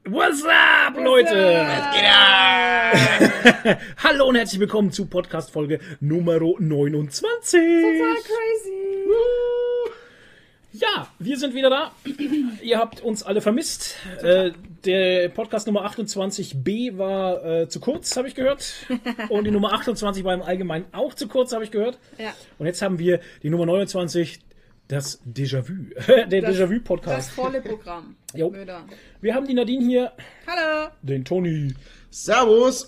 What's up, Leute? Was geht ab? Hallo und herzlich willkommen zu Podcast-Folge Nummer 29. Total crazy. Ja, wir sind wieder da. Ihr habt uns alle vermisst. Der Podcast Nummer 28b war zu kurz, habe ich gehört. Und die Nummer 28 war im Allgemeinen auch zu kurz, habe ich gehört. Ja. Und jetzt haben wir die Nummer 29, das Déjà-vu. Der Déjà-vu-Podcast. Das volle Programm. Jo. Möder. Wir haben die Nadine hier, Hallo. den Toni. Servus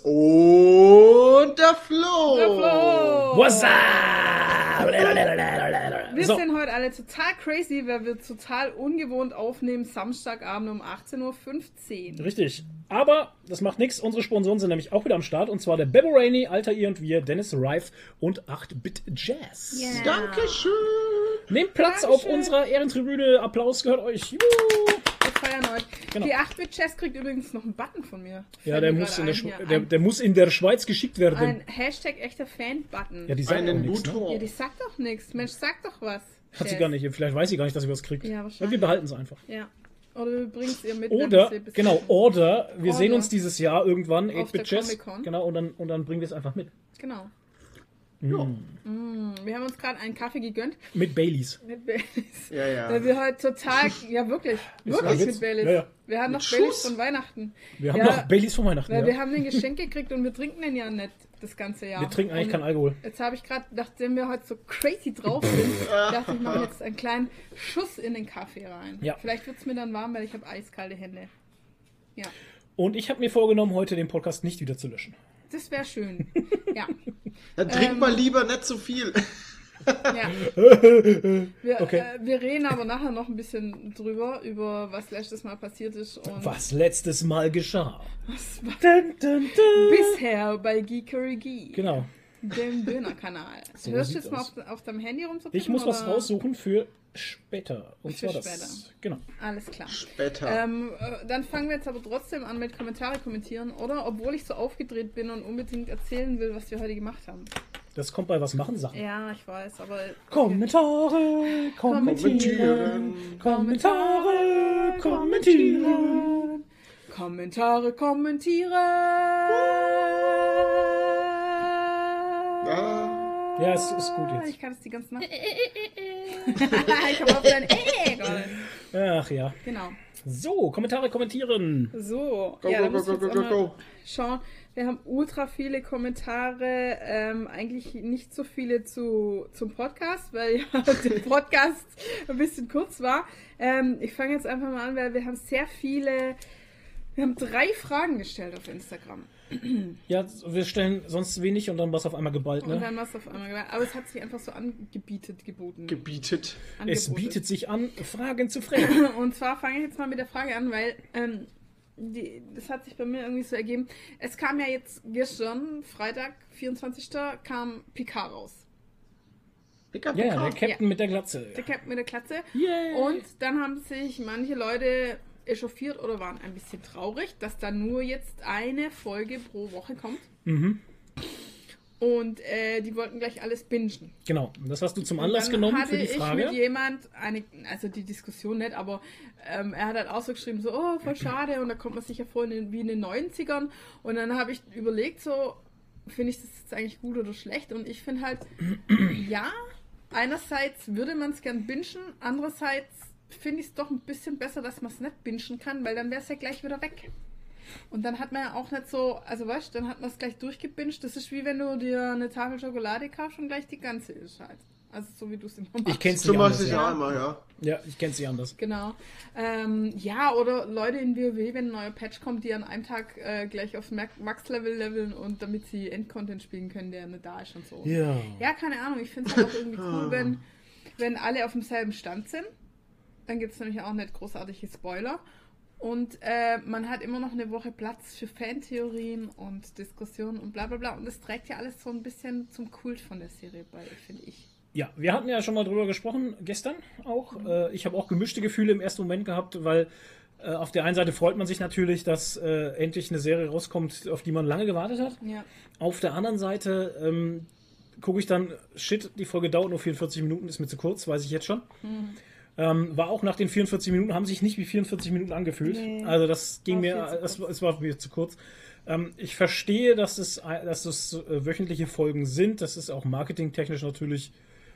und der Flo. Der Flo. What's up? Wir So. sind heute alle total crazy, weil wir total ungewohnt aufnehmen, Samstagabend um 18.15 Uhr. Richtig. Aber das macht nichts. Unsere Sponsoren sind nämlich auch wieder am Start. Und zwar der Bebo Rainey, Alter ihr und wir, Dennis Rife und 8-Bit Jazz. Yeah. Dankeschön. Nehmt Platz Dankeschön. auf unserer Ehrentribüne. Applaus gehört euch. Juhu. Wir feiern heute. Genau. Die 8-Bit-Chess kriegt übrigens noch einen Button von mir. Ja, Fällt der mir muss, gerade in der ein Schwe- hier. der muss in der Schweiz geschickt werden. Ein Hashtag echter Fan-Button. Ja, die sagt auch Einen nichts. Ne? Bouton. Ja, die sagt doch nichts. Mensch, sag doch was. Hat sie Jazz. gar nicht. Vielleicht weiß sie gar nicht, dass sie was kriegt. Ja, wahrscheinlich. Ja, wir behalten es einfach. Ja. Oder wir bringen es ihr mit. wenn Oder, wir sie bis- genau, oder wir sehen Order. uns dieses Jahr irgendwann, Auf 8-Bit der Jazz. Comic-Con. Genau, und dann bringen wir es einfach mit. Genau. Ja. Wir haben uns gerade einen Kaffee gegönnt. Mit Baileys. Mit Baileys. Ja, ja. Weil wir heute total, ja wirklich, war wirklich Witz. mit Baileys. Ja, ja. Wir haben Mit noch Baileys Schuss. von Weihnachten. Wir haben Ja, noch Baileys vor Weihnachten. Weil Ja. wir haben ein Geschenk gekriegt und wir trinken den ja nicht das ganze Jahr. Wir trinken eigentlich und keinen Alkohol. Jetzt habe ich gerade, nachdem wir heute so crazy drauf sind, dachte ich, mache jetzt einen kleinen Schuss in den Kaffee rein. Ja. Vielleicht wird es mir dann warm, weil ich habe eiskalte Hände. Ja, Und ich habe mir vorgenommen, heute den Podcast nicht wieder zu löschen. das wäre schön. Ja, Dann trink mal lieber nicht so viel. ja. Wir, Okay. wir reden aber nachher noch ein bisschen drüber, über was letztes Mal passiert ist. Und Was letztes Mal geschah. was war Dun, dun, dun. bisher bei Geekery Geek, Genau. dem Dönerkanal. So Hörst du sieht's jetzt mal aus. auf deinem Handy rumzutippen? Ich muss was oder? raussuchen für später. Und Für zwar das. später. Genau. Alles klar. Später. Dann fangen wir jetzt aber trotzdem an mit Kommentare kommentieren, oder? Obwohl ich so aufgedreht bin und unbedingt erzählen will, was wir heute gemacht haben. Das kommt bei Was machen Sachen. Ja, ich weiß, aber... Kommentare, kommentieren. Kommentare, kommentieren. Kommentare kommentieren! Ja. Ja, es ist gut jetzt. Ich kann es die ganze Nacht. Ich habe auf dein geholt. Ach ja. Genau. So, Kommentare kommentieren. So, Go, ja, go, da go, muss go, ich jetzt go, auch go, mal go. schauen. Wir haben ultra viele Kommentare, eigentlich nicht so viele zum Podcast, weil ja der Podcast ein bisschen kurz war. Ich fange jetzt einfach mal an, weil wir haben 3 Fragen gestellt auf Instagram. Ja, wir stellen sonst wenig und dann was auf einmal geballt, Und ne? dann war es auf einmal gemacht. Aber es hat sich einfach so geboten. Gebietet. Es Angeboten. bietet sich an, Fragen zu fragen. Und zwar fange ich jetzt mal mit der Frage an, weil das hat sich bei mir irgendwie so ergeben. Es kam ja jetzt gestern, Freitag, 24. kam Picard raus. Pika, Ja, pika. der Captain mit der Glatze. Der Captain mit der Klatze. Yay. Und dann haben sich manche Leute echauffiert oder waren ein bisschen traurig, dass da nur jetzt eine Folge pro Woche kommt. Mhm. Und die wollten gleich alles bingen. Genau, das hast du zum Und Anlass dann genommen hatte für die ich Frage. mit jemand also die Diskussion nicht, aber er hat halt auch so geschrieben, so, oh, voll schade, und da kommt man sich ja vor wie in den 90ern. Und dann habe ich überlegt, so, finde ich das jetzt eigentlich gut oder schlecht? Und ich finde halt, ja, einerseits würde man es gern bingen, andererseits finde ich es doch ein bisschen besser, dass man es nicht bingen kann, weil dann wäre es ja gleich wieder weg. Und dann hat man ja auch nicht so, also weißt du, dann hat man es gleich durchgebinged. Das ist wie wenn du dir eine Tafel Schokolade kaufst und gleich die ganze ist halt. Also so wie du es immer machst. Ich kenn's So nicht machst anders. du Ja. ja immer, ja. Ja, ich kenn's nicht anders. Genau. Ja, oder Leute in WoW, wenn ein neuer Patch kommt, die an einem Tag gleich aufs Max-Level leveln und damit sie Endcontent spielen können, der nicht da ist und so. Ja. Ja, keine Ahnung. Ich finde es halt auch irgendwie cool, wenn alle auf demselben Stand sind. Dann gibt es nämlich auch nicht großartige Spoiler. Und man hat immer noch eine Woche Platz für Fantheorien und Diskussionen und bla bla bla. Und das trägt ja alles so ein bisschen zum Kult von der Serie bei, finde ich. Ja, wir hatten ja schon mal drüber gesprochen, gestern auch. Ich habe auch gemischte Gefühle im ersten Moment gehabt, weil auf der einen Seite freut man sich natürlich, dass endlich eine Serie rauskommt, auf die man lange gewartet hat. Ja. Auf der anderen Seite gucke ich dann, shit, die Folge dauert nur 44 Minuten, ist mir zu kurz, weiß ich jetzt schon. War auch nach den 44 Minuten, haben sich nicht wie 44 Minuten angefühlt. Nee. Also das ging War mir, viel zu es war mir zu kurz. Ich verstehe, dass es wöchentliche Folgen sind. Das ist auch marketingtechnisch natürlich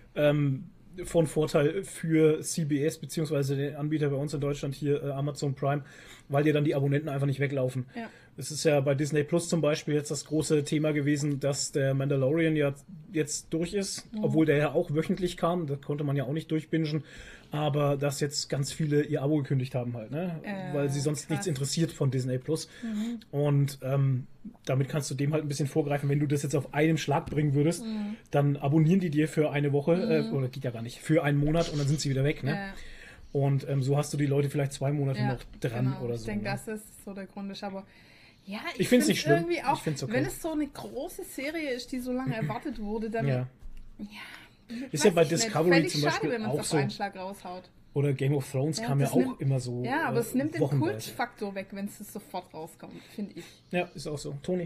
von Vorteil für CBS beziehungsweise den Anbieter bei uns in Deutschland hier, Amazon Prime, weil dir dann die Abonnenten einfach nicht weglaufen. Ja. Es ist ja bei Disney Plus zum Beispiel jetzt das große Thema gewesen, dass der Mandalorian ja jetzt durch ist, obwohl der ja auch wöchentlich kam, da konnte man ja auch nicht durchbingen, aber dass jetzt ganz viele ihr Abo gekündigt haben halt, ne? Weil sie sonst krass. nichts interessiert von Disney Plus. Und damit kannst du dem halt ein bisschen vorgreifen, wenn du das jetzt auf einem Schlag bringen würdest, dann abonnieren die dir für eine Woche, oder geht ja gar nicht, für einen Monat und dann sind sie wieder weg, ne? Ja. Und so hast du die Leute vielleicht 2 Monate Ja, noch dran genau. oder so. Ich denke, ne? das ist so der Grund. Aber ja, Ich find's nicht schlimm. irgendwie auch, Ich find's okay. wenn es so eine große Serie ist, die so lange erwartet wurde, dann Ja. ja, Ist ja weiß bei ich nicht. Discovery Fände ich zum schade, Beispiel wenn man es auch auf so. einen Schlag raushaut. Oder Game of Thrones Ja, kam ja das auch nimmt- immer so. Ja, aber es nimmt den wochenweise. Kultfaktor weg, wenn es sofort rauskommt, finde ich. Ja, ist auch so. Toni.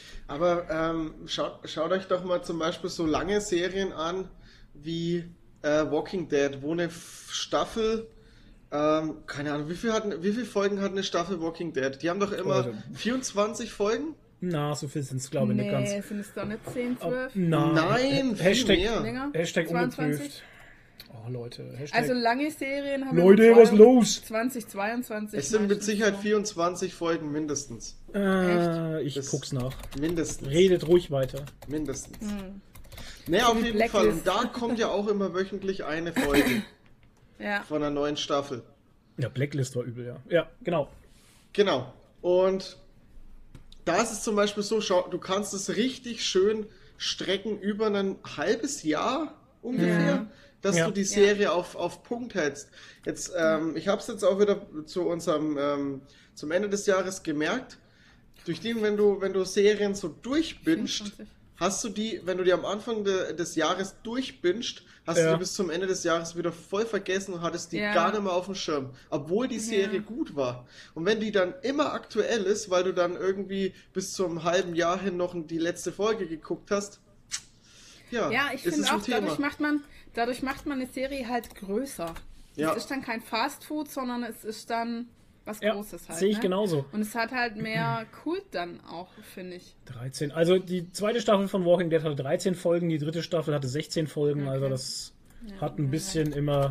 Aber schaut euch doch mal zum Beispiel so lange Serien an wie Walking Dead, wo eine Staffel, keine Ahnung, wie viele Folgen hat eine Staffel Walking Dead? Die haben doch immer Also- 24 Folgen? Na, so viel sind es, glaube ich, nicht ganz. sind es doch nicht 10, 12? Nein, viel Hashtag, mehr. Länger? Hashtag 22? ungeprüft. Oh, Leute. Hashtag. Also lange Serien haben Leute, wir was los? 2022. Es sind mit meistens Sicherheit so. 24 Folgen mindestens. Ich Das- guck's nach. Mindestens. Redet ruhig weiter. Mindestens. Naja, auf wie jeden Blacklist. Fall. Und da kommt ja auch immer wöchentlich eine Folge Ja. von einer neuen Staffel. Ja, Blacklist war übel, ja. Ja, genau. Genau. Und da ist es zum Beispiel so, schau, du kannst es richtig schön strecken über ein halbes Jahr ungefähr, dass Ja. du die Serie auf Punkt hältst. Jetzt, ich habe es jetzt auch wieder zu unserem zum Ende des Jahres gemerkt, durch den, wenn du Serien so durchbingst, 24. hast du die, wenn du die am Anfang des Jahres durchbingst, hast du Ja. die bis zum Ende des Jahres wieder voll vergessen und hattest die Ja. gar nicht mehr auf dem Schirm, obwohl die Serie gut war. Und wenn die dann immer aktuell ist, weil du dann irgendwie bis zum halben Jahr hin noch die letzte Folge geguckt hast, ja, Ja, ich ist finde es ein auch, Thema. dadurch macht man eine Serie halt größer. Ja. Es ist dann kein Fastfood, sondern es ist dann was Ja, Großes halt. sehe ich ne? genauso. Und es hat halt mehr Kult dann auch, finde ich. 13. Also die zweite Staffel von Walking Dead hatte 13 Folgen, die dritte Staffel hatte 16 Folgen, Okay. also das hat ein bisschen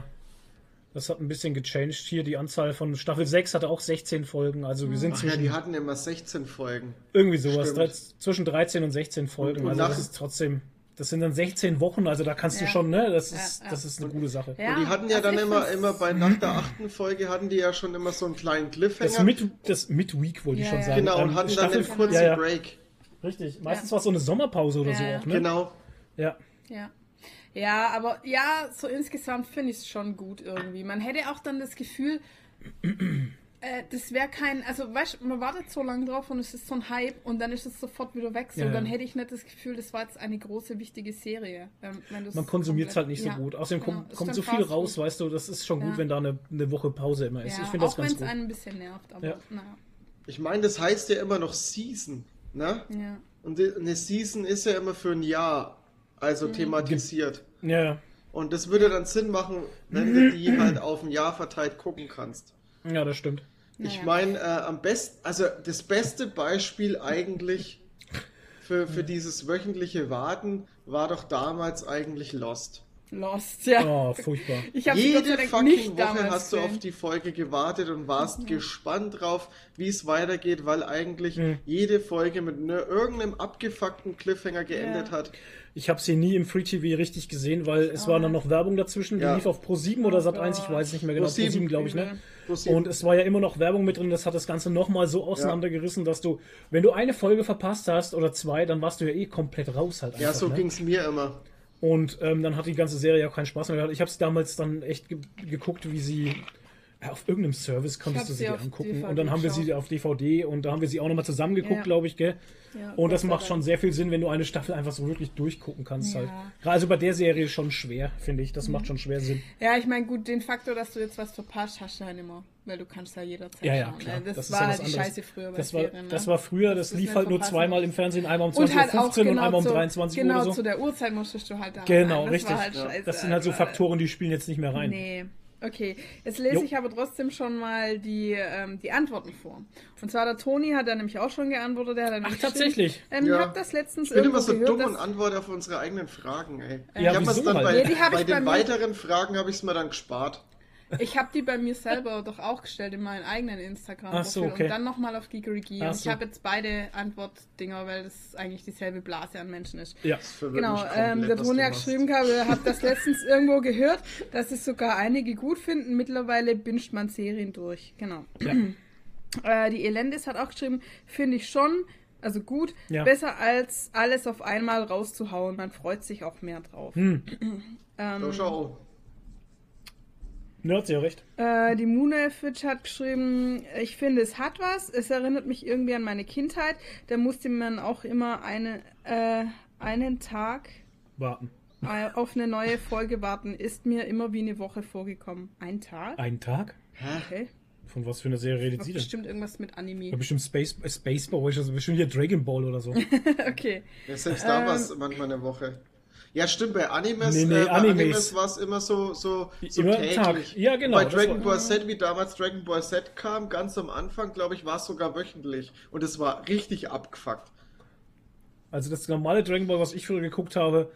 das hat ein bisschen gechanged hier. Die Anzahl von Staffel 6 hatte auch 16 Folgen, also wir sind Ach ja, zwischen die hatten immer 16 Folgen. irgendwie sowas, Stimmt. zwischen 13 und 16 Folgen, Und also nach- das ist trotzdem, das sind dann 16 Wochen, also da kannst du Ja. schon, ne, das Ja. ist eine gute Sache. Ja, Und die hatten ja also dann ich immer find's- bei nach der 8. Folge hatten die ja schon immer so einen kleinen Cliffhanger. Das Midweek wollte ich Ja, schon ja. sagen. Genau, und hatten dann Staffel- einen kurzen ja, ja. Break. Richtig, meistens war es so eine Sommerpause oder Ja, so ja. auch, ne? Genau. Ja. Ja. Ja, aber ja, so insgesamt finde ich es schon gut irgendwie. Man hätte auch dann das Gefühl, das wäre kein, also weißt du, man wartet so lange drauf und es ist so ein Hype und dann ist es sofort wieder weg. So, Ja, ja. dann hätte ich nicht das Gefühl, das war jetzt eine große, wichtige Serie. Wenn du's Man konsumiert es halt nicht so ja, gut. Außerdem genau. kommt, Ist kommt dann so viel Fast raus, Food. weißt du, das ist schon gut, Ja. wenn da eine Woche Pause immer ist. Ja, Ich finde das auch wenn ganz es gut. einen ein bisschen nervt, aber Ja. naja. Ich meine, das heißt ja immer noch Season, ne? Ja. Und eine Season ist ja immer für ein Jahr, also thematisiert. Ja, Und das würde dann Sinn machen, wenn du die halt auf ein Jahr verteilt gucken kannst. ja, das stimmt. Ich Naja. meine, am besten, also das beste Beispiel eigentlich für dieses wöchentliche Warten war doch damals eigentlich Lost. Lost, ja. Oh, furchtbar. Ich habe Gott sei Jede Dank fucking nicht Woche damals hast du gesehen. auf die Folge gewartet und warst gespannt drauf, wie es weitergeht, weil eigentlich jede Folge mit irgendeinem abgefuckten Cliffhanger geendet hat. Ich habe sie nie im Free TV richtig gesehen, weil es war dann noch Werbung dazwischen. Die Ja. lief auf Pro7 oder Sat1, ich weiß nicht mehr genau. Pro7, Pro7, glaube ich, ne? Pro7. Und es war ja immer noch Werbung mit drin. Das hat das Ganze nochmal so auseinandergerissen, dass du, wenn du eine Folge verpasst hast oder zwei, dann warst du ja eh komplett raus halt einfach. Ja, so ne? ging's mir immer. Und dann hat die ganze Serie auch keinen Spaß mehr gehabt. Ich habe es damals dann echt geguckt, wie sie auf irgendeinem Service konntest hab du sie sie dir auf angucken. DVD Und dann haben wir sie geschaut. auf DVD und da haben wir sie auch nochmal zusammengeguckt, Ja. glaube ich, gell? Ja, Und das Gott sei macht schon Dank. sehr viel Sinn, wenn du eine Staffel einfach so wirklich durchgucken kannst Ja. halt. Gerade also bei der Serie schon schwer, finde ich. Das macht schon schwer Sinn. Ja, ich meine, gut, den Faktor, dass du jetzt was verpasst, hast du ja nicht mehr. Weil du kannst ja jederzeit Ja, ja, schauen. klar. Ne? Das ist war ja halt was die anderes. Scheiße früher bei das war, Serien. Ne? das war früher, das ist lief nicht halt nur verpassen. zweimal im Fernsehen, einmal um Und 20.15 halt auch Uhr und einmal um zu, 23 Uhr genau, oder so. zu der Uhrzeit musstest du halt da Genau, rein. Das richtig. war halt Ja. scheiße. Das sind halt so weil- Faktoren, die spielen jetzt nicht mehr rein. Nee. Okay, jetzt lese Jo. ich aber trotzdem schon mal die Antworten vor. Und zwar der Toni hat da nämlich auch schon geantwortet. Der hat dann Ach, geschrieben, tatsächlich? Ich habe das letztens Ich bin irgendwo immer so gehört, dumm dass... und antworte auf unsere eigenen Fragen, ey. Ja, ich habe wieso es dann halt? bei, Ja, die hab bei ich bei den mir- weiteren Fragen habe ich es mir dann gespart. Ich habe die bei mir selber doch auch gestellt in meinen eigenen Instagram-Profil Ach so, okay. und dann nochmal auf Geekery. Ach Und so. ich habe jetzt beide Antwortdinger, weil das eigentlich dieselbe Blase an Menschen ist. Ja. Das verwirrt Genau, mich komplett, der was Toni du hat machst. geschrieben, ich habe das letztens irgendwo gehört, dass es sogar einige gut finden. Mittlerweile binscht man Serien durch. Genau. Die Elendis hat auch geschrieben, finde ich schon, also gut, Ja. besser als alles auf einmal rauszuhauen. Man freut sich auch mehr drauf. So, schau. Ne, hat sie ja recht. Die Moonelfitch hat geschrieben, ich finde, es hat was. Es erinnert mich irgendwie an meine Kindheit. Da musste man auch immer einen Tag Warten. auf eine neue Folge warten. Ist mir immer wie eine Woche vorgekommen. Ein Tag? Einen Tag? Okay. Von was für einer Serie redet Das sie ist denn? bestimmt irgendwas mit Ja, Anime. bestimmt Space Boy, also bestimmt hier Dragon Ball oder so. Okay. Ja, selbst da war es manchmal eine Woche. Ja, stimmt, bei Animes, Nee, bei Animes. Animes war es immer so Immer täglich. Tag. Ja, genau, Bei das Dragon war- Ball Z, wie damals Dragon Ball Z kam, ganz am Anfang, glaube ich, war es sogar wöchentlich. Und es war richtig abgefuckt. Also das normale Dragon Ball, was ich früher geguckt habe,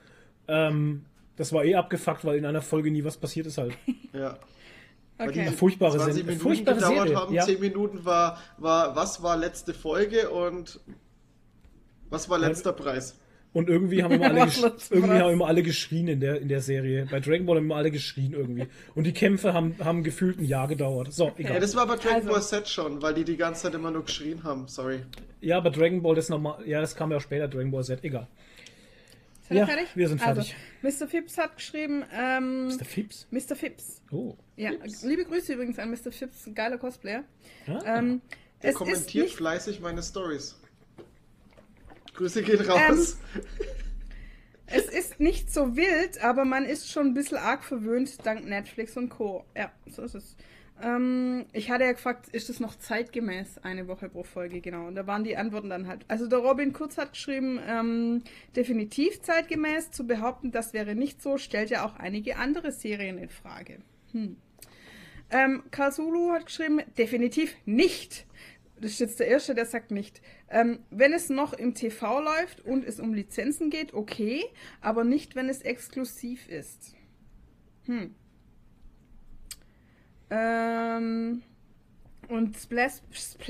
das war abgefuckt, weil in einer Folge nie was passiert ist halt. Ja. Weil Okay. die Furchtbare 20 Sendung. Minuten Furchtbare gedauert Serie, haben, ja. 10 Minuten was war letzte Folge und was war letzter Preis? Und irgendwie haben immer alle, Was wird's irgendwie krass. haben immer alle geschrien in der Serie. Bei Dragon Ball haben immer alle geschrien irgendwie. Und die Kämpfe haben gefühlt ein Jahr gedauert. So, Ja, egal. das war bei Dragon Also. Ball Z schon, weil die ganze Zeit immer nur geschrien haben, sorry. Ja, aber Dragon Ball, das normal. Ja, das kam ja auch später, Dragon Ball Z, egal. Seid ihr Ja, fertig? wir sind fertig. Also, Mr. Phipps hat geschrieben, Ist der Fips? Mr. Phipps. Oh. Ja, liebe Grüße übrigens an Mr. Phipps, ein geiler Cosplayer. Ah. Der Es ist kommentiert nicht fleißig meine Stories. Grüße gehen raus. Es ist nicht so wild, aber man ist schon ein bisschen arg verwöhnt dank Netflix und Co. Ja, so ist es. Ich hatte ja gefragt, ist es noch zeitgemäß, eine Woche pro Folge, genau. Und da waren die Antworten dann halt. Also der Robin Kurz hat geschrieben, definitiv zeitgemäß. Zu behaupten, das wäre nicht so, stellt ja auch einige andere Serien in Frage. Karl Sulu hat geschrieben, definitiv nicht. Das ist jetzt der Erste, der sagt nicht. Wenn es noch im TV läuft und es um Lizenzen geht, okay, aber nicht, wenn es exklusiv ist. Und Splash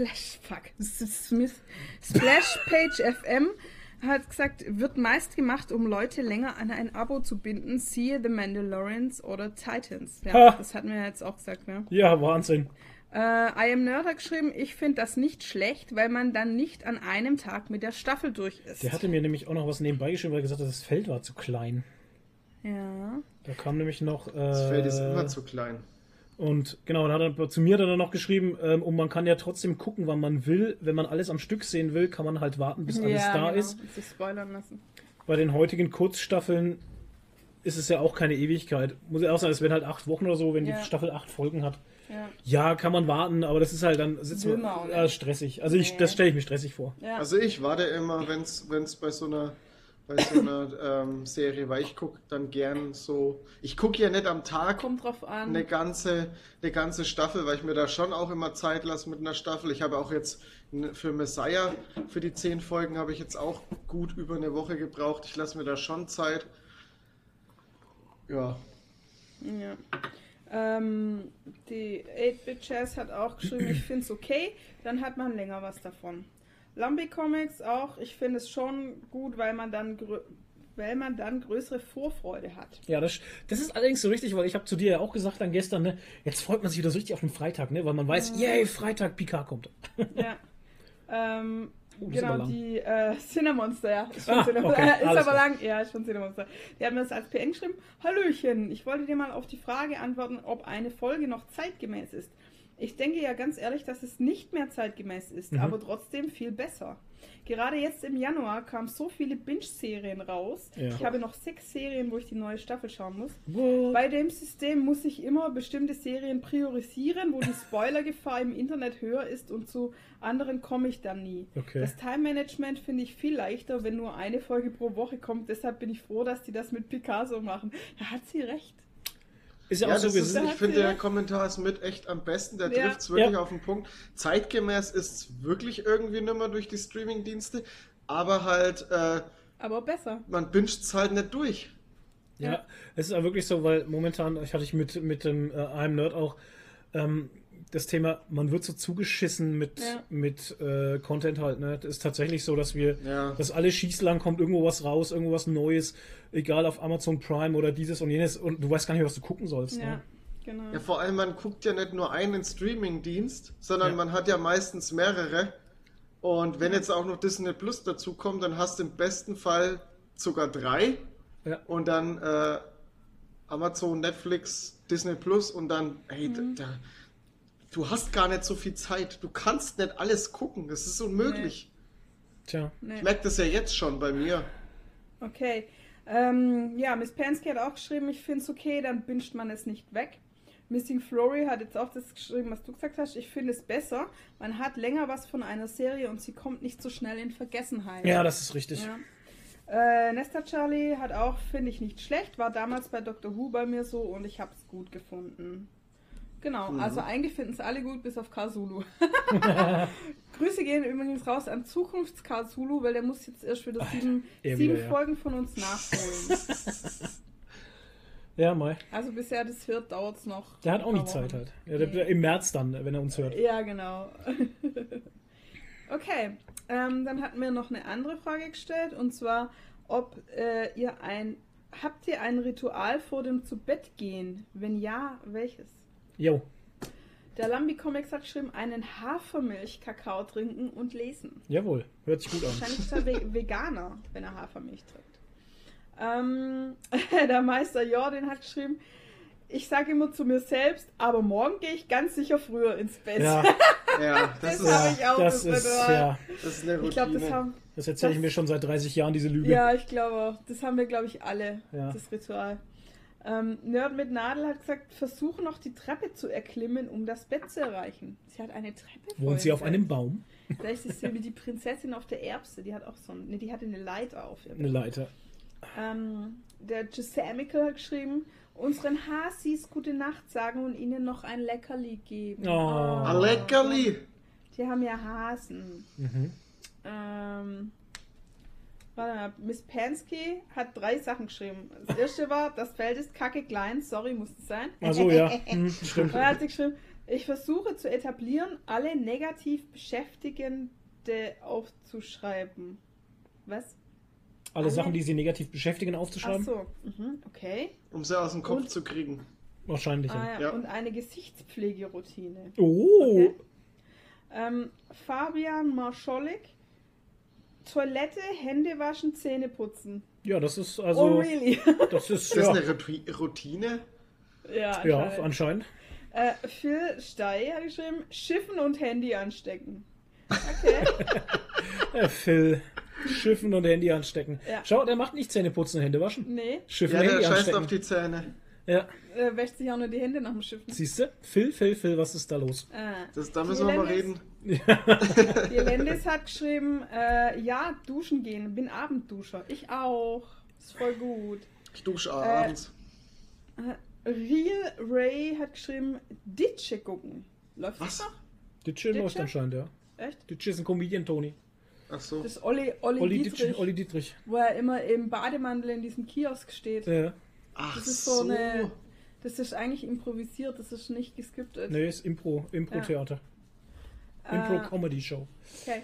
Page FM hat gesagt, wird meist gemacht, um Leute länger an ein Abo zu binden, siehe The Mandalorians oder Titans. Ja, Ha. das hatten wir ja jetzt auch gesagt, ne? Ja, Wahnsinn. I am Nerd hat geschrieben, ich finde das nicht schlecht, weil man dann nicht an einem Tag mit der Staffel durch ist. Der hatte mir nämlich auch noch was nebenbei geschrieben, weil er gesagt hat, das Feld war zu klein. Ja. Da kam nämlich noch. Das Feld ist immer zu klein. Und genau, dann hat er zu mir dann noch geschrieben, und man kann ja trotzdem gucken, wann man will. Wenn man alles am Stück sehen will, kann man halt warten, bis alles da ist. Sich spoilern lassen. Bei den heutigen Kurzstaffeln ist es ja auch keine Ewigkeit. Muss ja auch sagen, es werden halt 8 Wochen oder so, wenn Ja. die Staffel 8 Folgen hat. Ja. Ja, kann man warten, aber das ist halt dann Will man auch nicht. stressig. Also Nee. das stelle ich mir stressig vor. Ja. Also ich warte immer, wenn es bei so einer Serie, weil ich gucke dann gern so. Ich gucke ja nicht am Tag Kommt drauf an. eine ganze Staffel, weil ich mir da schon auch immer Zeit lasse mit einer Staffel. Ich habe auch jetzt für Messiah, für die 10 Folgen, habe ich jetzt auch gut über eine Woche gebraucht. Ich lasse mir da schon Zeit. Ja. Ja. Die 8-Bit Jazz hat auch geschrieben, ich finde es okay, dann hat man länger was davon. Lumpy Comics auch, ich finde es schon gut, weil man dann größere Vorfreude hat. Ja, das ist allerdings so richtig, weil ich habe zu dir ja auch gesagt dann gestern, ne, jetzt freut man sich wieder so richtig auf den Freitag, ne, weil man weiß, yay, Freitag, Picard kommt. Ja. Das ist aber Genau, lang. die Cinemonster, ja. Ist, schon Ah, Cinemonster. okay, Ist alles aber klar. lang, ja, ist schon Cinemonster. Die haben mir das als PN geschrieben. Hallöchen, ich wollte dir mal auf die Frage antworten, ob eine Folge noch zeitgemäß ist. Ich denke ja ganz ehrlich, dass es nicht mehr zeitgemäß ist, aber trotzdem viel besser. Gerade jetzt im Januar kamen so viele Binge-Serien raus. Ja. Ich habe noch 6 Serien, wo ich die neue Staffel schauen muss. What? Bei dem System muss ich immer bestimmte Serien priorisieren, wo die Spoilergefahr im Internet höher ist und zu anderen komme ich dann nie. Okay. Das Time-Management finde ich viel leichter, wenn nur eine Folge pro Woche kommt. Deshalb bin ich froh, dass die das mit Picasso machen. Da hat sie recht. Ist ja, Ja, auch so, das wir ist, sind, ich finde, der Kommentar ist mit echt am besten. Der Ja. trifft es wirklich Ja. auf den Punkt. Zeitgemäß ist es wirklich irgendwie nicht mehr durch die Streaming-Dienste, aber halt, Aber besser. man binscht es halt nicht durch. ja, es ist auch wirklich so, weil momentan, hatte ich mit dem I'm Nerd auch das Thema, man wird so zugeschissen mit Content halt. Ne? Das ist tatsächlich so, dass dass alle schießlang kommt irgendwo was raus, irgendwo was Neues, egal auf Amazon Prime oder dieses und jenes und du weißt gar nicht, was du gucken sollst. Ja, Ne? genau. Ja, vor allem, man guckt ja nicht nur einen Streaming-Dienst, sondern Ja. man hat ja meistens mehrere. Und wenn jetzt auch noch Disney Plus dazu kommt, dann hast du im besten Fall sogar 3. Ja. Und dann Amazon, Netflix, Disney Plus und dann, hey, du hast gar nicht so viel Zeit. Du kannst nicht alles gucken. Das ist unmöglich. Tja. Nee. Ich merke das ja jetzt schon bei mir. Okay. Ja, Miss Pansky hat auch geschrieben, ich finde es okay, dann binscht man es nicht weg. Missing Flory hat jetzt auch das geschrieben, was du gesagt hast. Ich finde es besser. Man hat länger was von einer Serie und sie kommt nicht so schnell in Vergessenheit. Ja, das ist richtig. Ja. Nesta Charlie hat auch, finde ich, nicht schlecht. War damals bei Doctor Who bei mir so und ich habe es gut gefunden. Genau, also eigentlich finden es alle gut, bis auf Karl Sulu. Grüße gehen übrigens raus an Zukunfts-Karl Sulu, weil der muss jetzt erst wieder sieben wieder, ja. Folgen von uns nachholen. Ja, Mai. Also bis er das hört, dauert es noch. Der hat auch ein paar nicht Zeit Wochen. halt. Ja, im März dann, wenn er uns hört. Ja, genau. Okay, dann hatten wir noch eine andere Frage gestellt und zwar, ob habt ihr ein Ritual vor dem Zubettgehen? Wenn ja, welches? Jo. Der Lambi Comics hat geschrieben, einen Hafermilch-Kakao trinken und lesen. Jawohl. Hört sich gut an. Wahrscheinlich ist er Veganer, wenn er Hafermilch trinkt. Der Meister Jordan hat geschrieben, ich sage immer zu mir selbst, aber morgen gehe ich ganz sicher früher ins Bett. Ja, Ja, Das habe ich auch. das ist, ja, das ist eine Routine. Ich glaube, das haben... das erzähle ich mir schon seit 30 Jahren, diese Lüge. Ja, ich glaube auch. Das haben wir, glaube ich, alle, Ja. das Ritual. Nerd mit Nadel hat gesagt, versuche noch die Treppe zu erklimmen, um das Bett zu erreichen. Sie hat eine Treppe. Wohnt sie auf einem Baum? Vielleicht ist sie wie die Prinzessin auf der Erbse. Die hat auch so ein... Ne, die hatte eine Leiter auf ihr Bett. Eine Leiter. Der Gisamical hat geschrieben, unseren Hasis gute Nacht sagen und ihnen noch ein Leckerli geben. Oh. Ein Leckerli! Die haben ja Hasen. Mhm. Warte mal, Miss Pansky hat 3 Sachen geschrieben. Das erste war, das Feld ist kacke klein, sorry, muss es sein. Also ja, stimmt. Dann hat sie geschrieben, ich versuche zu etablieren, alle negativ Beschäftigende aufzuschreiben. Was? Alle Sachen, die sie negativ beschäftigen, Ach aufzuschreiben? so, okay. Um sie aus dem Kopf Und- zu kriegen. Wahrscheinlich. Ah, ja. Ja. Und eine Gesichtspflegeroutine. Oh! Okay. Fabian Marscholik, Toilette, Hände waschen, Zähne putzen. Ja, das ist Oh, also. really? Das ist Ist das ja, eine Routine? Ja, ja, anscheinend. anscheinend. Phil Stey hat geschrieben, Schiffen und Handy anstecken. Okay. Phil. Schiffen und Handy anstecken. Ja. Schau, der macht nicht Zähne putzen, Hände waschen. Nee, Schiffen Ja, und der Handy scheißt anstecken. auf die Zähne. Ja, wäscht sich auch nur die Hände nach dem Schiffen. siehst du? Phil, was ist da los? Da müssen wir mal Landis- reden. Die Landis hat geschrieben, ja, duschen gehen, bin Abendduscher. Ich auch. Ist voll gut. Ich dusche abends. Real Ray hat geschrieben, Ditsche gucken. Läuft Was? das noch? Ditsche Ditsche? läuft anscheinend, ja. Echt? Ditsche ist ein Comedian, Toni. Ach so. Das ist Olli Olli Dietrich, Dietrich. wo er immer im Bademantel in diesem Kiosk steht. Ja. Ach Das ist so. so eine... Das ist eigentlich improvisiert, das ist nicht geskriptet. Nee, ist Impro-Theater. Impro-Comedy-Show. Okay.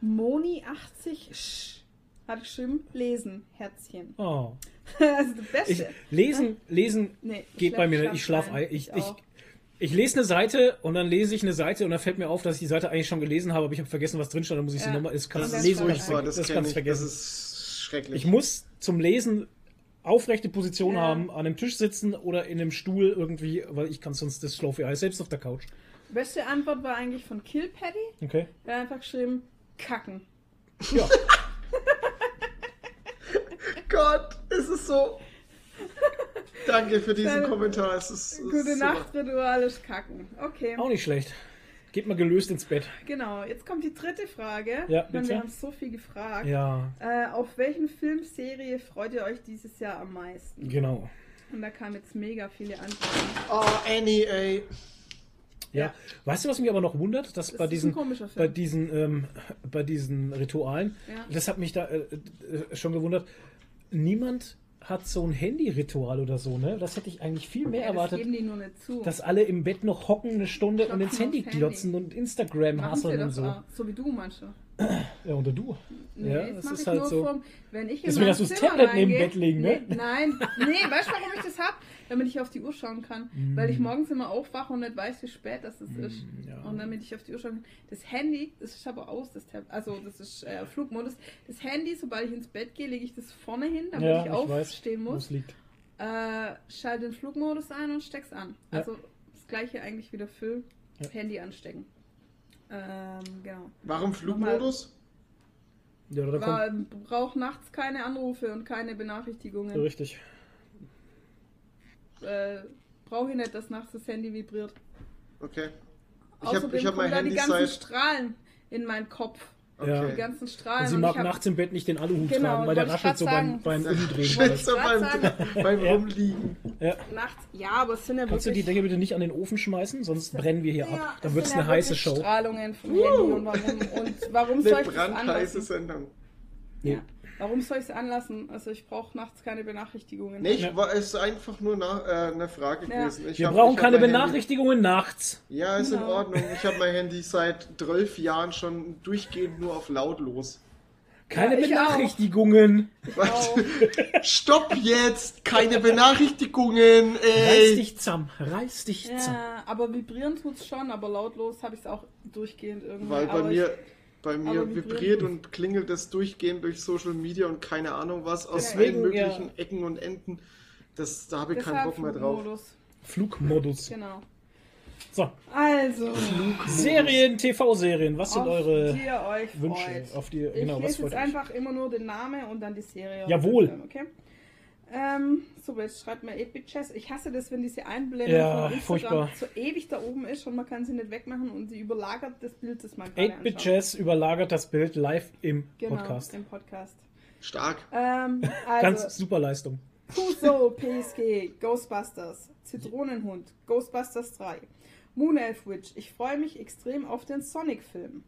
Moni80 hat geschrieben, lesen, Herzchen. Oh. Also das Beste. Lesen Nee, geht bei mir nicht. Ich schlafe ein. Ich lese eine Seite und dann lese ich eine Seite und dann fällt mir auf, dass ich die Seite eigentlich schon gelesen habe, aber ich habe vergessen, was drin stand. Dann muss ich sie Ja. nochmal. Das Und kannst dann lesen, schreibe das ich. Das kannst kenn du ich. vergessen. Das ist schrecklich. Ich muss zum Lesen aufrechte Position Ja. haben, an einem Tisch sitzen oder in einem Stuhl irgendwie, weil ich kann sonst das schlafe ich selbst auf der Couch. Beste Antwort war eigentlich von Kill Paddy. Okay. Er hat einfach geschrieben, kacken. Ja. Gott, ist es so. Danke für diesen Deine- Kommentar. Es ist Gute super. Nacht, Ritual ist kacken. Okay, Auch nicht schlecht. Geht mal gelöst ins Bett. genau. Jetzt kommt die dritte Frage. Ja, Ich meine, bitte. wir haben so viel gefragt. Ja, Auf welchen Filmserie freut ihr euch dieses Jahr am meisten? genau. Und da kamen jetzt mega viele Antworten. Oh, Annie, ey. Ja. Weißt du, was mich aber noch wundert, dass Das bei ist diesen, ein komischer Film. bei diesen Ritualen, Ja. das hat mich da schon gewundert, niemand hat so ein Handy-Ritual oder so, ne? Das hätte ich eigentlich viel mehr Ja, das erwartet, geben die nur nicht zu. dass alle im Bett noch hocken eine Stunde und Klopfen ins Handy aufs Handy. glotzen und Instagram Machen sie hasseln doch und so. auch. So wie du, manche. Ja, oder du. Nee, ja, das das mach ist ich halt nur so. wenn ich in Deswegen mein hast du das Zimmer Tablet neben reingehe- Bett liegen, ne? Nein, weißt du, warum ich das hab? Damit ich auf die Uhr schauen kann. Weil ich morgens immer aufwache und nicht weiß, wie spät das ist. ja. Und damit ich auf die Uhr schauen kann. Das Handy, das ist aber aus, das Tablet. Also, das ist Flugmodus. Das Handy, sobald ich ins Bett gehe, lege ich das vorne hin, damit Ja, ich ich aufstehen weiß, wo muss. es liegt. Schalte den Flugmodus ein und steck's an. Ja. Also, das gleiche eigentlich wieder für Ja. Handy anstecken. Genau. Warum Flugmodus? Ja, oder kommt, Weil braucht nachts keine Anrufe und keine Benachrichtigungen. richtig. Brauche ich nicht, dass nachts das Handy vibriert. Okay. Ich Außerdem hab mein kommen da die Handy ganzen seit... Strahlen in meinen Kopf. Ja. Die ganzen Strahlen. Und sie und mag ich hab- nachts im Bett nicht den Aluhut Genau, tragen, weil der wollte ich raschelt so grad beim sagen. Umdrehen. Schwitzer grad beim Ja. Rumliegen. Ja. Nachts, ja, aber es sind ja Kannst du die wirklich... Dinge bitte nicht an den Ofen schmeißen, sonst brennen wir hier Ja, ab. Dann es wird es sind eine ja heiße wirklich Show. Strahlungen vom Handy und warum soll Eine ich das brandheiße anlassen? Sendung. Ja. Warum soll ich es anlassen? Also ich brauche nachts keine Benachrichtigungen. Nee, Ja. es ist einfach nur eine Frage Ja. gewesen. Wir brauchen keine mein Handy- Benachrichtigungen nachts. Ja, ist in Genau. Ordnung. Ich habe mein Handy seit 12 Jahren schon durchgehend nur auf lautlos. Keine Ja, ich Benachrichtigungen. Was? Auch. Stopp jetzt! Keine Benachrichtigungen, Reiß ey! dich zusammen. Reiß dich zusammen. Ja, aber vibrieren tut's schon, aber lautlos habe ich es auch durchgehend irgendwie. Weil bei aber mir aber vibriert und klingelt es durchgehend durch Social Media und keine Ahnung was aus Deswegen, allen möglichen ja. Ecken und Enden. Da habe ich deshalb keinen Bock mehr drauf. Flugmodus. Flugmodus. Genau. So, Also, Serien, TV-Serien. Was sind auf eure die ihr euch Wünsche? freut. Auf die, Ich genau, was lese freut jetzt euch? einfach immer nur den Namen und dann die Serie. und Jawohl. den Film, okay? So, jetzt schreibt mir 8-Bit-Chess. Ich hasse das, wenn diese Einblendung Ja, von Instagram furchtbar. so ewig da oben ist und man kann sie nicht wegmachen und sie überlagert das Bild, das man gerade 8-Bit anschaut. Jazz überlagert das Bild live im Genau, Podcast. im Podcast. Stark. Also, Ganz super Leistung. Puso, PSG, Ghostbusters, Zitronenhund, Ghostbusters 3, Moon Elf Witch. Ich freue mich extrem auf den Sonic-Film.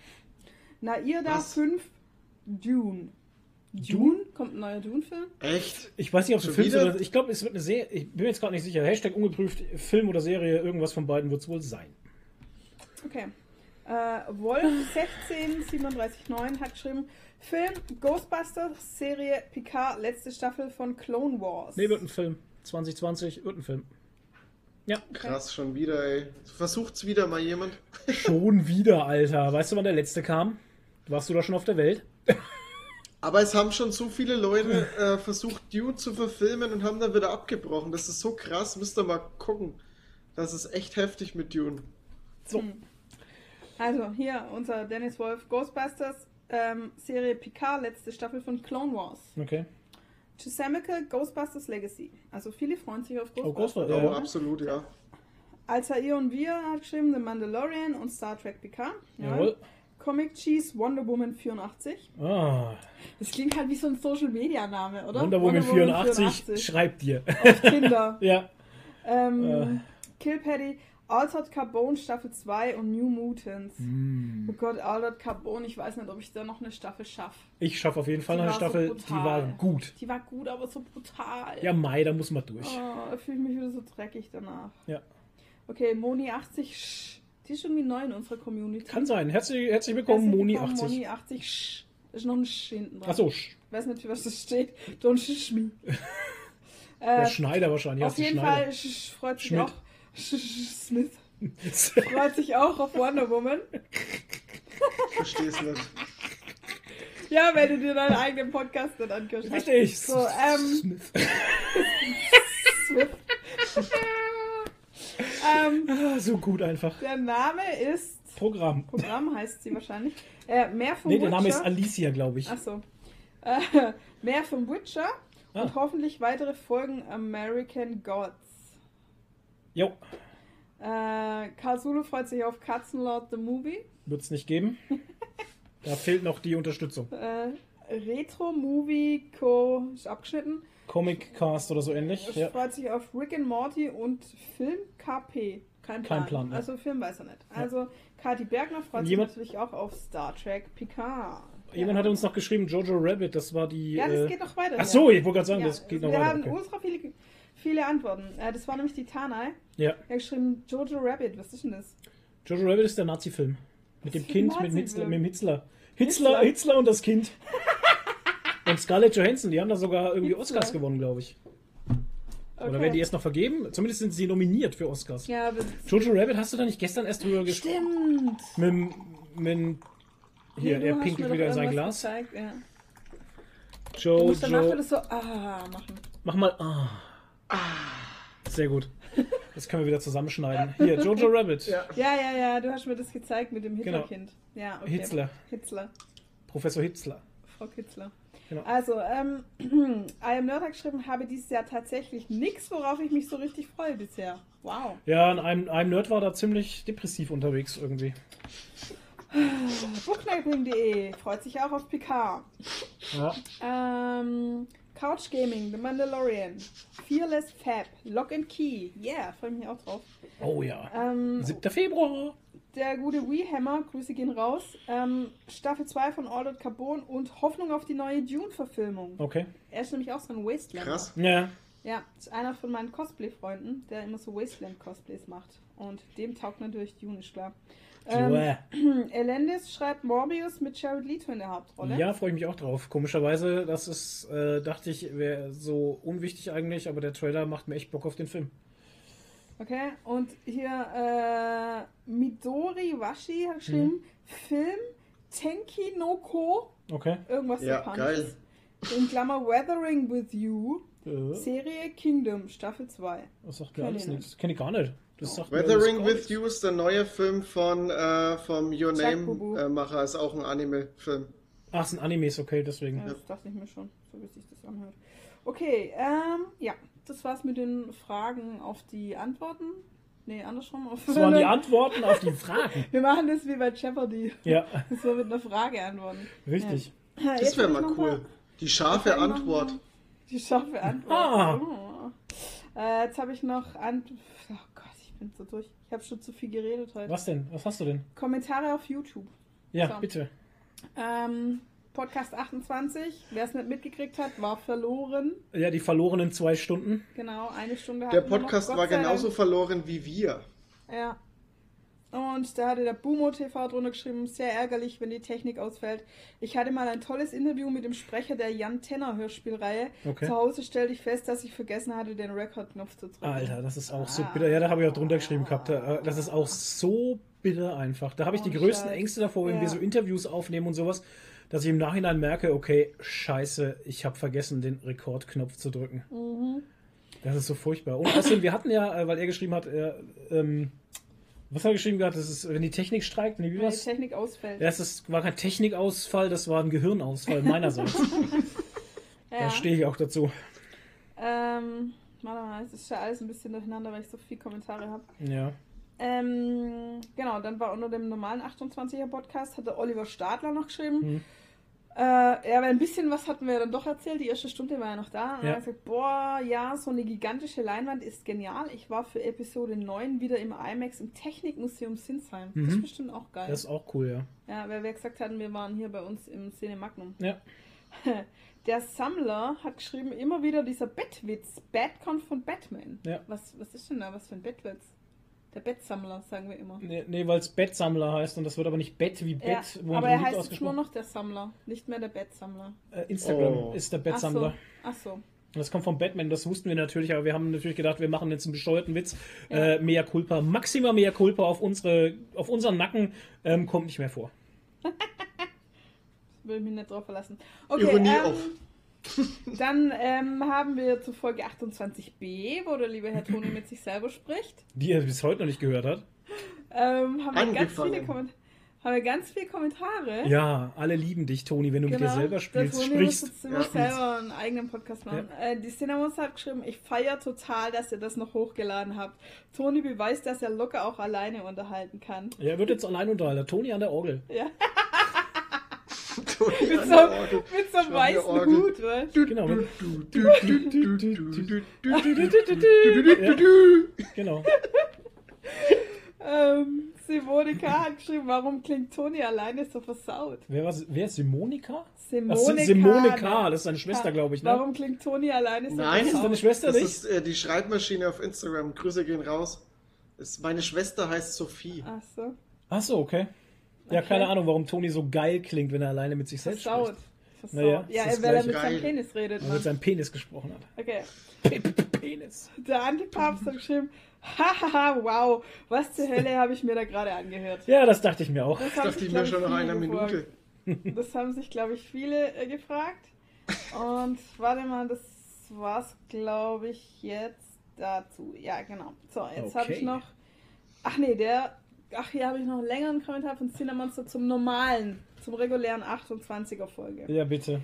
Nairda Was? 5, Dune. Dune? Kommt ein neuer Dune-Film? Echt? Ich weiß nicht, ob es ein Schon Film wieder? ist oder ich glaube, es wird eine Serie. Ich bin mir jetzt gerade nicht sicher. Hashtag ungeprüft, Film oder Serie, irgendwas von beiden wird es wohl sein. Okay. Wolf 16339 hat geschrieben, Film Ghostbusters Serie Picard, letzte Staffel von Clone Wars. Nee, wird ein Film. 2020 wird ein Film. Ja. Krass, schon wieder, ey. Versucht's wieder mal jemand. Schon wieder, Alter. Weißt du, wann der letzte kam? Warst du da schon auf der Welt? Aber es haben schon so viele Leute versucht, Dune zu verfilmen und haben dann wieder abgebrochen. Das ist so krass, müsst ihr mal gucken. Das ist echt heftig mit Dune. So. Also hier unser Dennis Wolf Ghostbusters Serie Picard, letzte Staffel von Clone Wars. Okay. Chisamical Ghostbusters Legacy. Also viele freuen sich auf Oh, Ghostbusters. Ghostbusters, Aber ja. absolut, ja. Altair und wir hat geschrieben The Mandalorian und Star Trek Picard. Ja. Jawohl. Comic Cheese Wonder Woman 84. Ah, Das klingt halt wie so ein Social Media Name, oder? Wonder Woman 84 schreibt dir. Auf Kinder. Ja. Kill Paddy, Altered Carbone Staffel 2 und New Mutants. Hm. Oh Gott, Altered Carbone, ich weiß nicht, ob ich da noch eine Staffel schaffe. Ich schaffe auf jeden Fall Die noch eine war so Staffel, die brutal. war gut. Die war gut, aber so brutal. Ja, Mai, da muss man durch. Oh, da fühle ich mich wieder so dreckig danach. Ja. Okay, Moni 80, die ist irgendwie neu in unserer Community. Kann sein. Herzlich willkommen, Herzlich Moni willkommen, 80. Moni 80. Ist noch ein Sch hinten dran. Achso, Ich weiß nicht, für was das steht. Don't schish me. der Schneider wahrscheinlich. Auf Hast du jeden Schneider. Fall freut sich Schmidt. auch Smith. Freut sich auch auf Wonder Woman. Versteh's nicht. Ja, wenn du dir deinen eigenen Podcast nicht angehört hast. Richtig. So, Smith. Smith. So gut einfach. Der Name ist... Programm. Programm heißt sie wahrscheinlich. Mehr vom Nee, der Name ist Witcher. Alicia, glaube ich. Achso. Mehr vom Witcher Ah. und hoffentlich weitere Folgen American Gods. Jo, Karl Sulu freut sich auf Katzenlord the Movie. wird es nicht geben. Da fehlt noch die Unterstützung. Retro Movie Co. ist abgeschnitten. Comic Cast oder so ähnlich. Er freut sich auf Rick and Morty und Film KP. Kein Plan. Ja. Also Film weiß er nicht. Also Kathi Bergner freut sich natürlich auch auf Star Trek Picard. Jemand hatte uns noch geschrieben, Jojo Rabbit, das war die... Ja, das geht noch weiter. Ach so, ich wollte gerade sagen, das geht noch wir weiter. Wir haben ultra viele Antworten. Das war nämlich die Tanai. Ja. Er hat geschrieben, Jojo Rabbit, was ist denn das? Jojo Rabbit ist der Nazi-Film. Mit dem Kind, mit dem Hitzler. Hitzler. Hitzler und das Kind. Und Scarlett Johansson, die haben da sogar irgendwie Oscars gewonnen, glaube ich. Oder werden die erst noch vergeben? Zumindest sind sie nominiert für Oscars. Ja, Jojo Rabbit, hast du da nicht gestern erst drüber gesprochen? Stimmt. Mit hier, er pinkelt wieder in sein Glas. Gezeigt, ja. Jojo. Du musst danach wieder so machen. Mach mal Sehr gut. Das können wir wieder zusammenschneiden. Hier, Jojo Rabbit. Ja, du hast mir das gezeigt mit dem Hitlerkind. Genau. Ja, okay. Hitzler. Professor Hitzler. Frau Kitzler. Genau. Also, I Am Nerd hat geschrieben, habe dieses Jahr tatsächlich nichts, worauf ich mich so richtig freue bisher. Wow. Ja, ein Nerd war da ziemlich depressiv unterwegs irgendwie. Booknighting.de freut sich auch auf Picard. Ja. Couch Gaming, The Mandalorian, Fearless Fab, Lock and Key. Yeah, freue mich auch drauf. Oh ja. 7. Februar. Der gute Wehammer, Grüße gehen raus. Staffel 2 von Altered Carbon und Hoffnung auf die neue Dune-Verfilmung. Okay. Er ist nämlich auch so ein Wasteland. Krass. Ja. Ja, ist einer von meinen Cosplay-Freunden, der immer so Wasteland-Cosplays macht. Und dem taugt natürlich Dune, ist klar. Elendis schreibt Morbius mit Jared Leto in der Hauptrolle. Ja, freue ich mich auch drauf. Komischerweise, das ist, dachte ich, wäre so unwichtig eigentlich, aber der Trailer macht mir echt Bock auf den Film. Okay, und hier Midori Washi hat geschrieben, Film Tenki no Ko. Okay. Irgendwas Ja, Japanisches. geil. In Klammer Weathering with You. Serie Kingdom, Staffel 2. Das sagt mir alles nichts. Kenne ich gar nicht. Das sagt Weathering with You ist der neue Film vom Your Bubu. Name-Macher. Ist auch ein Anime-Film. Ach, es sind Animes, okay, deswegen. Ja, das dachte ich mir schon, so wie sich das anhört. Okay, ja, das war's mit den Fragen auf die Antworten. Nee, andersrum. Das waren die Antworten auf die Fragen. Wir machen das wie bei Jeopardy. Ja. Das war mit einer Frage antworten. Richtig. Ja. Das wäre mal cool. Die scharfe Antwort. Die scharfe Antwort. Jetzt habe ich noch oh Gott, ich bin so durch. Ich habe schon zu viel geredet heute. Was denn? Was hast du denn? Kommentare auf YouTube. Ja, So. bitte. Podcast 28, wer es nicht mitgekriegt hat, war verloren. Ja, die verlorenen 2 Stunden. Genau, eine Stunde Der hatten wir Podcast noch, war Gott sei genauso Dank. verloren wie wir. Ja. Und da hatte der Boomo TV drunter geschrieben, sehr ärgerlich, wenn die Technik ausfällt. Ich hatte mal ein tolles Interview mit dem Sprecher der Jan Tenner Hörspielreihe. Okay. Zu Hause stellte ich fest, dass ich vergessen hatte, den Record-Knopf zu drücken. Alter, das ist auch so bitter. Ja, da habe ich auch drunter geschrieben gehabt. Das ist auch so bitter einfach. Da habe ich die größten Scheiß. Ängste davor, wenn Ja. wir so Interviews aufnehmen und sowas, dass ich im Nachhinein merke, okay, scheiße, ich habe vergessen, den Rekordknopf zu drücken. Das ist so furchtbar. Und außerdem, wir hatten ja, weil er geschrieben hat, was hat er geschrieben gehabt? Das ist, wenn die Technik streikt, nee, wie Wenn die war's? Technik ausfällt. Ja, war kein Technikausfall, das war ein Gehirnausfall meinerseits. Da stehe ich auch dazu. Warte mal, es ist ja alles ein bisschen durcheinander, weil ich so viele Kommentare habe. Ja. Genau, dann war unter dem normalen 28er Podcast, hat der Oliver Stadler noch geschrieben. Ja, aber ein bisschen was hatten wir dann doch erzählt. Die erste Stunde war ja noch da. Und er hat gesagt, boah, ja, so eine gigantische Leinwand ist genial. Ich war für Episode 9 wieder im IMAX im Technikmuseum Sinsheim. Das ist bestimmt auch geil. Das ist auch cool, ja. Ja, weil wir gesagt hatten, wir waren hier bei uns im Szene Magnum. Ja. Der Sammler hat geschrieben, immer wieder dieser Bettwitz. Batcon von Batman. Ja. Was ist denn da? Was für ein Bettwitz? Der Bettsammler, sagen wir immer. Nee, weil es Bettsammler heißt und das wird aber nicht Bett wie Ja, Bett. Wo aber man er liegt heißt jetzt ausgesprochen. nur noch der Sammler, nicht mehr der Bettsammler. Instagram ist der Bettsammler. Ach so. Das kommt von Batman, das wussten wir natürlich, aber wir haben natürlich gedacht, wir machen jetzt einen bescheuerten Witz. Mea culpa, maxima mea culpa auf unseren Nacken, kommt nicht mehr vor. Will ich mich nicht drauf verlassen. Okay, Ironie auf. Dann haben wir zu Folge 28b, wo der liebe Herr Toni mit sich selber spricht. Die er bis heute noch nicht gehört hat. Haben Angefangen. wir ganz viele Kommentare. Ja, alle lieben dich, Toni, wenn du mit dir selber spielst, der Toni muss sprichst. jetzt immer selber einen eigenen Podcast machen. Die Cinnamons hat geschrieben, ich feiere total, dass ihr das noch hochgeladen habt. Toni beweist, dass er locker auch alleine unterhalten kann. Ja, er wird jetzt allein unterhalten. Toni an der Orgel. Ja. Toni Mit an so, der Orgel. mit so einem weißen Orgel. Hut, weißt Genau. Genau. Simone K. hat geschrieben, warum klingt Toni alleine so versaut? Wer ist Simonika? Simone Simone K. K. Das ist seine Schwester, glaube ich, ne? Warum klingt Toni alleine so Nein, Ist das deine versaut? Schwester das nicht? ist die Schreibmaschine auf Instagram. Grüße gehen raus. Meine Schwester heißt Sophie. Ach so. Ach so, okay. Ja, Okay. keine Ahnung, warum Toni so geil klingt, wenn er alleine mit sich selbst Versaut. spricht. Naja, Ja, das ist weil er gleich mit seinem geil. Penis redet. Weil er Mann. mit seinem Penis gesprochen hat. Okay. Penis. Der Antipapst hat geschrieben, hahaha, wow, was zur Hölle habe ich mir da gerade angehört? Ja, das dachte ich mir auch. Das Das haben dachte sich, ich mir glaub schon nach viele einer gefragt. Minute. Das haben sich, glaube ich, viele gefragt. Und warte mal, das war's, glaube ich, jetzt dazu. Ja, genau. So, jetzt habe ich Okay. noch. Hier habe ich noch einen längeren Kommentar von Cinemonster zum regulären 28er Folge. Ja, bitte.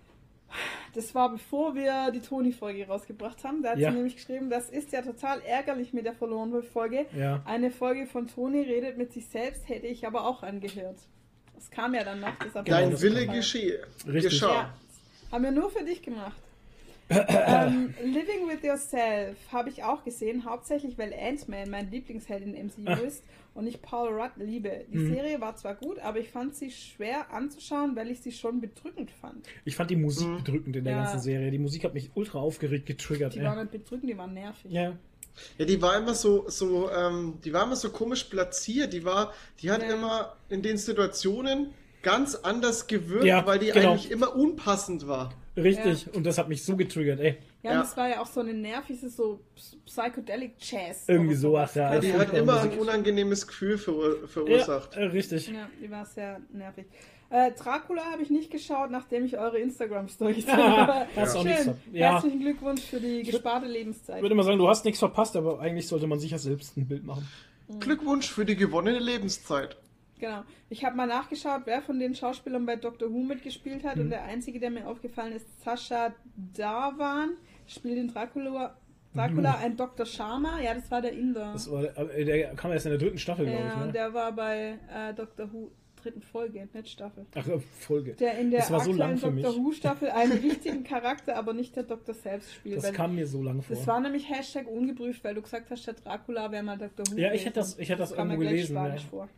Das war bevor wir die Toni-Folge rausgebracht haben. Da hat Ja. sie nämlich geschrieben, das ist ja total ärgerlich mit der Verloren-Folge. Ja. Eine Folge von Toni redet mit sich selbst, hätte ich aber auch angehört. Das kam ja dann noch. Das hat mir Dein das Wille gefallen. Richtig. geschah. Ja, haben wir nur für dich gemacht. Living with Yourself habe ich auch gesehen, hauptsächlich weil Ant-Man mein Lieblingsheld in MCU ist und ich Paul Rudd liebe. Die Serie war zwar gut, aber ich fand sie schwer anzuschauen, weil ich sie schon bedrückend fand. Ich fand die Musik bedrückend in der Ja. ganzen Serie. Die Musik hat mich ultra aufgeregt, getriggert. Die waren nicht bedrückend, die waren nervig. Ja. Ja, die war immer die war immer so komisch platziert. Die hat Ja. immer in den Situationen ganz anders gewirkt, Ja, weil die genau. eigentlich immer unpassend war. Richtig. Und das hat mich so getriggert, ey. Ja, Ja. und das war ja auch so eine nervige, so Psychedelic Jazz. Irgendwie oder sowas, ja. Keine Die Ja, hat ja, immer Musik. ein unangenehmes Gefühl verursacht. Ja, richtig. Ja, die war sehr nervig. Dracula habe ich nicht geschaut, nachdem ich eure Instagram-Story gesehen Ja, habe. hast auch nichts Schön. ver- ja. Herzlichen Glückwunsch für die gesparte Lebenszeit. Ich würde immer sagen, du hast nichts verpasst, aber eigentlich sollte man sich ja selbst ein Bild machen. Glückwunsch für die gewonnene Lebenszeit. Genau. Ich habe mal nachgeschaut, wer von den Schauspielern bei Doctor Who mitgespielt hat und der einzige, der mir aufgefallen ist, Sasha Dhawan, spielt den Dracula ein Dr. Sharma. Ja, das war der Inder. Der kam erst in der 3. Staffel, glaube ich. Ja, Ne? und der war bei Doctor Who 3. Folge, nicht Staffel. Ach, Folge. Der in der Das war so lang aktuellen für Doctor mich. Who Staffel einen wichtigen Charakter, aber nicht der Doktor selbst spielt. Das weil kam mir so lange vor. das war nämlich Hashtag ungeprüft, weil du gesagt hast, der Dracula wäre mal Dr. Who. Ja, gewesen. ich hätte das kam mir irgendwo gleich gelesen. Spanisch Ja. vor.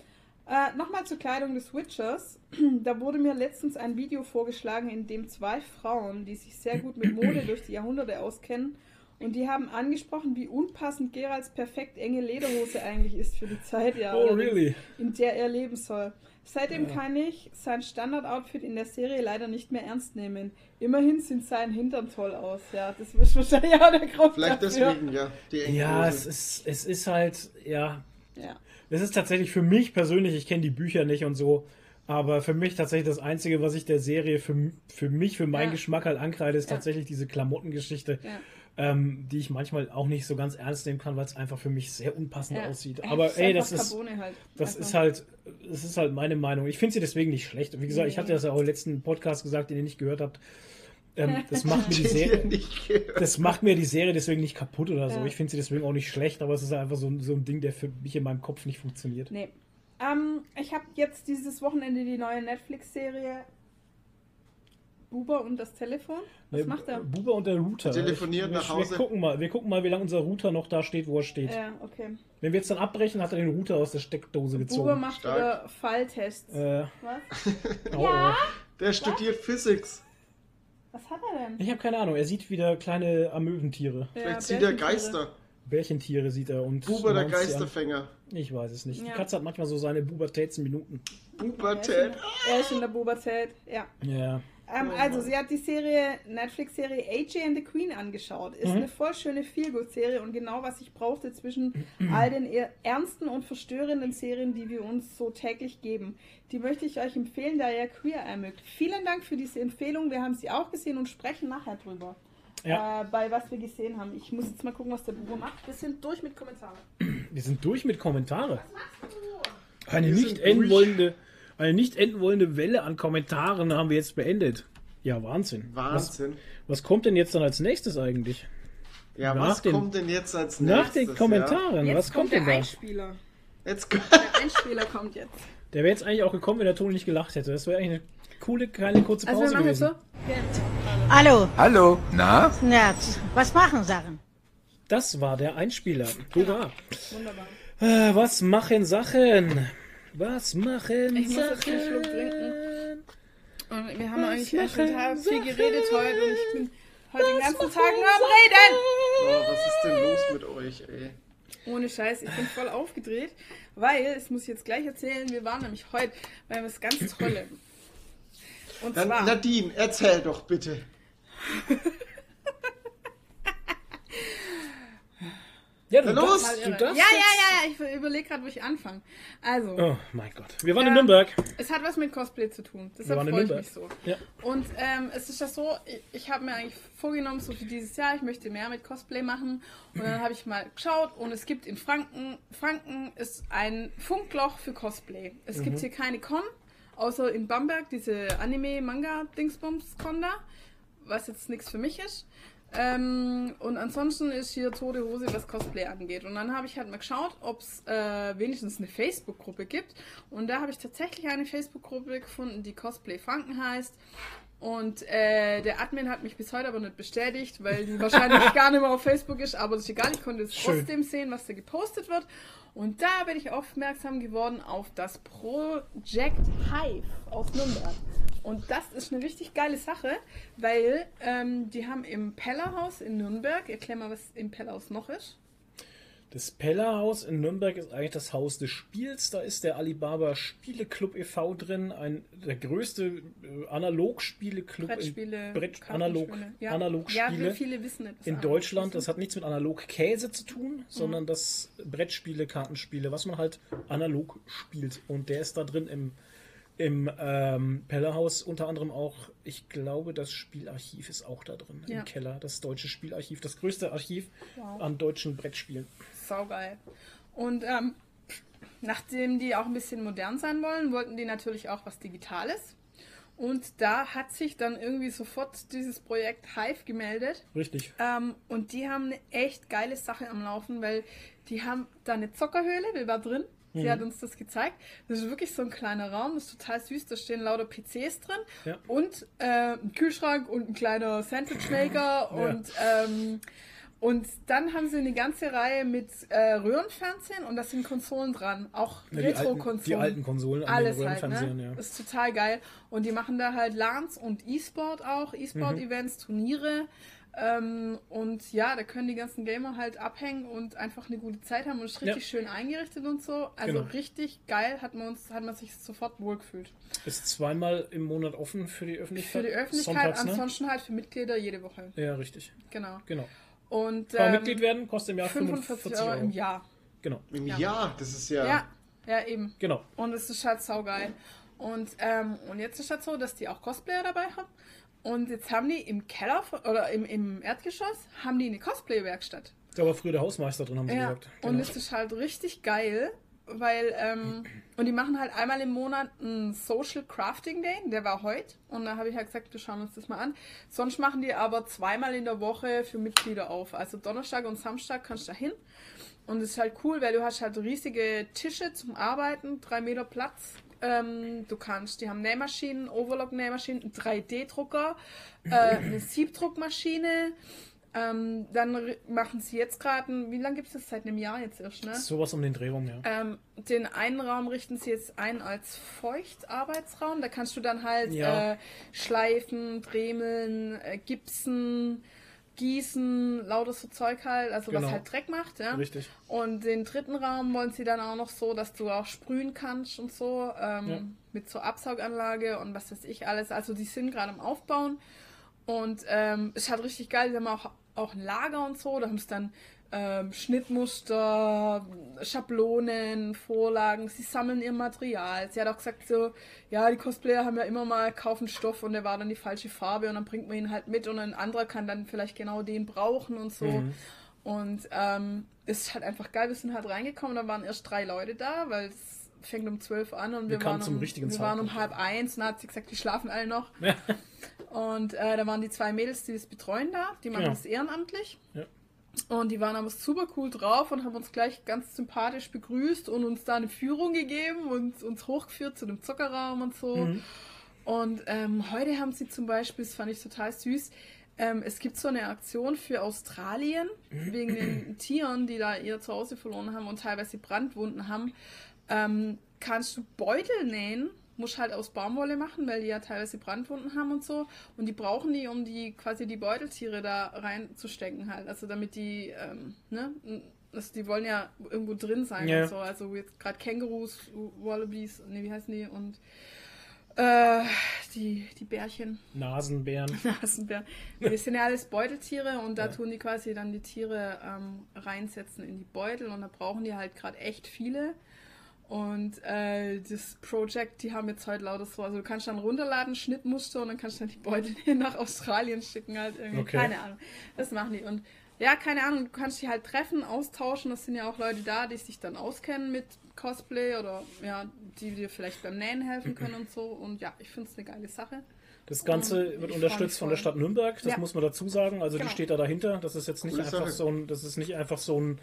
Nochmal zur Kleidung des Witchers. Da wurde mir letztens ein Video vorgeschlagen, in dem 2 Frauen, die sich sehr gut mit Mode durch die Jahrhunderte auskennen, und die haben angesprochen, wie unpassend Geralts perfekt enge Lederhose eigentlich ist für die Zeit, ja, Oh, allerdings, really? in der er leben soll. Seitdem kann ich sein Standardoutfit in der Serie leider nicht mehr ernst nehmen. Immerhin sind seine Hintern toll aus. Ja, das ist wahrscheinlich auch der Grund Vielleicht dafür. deswegen, ja. Die enge Ja, Hose. es ist halt, ja. Ja. Es ist tatsächlich für mich persönlich, ich kenne die Bücher nicht und so, aber für mich tatsächlich das Einzige, was ich der Serie für mich, für meinen Ja. Geschmack halt ankreide, ist Ja. tatsächlich diese Klamottengeschichte, Ja. die ich manchmal auch nicht so ganz ernst nehmen kann, weil es einfach für mich sehr unpassend Ja. aussieht. Ja, Aber ist ey, einfach das ist, Carbone halt. das Also, ist halt meine Meinung. Ich finde sie deswegen nicht schlecht. Wie gesagt, ich hatte das ja auch im letzten Podcast gesagt, den ihr nicht gehört habt. Das macht mir die Den Serie. ihr nicht gehört. Das macht mir die Serie deswegen nicht kaputt oder so. Ja. Ich finde sie deswegen auch nicht schlecht, aber es ist einfach so ein Ding, der für mich in meinem Kopf nicht funktioniert. Nee. Ich habe jetzt dieses Wochenende die neue Netflix-Serie Buber und das Telefon. Was macht er? Buber und der Router. Telefoniert nach Hause. Wir gucken mal, wie lange unser Router noch da steht, wo er steht. Ja, okay. Wenn wir jetzt dann abbrechen, hat er den Router aus der Steckdose Buber gezogen. macht Stark. wieder Falltests. Was? Was? Der studiert Physics. Was hat er denn? Ich habe keine Ahnung. Er sieht wieder kleine Amöbentiere. Vielleicht sieht er Bärchentiere. Geister. Bärchentiere sieht er und Buber der maunzt sie an. Geisterfänger. Ich weiß es nicht. Die Ja. Katze hat manchmal so seine Pubertätsminuten. Pubertät. Er ist in der Pubertät, ja. Ja. Also, sie hat die Netflix-Serie AJ and the Queen angeschaut. Ist eine voll schöne Feelgood-Serie und genau, was ich brauchte zwischen all den ernsten und verstörenden Serien, die wir uns so täglich geben. Die möchte ich euch empfehlen, da ihr Queer Eye mögt. Vielen Dank für diese Empfehlung. Wir haben sie auch gesehen und sprechen nachher drüber. Ja. Bei was wir gesehen haben. Ich muss jetzt mal gucken, was der Bubo macht. Wir sind durch mit Kommentaren. Wir sind durch mit Kommentaren. Eine Wir nicht sind enden durch. wollende Welle an Kommentaren haben wir jetzt beendet. Ja, Wahnsinn. Wahnsinn. Was kommt denn jetzt dann als nächstes eigentlich? Ja, Nach was den- kommt denn jetzt als nächstes? Nach den Kommentaren, Jetzt was kommt denn der da? Einspieler. Jetzt Der Einspieler kommt jetzt. Der wäre jetzt eigentlich auch gekommen, wenn der Toni nicht gelacht hätte. Das wäre eigentlich eine coole, kleine, kurze Also Pause wir machen jetzt gewesen. so. Hallo. Hallo, na? Ja, was machen Sachen? Das war der Einspieler. Hurra. Wunderbar. Was machen Sachen? Was machen Ich muss Sachen? jetzt einen Schluck trinken. Und wir haben eigentlich echt total viel geredet heute und ich bin heute den ganzen Tag nur am Reden. Oh, was ist denn los mit euch, ey? Ohne Scheiß, ich bin voll aufgedreht, weil, das muss ich jetzt gleich erzählen, wir waren nämlich heute bei was ganz Tollem. Und Dann, zwar... Nadine, erzähl doch bitte. Ja, du Na los! darfst, Ja, du darfst ich überlege gerade, wo ich anfange. Also, Oh mein Gott. Wir waren in Nürnberg. es hat was mit Cosplay zu tun. Wir Deshalb waren in freue ich Nürnberg. mich so. Ja. Und es ist ja so, ich habe mir eigentlich vorgenommen, so für dieses Jahr, ich möchte mehr mit Cosplay machen. Und dann habe ich mal geschaut und es gibt in Franken ist ein Funkloch für Cosplay. Es gibt hier keine Con, außer in Bamberg, diese Anime-Manga-Dingsbums-Con da, was jetzt nichts für mich ist. Und ansonsten ist hier tote Hose, was Cosplay angeht. Und dann habe ich halt mal geschaut, ob es wenigstens eine Facebook-Gruppe gibt. Und da habe ich tatsächlich eine Facebook-Gruppe gefunden, die Cosplay Franken heißt. Und der Admin hat mich bis heute aber nicht bestätigt, weil die wahrscheinlich gar nicht mehr auf Facebook ist. Aber das ist egal, ich konnte es Schön. trotzdem sehen, was da gepostet wird. Und da bin ich aufmerksam geworden auf das Project Hive aus Nürnberg. Und das ist eine richtig geile Sache, weil die haben im Pellerhaus in Nürnberg, erklär mal, was im Pellerhaus noch ist. Das Pellerhaus in Nürnberg ist eigentlich das Haus des Spiels. Da ist der Alibaba Spieleclub e.V. drin, der größte Analog-Spieleclub Brettspiele, Analogspiele Ja, viele wissen nicht. was in analog Deutschland. ist. Das hat nichts mit Analog-Käse zu tun, sondern das Brettspiele, Kartenspiele, was man halt analog spielt. Und der ist da drin im Pellerhaus unter anderem auch, ich glaube, das Spielarchiv ist auch da drin, Ja. im Keller. Das deutsche Spielarchiv, das größte Archiv Wow. an deutschen Brettspielen. Saugeil. Und nachdem die auch ein bisschen modern sein wollen, wollten die natürlich auch was Digitales. Und da hat sich dann irgendwie sofort dieses Projekt Hive gemeldet. Richtig. Und die haben eine echt geile Sache am Laufen, weil die haben da eine Zockerhöhle, wir waren drin. Sie hat uns das gezeigt. Das ist wirklich so ein kleiner Raum, das ist total süß. Da stehen lauter PCs drin Ja. und ein Kühlschrank und ein kleiner Sandwichmaker und dann haben sie eine ganze Reihe mit Röhrenfernsehen und da sind Konsolen dran, auch Ja, Retro-Konsolen. die alten Konsolen an Alles den halt, Röhrenfernsehern, ne? ja. Das ist total geil. Und die machen da halt LANs und E-Sport auch, E-Sport-Events, Turniere. Und ja, da können die ganzen Gamer halt abhängen und einfach eine gute Zeit haben und ist richtig schön eingerichtet und so. Also Genau. richtig geil, hat man sich sofort wohlgefühlt. Ist zweimal im Monat offen für die Öffentlichkeit. Für die Öffentlichkeit, Sonntags, ne? ansonsten halt für Mitglieder jede Woche. Ja, richtig. Genau. Genau. Und Kann man Mitglied werden, kostet im Jahr 45 Euro im Jahr. Genau. Im Ja. Jahr, das ist ja... Ja, eben. Genau. Und es ist halt saugeil. Und jetzt ist halt so, dass die auch Cosplayer dabei haben. Und jetzt haben die im Keller oder im Erdgeschoss haben die eine Cosplay-Werkstatt. Da war früher der Hausmeister drin, haben sie Ja. gesagt. Und Genau. es ist halt richtig geil, weil und die machen halt einmal im Monat einen Social Crafting Day, der war heute. Und da habe ich halt gesagt, wir schauen uns das mal an. Sonst machen die aber zweimal in der Woche für Mitglieder auf. Also Donnerstag und Samstag kannst du da hin. Und es ist halt cool, weil du hast halt riesige Tische zum Arbeiten, 3 Meter Platz. Die haben Nähmaschinen, Overlock-Nähmaschinen, einen 3D-Drucker, eine Siebdruckmaschine. Dann machen sie jetzt gerade, wie lange gibt es das? Seit einem Jahr jetzt erst, ne? Sowas um den Dreh rum, ja. Den einen Raum richten sie jetzt ein als Feuchtarbeitsraum. Da kannst du dann halt Ja. schleifen, dremeln, gipsen, gießen, lauter so Zeug halt, also Genau. was halt Dreck macht, ja. Richtig. Und den dritten Raum wollen sie dann auch noch so, dass du auch sprühen kannst und so, mit so Absauganlage und was weiß ich alles. Also die sind gerade am Aufbauen und ist halt richtig geil. Die haben auch ein Lager und so, da haben sie dann Schnittmuster, Schablonen, Vorlagen, sie sammeln ihr Material. Sie hat auch gesagt so, ja, die Cosplayer haben ja immer mal kaufen Stoff und der war dann die falsche Farbe und dann bringt man ihn halt mit und ein anderer kann dann vielleicht genau den brauchen und so. Und ist halt einfach geil, wir sind halt reingekommen, da waren erst 3 Leute da, weil es fängt um 12 an und wir kamen waren zum richtigen wir waren um Zeitpunkt. 12:30 und dann hat sie gesagt, die schlafen alle noch. Und da waren die 2 Mädels, die das betreuen da, die machen Ja. das ehrenamtlich. Ja. Und die waren aber super cool drauf und haben uns gleich ganz sympathisch begrüßt und uns da eine Führung gegeben und uns hochgeführt zu dem Zuckerraum und so. Und heute haben sie zum Beispiel, das fand ich total süß, es gibt so eine Aktion für Australien, wegen den Tieren, die da ihr Zuhause verloren haben und teilweise Brandwunden haben. Kannst du Beutel nähen, musst halt aus Baumwolle machen, weil die ja teilweise Brandwunden haben und so. Und die brauchen die, um die quasi die Beuteltiere da reinzustecken halt. Also damit die, also die wollen ja irgendwo drin sein und so. Also jetzt gerade Kängurus, Wallabies, wie heißen die? Und die Bärchen. Nasenbären. Das sind ja alles Beuteltiere und da tun die quasi dann die Tiere reinsetzen in die Beutel und da brauchen die halt gerade echt viele. Und das Project, die haben jetzt heute lauter so, also du kannst dann runterladen, Schnittmuster und dann kannst du dann die Beutel nach Australien schicken halt irgendwie. Okay. Keine Ahnung. Das machen die. Und ja, keine Ahnung, du kannst die halt treffen, austauschen. Das sind ja auch Leute da, die sich dann auskennen mit Cosplay oder ja, die dir vielleicht beim Nähen helfen können und so. Und ja, ich finde es eine geile Sache. Das Ganze wird unterstützt von der Stadt Nürnberg, das muss man dazu sagen. Also die steht da dahinter. Das ist jetzt nicht einfach so ein,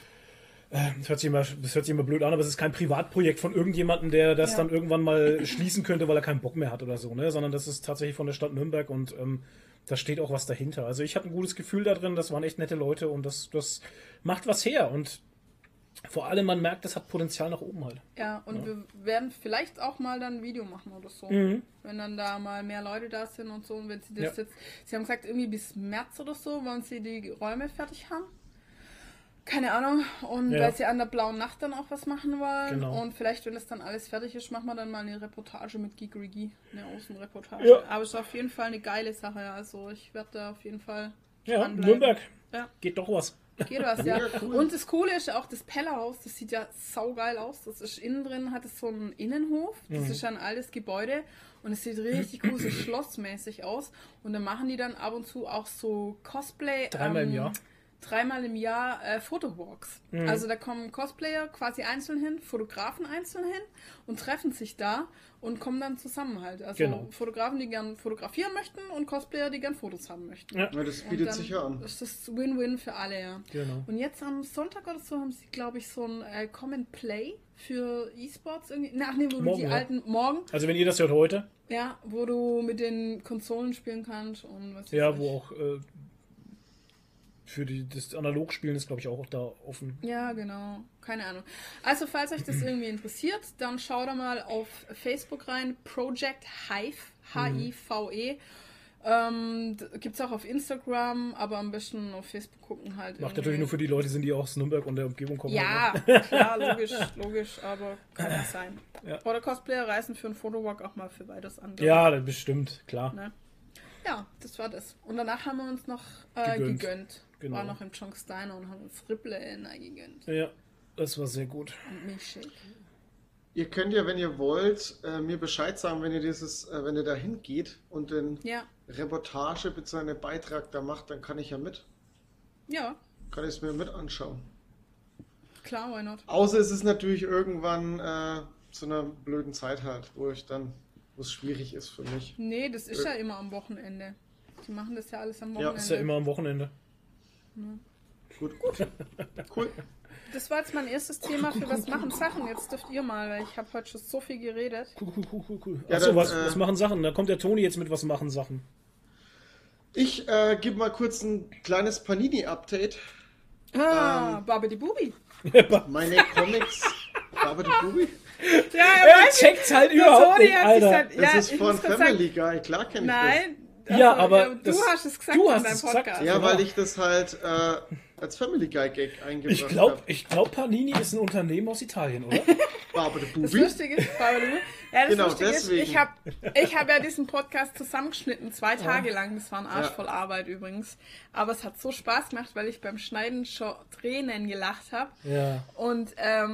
das hört sich immer blöd an, aber es ist kein Privatprojekt von irgendjemandem, der das dann irgendwann mal schließen könnte, weil er keinen Bock mehr hat oder so, ne? Sondern das ist tatsächlich von der Stadt Nürnberg und da steht auch was dahinter. Also ich habe ein gutes Gefühl da drin, das waren echt nette Leute und das macht was her und vor allem man merkt, das hat Potenzial nach oben halt. Ja, und wir werden vielleicht auch mal dann ein Video machen oder so, wenn dann da mal mehr Leute da sind und so und wenn sie das jetzt, sie haben gesagt irgendwie bis März oder so wollen sie die Räume fertig haben. Keine Ahnung. Und weil sie an der Blauen Nacht dann auch was machen wollen. Genau. Und vielleicht, wenn das dann alles fertig ist, machen wir dann mal eine Reportage mit Geekrigi. Eine Außenreportage. Ja. Aber es ist auf jeden Fall eine geile Sache. Also ich werde da auf jeden Fall Nürnberg. Ja. Geht doch was. Geht was, ja. Cool. Und das Coole ist auch das Pellerhaus. Das sieht ja saugeil aus. Das ist innen drin, hat es so einen Innenhof. Das ist ein altes Gebäude. Und es sieht richtig cool, so schlossmäßig aus. Und dann machen die dann ab und zu auch so Cosplay. Dreimal im Jahr Fotowalks. Also da kommen Cosplayer quasi einzeln hin, Fotografen einzeln hin und treffen sich da und kommen dann zusammen halt. Also Fotografen, die gern fotografieren möchten und Cosplayer, die gern Fotos haben möchten. Ja, das bietet sich ja an. Das ist Win-Win für alle, ja. Genau. Und jetzt am Sonntag oder so haben sie, glaube ich, so ein Common Play für E-Sports irgendwie. Morgen. Also wenn ihr das hört heute. Ja, wo du mit den Konsolen spielen kannst und was wo auch für das Analogspielen ist, glaube ich, auch da offen. Ja, genau. Keine Ahnung. Also, falls euch das irgendwie interessiert, dann schaut da mal auf Facebook rein. Project Hive. Hive. Gibt es auch auf Instagram, aber am besten auf Facebook gucken halt. Macht natürlich nur für die Leute, die auch aus Nürnberg und der Umgebung kommen. Ja, klar, logisch, aber kann nicht sein. Ja. Oder Cosplayer reisen für einen Fotowalk auch mal für weiteres andere. Ja, bestimmt, klar. Ne? Ja, das war das. Und danach haben wir uns noch gegönnt. Genau. War noch im Chonks Diner und haben uns Ribble gegönnt. Ja, das war sehr gut. Und Milchshake. Ihr könnt ja, wenn ihr wollt, mir Bescheid sagen, wenn ihr da hingeht und eine Reportage bzw. einen Beitrag da macht, dann kann ich ja mit. Ja. Kann ich es mir mit anschauen. Klar, why not? Außer es ist natürlich irgendwann zu einer blöden Zeit halt, wo es schwierig ist für mich. Nee, das ist ja immer am Wochenende. Die machen das ja alles am Wochenende. Ja, ist ja immer am Wochenende. Ja. Gut. Cool. Das war jetzt mein erstes Thema für was machen Sachen. Jetzt dürft ihr mal, weil ich habe heute schon so viel geredet. Cool. Achso, was machen Sachen? Da kommt der Toni jetzt mit was machen Sachen. Ich gebe mal kurz ein kleines Panini-Update. Babidi Bubi. Meine Comics. Babidi Bubi? Ja, er checkt's halt überhaupt nicht, Alter. Das ist von Family Guy, klar kenne ich das. Nein. Ja, aber du hast es gesagt in deinem Podcast. Ja, weil ich das halt als Family Guy Gag eingebracht habe. Ich glaube, Panini ist ein Unternehmen aus Italien, oder? Babidi Bubi. Das Lustige ist, das Lustige deswegen. Ist, ich hab ja diesen Podcast zusammengeschnitten, 2 Tage lang. Das war ein Arsch voll Arbeit übrigens. Aber es hat so Spaß gemacht, weil ich beim Schneiden schon Tränen gelacht habe. Ja. Und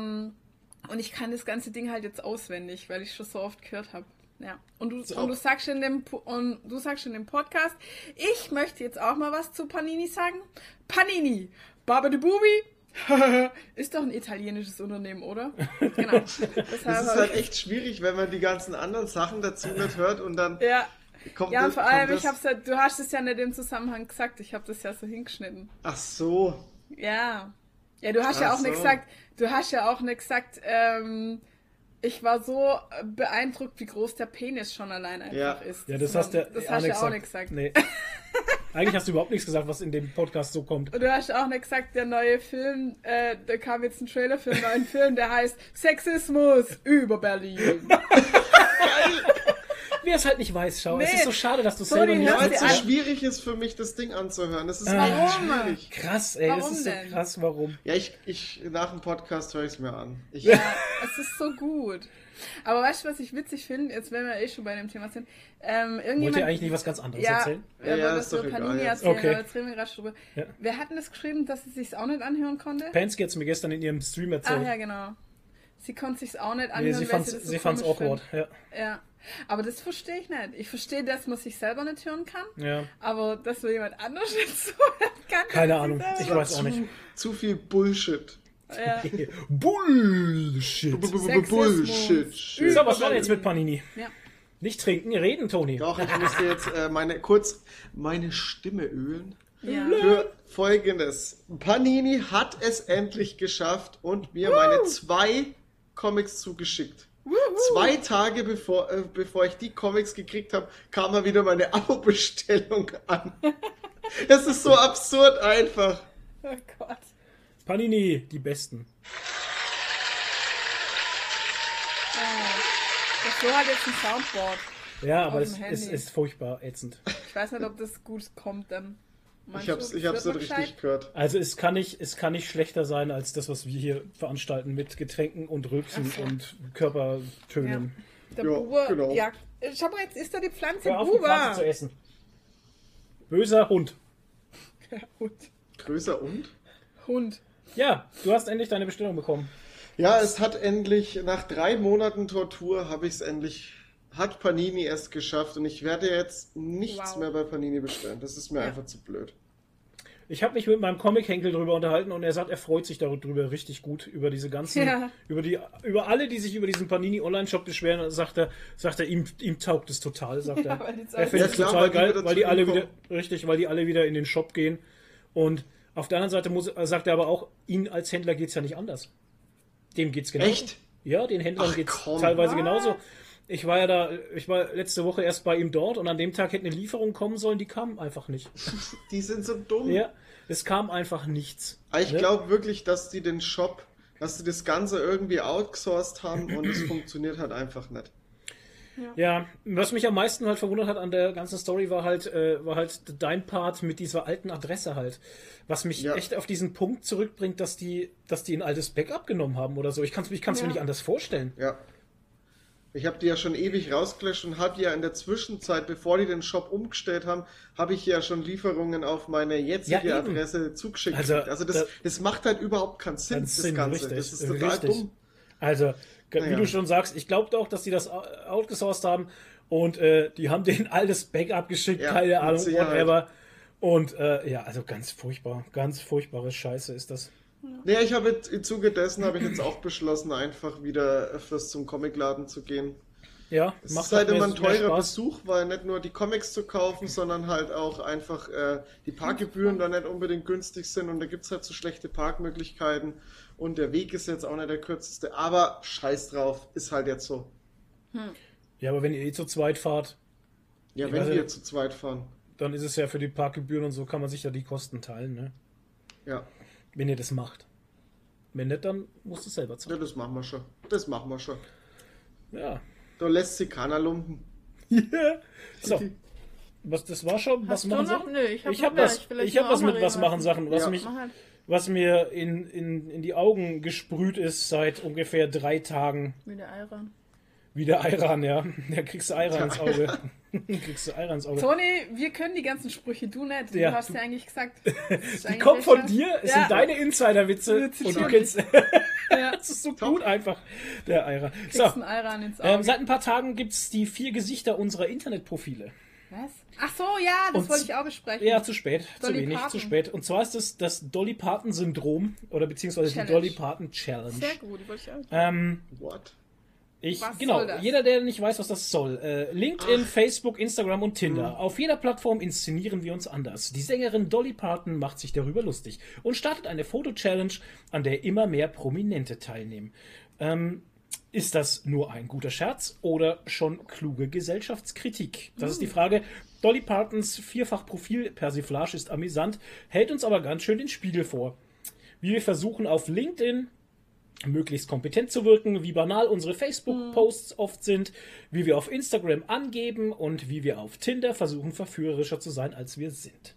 ich kann das ganze Ding halt jetzt auswendig, weil ich schon so oft gehört habe. Ja. Und du sagst in dem Podcast, ich möchte jetzt auch mal was zu Panini sagen. Panini, Babidi Bubi, ist doch ein italienisches Unternehmen, oder? Genau. Das ist halt echt schwierig, wenn man die ganzen anderen Sachen dazu nicht hört und dann kommt und vor allem, du hast es ja nicht im Zusammenhang gesagt, ich habe das ja so hingeschnitten. Ach so. Ja. Ja, du hast ja Ach auch nicht so. gesagt, ich war so beeindruckt, wie groß der Penis schon allein einfach Ja. ist. Ja, das hast du das auch hast nicht du auch nicht gesagt. Nee. Eigentlich hast du überhaupt nichts gesagt, was in dem Podcast so kommt. Und du hast auch nicht gesagt, der neue Film, da kam jetzt ein Trailer für einen neuen Film, der heißt Sexismus über Berlin. Wer es halt nicht weiß, schau. Es Nee. ist so schade, dass du Sorry, selber nicht hörst Weil dir es an. so schwierig ist für mich, das Ding anzuhören. Das ist Ah. echt Warum? schwierig. Krass, ey. Warum Das ist so denn? krass, warum? Ja, ich nach dem Podcast höre ich es mir an. Ja, es ist so gut. Aber weißt du, was ich witzig finde? Jetzt, wenn wir eh schon bei dem Thema sind. Irgendjemand, Wollt ihr eigentlich nicht was ganz anderes ja, erzählen? wir Ja, wollen ist das doch über egal Panini jetzt. erzählen, Okay. aber jetzt reden wir gerade drüber. Ja. Wer hat denn das geschrieben, dass sie sich's auch nicht anhören konnte? Pansky hat es mir gestern in ihrem Stream erzählt. Ach ja, genau. Sie konnte sich's auch nicht anhören, Nee, sie weil fand's, das so sie fand's komisch awkward. Ja. findet. Ja. Aber das verstehe ich nicht. Ich verstehe, dass man sich selber nicht hören kann, Ja. aber dass man jemand anders nicht zuhören kann. Keine dass Ahnung. sie Ich selber- weiß auch nicht. Zu viel Bullshit. Ja. Bullshit. Bullshit. So, was war denn jetzt mit Panini? Ja. Nicht trinken, reden, Toni. Doch, ich musste jetzt meine Stimme ölen. Ja. Für Folgendes. Panini hat es endlich geschafft und mir meine 2 Comics zugeschickt. 2 Tage bevor ich die Comics gekriegt habe, kam mal wieder meine Abo-Bestellung an. Das ist so absurd einfach. Oh Gott. Panini, die Besten. Das Flo hat jetzt ein Soundboard. Ja, aber Auf es dem ist, Handy. ist furchtbar ätzend. Ich weiß nicht, ob das gut kommt dann. Meinst Ich hab's du, nicht das wird richtig gescheit? gehört. Also es kann nicht schlechter sein als das, was wir hier veranstalten mit Getränken und Rülpsen Ach so. und Körpertönen. Der Ja, Bube, genau. ja. Schau mal, jetzt ist da die Pflanze Hör auf, die Pflanze zu Buba. essen. Böser Hund. Ja, Hund. Größer und? Hund. Ja, du hast endlich deine Bestellung bekommen. Ja, es hat endlich, nach 3 Monaten Tortur, hat Panini es geschafft und ich werde jetzt nichts Wow. mehr bei Panini bestellen. Das ist mir Ja. einfach zu blöd. Ich habe mich mit meinem Comic-Henkel drüber unterhalten und er sagt, er freut sich darüber richtig gut, über diese ganzen, Ja. über alle, die sich über diesen Panini Online-Shop beschweren, sagt er, ihm taugt es total, sagt Ja, er. weil die Zeit- Er findet Ja, es klar, total weil die geil, wieder weil die alle zu ihm wieder, weil die alle wieder in den Shop gehen. Und auf der anderen Seite sagt er aber auch, ihnen als Händler geht es ja nicht anders. Dem geht's genauso. Echt? Ja, den Händlern Ach, geht's komm. teilweise Was? genauso. Ich war letzte Woche erst bei ihm dort und an dem Tag hätte eine Lieferung kommen sollen, die kam einfach nicht. Die sind so dumm. Ja, es kam einfach nichts. Aber ich Ne? glaube wirklich, dass die den Shop, dass die das Ganze irgendwie outgesourced haben und es funktioniert halt einfach nicht. Ja, was mich am meisten halt verwundert hat an der ganzen Story war halt dein Part mit dieser alten Adresse halt. Was mich Ja. echt auf diesen Punkt zurückbringt, dass die ein altes Backup genommen haben oder so. Ich kann es Ja. mir nicht anders vorstellen. Ja. Ich habe die ja schon ewig rausgelöscht und habe ja in der Zwischenzeit, bevor die den Shop umgestellt haben, habe ich ja schon Lieferungen auf meine jetzige Ja, eben. Adresse zugeschickt. Also, Also das macht halt überhaupt keinen Sinn, Keinen das Sinn, Ganze. richtig, Das ist total richtig. dumm. Also, wie Naja. du schon sagst, ich glaube doch, dass die das outgesourced haben und die haben denen altes Backup geschickt, Ja, keine mit Ahnung, Sicherheit. whatever. Und ja, also ganz furchtbare Scheiße ist das. Ja, ich habe im Zuge dessen habe ich jetzt auch beschlossen, einfach wieder öfters zum Comicladen zu gehen. Ja, Es macht ist halt mehr- immer ein mehr teurer Spaß. Besuch, weil nicht nur die Comics zu kaufen, sondern halt auch einfach die Parkgebühren da nicht unbedingt günstig sind und da gibt es halt so schlechte Parkmöglichkeiten und der Weg ist jetzt auch nicht der kürzeste, aber scheiß drauf, ist halt jetzt so. Ja, aber wenn ihr zu zweit fahrt, Ja, Ich wenn weiß wir nicht. zu zweit fahren. dann ist es ja für die Parkgebühren und so kann man sich ja die Kosten teilen, ne? Ja. Wenn ihr das macht. Wenn nicht, dann musst du es selber Ja, zahlen. das machen wir schon. Das machen wir schon. Ja. Da lässt sich keiner lumpen. So. Das war schon, was Hast du machen noch? Sachen? Nö, ich hab Ich noch habe mehr. was, Ich will euch ich hab nur was auch mit mal was reden machen lassen. Sachen, Ja. Mach halt. was mir in die Augen gesprüht ist seit ungefähr 3 Tagen. Wie der Iran. Wie der Ayran, ja. Da kriegst du Ayran ins Auge. kriegst du Ayran ins Auge. Toni, wir können die ganzen Sprüche, du nicht. Ja, Du hast du- ja eigentlich gesagt. Die kommen von dir, es sind deine Insiderwitze Wir und du zitieren kennst. Ja. Das ist so gut einfach, der Ayran. Kriegst So, einen Iran ins Auge. seit ein paar Tagen gibt es die 4 Gesichter unserer Internetprofile. Was? Ach so, ja, das Und wollte ich auch besprechen. Ja, zu spät, zu Dolly wenig, Parton. zu spät. Und zwar ist es das Dolly Parton-Syndrom oder beziehungsweise die Challenge. Dolly Parton Challenge. Sehr gut, die wollte ich auch. What? soll das? Jeder, der nicht weiß, was das soll. LinkedIn, Facebook, Instagram und Tinder. Auf jeder Plattform inszenieren wir uns anders. Die Sängerin Dolly Parton macht sich darüber lustig und startet eine Foto-Challenge, an der immer mehr Prominente teilnehmen. Ist das nur ein guter Scherz oder schon kluge Gesellschaftskritik? Das ist die Frage. Dolly Partons Vierfach-Profil-Persiflage ist amüsant, hält uns aber ganz schön den Spiegel vor. Wie wir versuchen auf LinkedIn möglichst kompetent zu wirken, wie banal unsere Facebook-Posts oft sind, wie wir auf Instagram angeben und wie wir auf Tinder versuchen, verführerischer zu sein, als wir sind.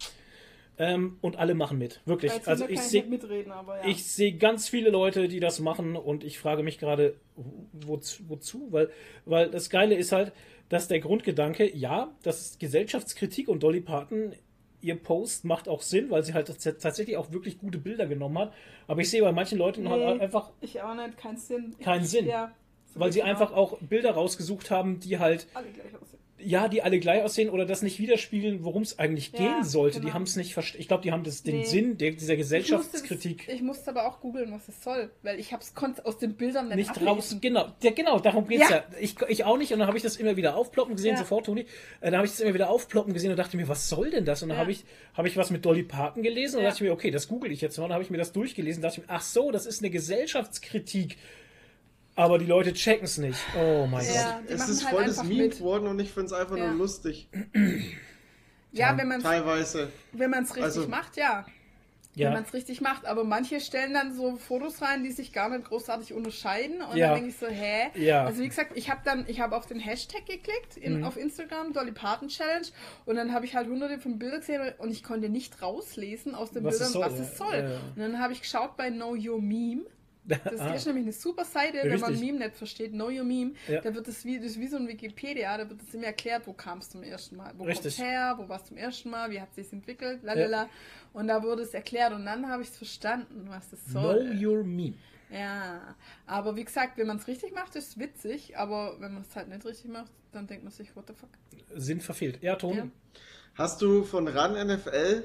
Und alle machen mit, wirklich. Also ich sehe ganz viele Leute, die das machen und ich frage mich gerade, wozu? Weil das Geile ist halt, dass der Grundgedanke, ja, das ist Gesellschaftskritik und Dolly Parton, ihr Post macht auch Sinn, weil sie halt tatsächlich auch wirklich gute Bilder genommen hat. Aber ich sehe bei manchen Leuten halt einfach... Ich auch nicht, keinen Sinn. Ja, weil sie einfach auch Bilder rausgesucht haben, die halt... Alle gleich aussehen. Ja, die alle gleich aussehen oder das nicht widerspiegeln, worum es eigentlich gehen sollte. Genau. Die haben es nicht verstanden. Ich glaube, die haben den Sinn dieser Gesellschaftskritik Ich musste aber auch googeln, was es soll, weil ich konnte aus den Bildern nicht raus. Genau, darum geht's ja. Ich auch nicht und dann habe ich das immer wieder aufploppen gesehen, sofort, Toni. Dann habe ich das immer wieder aufploppen gesehen und dachte mir, was soll denn das? Und dann habe ich was mit Dolly Parton gelesen und dachte mir, okay, das google ich jetzt mal. Und dann habe ich mir das durchgelesen und dachte mir, ach so, das ist eine Gesellschaftskritik. Aber die Leute checken es nicht. Oh mein Gott. Es ist voll das Meme geworden und ich finde es einfach nur lustig. Ja, wenn man teilweise. Wenn man es richtig macht, ja. Wenn man es richtig macht. Aber manche stellen dann so Fotos rein, die sich gar nicht großartig unterscheiden. Und dann denke ich so, hä? Ja. Also wie gesagt, ich habe auf den Hashtag geklickt auf Instagram, Dolly Parton Challenge. Und dann habe ich halt hunderte von Bildern gesehen und ich konnte nicht rauslesen aus den Bildern, was es soll. Ja. Und dann habe ich geschaut bei Know Your Meme. Das ist nämlich eine super Seite, wenn man Meme nicht versteht, Know Your Meme, da wird das ist wie so ein Wikipedia, da wird es immer erklärt, wo kam es zum ersten Mal, wo kommt es her, wo war es zum ersten Mal, wie hat es sich entwickelt, lalala. Ja. Und da wurde es erklärt und dann habe ich es verstanden, was das soll. Know Your Meme. Ja, aber wie gesagt, wenn man es richtig macht, ist es witzig, aber wenn man es halt nicht richtig macht, dann denkt man sich, what the fuck. Sinn verfehlt. Ja, Ton. Ja. Hast du von RAN NFL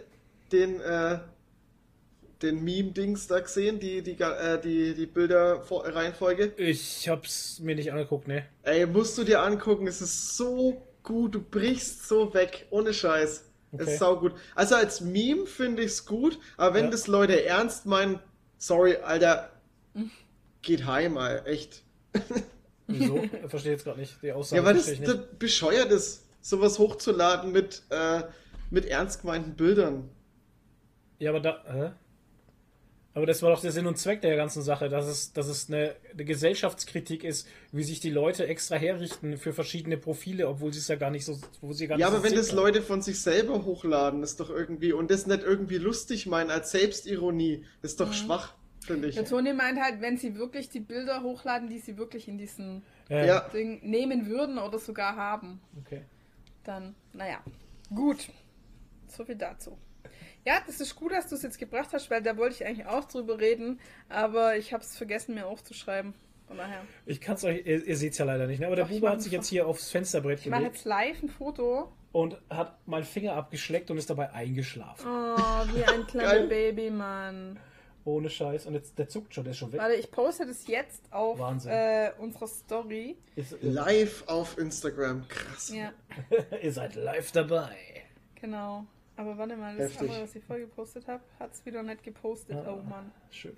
den Meme-Dings da gesehen, die Bilder-Reihenfolge? Ich hab's mir nicht angeguckt, ne. Ey, musst du dir angucken, es ist so gut, du brichst so weg, ohne Scheiß. Okay. Es ist saugut. Also als Meme finde ich's gut, aber wenn das Leute ernst meinen, sorry, Alter, geht heim, Alter, echt. Wieso? Ich verstehe jetzt gerade nicht die Aussage. Ja, weil das bescheuert ist, sowas hochzuladen mit ernst gemeinten Bildern. Ja, aber das war doch der Sinn und Zweck der ganzen Sache, dass es eine Gesellschaftskritik ist, wie sich die Leute extra herrichten für verschiedene Profile, obwohl sie es ja gar nicht so, aber wenn das Leute von sich selber hochladen, ist doch irgendwie, und das nicht irgendwie lustig meinen als Selbstironie, ist doch schwach, finde ich. Der Toni meint halt, wenn sie wirklich die Bilder hochladen, die sie wirklich in diesen Ding nehmen würden oder sogar haben. Okay. Dann, naja, gut. So viel dazu. Ja, das ist gut, dass du es jetzt gebracht hast, weil da wollte ich eigentlich auch drüber reden, aber ich habe es vergessen, mir aufzuschreiben. Von daher. Ich kann es euch, ihr seht es ja leider nicht, ne? Aber der Bube hat sich jetzt hier aufs Fensterbrett gelegt. Ich mache jetzt live ein Foto. Und hat meinen Finger abgeschleckt und ist dabei eingeschlafen. Oh, wie ein kleiner Baby, Mann. Ohne Scheiß. Und jetzt, der zuckt schon, der ist schon weg. Warte, ich poste das jetzt auf unserer Story. Live auf Instagram, krass. Ja. Ihr seid live dabei. Genau. Aber warte mal, das andere, was ich vorher gepostet habe, hat es wieder nicht gepostet. Oh Mann. Schön.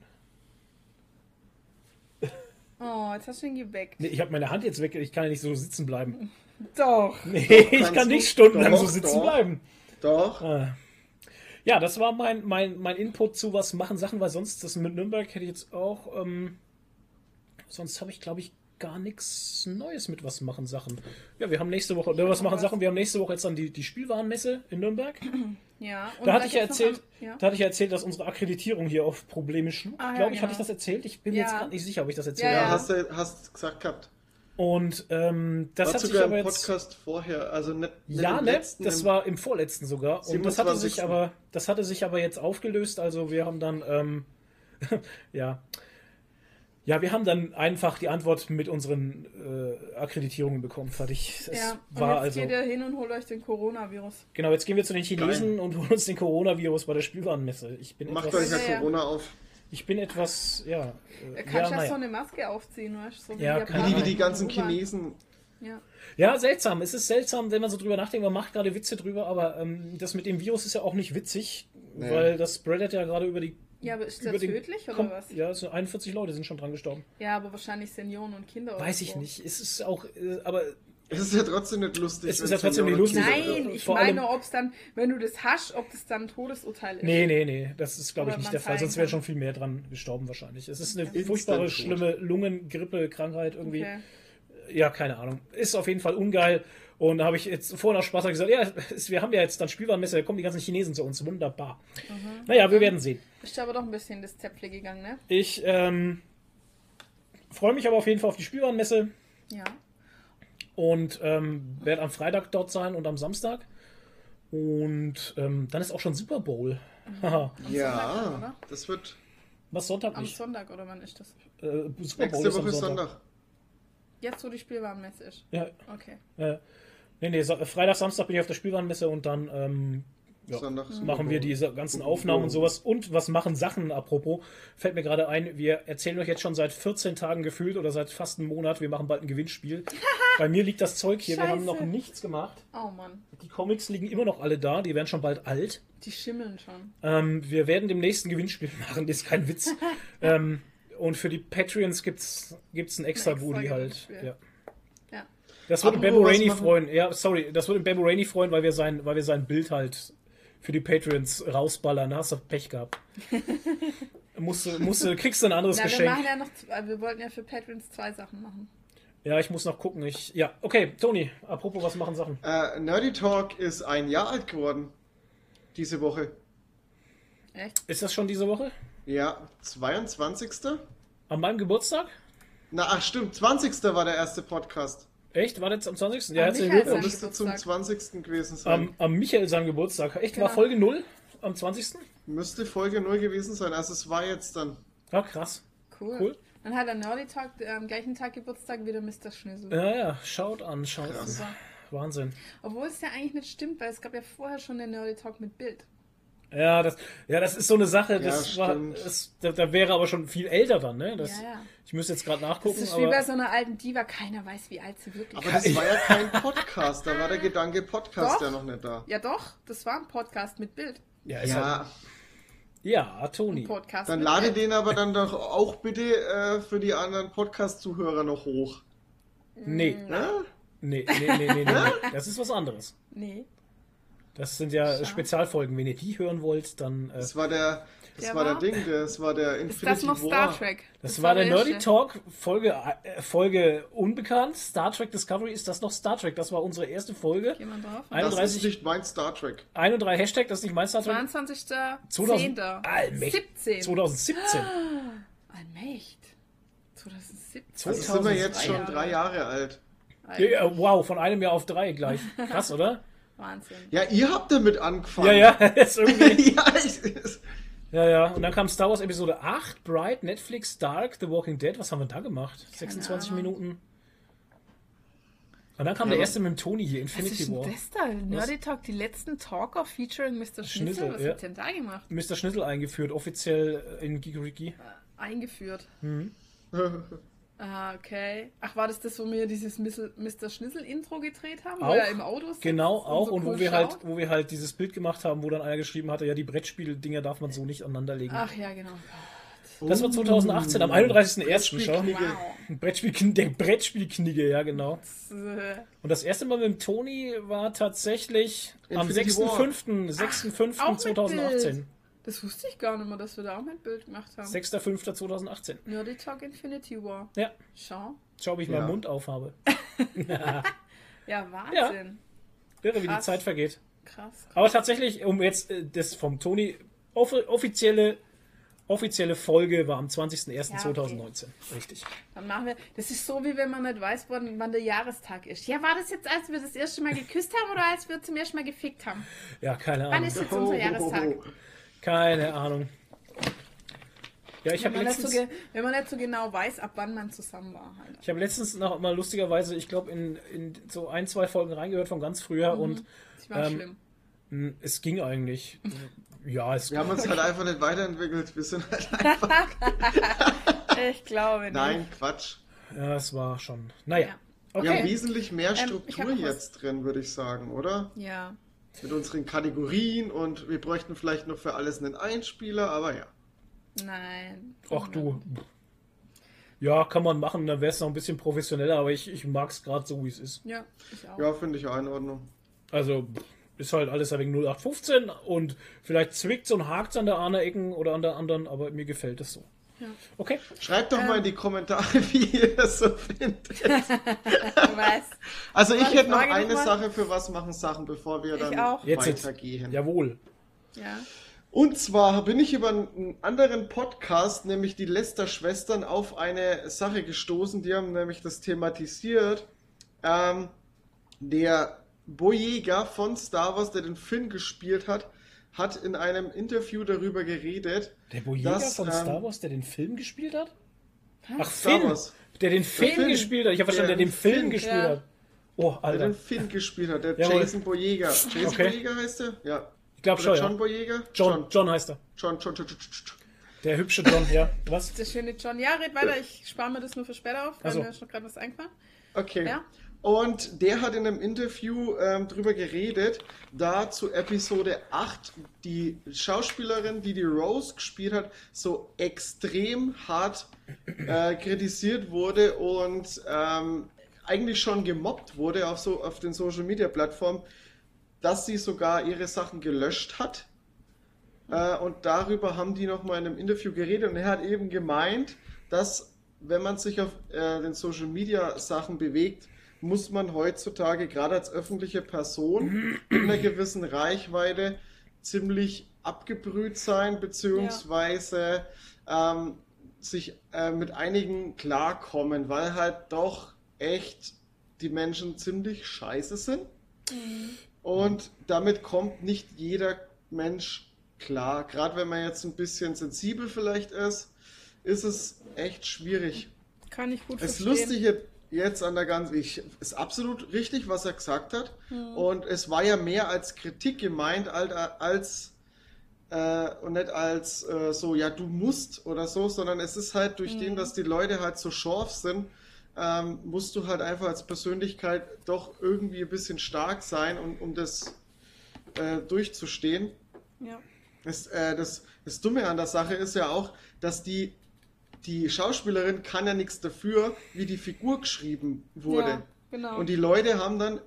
Oh, jetzt hast du ihn geweckt. Nee, ich habe meine Hand jetzt weg, ich kann ja nicht so sitzen bleiben. Doch. Nee, ich kann nicht stundenlang so sitzen bleiben. Doch. Ja, das war mein Input zu was machen Sachen, weil sonst, das mit Nürnberg hätte ich jetzt auch, sonst habe ich, glaube ich, gar nichts Neues mit was machen Sachen. Ja, wir haben nächste Woche, wir haben nächste Woche jetzt dann die Spielwarenmesse in Nürnberg. Ja. Und da hatte ich ja erzählt, dass unsere Akkreditierung hier auf Probleme schlug. Glaube ich, hatte ich das erzählt? Ich bin mir jetzt gerade nicht sicher, ob ich das erzählt habe. Ja, hast gesagt gehabt. Und das hat sich aber jetzt... Podcast vorher, also nicht letzten, das war im vorletzten sogar. Und das hatte sich aber jetzt aufgelöst, also wir haben dann wir haben dann einfach die Antwort mit unseren Akkreditierungen bekommen. Fertig. Jetzt geht ihr hin und holt euch den Coronavirus. Genau, jetzt gehen wir zu den Chinesen und holen uns den Coronavirus bei der Spielwarenmesse. Macht euch ja Corona auf. Ich bin etwas, ja. Da kannst du naja. so eine Maske aufziehen, weißt du? So Ja, die keine Wie Japaner. die ganzen U-Bahn. Chinesen. Ja. Ja, seltsam. Es ist seltsam, wenn man so drüber nachdenkt. Man macht gerade Witze drüber, aber das mit dem Virus ist ja auch nicht witzig, Nee. weil das spreadet ja gerade über die. Ja, aber ist über das den tödlich oder Kom- was? Ja, es sind 41 Leute sind schon dran gestorben. Ja, aber wahrscheinlich Senioren und Kinder. Weiß oder ich so. nicht. Es ist auch, aber Es ist ja trotzdem nicht lustig. Es ist wenn ja trotzdem nicht Senioren- lustig. Nein, ich Vor meine, allem- ob es dann, wenn du das hast, ob das dann ein Todesurteil ist. nee, das ist, glaube ich, Oder nicht man der Fall. Sonst zeigen wären kann. schon viel mehr dran gestorben wahrscheinlich. Es ist eine Okay. furchtbare, Instant-Tod. schlimme Lungengrippe-Krankheit irgendwie. Okay. Ja, keine Ahnung. Ist auf jeden Fall ungeil. Und da habe ich jetzt vorhin aus Spaß gesagt, ja, wir haben ja jetzt dann Spielwarenmesse, da kommen die ganzen Chinesen zu uns. Wunderbar. Naja, wir werden sehen. Bist du aber doch ein bisschen das Zäpfle gegangen, ne? Ich freue mich aber auf jeden Fall auf die Spielwarenmesse Ja. und werde am Freitag dort sein und am Samstag. Und dann ist auch schon Super Bowl. Haha. Sonntag, Ja, oder? das wird Was Sonntag Am nicht? Sonntag, oder wann ist das? Super Bowl nächste ist am Woche Sonntag. Sonntag. Jetzt, wo die Spielwarenmesse ist. Ja, Okay. nee, Freitag, Samstag bin ich auf der Spielwarenmesse und dann ja, Sonntag Super machen wir Bowl. diese ganzen Aufnahmen und sowas. Und was machen Sachen, apropos, fällt mir gerade ein, wir erzählen euch jetzt schon seit 14 Tagen gefühlt oder seit fast einem Monat, wir machen bald ein Gewinnspiel. Bei mir liegt das Zeug hier, wir haben noch Scheiße. nichts gemacht. Oh Mann, Die Comics liegen immer noch alle da, die werden schon bald alt. die schimmeln schon. Wir werden demnächst ein Gewinnspiel machen, das ist kein Witz. Und für die Patreons gibt's ein extra Ein extra Goodie halt. Gewinnspiel. Ja. Ja. Das würde Apropos, Bamboo was Rainey machen- freuen. Ja, sorry, das würde Bamboo Rainey freuen, weil wir sein Bild halt für die Patreons rausballern. Da hast du Pech gehabt. Kriegst du ein anderes Na, wir Geschenk. machen ja noch, wir wollten ja für Patrons 2 Sachen machen. Ja, ich muss noch gucken. Ja, okay, Toni, apropos, was machen Sachen? Nerdy Talk ist ein Jahr alt geworden. Diese Woche. Echt? Ist das schon diese Woche? Ja, 22. An meinem Geburtstag? Na, ach stimmt, 20. war der erste Podcast. Echt? War das am 20.? Ja, Am herzlichen Michael- Glückwunsch. Müsste zum Geburtstag. 20. gewesen sein. Am Michael seinem Geburtstag. Echt, war Genau. Folge 0 am 20.? Müsste Folge 0 gewesen sein. Also es war jetzt dann. Ja, krass. Cool. Cool. Dann hat der Nerdy Talk am gleichen Tag Geburtstag wieder Mr. Schnüssel. Ja, schaut an. Super. Wahnsinn. Obwohl es ja eigentlich nicht stimmt, weil es gab ja vorher schon den Nerdy Talk mit Bild. Ja, das ist so eine Sache, das Ja, war, stimmt. da wäre aber schon viel älter dann, ne? Ja, ja. Ich müsste jetzt gerade Das nachgucken, ist wie bei aber so einer alten Diva, keiner weiß, wie alt sie wirklich Aber das war ja kein Podcast. Da war der Gedanke Podcast Doch. ja noch nicht da. Ja doch, das war ein Podcast mit Bild. ja, ist halt, Ja, Ein Toni. Podcast dann mit lade Bild. den aber dann doch auch bitte für die anderen Podcast-Zuhörer noch hoch. Nee, Ja? nee. Das ist was anderes. Nee. Das sind ja Schade. Spezialfolgen. Wenn ihr die hören wollt, dann Das war der das war der Ist Infinity das noch War. Star Trek? das war der Nerdy erste. Talk Folge unbekannt. Star Trek Discovery ist das noch Star Trek. Das war unsere erste Folge. Geh mal drauf. Das 31, ist nicht mein Star Trek. 31 Hashtag, das ist nicht mein Star Trek. 22.10. Allmächt. 17. 2017. Allmächt. 2017. Also sind wir jetzt 2003 schon Jahre. 3 Jahre alt. Ja, wow, von einem Jahr auf 3 gleich. Krass, oder? Wahnsinn. Ja, ihr habt damit angefangen. Ja, ist irgendwie. ja, Ja. Und dann kam Star Wars Episode 8, Bright, Netflix, Dark, The Walking Dead. Was haben wir da gemacht? 26 Ahnung. Minuten. Und dann kam der erste mit dem Toni hier, Was Infinity ist denn War. das da? Nerdy Talk, die letzten Talker featuring Mr. Schnitzel. Schnitzel, Was ja. habt ihr denn da gemacht? Mr. Schnitzel eingeführt, offiziell in Gigeriki. Eingeführt. Mhm. Ah, okay. Ach, war das, wo wir dieses Mr. Schnitzel-Intro gedreht haben? Wo Auch. er im Auto sitzt Genau, auch. so Und cool wo schaut? wir halt dieses Bild gemacht haben, wo dann einer geschrieben hatte, ja, die Brettspiel-Dinger darf man so nicht aneinanderlegen. Ach ja, genau. Das war 2018, am 31.01. Schau. Wow. Der Brettspielknigge, ja, genau. Äh, Und das erste Mal mit dem Toni war tatsächlich am Infinity War. 6.5.2018. auch mit Bild. Das wusste ich gar nicht mehr, dass wir da auch mit Bild gemacht haben. 6.5.2018. Nerdy Talk Infinity War. Ja, Schau. schau, ob ich Ja. meinen Mund aufhabe. Ja, Wahnsinn. Irre, wie die Krass. Zeit vergeht. Krass. Aber tatsächlich, um jetzt das vom Toni offizielle Folge war am 20.01.2019. Richtig. Dann machen wir. Das ist so, wie wenn man nicht weiß, wann der Jahrestag ist. Ja, war das jetzt, als wir das erste Mal geküsst haben oder als wir zum ersten Mal gefickt haben? Ja, keine Wann Ahnung. ist jetzt unser Jahrestag? Keine Ahnung. Ja, ich habe Wenn man, nicht so letztens, wenn man nicht so genau weiß, ab wann man zusammen war. Halt. ich hab letztens noch mal lustigerweise, ich glaube, in so 1, 2 Folgen reingehört von ganz früher und Das war schlimm. Es ging eigentlich. Ja, es Wir haben uns halt einfach nicht weiterentwickelt. Wir sind halt einfach... Ich glaube nicht. Nein, Quatsch. Ja, es war schon. Naja. Ja. Wir haben Okay. wesentlich mehr ich hab Struktur noch was. jetzt drin, würde ich sagen, oder? Ja. Mit unseren Kategorien und wir bräuchten vielleicht noch für alles einen Einspieler, aber ja. Nein. Ach du. Ja, kann man machen, dann wäre es noch ein bisschen professioneller, aber ich mag es gerade so, wie es ist. Ja, ich auch. Ja, finde ich auch in Ordnung. Also ist halt alles ein wenig 0815 und vielleicht zwickt und hakt an der einen Ecken oder an der anderen, aber mir gefällt es so. Ja. Okay. Schreibt doch mal in die Kommentare, wie ihr das so findet. Was? Also ich hätte noch Frage eine noch mal? Sache für was machen Sachen, bevor wir dann auch. Jetzt. weitergehen. Jawohl. Ja. Und zwar bin ich über einen anderen Podcast, nämlich die Lester-Schwestern, auf eine Sache gestoßen. Die haben nämlich das thematisiert. Der Boyega von Star Wars, der den Finn gespielt hat, hat in einem Interview darüber geredet. Der Boyega dass, von Star Wars, der den Film gespielt hat? Ach, Star Finn, Wars. der den Film Finn. gespielt hat. Ich habe verstanden, der Der den Film Finn, gespielt ja. hat. Oh, Der Alter. den Finn gespielt hat, der Jawohl. Jason Boyega. Jason Okay. Boyega heißt er? Ja. Ich glaube Oder schon, John ja. Boyega? John heißt er. John. Der hübsche John, ja. Was? Der schöne John. Ja, red weiter. Ich spare mir das nur für später auf, weil Ach so. mir ist schon gerade was eingefallen. Okay. Ja. Und der hat in einem Interview drüber geredet, da zu Episode 8 die Schauspielerin, die Rose gespielt hat, so extrem hart kritisiert wurde und eigentlich schon gemobbt wurde auf den Social Media Plattformen, dass sie sogar ihre Sachen gelöscht hat. Und darüber haben die nochmal in einem Interview geredet und er hat eben gemeint, dass wenn man sich auf den Social Media Sachen bewegt, muss man heutzutage gerade als öffentliche Person mit einer gewissen Reichweite ziemlich abgebrüht sein, beziehungsweise sich mit einigen klarkommen, weil halt doch echt die Menschen ziemlich scheiße sind. Und damit kommt nicht jeder Mensch klar. Gerade wenn man jetzt ein bisschen sensibel vielleicht ist es echt schwierig. Kann ich gut Das verstehen. Lustige jetzt an der ganzen, ist absolut richtig, was er gesagt hat. Und es war ja mehr als Kritik gemeint, als und nicht als so, ja, du musst oder so, sondern es ist halt durch den, dass die Leute halt so scharf sind, musst du halt einfach als Persönlichkeit doch irgendwie ein bisschen stark sein, um das durchzustehen. Ja. Das Dumme an der Sache ist ja auch, dass die Schauspielerin kann ja nichts dafür, wie die Figur geschrieben wurde. Ja, genau. Und die Leute haben dann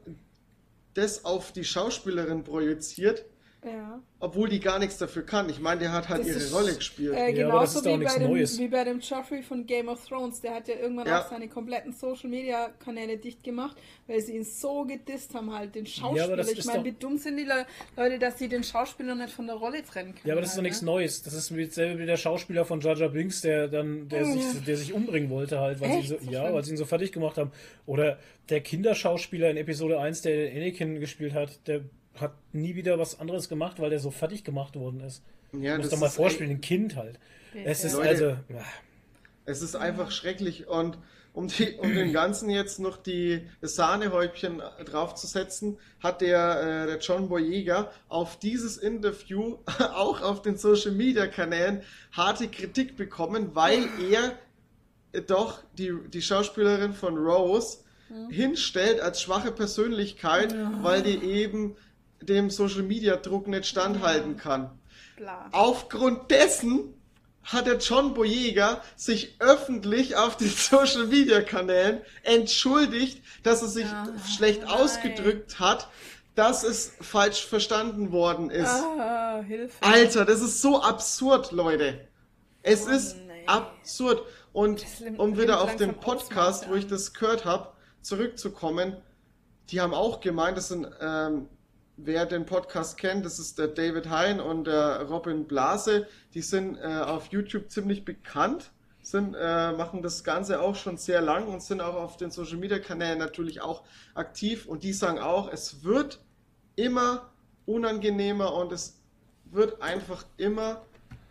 das auf die Schauspielerin projiziert, Ja. obwohl die gar nichts dafür kann. Ich meine, der hat halt Das ihre ist, Rolle gespielt. aber das Genauso ist doch wie nichts bei, Neues. wie bei dem Joffrey von Game of Thrones. Der hat ja irgendwann Ja. auch seine kompletten Social Media Kanäle dicht gemacht, weil sie ihn so gedisst haben, halt den Ja, aber Schauspieler. das Ich ist meine, doch- wie dumm sind die Leute, dass sie den Schauspieler nicht von der Rolle trennen können. Ja, aber das ist doch halt, nichts ne? Neues. Das ist wie dasselbe wie der Schauspieler von Jar Jar Binks, der sich umbringen wollte halt, weil Echt? sie So schlimm? weil sie ihn so fertig gemacht haben. Oder der Kinderschauspieler in Episode 1, der Anakin gespielt hat, der hat nie wieder was anderes gemacht, weil der so fertig gemacht worden ist. Ja, Muss das doch mal ist vorspielen, ein Kind halt. Es ist Leute, also. Es ist einfach schrecklich und um den Ganzen jetzt noch das Sahnehäubchen draufzusetzen, hat der John Boyega auf dieses Interview auch auf den Social Media Kanälen harte Kritik bekommen, weil er doch die Schauspielerin von Rose hinstellt als schwache Persönlichkeit, weil die eben dem Social Media Druck nicht standhalten kann. Bla. Aufgrund dessen hat der John Boyega sich öffentlich auf den Social Media Kanälen entschuldigt, dass er sich schlecht ausgedrückt hat, dass es falsch verstanden worden ist. Ah, Hilfe. Alter, das ist so absurd, Leute. Es ist nee. absurd. Und Das nimmt- um wieder nimmt auf den langsam Podcast, Ausmaße wo ich an. das gehört habe, zurückzukommen, die haben auch gemeint, das sind, wer den Podcast kennt, das ist der David Hein und der Robin Blase, die sind auf YouTube ziemlich bekannt, machen das Ganze auch schon sehr lang und sind auch auf den Social Media Kanälen natürlich auch aktiv und die sagen auch, es wird immer unangenehmer und es wird einfach immer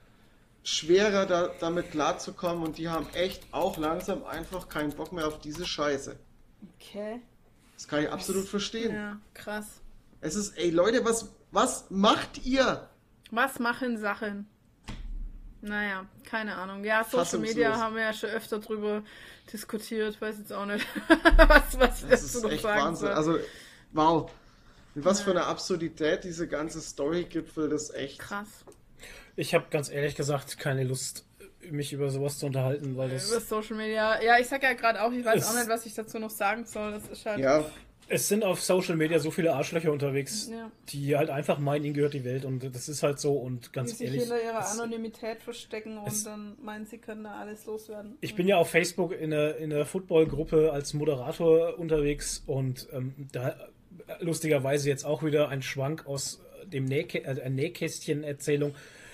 schwerer damit klarzukommen und die haben echt auch langsam einfach keinen Bock mehr auf diese Scheiße. Okay. Das kann ich absolut verstehen. Ja, krass. Es ist, ey Leute, Was macht ihr? Was machen Sachen? Naja, keine Ahnung. Ja, Social Fassungslos. Media haben wir ja schon öfter drüber diskutiert. Weiß jetzt auch nicht, was ich Das dazu ist noch echt sagen Wahnsinn. soll. Also, wow. Mit was für eine Absurdität diese ganze Story gipfelt, das ist echt. Krass. Ich habe ganz ehrlich gesagt keine Lust, mich über sowas zu unterhalten, weil Über das... Social Media. Ja, ich sag ja gerade auch, ich weiß Es- auch nicht, was ich dazu noch sagen soll. Das ist halt. Ja, Es sind auf Social Media so viele Arschlöcher unterwegs, Ja. die halt einfach meinen, ihnen gehört die Welt und das ist halt so und Die ganz sich ehrlich... hinter ihrer es- Anonymität verstecken es- und dann meinen, sie können da alles loswerden. Ich bin ja auf Facebook in einer Football-Gruppe als Moderator unterwegs und da lustigerweise jetzt auch wieder ein Schwank aus dem Nähkästchen-Erzählung.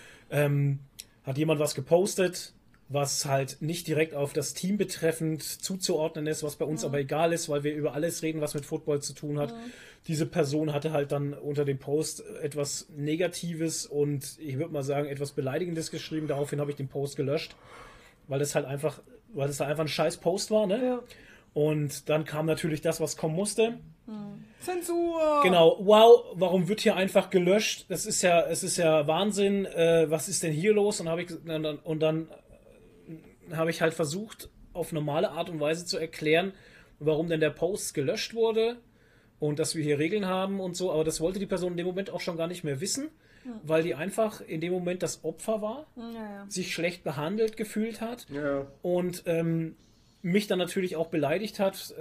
Hat jemand was gepostet, was halt nicht direkt auf das Team betreffend zuzuordnen ist, was bei uns aber egal ist, weil wir über alles reden, was mit Football zu tun hat. Diese Person hatte halt dann unter dem Post etwas Negatives und ich würde mal sagen etwas Beleidigendes geschrieben. Daraufhin habe ich den Post gelöscht, weil das halt einfach ein scheiß Post war, ne? Ja. Und dann kam natürlich das, was kommen musste. Zensur! Genau, wow, warum wird hier einfach gelöscht? Es ist ja Wahnsinn. Was ist denn hier los? Und dann habe ich halt versucht, auf normale Art und Weise zu erklären, warum denn der Post gelöscht wurde und dass wir hier Regeln haben und so. Aber das wollte die Person in dem Moment auch schon gar nicht mehr wissen, weil die einfach in dem Moment das Opfer war, Ja. sich schlecht behandelt gefühlt hat ja. und mich dann natürlich auch beleidigt hat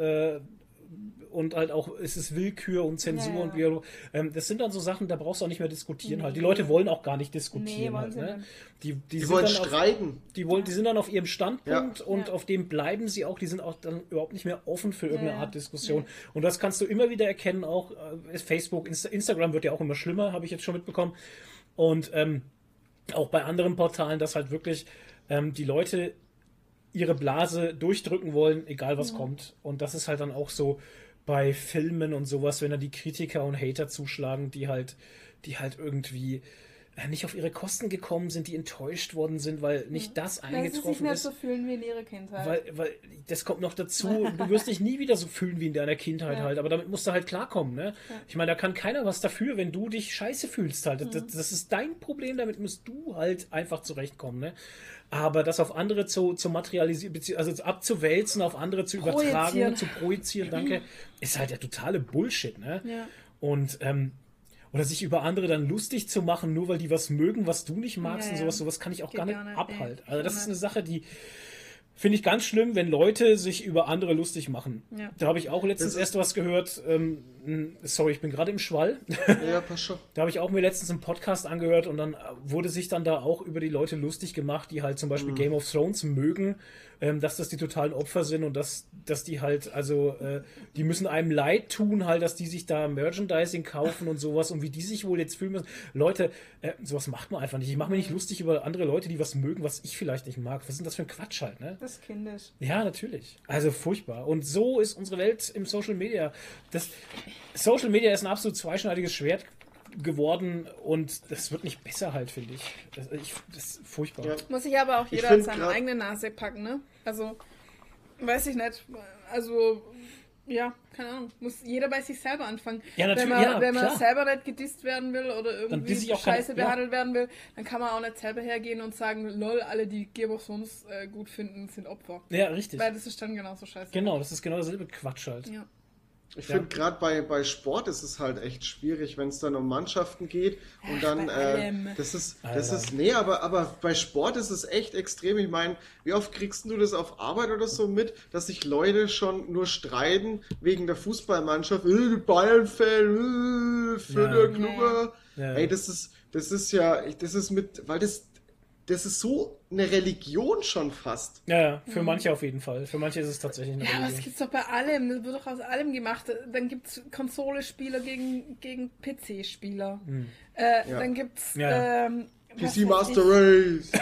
und halt auch, es ist Willkür und Zensur Ja. und wie, das sind dann so Sachen, da brauchst du auch nicht mehr diskutieren Nee. halt. Die Leute wollen auch gar nicht diskutieren Nee, wollen halt, sie ne? nicht. Die Die sind wollen dann auf, streiten. die sind dann auf ihrem Standpunkt Ja. und Ja. auf dem bleiben sie auch, die sind auch dann überhaupt nicht mehr offen für irgendeine Ja. Art Diskussion. Und das kannst du immer wieder erkennen, auch Facebook, Instagram wird ja auch immer schlimmer, habe ich jetzt schon mitbekommen. Und auch bei anderen Portalen, dass halt wirklich die Leute ihre Blase durchdrücken wollen, egal was kommt. Und das ist halt dann auch so bei Filmen und sowas, wenn da die Kritiker und Hater zuschlagen, die halt irgendwie nicht auf ihre Kosten gekommen sind, die enttäuscht worden sind, weil nicht das Weil sie sich eingetroffen nicht ist. so fühlen wie in ihrer Kindheit. Weil das kommt noch dazu, du wirst dich nie wieder so fühlen wie in deiner Kindheit Ja. halt, aber damit musst du halt klarkommen, ne? Ich meine, da kann keiner was dafür, wenn du dich scheiße fühlst halt. Das ist dein Problem, damit musst du halt einfach zurechtkommen, ne? Aber das auf andere zu materialisieren, also abzuwälzen, auf andere zu übertragen, Projizieren. zu projizieren, danke, ist halt der totale Bullshit, ne? Ja. Und oder sich über andere dann lustig zu machen, nur weil die was mögen, was du nicht magst Ja, und ja. sowas kann ich auch Geht gar nicht gar nicht, abhalten. nee, Also das gar ist nicht. eine Sache, die finde ich ganz schlimm, wenn Leute sich über andere lustig machen. Ja. Da habe ich auch letztens Das ist- erst was gehört, sorry, ich bin gerade im Schwall. Ja, passt schon. Da habe ich auch mir letztens einen Podcast angehört und dann wurde sich dann da auch über die Leute lustig gemacht, die halt zum Beispiel Game of Thrones mögen, dass das die totalen Opfer sind und dass die halt, also die müssen einem leid tun, halt, dass die sich da Merchandising kaufen und sowas und wie die sich wohl jetzt fühlen müssen. Leute, sowas macht man einfach nicht. Ich mache mir nicht lustig über andere Leute, die was mögen, was ich vielleicht nicht mag. Was ist denn das für ein Quatsch halt, ne? Das ist kindisch. Ja, natürlich. Also furchtbar. Und so ist unsere Welt im Social Media. Social Media ist ein absolut zweischneidiges Schwert geworden und das wird nicht besser halt, finde ich. Das ist furchtbar. Ja. Muss sich aber auch Ich jeder an find seine grad- eigene Nase packen, ne? Also, weiß ich nicht. Also, ja, keine Ahnung. Muss jeder bei sich selber anfangen. Ja, natürlich, Wenn man klar. selber nicht gedisst werden will oder irgendwie diss ich auch keine- scheiße ja. behandelt werden will, dann kann man auch nicht selber hergehen und sagen, lol, alle, die Game of Thrones gut finden, sind Opfer. Ja, richtig. Weil das ist dann genauso scheiße. Genau, das ist genau derselbe Quatsch halt. Ja. Ich Ja. finde gerade bei Sport ist es halt echt schwierig, wenn es dann um Mannschaften geht und dann bei allem. das ist Alter. nee, aber bei Sport ist es echt extrem. Ich meine, wie oft kriegst du das auf Arbeit oder so mit, dass sich Leute schon nur streiten wegen der Fußballmannschaft, du Bayern-Fan, für Ja. der Klubber. Ja. Ey, das ist mit, weil das ist so eine Religion schon fast. Ja, für manche auf jeden Fall. Für manche ist es tatsächlich eine Ja, aber das Religion. gibt's doch bei allem. Das wird doch aus allem gemacht. Dann gibt's Konsolespieler gegen PC-Spieler. Dann gibt's Ja. was PC weiß Master ich.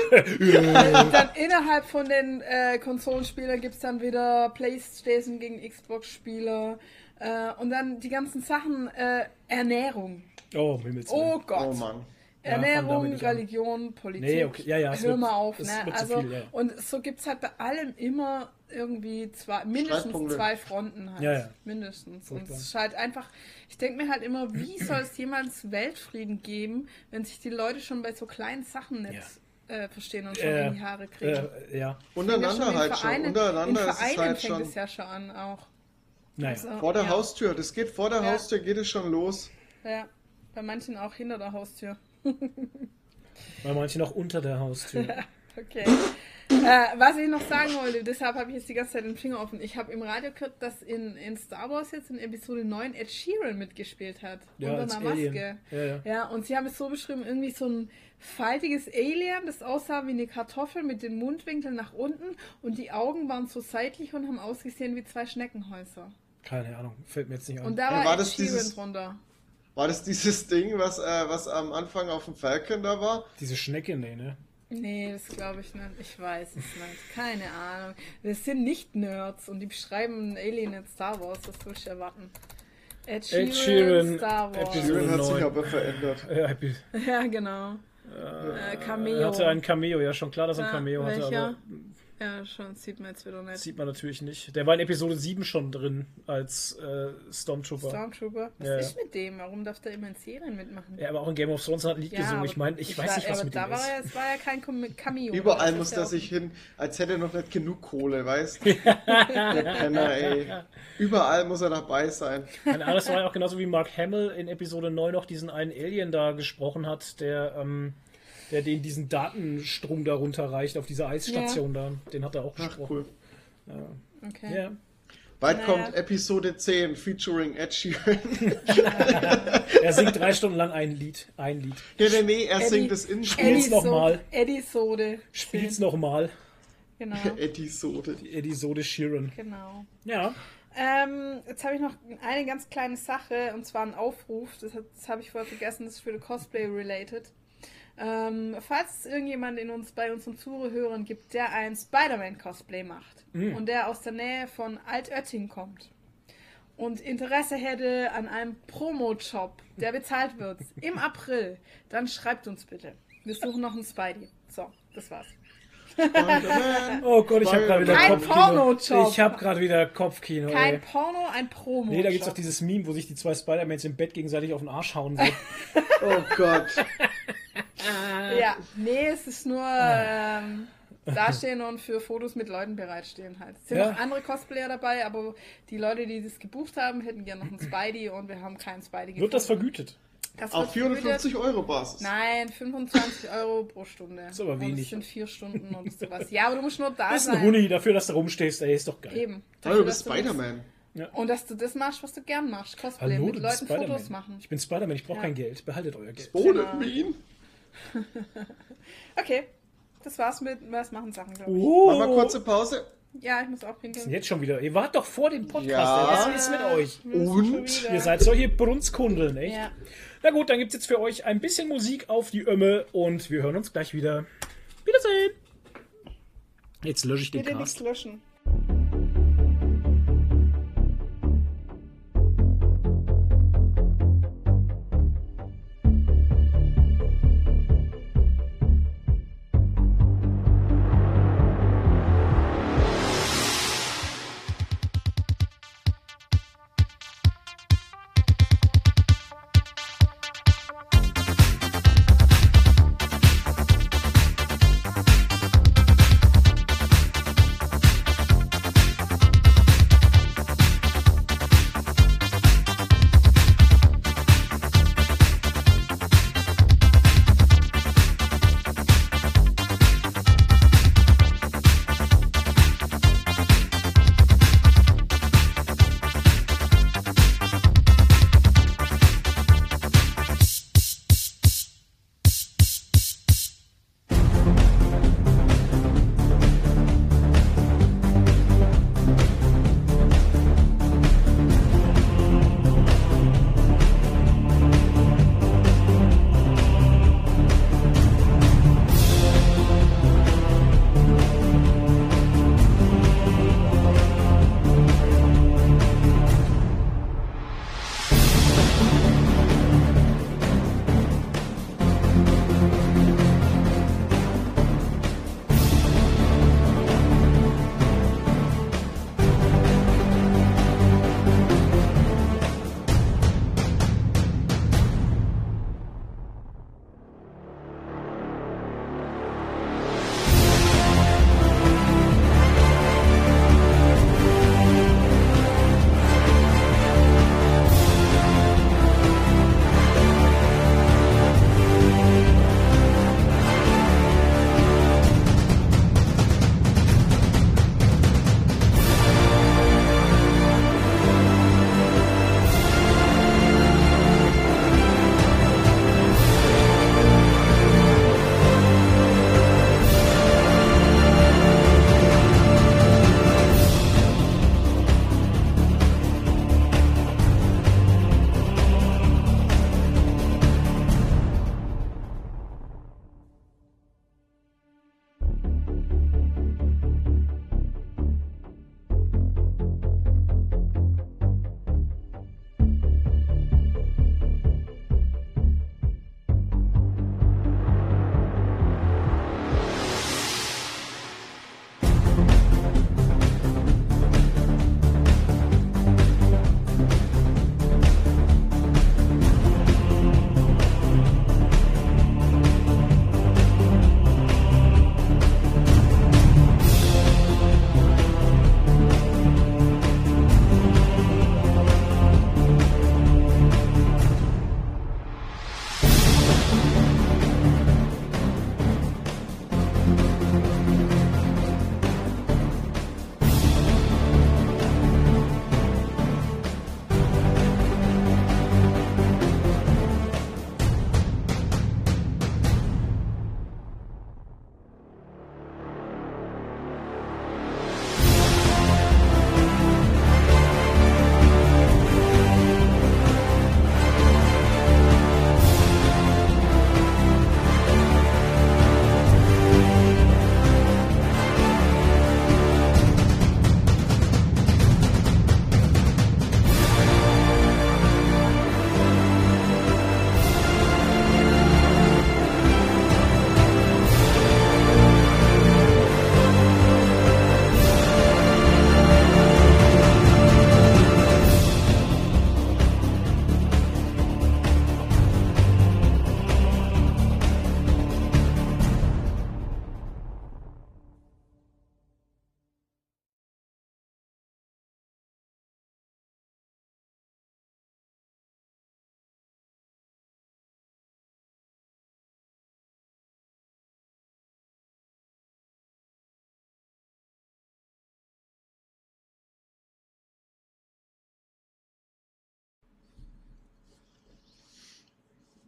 Race. Dann innerhalb von den Konsolenspielern gibt's dann wieder PlayStation gegen Xbox-Spieler. Und dann die ganzen Sachen, Ernährung. Oh, Himmels Oh Willen. Gott. Oh Mann. Ernährung, nicht an. Religion, Politik. Nee, okay. Ja, es Hör wird- mal auf, es ne? wird zu Also, viel, ja. und so gibt es halt bei allem immer irgendwie mindestens Streitpunkte. 2 Fronten halt. Ja. Mindestens. Und Furchtbar. es ist halt einfach, ich denke mir halt immer, wie soll es jemals Weltfrieden geben, wenn sich die Leute schon bei so kleinen Sachen nicht verstehen und schon in die Haare kriegen. Ja. Untereinander halt schon. Untereinander in ist es Vereinen halt fängt schon. es ja schon an auch. Naja. Also, Vor der ja. Haustür. Das geht vor der Ja. Haustür, geht es schon los. Ja, bei manchen auch hinter der Haustür. Bei manchen auch unter der Haustür. Okay. Was ich noch sagen wollte, deshalb habe ich jetzt die ganze Zeit den Finger offen. Ich habe im Radio gehört, dass in Star Wars jetzt in Episode 9 Ed Sheeran mitgespielt hat. Ja, unter als einer Alien. Maske. Ja. Ja, und sie haben es so beschrieben, irgendwie so ein faltiges Alien, das aussah wie eine Kartoffel mit den Mundwinkeln nach unten und die Augen waren so seitlich und haben ausgesehen wie 2 Schneckenhäuser. Keine Ahnung, fällt mir jetzt nicht ein. Und da Ja, war war Ed das Sheeran dieses- drunter. War das dieses Ding, was am Anfang auf dem Falcon da war? Diese Schnecke, nee, ne? Nee, das glaube ich nicht. Ich weiß es nicht. Keine Ahnung. Das sind nicht Nerds und die beschreiben ein Alien in Star Wars. Das würde ich erwarten. Ed Sheeran, Star Wars. Episode Sheeran hat sich 9. aber verändert. Ja, Happy. Ja, genau. Er Cameo. hatte ein Cameo, ja, schon klar, dass er ein Ja, Cameo hatte, welcher? aber Ja, schon. Sieht man jetzt wieder nicht. sieht man natürlich nicht. Der war in Episode 7 schon drin als Stormtrooper. Stormtrooper. Was Ja, ist mit dem? Warum darf der immer in Serien mitmachen? Ja, aber auch in Game of Thrones hat ein Lied gesungen. aber Ich meine, ich weiß nicht, was aber mit da ihm war ist. ja, es war ja kein Cameo. Überall Das muss ist er ja sich hin, als hätte er noch nicht genug Kohle, weißt du? Der Penner, ey. Überall muss er dabei sein. Keine Ahnung, das war ja auch genauso wie Mark Hamill in Episode 9 noch diesen einen Alien da gesprochen hat, der den diesen Datenstrom da runterreicht auf dieser Eisstation da. Den hat er auch Ach, gesprochen. cool. Okay. Ja. Bald Naja. kommt Episode 10 featuring Ed Sheeran. Er singt 3 Stunden lang ein Lied. Nee, er singt es in Spiel's noch mal. Eddie-Sode. Spiel's nochmal. Genau, Episode. Episode Sheeran. genau. Ja. Jetzt habe ich noch eine ganz kleine Sache, und zwar einen Aufruf. Das habe ich vorher vergessen, das ist für die Cosplay-related. Falls es irgendjemand bei unseren Zuhörern gibt, der ein Spider-Man-Cosplay macht und der aus der Nähe von Altötting kommt und Interesse hätte an einem Promo-Job, der bezahlt wird, im April, dann schreibt uns bitte. Wir suchen noch einen Spidey. So, das war's. Oh Gott, ich habe gerade wieder Kein Kopfkino. Pornojob. Ich habe gerade wieder Kopfkino. Kein Ey. Porno, ein Promo. Nee, da gibt's auch dieses Meme, wo sich die 2 Spider-Mans im Bett gegenseitig auf den Arsch hauen. So. Oh Gott. Ja, nee, es ist nur dastehen und für Fotos mit Leuten bereitstehen halt. Es sind Ja. noch andere Cosplayer dabei, aber die Leute, die das gebucht haben, hätten gerne noch einen Spidey und wir haben keinen Spidey gefunden. Wird das vergütet? Das Auf wird vergütet. 450 € Basis. Nein, 25 € pro Stunde. ist aber Und wenig. es sind 4 Stunden und sowas. Ja, aber du musst nur da Das ist ein sein. Huni dafür, dass du rumstehst. Ey, ist doch geil. Eben. Oh, Dafür, du bist dass du Spider-Man. Und dass du das machst, was du gern machst. Cosplay, Hallo, mit du bist Leuten Spider-Man. Fotos machen. Ich bin Spider-Man, ich brauche Ja. kein Geld. Behaltet euer Geld. Ohne Genau. ihn. Okay, das war's mit Was machen Sachen, glaube ich. Machen wir kurze Pause. Ja, ich muss auch pinkeln. Jetzt schon wieder. Ihr wart doch vor dem Podcast. Ja. Ey. Was ist mit euch? Und? Ihr seid solche Brunstkundeln, echt? Ja. Na gut, dann gibt's jetzt für euch ein bisschen Musik auf die Ömme und wir hören uns gleich wieder. Wiedersehen. Jetzt lösche ich den Bitte Cast. nichts löschen.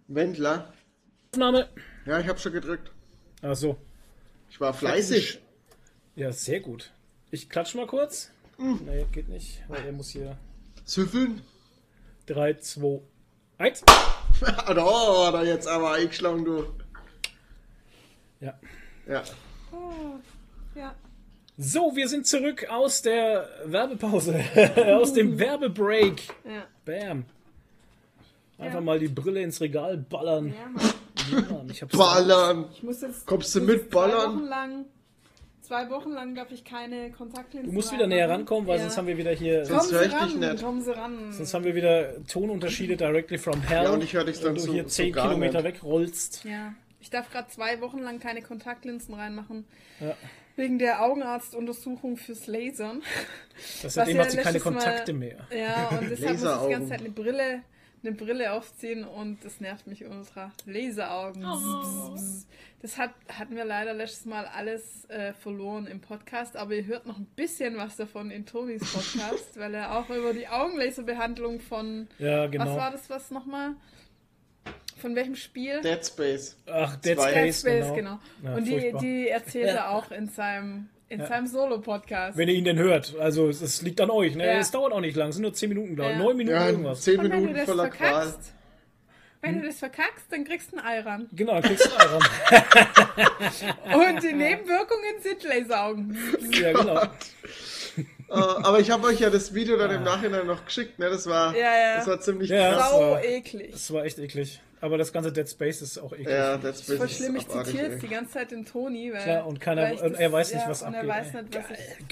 Wendler. Aufnahme. Ja, ich habe schon gedrückt. Ach so. Ich war fleißig. Ja, sehr gut. Ich klatsche mal kurz. Nee, geht nicht, weil er muss hier... Süffeln? 3, 2, 1. Oh, da jetzt aber eingeschlagen, du. Ja. Ja. Ja. So, wir sind zurück aus der Werbepause. Aus dem Werbebreak. Ja. Bam. Einfach Ja. mal die Brille ins Regal ballern. Ja, Mann. Ja, Mann, ich hab's Ballern. Ich muss jetzt, Kommst du muss mit jetzt ballern? 2 Wochen lang darf ich keine Kontaktlinsen Du musst wieder näher reinmachen. rankommen, weil Ja. sonst haben wir wieder hier... Sonst Kommen hör Sie ich dich ran, nicht. kommen Sie ran. Sonst haben wir wieder Tonunterschiede directly from hell. Ja, und ich höre dich dann wenn du so- hier so 10 gar Kilometer nicht. wegrollst. Ja, ich darf gerade 2 Wochen lang keine Kontaktlinsen reinmachen. Ja. Wegen der Augenarztuntersuchung fürs Lasern. Seitdem ja hat sie keine letztes Mal- Kontakte mehr. Ja, und deshalb muss ich die Laseraugen. ganze Zeit eine Brille aufziehen und das nervt mich ultra. Laseraugen. Das hatten wir leider letztes Mal alles verloren im Podcast, aber ihr hört noch ein bisschen was davon in Tonis Podcast, weil er auch über die Augenlaserbehandlung von... Ja, genau. Was war das, was nochmal? Von welchem Spiel? Dead Space. Ach, Dead Zwei. Dead Space, Space, genau. genau. Ja, Und furchtbar. die erzählt er auch in seinem Solo-Podcast. Wenn ihr ihn denn hört. Also es liegt an euch. Ne? Ja. Es dauert auch nicht lang. Es sind nur 10 Minuten, glaube ich. Ja. 9 Minuten Ja, irgendwas. 10 Und wenn du Minuten das voller Qual. verkackst, wenn du das verkackst, dann kriegst du ein Ei ran. Genau, dann kriegst du Eiern. Und die Nebenwirkungen sind Laseraugen. Ja, genau. Aber ich habe euch ja das Video dann im Nachhinein noch geschickt, ne? Das war ziemlich Ja. krass. Sau war- eklig. Das war echt eklig. Aber das ganze Dead Space ist auch eklig. Ja, Dead Space Voll ist schlimm, ich abartig, zitiere ey. jetzt die ganze Zeit den Toni, weil, Klar, und keiner- weil ich und er weiß nicht, was und abgeht, Er weiß ey. nicht, was ich,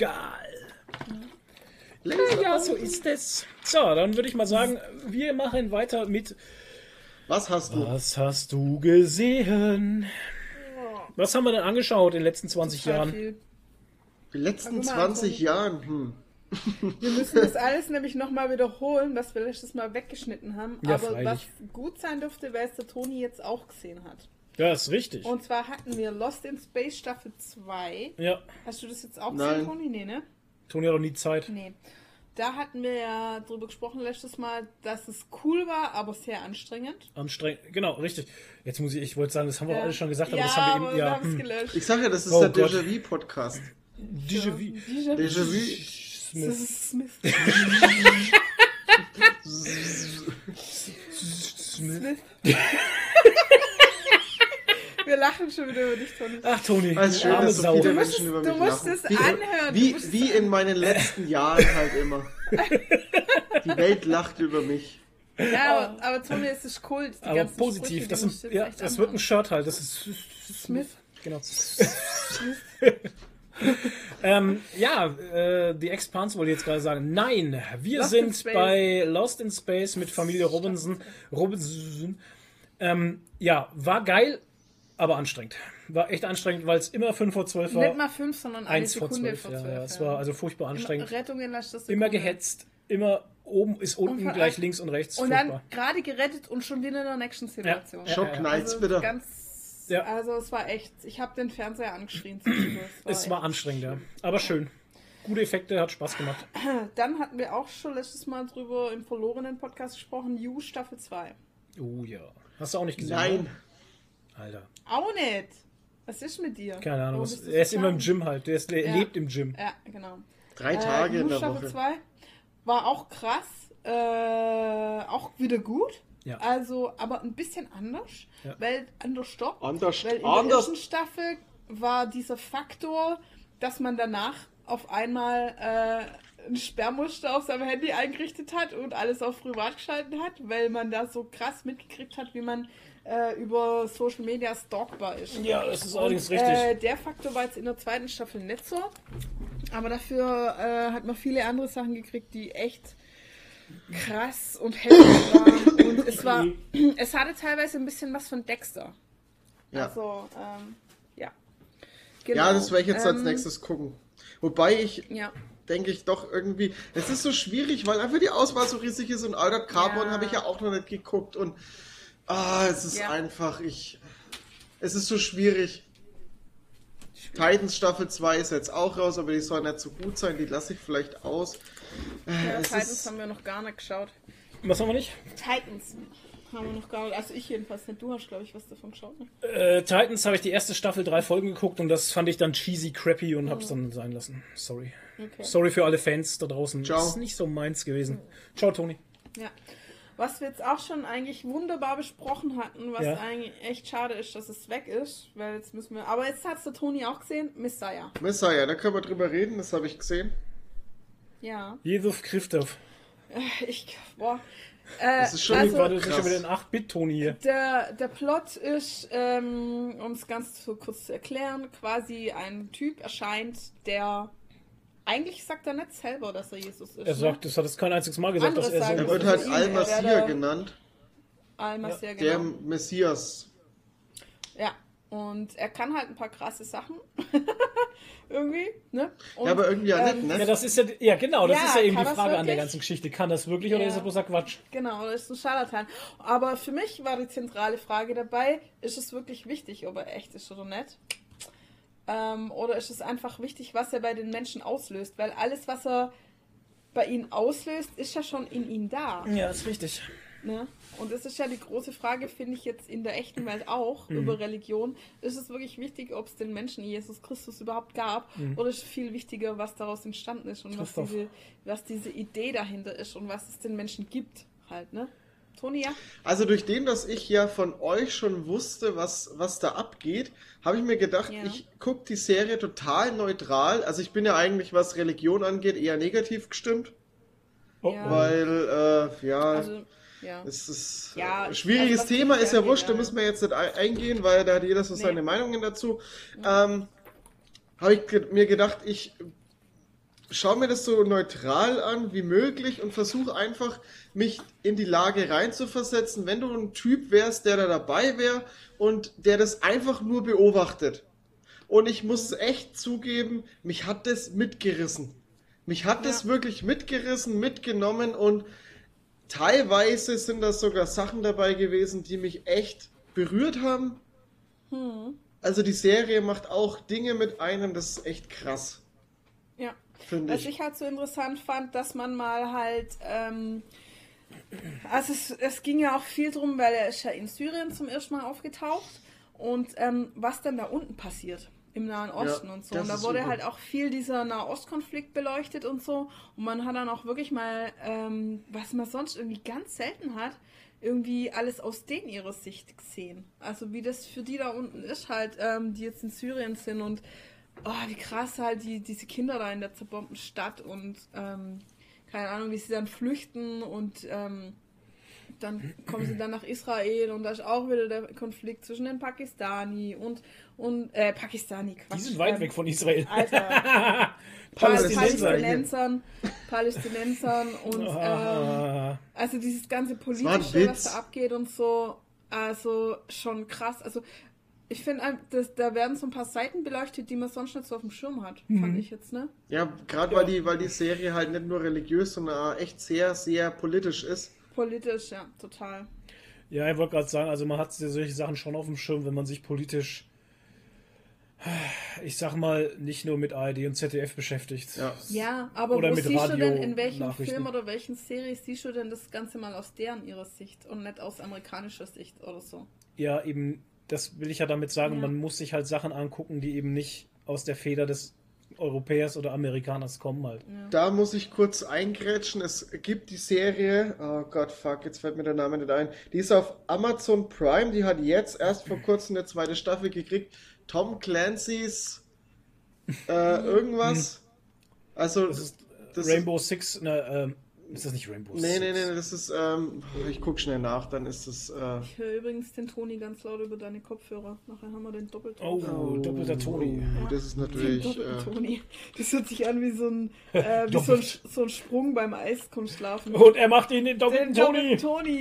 Geil. Ja, so ist es. So, dann würde ich mal sagen, wir machen weiter mit Was hast du? Was hast du gesehen? Was haben wir denn angeschaut in den letzten 20 total Jahren? viel. Die letzten Sag mal, 20 Jahren. Wir müssen das alles nämlich nochmal wiederholen, was wir letztes Mal weggeschnitten haben. Ja, Aber freilich. was gut sein dürfte, weil es der Toni jetzt auch gesehen hat. Ja, ist richtig. Und zwar hatten wir Lost in Space Staffel 2. Ja, Hast du das jetzt auch Nein. gesehen, Toni? Nee, ne? Toni hat doch nie Zeit. Nee. Da hatten wir ja drüber gesprochen letztes Mal, dass es cool war, aber sehr anstrengend. Anstrengend. Genau, richtig. Jetzt muss ich wollte sagen, das haben wir Ja. alles schon gesagt, aber ja, das haben wir aber eben. wir Ja, haben es gelöscht. Ich sag ja, das ist Oh der Gott. Déjà-vu-Podcast. Déjà-vu. Déjà-vu. Smith. Smith. Wir lachen schon wieder über dich, Toni. Ach, Toni. Es ist schön, arme dass so Sau. viele Du musst Menschen es- über du mich musst lachen. es anhören, du Wie, musst wie in meinen letzten Jahren halt immer. Die Welt lacht über mich. Ja, aber Toni, es ist cool. Die Aber ganzen positiv. Sprüche, Das, die musst du sind, jetzt ja, echt das wird ein anhören. Shirt halt. Das ist Smith. Genau. Die Expanse wollte ich jetzt gerade sagen. Nein, wir Lost in sind Space. bei Lost in Space mit Familie Robinson. War geil, aber anstrengend. War echt anstrengend, weil es immer 5 vor 12 war. Nicht mal 5, sondern eine 1 vor Sekunde 12. vor Ja, 12. ja, es war also furchtbar anstrengend. Rettungen lässt das Immer Sekunde. gehetzt, immer oben ist unten, vor gleich allem- links und rechts. Und dann Furchtbar. gerade gerettet und schon wieder in der nächsten Situation. Ja. Schon knallt's wieder. Ja. Also es war echt, ich habe den Fernseher angeschrien. zwischendurch. Es war echt anstrengend, ja. Aber schön. Gute Effekte, hat Spaß gemacht. Dann hatten wir auch schon letztes Mal drüber im verlorenen Podcast gesprochen, You Staffel 2. Oh ja. Hast du auch nicht gesehen? Nein. Ne? Alter. Auch nicht. Was ist mit dir? Keine Ahnung. Warum Was, bist du er ist so immer im klein? Gym halt. Er Ja. lebt im Gym. Ja, genau. 3 Tage in You der Staffel Woche. 2 war auch krass. Auch wieder gut. Ja. Also, aber ein bisschen anders. Ja. Weil anders stoppt. Anders. Weil in der Anders. ersten Staffel war dieser Faktor, dass man danach auf einmal ein Sperrmuster auf seinem Handy eingerichtet hat und alles auf privat geschalten hat, weil man da so krass mitgekriegt hat, wie man über Social Media stalkbar ist. Ja, das ist Und, allerdings richtig. Der Faktor war jetzt in der zweiten Staffel nicht so, aber dafür hat man viele andere Sachen gekriegt, die echt krass und heftig waren. Und es hatte teilweise ein bisschen was von Dexter. Ja. Also, ja. Genau. Ja, das werde ich jetzt als nächstes gucken. Wobei Ja. denke ich doch irgendwie, es ist so schwierig, weil einfach die Auswahl so riesig ist und Altered Carbon Ja. habe ich ja auch noch nicht geguckt und es ist Ja. einfach, es ist so schwierig. Titans Staffel 2 ist jetzt auch raus, aber die soll nicht so gut sein, die lasse ich vielleicht aus. Ja, es Titans ist- haben wir noch gar nicht geschaut. Was haben wir nicht? Titans haben wir noch gar nicht. Also ich jedenfalls nicht. Du hast, glaube ich, was davon geschaut, ne? Titans habe ich die erste Staffel 3 Folgen geguckt und das fand ich dann cheesy, crappy und hab's dann sein lassen. Sorry. Okay. Sorry für alle Fans da draußen. Ciao. Das ist nicht so meins gewesen. Ciao, Toni. Ja. Was wir jetzt auch schon eigentlich wunderbar besprochen hatten, was eigentlich echt schade ist, dass es weg ist, weil jetzt müssen wir... Aber jetzt hat es der Toni auch gesehen, Messiah. Messiah, da können wir drüber reden, das habe ich gesehen. Ja. Jesus Christoph. Boah. Das ist schon War das krass. schon wieder ein 8-Bit-Toni hier. Der Plot ist, um es ganz so kurz zu erklären, quasi ein Typ erscheint, der... Eigentlich sagt er nicht selber, dass er Jesus ist. Er sagt, das hat es kein einziges Mal gesagt, Andere dass er sagen, so Er wird das halt ist ihm, Al-Masir er wäre genannt, Al-Masir, der genau. Messias. Ja, und er kann halt ein paar krasse Sachen. Irgendwie, ne? Und, Ja, aber irgendwie ja nicht, ne? Ja, das ist ja genau, das Ja, ist ja eben kann die das Frage an der wirklich? ganzen Geschichte. Kann das wirklich oder Ja. ist das bloßer Quatsch? Genau, das ist ein Scharlatan. Aber für mich war die zentrale Frage dabei, ist es wirklich wichtig, ob er echt ist oder nicht? Oder ist es einfach wichtig, was er bei den Menschen auslöst? Weil alles, was er bei ihnen auslöst, ist ja schon in ihm da. Ja, ist richtig. Ne? Und das ist ja die große Frage, finde ich jetzt in der echten Welt auch, über Religion. Ist es wirklich wichtig, ob es den Menschen Jesus Christus überhaupt gab? Oder ist es viel wichtiger, was daraus entstanden ist und Christoph. was diese Idee dahinter ist und was es den Menschen gibt halt, ne? Toni, ja? Also durch den, dass ich ja von euch schon wusste, was da abgeht, habe ich mir gedacht, Ja. ich gucke die Serie total neutral. Also ich bin ja eigentlich, was Religion angeht, eher negativ gestimmt, Oh, Ja. weil, Also, ja. es ist Ja, ein schwieriges also was Thema, die ist ja angeht, wurscht, da ja. müssen wir jetzt nicht eingehen, weil da hat jeder so Nee. seine Meinungen dazu. Habe ich mir gedacht, ich schaue mir das so neutral an wie möglich und versuche einfach, mich in die Lage reinzuversetzen, wenn du ein Typ wärst, der da dabei wäre und der das einfach nur beobachtet. Und ich muss echt zugeben, mich hat das mitgerissen. Mich hat das wirklich mitgerissen, mitgenommen und teilweise sind da sogar Sachen dabei gewesen, die mich echt berührt haben. Also die Serie macht auch Dinge mit einem, das ist echt krass, Ja. finde Was ich. ich halt so interessant fand, dass man mal halt, also es ging ja auch viel drum, weil er ist ja in Syrien zum ersten Mal aufgetaucht und was dann da unten passiert im Nahen Osten und so. das Und da ist wurde übel. halt auch viel dieser Nahostkonflikt beleuchtet und so. Und man hat dann auch wirklich mal, was man sonst irgendwie ganz selten hat, irgendwie alles aus denen ihrer Sicht gesehen. Also wie das für die da unten ist halt, die jetzt in Syrien sind und wie krass halt diese Kinder da in der zerbombten Stadt und keine Ahnung, wie sie dann flüchten und dann kommen sie dann nach Israel und da ist auch wieder der Konflikt zwischen den Pakistani und Pakistani, Quatsch. Die sind weit weg von Israel. Alter. Palästinenser. Palästinensern und also dieses ganze war ein Politische, Witz. was da abgeht und so, also schon krass. Also ich finde, da werden so ein paar Seiten beleuchtet, die man sonst nicht so auf dem Schirm hat, fand ich jetzt, ne? Ja, gerade weil die Serie halt nicht nur religiös, sondern auch echt sehr, sehr politisch ist. Politisch, ja, total. Ja, ich wollte gerade sagen, also man hat solche Sachen schon auf dem Schirm, wenn man sich politisch, ich sag mal, nicht nur mit ARD und ZDF beschäftigt. Ja. Ja, aber Oder wo mit siehst du denn, in welchem Radio-Nachrichten. Film oder welchen Serie siehst du denn das Ganze mal aus ihrer Sicht und nicht aus amerikanischer Sicht oder so? Ja, eben, das will ich ja damit sagen, Ja. man muss sich halt Sachen angucken, die eben nicht aus der Feder des Europäers oder Amerikaners kommen halt. Da muss ich kurz eingrätschen. Es gibt die Serie, oh Gott, fuck, jetzt fällt mir der Name nicht ein. Die ist auf Amazon Prime, die hat jetzt erst vor kurzem eine zweite Staffel gekriegt. Tom Clancy's irgendwas. Also, Das ist das Rainbow Six, ist das nicht Rainbow nee, Six? nee, nee, das ist, ich guck schnell nach, dann ist es, Ich höre übrigens den Toni ganz laut über deine Kopfhörer. Nachher haben wir den doppelt Oh, doppelter Toni. das ist Den natürlich, doppelten Toni. Das hört sich an wie so ein, so ein Sprung beim Eiskunstschlafen. Und er macht ihn den doppelten Den Toni. Toni!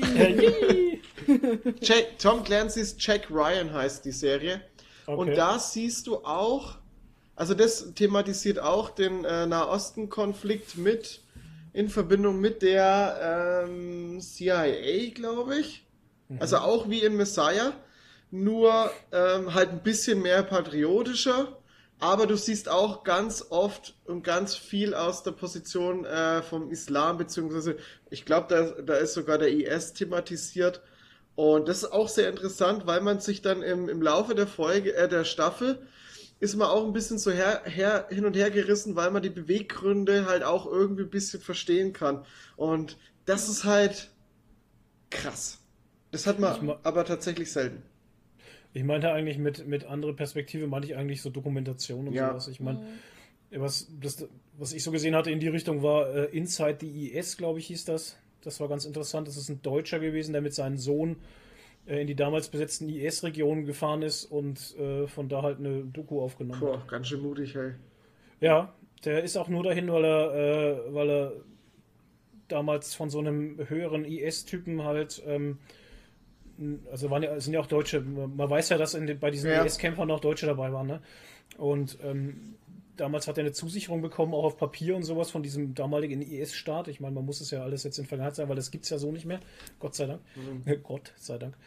Tom Clancy's Jack Ryan heißt die Serie. Okay. Und da siehst du auch, also das thematisiert auch den Nahosten-Konflikt in Verbindung mit der CIA, glaube ich. Also auch wie in Messiah, nur halt ein bisschen mehr patriotischer. Aber du siehst auch ganz oft und ganz viel aus der Position vom Islam, beziehungsweise ich glaube, da ist sogar der IS thematisiert. Und das ist auch sehr interessant, weil man sich dann im Laufe der der Staffel ist man auch ein bisschen so hin und her gerissen, weil man die Beweggründe halt auch irgendwie ein bisschen verstehen kann. Und das ist halt krass. Das hat man aber tatsächlich selten. Ich meinte eigentlich mit andere Perspektive, meinte ich eigentlich so Dokumentation und sowas. Ich meine, was ich so gesehen hatte in die Richtung war Inside the IS, glaube ich, hieß das. Das war ganz interessant. Das ist ein Deutscher gewesen, der mit seinem Sohn in die damals besetzten IS-Regionen gefahren ist und von da halt eine Doku aufgenommen hat. Boah, ganz schön mutig, hey. Ja, der ist auch nur dahin, weil er damals von so einem höheren IS-Typen halt, also sind ja auch Deutsche, man weiß ja, dass bei diesen IS-Kämpfern auch Deutsche dabei waren, ne? Und damals hat er eine Zusicherung bekommen, auch auf Papier und sowas von diesem damaligen IS-Staat. Ich meine, man muss es ja alles jetzt in Vergangenheit sein, weil das gibt es ja so nicht mehr. Gott sei Dank. Gott sei Dank.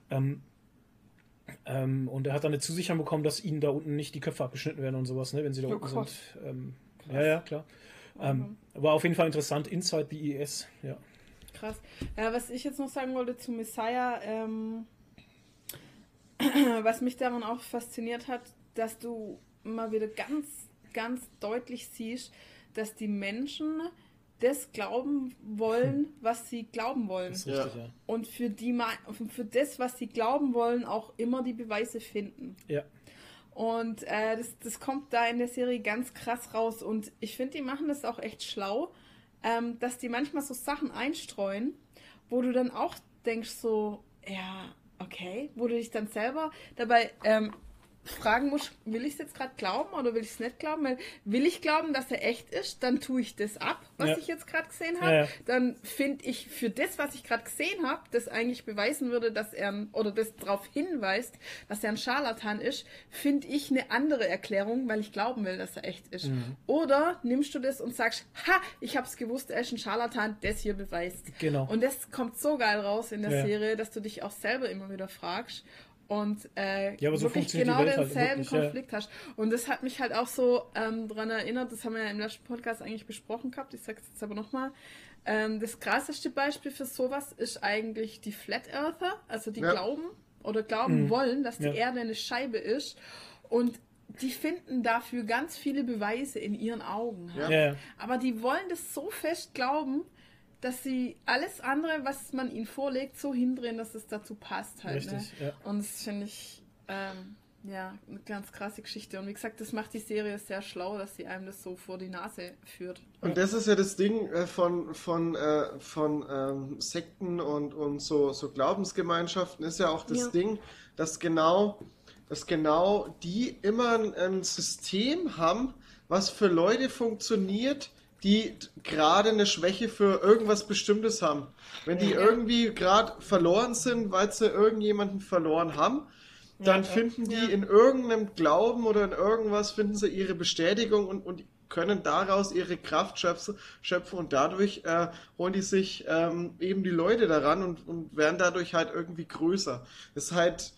Und er hat dann eine Zusicherung bekommen, dass ihnen da unten nicht die Köpfe abgeschnitten werden und sowas, ne, wenn sie da unten sind. Ja, klar. War auf jeden Fall interessant. Inside the IS, ja. Krass. Ja, was ich jetzt noch sagen wollte zu Messiah, was mich daran auch fasziniert hat, dass du mal wieder ganz, ganz deutlich siehst, dass die Menschen das glauben wollen, was sie glauben wollen. Das ist richtig, ja. Und für das, was sie glauben wollen, auch immer die Beweise finden. Ja. Und das kommt da in der Serie ganz krass raus. Und ich finde, die machen das auch echt schlau, dass die manchmal so Sachen einstreuen, wo du dann auch denkst so, ja, okay, wo du dich dann selber dabei fragen musst, will ich es jetzt gerade glauben oder will ich es nicht glauben? Weil will ich glauben, dass er echt ist, dann tue ich das ab, was ich jetzt gerade gesehen habe. Ja. Dann finde ich für das, was ich gerade gesehen habe, das eigentlich beweisen würde, dass oder das darauf hinweist, dass er ein Scharlatan ist, finde ich eine andere Erklärung, weil ich glauben will, dass er echt ist. Mhm. Oder nimmst du das und sagst, ich habe es gewusst, er ist ein Scharlatan, das hier beweist. Genau. Und das kommt so geil raus in der Serie, dass du dich auch selber immer wieder fragst. Und aber so wirklich genau denselben halt Konflikt hast. Und das hat mich halt auch so daran erinnert, das haben wir ja im letzten Podcast eigentlich besprochen gehabt, ich sage es jetzt aber nochmal. Das krasseste Beispiel für sowas ist eigentlich die Flat Earther, also die glauben wollen, dass die Erde eine Scheibe ist. Und die finden dafür ganz viele Beweise in ihren Augen. Ja. Aber die wollen das so fest glauben, dass sie alles andere, was man ihnen vorlegt, so hindrehen, dass es dazu passt halt. Richtig, ne? ja. Und das finde ich eine ganz krasse Geschichte. Und wie gesagt, das macht die Serie sehr schlau, dass sie einem das so vor die Nase führt. Und das ist ja das Ding von Sekten und so Glaubensgemeinschaften, ist ja auch das Ding, dass genau die immer ein System haben, was für Leute funktioniert, die gerade eine Schwäche für irgendwas Bestimmtes haben. Wenn die irgendwie gerade verloren sind, weil sie irgendjemanden verloren haben, dann finden die in irgendeinem Glauben oder in irgendwas, finden sie ihre Bestätigung und können daraus ihre Kraft schöpfen und dadurch holen die sich eben die Leute daran und werden dadurch halt irgendwie größer. Das ist halt,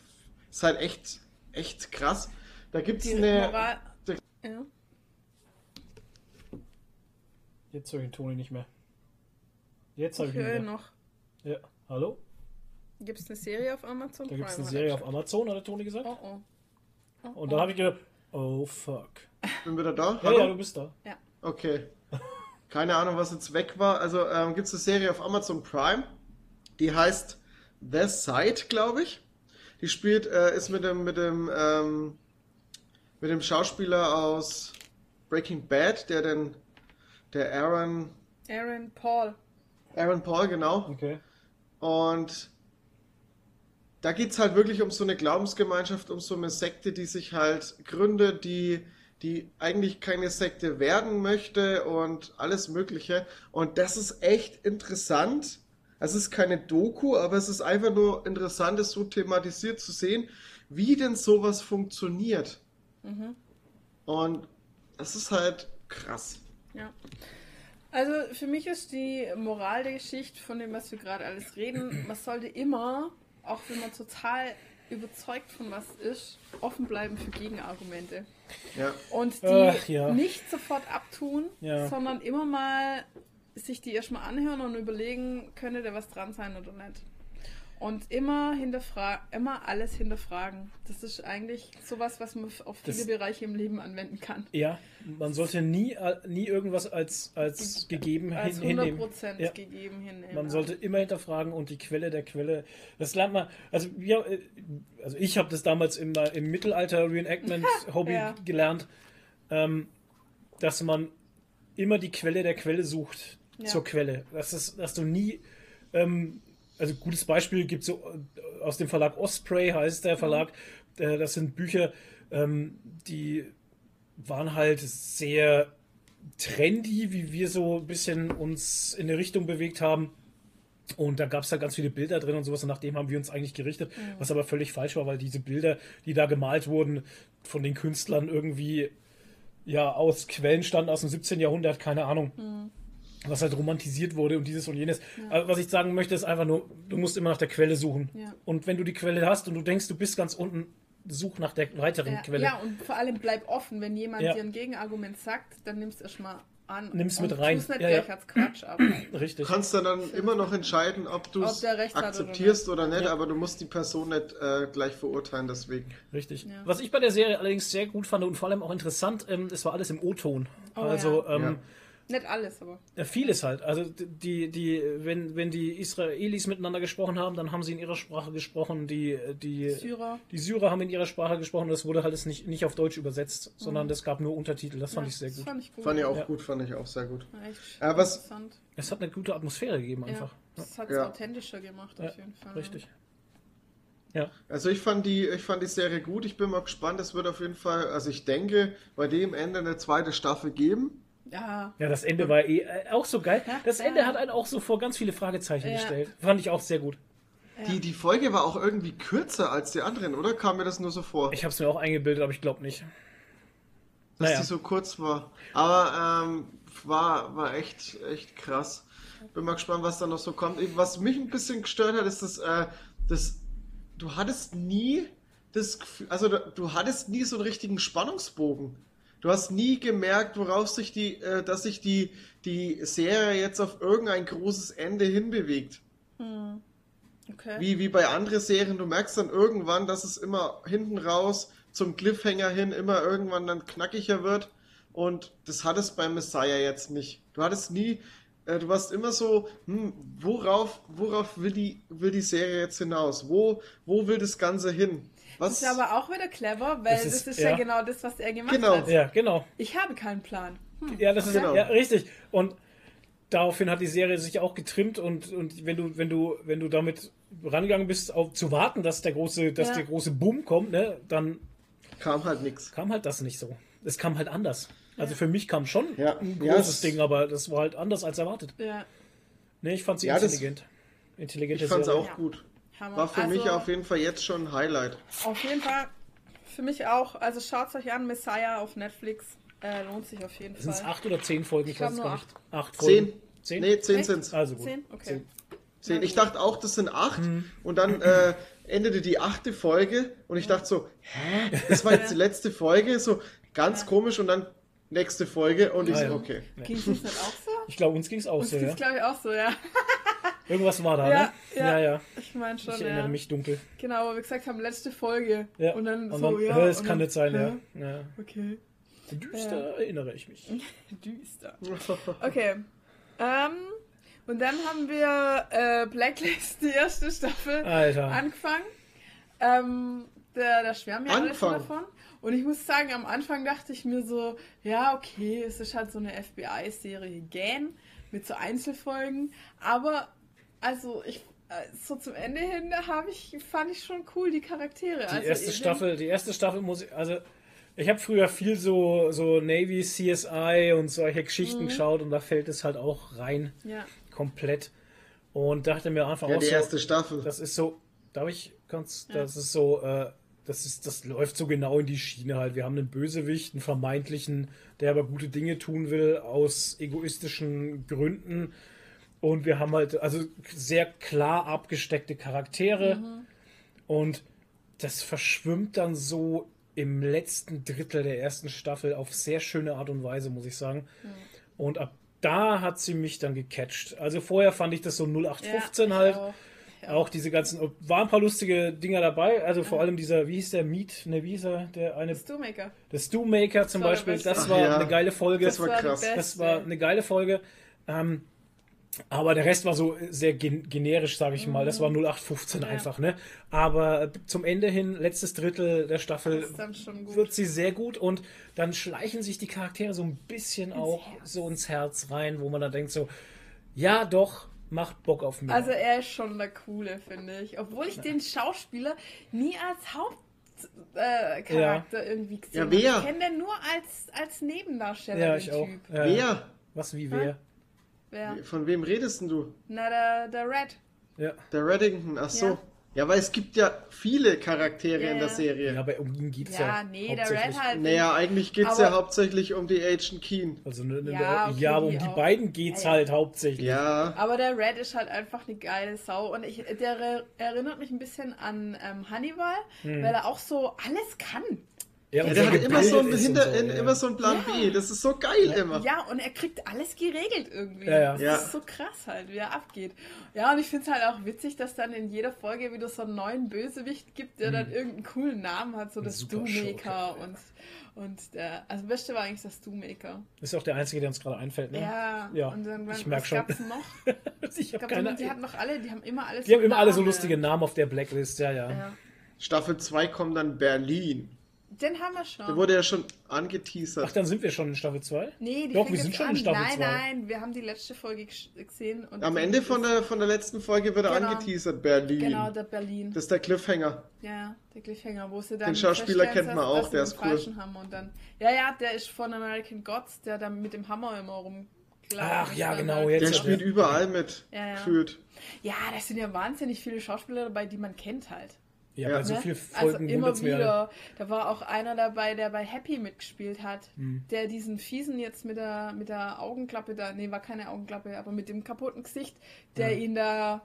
echt krass. Da gibt es eine... Jetzt höre ich den Toni nicht mehr. Jetzt habe ich ihn höre wieder. Noch. Ja, hallo? Gibt es eine Serie auf Amazon? Da gibt es eine Serie auf Amazon, hat der Toni gesagt. Oh. Und da habe ich gedacht, oh fuck. Bin wieder da? Ja, du bist da. Ja. Okay. Keine Ahnung, was jetzt weg war. Also gibt es eine Serie auf Amazon Prime, die heißt The Side, glaube ich. Die ist mit dem Schauspieler aus Breaking Bad, der Aaron Paul. Aaron Paul, genau. Okay. Und da geht es halt wirklich um so eine Glaubensgemeinschaft, um so eine Sekte, die sich halt gründet, die eigentlich keine Sekte werden möchte und alles Mögliche. Und das ist echt interessant. Es ist keine Doku, aber es ist einfach nur interessant, es so thematisiert zu sehen, wie denn sowas funktioniert. Mhm. Und das ist halt krass. Ja. Also für mich ist die Moral der Geschichte von dem, was wir gerade alles reden, man sollte immer, auch wenn man total überzeugt von was ist, offen bleiben für Gegenargumente. Ja. Und die ja. nicht sofort abtun, Ja. sondern immer mal sich die erstmal anhören und überlegen, könnte da was dran sein oder nicht. Und immer alles hinterfragen. Das ist eigentlich sowas, was man auf viele Bereiche im Leben anwenden kann. Ja, man sollte nie irgendwas als gegeben als hinnehmen. 100% gegeben hinnehmen. Man sollte immer hinterfragen und die Quelle der Quelle. Das lernt man. Also ich habe das damals im Mittelalter Reenactment-Hobby gelernt, dass man immer die Quelle der Quelle sucht zur Quelle. Dass du nie also gutes Beispiel gibt es so aus dem Verlag Osprey, heißt der Verlag. Das sind Bücher, die waren halt sehr trendy, wie wir so ein bisschen uns in eine Richtung bewegt haben. Und da gab es halt ganz viele Bilder drin und sowas. Und nach dem haben wir uns eigentlich gerichtet, was aber völlig falsch war, weil diese Bilder, die da gemalt wurden, von den Künstlern irgendwie aus Quellen standen aus dem 17. Jahrhundert, keine Ahnung. Was halt romantisiert wurde und dieses und jenes. Aber was ich sagen möchte, ist einfach nur, du musst immer nach der Quelle suchen. Ja. Und wenn du die Quelle hast und du denkst, du bist ganz unten, such nach der weiteren Quelle. Ja, und vor allem bleib offen. Wenn jemand dir ein Gegenargument sagt, dann nimmst du erstmal an. Nimm's mit rein. Nicht gleich als Quatsch ab. Richtig. Du kannst dann immer noch entscheiden, ob du es akzeptierst oder nicht, aber du musst die Person nicht gleich verurteilen deswegen. Richtig. Ja. Was ich bei der Serie allerdings sehr gut fand und vor allem auch interessant, es war alles im O-Ton. Nicht alles, aber. Ja, vieles halt. Also wenn die Israelis miteinander gesprochen haben, dann haben sie in ihrer Sprache gesprochen. Die Syrer haben in ihrer Sprache gesprochen. Das wurde halt nicht auf Deutsch übersetzt, sondern es gab nur Untertitel. Das fand ich sehr gut. Fand ich auch gut, fand ich auch sehr gut. Ja, echt interessant. Es hat eine gute Atmosphäre gegeben einfach. Es hat es authentischer gemacht auf jeden Fall. Richtig. Ja. Also ich fand die Serie gut. Ich bin mal gespannt. Es wird auf jeden Fall, also ich denke, bei dem Ende eine zweite Staffel geben. Ja, das Ende war auch so geil. Das Ende hat einen auch so vor ganz viele Fragezeichen gestellt. Fand ich auch sehr gut. Ja. Die Folge war auch irgendwie kürzer als die anderen, oder? Kam mir das nur so vor? Ich habe es mir auch eingebildet, aber ich glaube nicht. Dass die so kurz war. Aber war echt krass. Bin mal gespannt, was da noch so kommt. Was mich ein bisschen gestört hat, ist, dass du hattest nie das Gefühl, also du hattest nie so einen richtigen Spannungsbogen. Du hast nie gemerkt, dass sich die Serie jetzt auf irgendein großes Ende hinbewegt. Okay. Wie bei anderen Serien, du merkst dann irgendwann, dass es immer hinten raus zum Cliffhanger hin immer irgendwann dann knackiger wird. Und das hat es bei Messiah jetzt nicht. Du hattest nie, du warst immer so, worauf will die Serie jetzt hinaus? Wo will das Ganze hin? Das ist aber auch wieder clever, weil das ist ja genau das, was er gemacht hat. Ja, genau. Ich habe keinen Plan. Ja, das ist richtig. Und daraufhin hat die Serie sich auch getrimmt und wenn du damit rangegangen bist, zu warten, dass der große Boom kommt, ne, dann kam halt nichts. Kam halt das nicht so. Es kam halt anders. Also für mich kam schon ein großes Ding, aber das war halt anders als erwartet. Ja. Ne, ich fand sie intelligent. Ich fand es auch gut. Hammer. War für mich auf jeden Fall jetzt schon ein Highlight. Auf jeden Fall für mich auch. Also schaut euch an, Messiah auf Netflix. Lohnt sich auf jeden Fall. Sind es 8 oder 10 Folgen? Ich glaube nur 8. 8 Folgen? 10? Nee, 10 sind es. Also gut. 10? Okay. 10. Ich dachte auch, das sind 8. Und dann endete die 8. Folge und ich dachte so, hä? Das war jetzt die letzte Folge? So ganz komisch und dann nächste Folge und ich so, okay. Ging es nicht auch so? Ich glaube, uns ging es auch so, ja. Das glaube ich auch so, ja. Irgendwas war da, ne? Ja. Ich meine schon, Ich erinnere mich dunkel. Genau, wo wir gesagt haben, letzte Folge. Ja. Und dann es kann nicht sein, ja. Okay. Düster erinnere ich mich. Düster. Okay. Und dann haben wir Blacklist, die erste Staffel, angefangen. Da schwärmen ja alle schon davon. Und ich muss sagen, am Anfang dachte ich mir so, ja, okay, es ist halt so eine FBI-Serie gähn mit so Einzelfolgen. Aber, also, so zum Ende hin fand ich schon cool, die Charaktere. Die erste Staffel muss ich, also, ich habe früher viel so Navy, CSI und solche Geschichten geschaut und da fällt es halt auch rein. Ja. Komplett. Und dachte mir einfach auch die erste Staffel. Das ist so, das ist so, das läuft so genau in die Schiene halt. Wir haben einen Bösewicht, einen vermeintlichen, der aber gute Dinge tun will, aus egoistischen Gründen. Und wir haben halt also sehr klar abgesteckte Charaktere. Und das verschwimmt dann so im letzten Drittel der ersten Staffel auf sehr schöne Art und Weise, muss ich sagen. Und ab da hat sie mich dann gecatcht. Also vorher fand ich das so 0815 halt. Auch diese ganzen, waren ein paar lustige Dinger dabei, also vor allem dieser, wie hieß der, wie hieß er, der eine... Stewmaker. Der Stewmaker zum Das war Beispiel, der Beste. das Ach war ja. eine geile Folge. Das war krass. die Das Beste. war eine geile Folge. Aber der Rest war so sehr generisch, sage ich mal. Das war 0815 Ja. einfach, ne? Aber zum Ende hin, letztes Drittel der Staffel, Das ist dann schon gut. wird sie sehr gut und dann schleichen sich die Charaktere so ein bisschen auch Herz. so ins Herz rein, wo man dann denkt so, ja doch, macht Bock auf mich. Also er ist schon der Coole, finde ich. Obwohl ich den Schauspieler nie als Hauptcharakter irgendwie gesehen Ja, habe. wer? Ich kenne den nur als Nebendarsteller, ja, den ich auch. Typ. Ja. Wer? Was, wie wer? Wer? Von wem redest denn du? Na, der Red. Ja. Der Reddington, ach so. Ja. Ja, weil es gibt ja viele Charaktere Ja, in der ja. Serie. Ja, aber um ihn geht es ja. Ja, nee, der hauptsächlich. Red halt. Naja, eigentlich geht es ja Aber- hauptsächlich um die Agent Keen. Also, Ja, okay, aber um die die auch. beiden geht's Ja, ja. halt hauptsächlich. Ja, Aber der Red ist halt einfach eine geile Sau. Und der erinnert mich ein bisschen an Hannibal, weil er auch so alles kann. Ja, ja und der so hat immer so, ein gebildet ist und ja. immer so einen Plan Ja. B. Das ist so geil immer. Ja, und er kriegt alles geregelt irgendwie. Ja, ja. Das Ja. ist so krass halt, wie er abgeht. Ja, und ich finde es halt auch witzig, dass dann in jeder Folge wieder so einen neuen Bösewicht gibt, der dann irgendeinen coolen Namen hat, so der Super Stewmaker und der, also das Beste war eigentlich der Stewmaker. Ist auch der einzige, der uns gerade einfällt, ne? Ja, Ja, und dann ich was merk schon. gab's noch? Ich Ich habe glaube, keine die hatten noch alle, die haben immer alles Die haben immer alle so Namen. lustige Namen auf der Blacklist, ja, ja. Ja. Staffel 2 kommt dann Berlin. Den haben wir schon. Der wurde ja schon angeteasert. Ach, dann sind wir schon in Staffel 2? Nee, die Doch, fängt wir sind jetzt schon an. in Staffel Nein, 2. nein, wir haben die letzte Folge gesehen. Und Am Ende von der letzten Folge wird er Genau. angeteasert, Berlin. Genau, der Berlin. Das ist der Cliffhanger. Ja, der Cliffhanger, wo sie dann. Den Schauspieler feststellen, kennt man dass auch, sie der den ist cool. Falschen haben und dann. Ja, der ist von American Gods, der dann mit dem Hammer immer rumklappt. Ach, ja, und dann genau, halt- jetzt Der Ja. spielt überall mit. Ja, ja. Gefühlt. Ja, da sind ja wahnsinnig viele Schauspieler dabei, die man kennt halt. Ja, Ja. bei so Ne? vielen Also Folgen immer wundert's mir. wieder. Da war auch einer dabei, der bei Happy mitgespielt hat. Hm. Der diesen fiesen jetzt mit der Augenklappe da, nee, war keine Augenklappe, aber mit dem kaputten Gesicht, der ihn da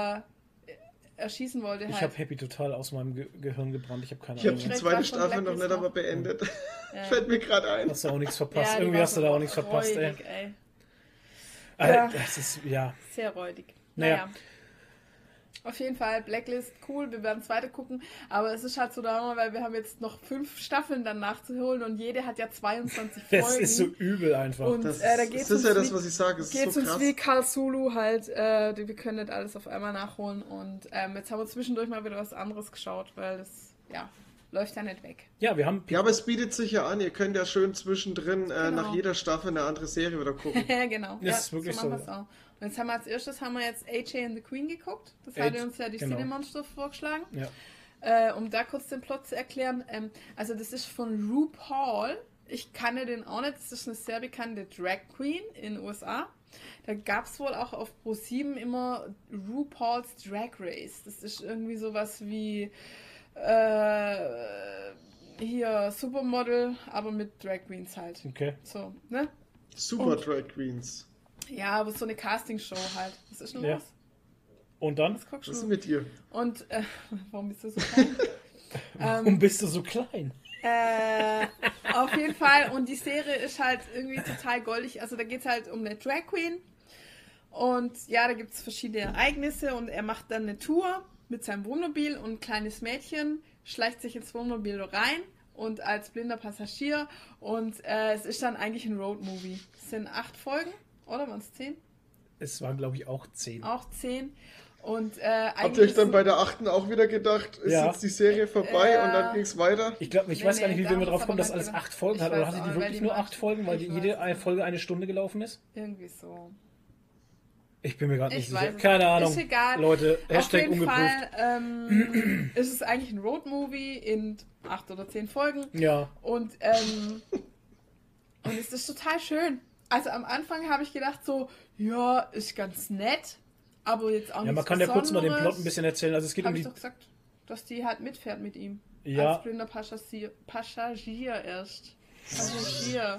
erschießen wollte. Ich halt. habe Happy total aus meinem Gehirn gebrannt. Ich habe keine Ich habe Ahnung. die Vielleicht zweite war's von Staffel noch Blacklist nicht noch. aber beendet. Ja. Fällt mir gerade ein. Hast du auch nichts verpasst. die Irgendwie war hast du da so auch nichts verpasst, ey. räudig, ey. Ja. Das ist, ja. Sehr räudig. Naja. Naja. Auf jeden Fall, Blacklist, cool, wir werden es weiter gucken. Aber es ist halt so da, weil wir haben jetzt noch 5 Staffeln dann nachzuholen und jede hat ja 22 Folgen. Das ist so übel einfach. Und Das, da ist, geht's das ist ja uns das, wie- was ich sage. Es Geht ist so uns krass. wie Karl Sulu halt, wir können nicht alles auf einmal nachholen und jetzt haben wir zwischendurch mal wieder was anderes geschaut, weil das, ja, läuft ja nicht weg. Ja, wir haben Ja, aber es bietet sich ja an. Ihr könnt ja schön zwischendrin Genau. nach jeder Staffel eine andere Serie wieder gucken. Ja, genau. Das ist wirklich machen so. wir's auch. Und jetzt haben wir als erstes jetzt AJ and the Queen geguckt. Das AJ, hatte uns ja die genau. Cinemonster vorgeschlagen. ja. Um da kurz den Plot zu erklären. Also das ist von RuPaul. Ich kannte den auch nicht. Das ist eine sehr bekannte Drag Queen in den USA. Da gab es wohl auch auf Pro7 immer RuPaul's Drag Race. Das ist irgendwie sowas wie hier Supermodel, aber mit Drag Queens halt. Okay. So, ne? Super Und- Drag Queens. Ja, aber so eine Castingshow halt. Was ist denn Ja. los? Und dann? Was guckst Was ist du? mit dir? Und, warum bist du so klein? Warum bist du so klein? Auf jeden Fall. Und die Serie ist halt irgendwie total goldig. Also da geht es halt um eine Drag Queen. Und ja, da gibt es verschiedene Ereignisse. Und er macht dann eine Tour mit seinem Wohnmobil. Und ein kleines Mädchen schleicht sich ins Wohnmobil rein. Und als blinder Passagier. Und es ist dann eigentlich ein Roadmovie. Es sind 8 Folgen. Oder waren es 10? Es waren, glaube ich, auch 10. Auch 10. Und Habt ihr euch dann bei der 8. auch wieder gedacht, ist Ja. jetzt die Serie vorbei und dann ging es weiter? Ich glaube, ich Nee, weiß gar nee, nicht, wie da wir muss drauf aber kommen, dass mal alles genau- 8 Folgen Ich hat. Oder weiß hatte auch, die weil wirklich die nur nur 8 Folgen, weil ich jede weiß auch. Folge eine Stunde gelaufen ist? irgendwie so. Ich bin mir gerade nicht Ich sicher. weiß es Keine nicht. Ahnung. Ist egal. Leute, Auf Hashtag jeden ungeprüft. Fall ist es eigentlich ein Roadmovie in 8 oder 10 Folgen. Ja. Und es ist total schön. Also am Anfang habe ich gedacht so, ja, ist ganz nett, aber jetzt auch Ja, nicht man kann ja kurz mal den Besonderes. Plot ein bisschen erzählen. Also es geht um Habe ich die... doch gesagt, dass die halt mitfährt mit ihm. Ja. Als blinder Passagier erst. Passagier.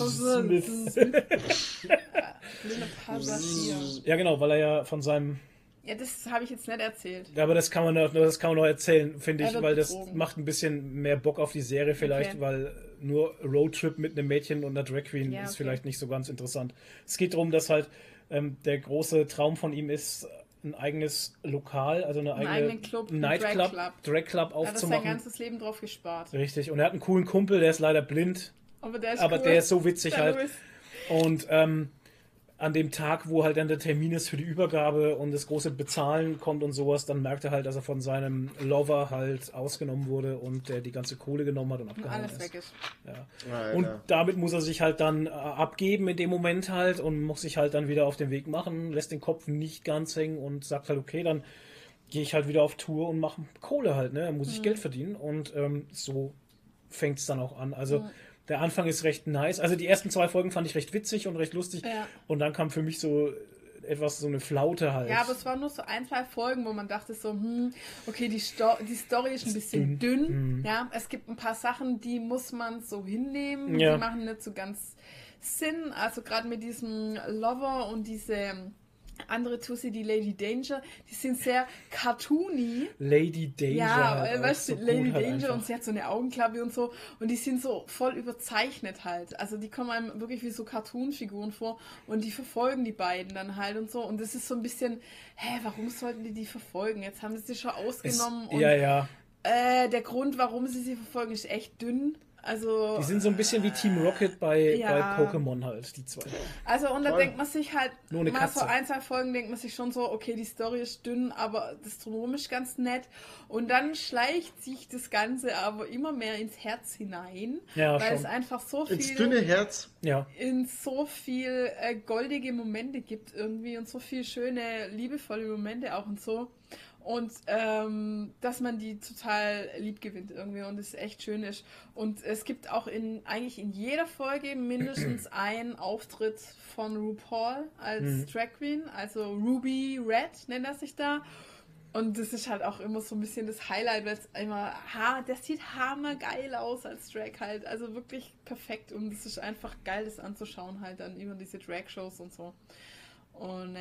Blinder Passagier. Ja, genau, weil er ja von seinem... Ja, das habe ich jetzt nicht erzählt. Ja, aber das kann man noch erzählen, finde Er ich, wird weil das betrogen. macht ein bisschen mehr Bock auf die Serie vielleicht, Okay. weil nur Roadtrip mit einem Mädchen und einer Drag Queen Ja, ist okay. vielleicht nicht so ganz interessant. Es geht darum, dass halt der große Traum von ihm ist, ein eigenes Lokal, also eine eigene eigenen Club, einen Nightclub, Drag Club Er hat sein aufzumachen. ganzes Leben drauf gespart. Richtig. Und er hat einen coolen Kumpel, der ist leider blind, Aber der ist aber cool. der ist so witzig Der halt. Louis. Und an dem Tag, wo halt dann der Termin ist für die Übergabe und das große Bezahlen kommt und sowas, dann merkt er halt, dass er von seinem Lover halt ausgenommen wurde und der die ganze Kohle genommen hat und Und abgehauen alles ist. weg ist. Ja. Alter. Und damit muss er sich halt dann abgeben in dem Moment halt und muss sich halt dann wieder auf den Weg machen, lässt den Kopf nicht ganz hängen und sagt halt, okay, dann gehe ich halt wieder auf Tour und mache Kohle halt, ne? Da muss ich Geld verdienen und so fängt es dann auch an. Also der Anfang ist recht nice. Also die ersten 2 Folgen fand ich recht witzig und recht lustig. Ja. Und dann kam für mich so so eine Flaute halt. Ja, aber es waren nur so 1, 2 Folgen, wo man dachte so, okay, die Story ist ein bisschen dünn. Ja, es gibt ein paar Sachen, die muss man so hinnehmen. Ja. Die machen nicht so ganz Sinn. Also gerade mit diesem Lover und diese andere Tussi, die Lady Danger, die sind sehr cartoony. Lady Danger. Ja, halt auch weißt du, so gut Lady halt Danger einfach. und sie hat so eine Augenklappe und so und die sind so voll überzeichnet halt. Also die kommen einem wirklich wie so Cartoon-Figuren vor und die verfolgen die beiden dann halt und so und das ist so ein bisschen, warum sollten die verfolgen? Jetzt haben sie sie schon ausgenommen und Ja. der Grund, warum sie verfolgen, ist echt dünn. Also, Die sind so ein bisschen wie Team Rocket bei ja. Pokémon halt, die 2. also und da Voll. denkt man sich halt, Nur eine mal Katze. so 1, 2 Folgen denkt man sich schon so, okay, die Story ist dünn, aber das Drumherum ist ganz nett. Und dann schleicht sich das Ganze aber immer mehr ins Herz hinein, Ja, weil schon. es einfach so Ins dünne viel Herz. Ja. in so viel goldige Momente gibt irgendwie und so viel schöne, liebevolle Momente auch und so. Und dass man die total lieb gewinnt irgendwie und es echt schön ist. Und es gibt auch eigentlich in jeder Folge mindestens einen Auftritt von RuPaul als Drag Queen, also Ruby Red nennt er sich da. Und das ist halt auch immer so ein bisschen das Highlight, weil es immer, der sieht hammergeil aus als Drag halt. Also wirklich perfekt und es ist einfach geil, das anzuschauen halt dann immer diese Drag-Shows und so. Und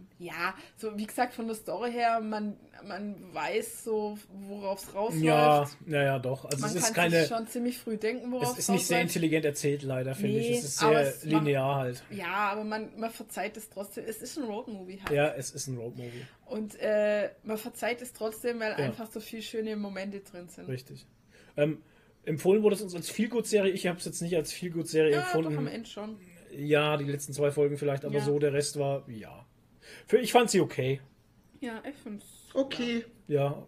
so wie gesagt, von der Story her, man weiß so, worauf es rausläuft. Ja, doch. Also Man es ist kann sich keine. schon ziemlich früh denken, worauf Es ist nicht sehr rausläuft. intelligent erzählt, leider, finde Nee, ich. Es ist aber sehr es macht- linear halt. Ja, aber man verzeiht es trotzdem. Es ist ein Roadmovie halt. Ja, es ist ein Roadmovie. Und man verzeiht es trotzdem, weil Ja. einfach so viele schöne Momente drin sind. Richtig. Empfohlen wurde es uns als Feelgood-Serie. Ich habe es jetzt nicht als Feelgood-Serie Ja, doch am empfunden. Ende schon. Ja, die letzten 2 Folgen vielleicht, aber Ja. so der Rest war, ja. Ich fand sie okay. Ja, ich finde es. Okay. Ja.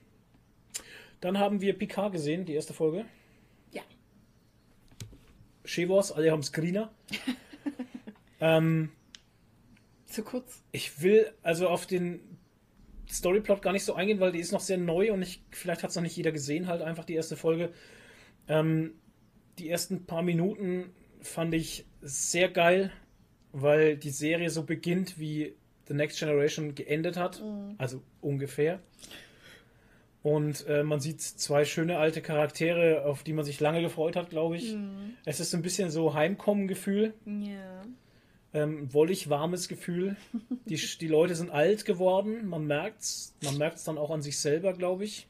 Dann haben wir Picard gesehen, die erste Folge. Ja. Chevos, alle haben Screener. Zu kurz. Ich will also auf den Storyplot gar nicht so eingehen, weil die ist noch sehr neu und vielleicht hat es noch nicht jeder gesehen, halt einfach die erste Folge. Die ersten paar Minuten fand ich sehr geil, weil die Serie so beginnt, wie The Next Generation geendet hat. Also ungefähr. Und man sieht 2 schöne alte Charaktere, auf die man sich lange gefreut hat, glaube ich. Es ist ein bisschen so Heimkommen-Gefühl. Ja. Wollig warmes Gefühl. Die Leute sind alt geworden, man merkt's. Man merkt's dann auch an sich selber, glaube ich.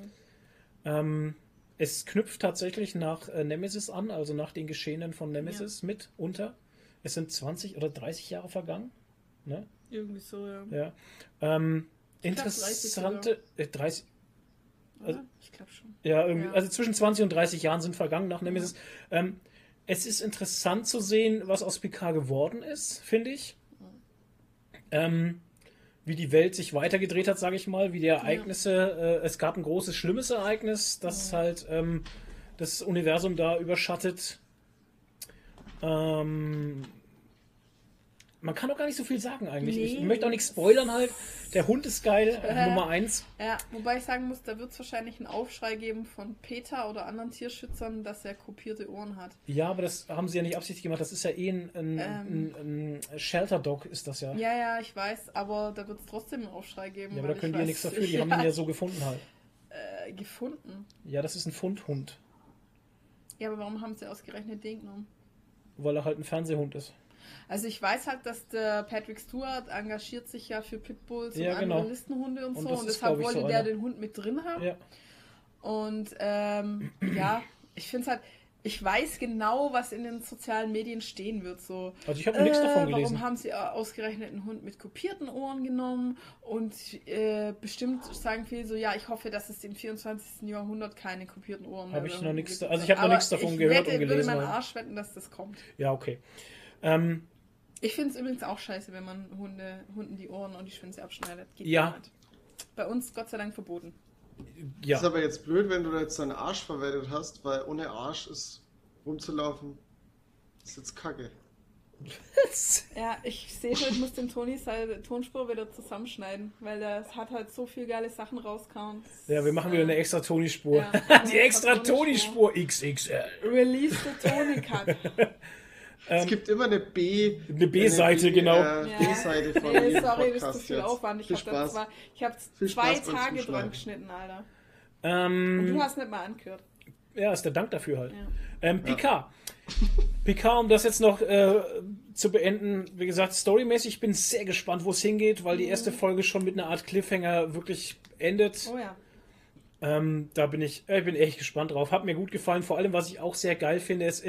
Es knüpft tatsächlich nach Nemesis an, also nach den Geschehenen von Nemesis mitunter. Es sind 20 oder 30 Jahre vergangen. Ne? Irgendwie so, ja. Ja. Ich glaub, 30 Interessante 30. Also- ich glaube schon. Ja, irgendwie, Ja. also zwischen 20 und 30 Jahren sind vergangen nach Nemesis. Es ist interessant zu sehen, was aus Picard geworden ist, finde ich. Wie die Welt sich weitergedreht hat, sage ich mal, wie die Ereignisse, es gab ein großes, schlimmes Ereignis, das halt das Universum da überschattet. Man kann doch gar nicht so viel sagen eigentlich. Ich Nee. möchte auch nichts spoilern halt. Der Hund ist geil, Nummer 1. Ja, wobei ich sagen muss, da wird es wahrscheinlich einen Aufschrei geben von PETA oder anderen Tierschützern, dass er kopierte Ohren hat. Ja, aber das haben sie ja nicht absichtlich gemacht. Das ist ja eh ein Shelter Dog, ist das ja. Ja, ich weiß, aber da wird es trotzdem einen Aufschrei geben. Ja, aber weil da können ich die ja weiß- nichts dafür. Die haben ihn ja so gefunden halt. gefunden. Ja, das ist ein Fundhund, Ja, aber warum haben sie ausgerechnet den genommen? weil er halt ein Fernsehhund ist. Also ich weiß halt, dass der Patrick Stewart engagiert sich ja für Pitbulls Ja, und genau. andere Listenhunde und Und so. das Und ist, deshalb glaub ich, wollte so der einer. den Hund mit drin haben. Ja. Und ich finde es halt, ich weiß genau, was in den sozialen Medien stehen wird. So, Also ich habe nichts davon gelesen. Warum haben sie ausgerechnet einen Hund mit kopierten Ohren genommen? Und bestimmt sagen viele so, ja, ich hoffe, dass es im 24. Jahrhundert keine kopierten Ohren mehr Habe ich gibt. noch nichts, also ich habe noch nichts davon gehört und Ich würde gelesen. meinen Arsch wetten, dass das kommt. Ja, okay. Ich finde es übrigens auch scheiße, wenn man Hunden die Ohren und die Schwänze abschneidet. Geht Ja. gar nicht. Bei uns Gott sei Dank verboten. Ja. Das ist aber jetzt blöd, wenn du da jetzt deinen Arsch verwendet hast, weil ohne Arsch ist rumzulaufen, ist jetzt kacke. Ja, ich sehe schon, ich muss dem Toni seine Tonspur wieder zusammenschneiden, weil das hat halt so viel geile Sachen rausgehauen. Ja, wir machen wieder eine extra Toni-Spur. Ja, Die extra Toni-Spur XXL. Release the Toni Cut. Es gibt immer eine B-Seite, genau. B-Seite von Nee, jedem sorry, das ist Podcast zu viel jetzt. Aufwand. Viel Ich Spaß. habe Viel 2 Spaß beim Tage dran Zuschneiden. geschnitten, Alter. Und du hast nicht mal angehört. Ja, ist der Dank dafür halt. Ja. Picard. Picard, um das jetzt noch zu beenden, wie gesagt, storymäßig, ich bin sehr gespannt, wo es hingeht, weil die erste Folge schon mit einer Art Cliffhanger wirklich endet. Oh ja. Da bin ich bin echt gespannt drauf. Hat mir gut gefallen. Vor allem, was ich auch sehr geil finde, es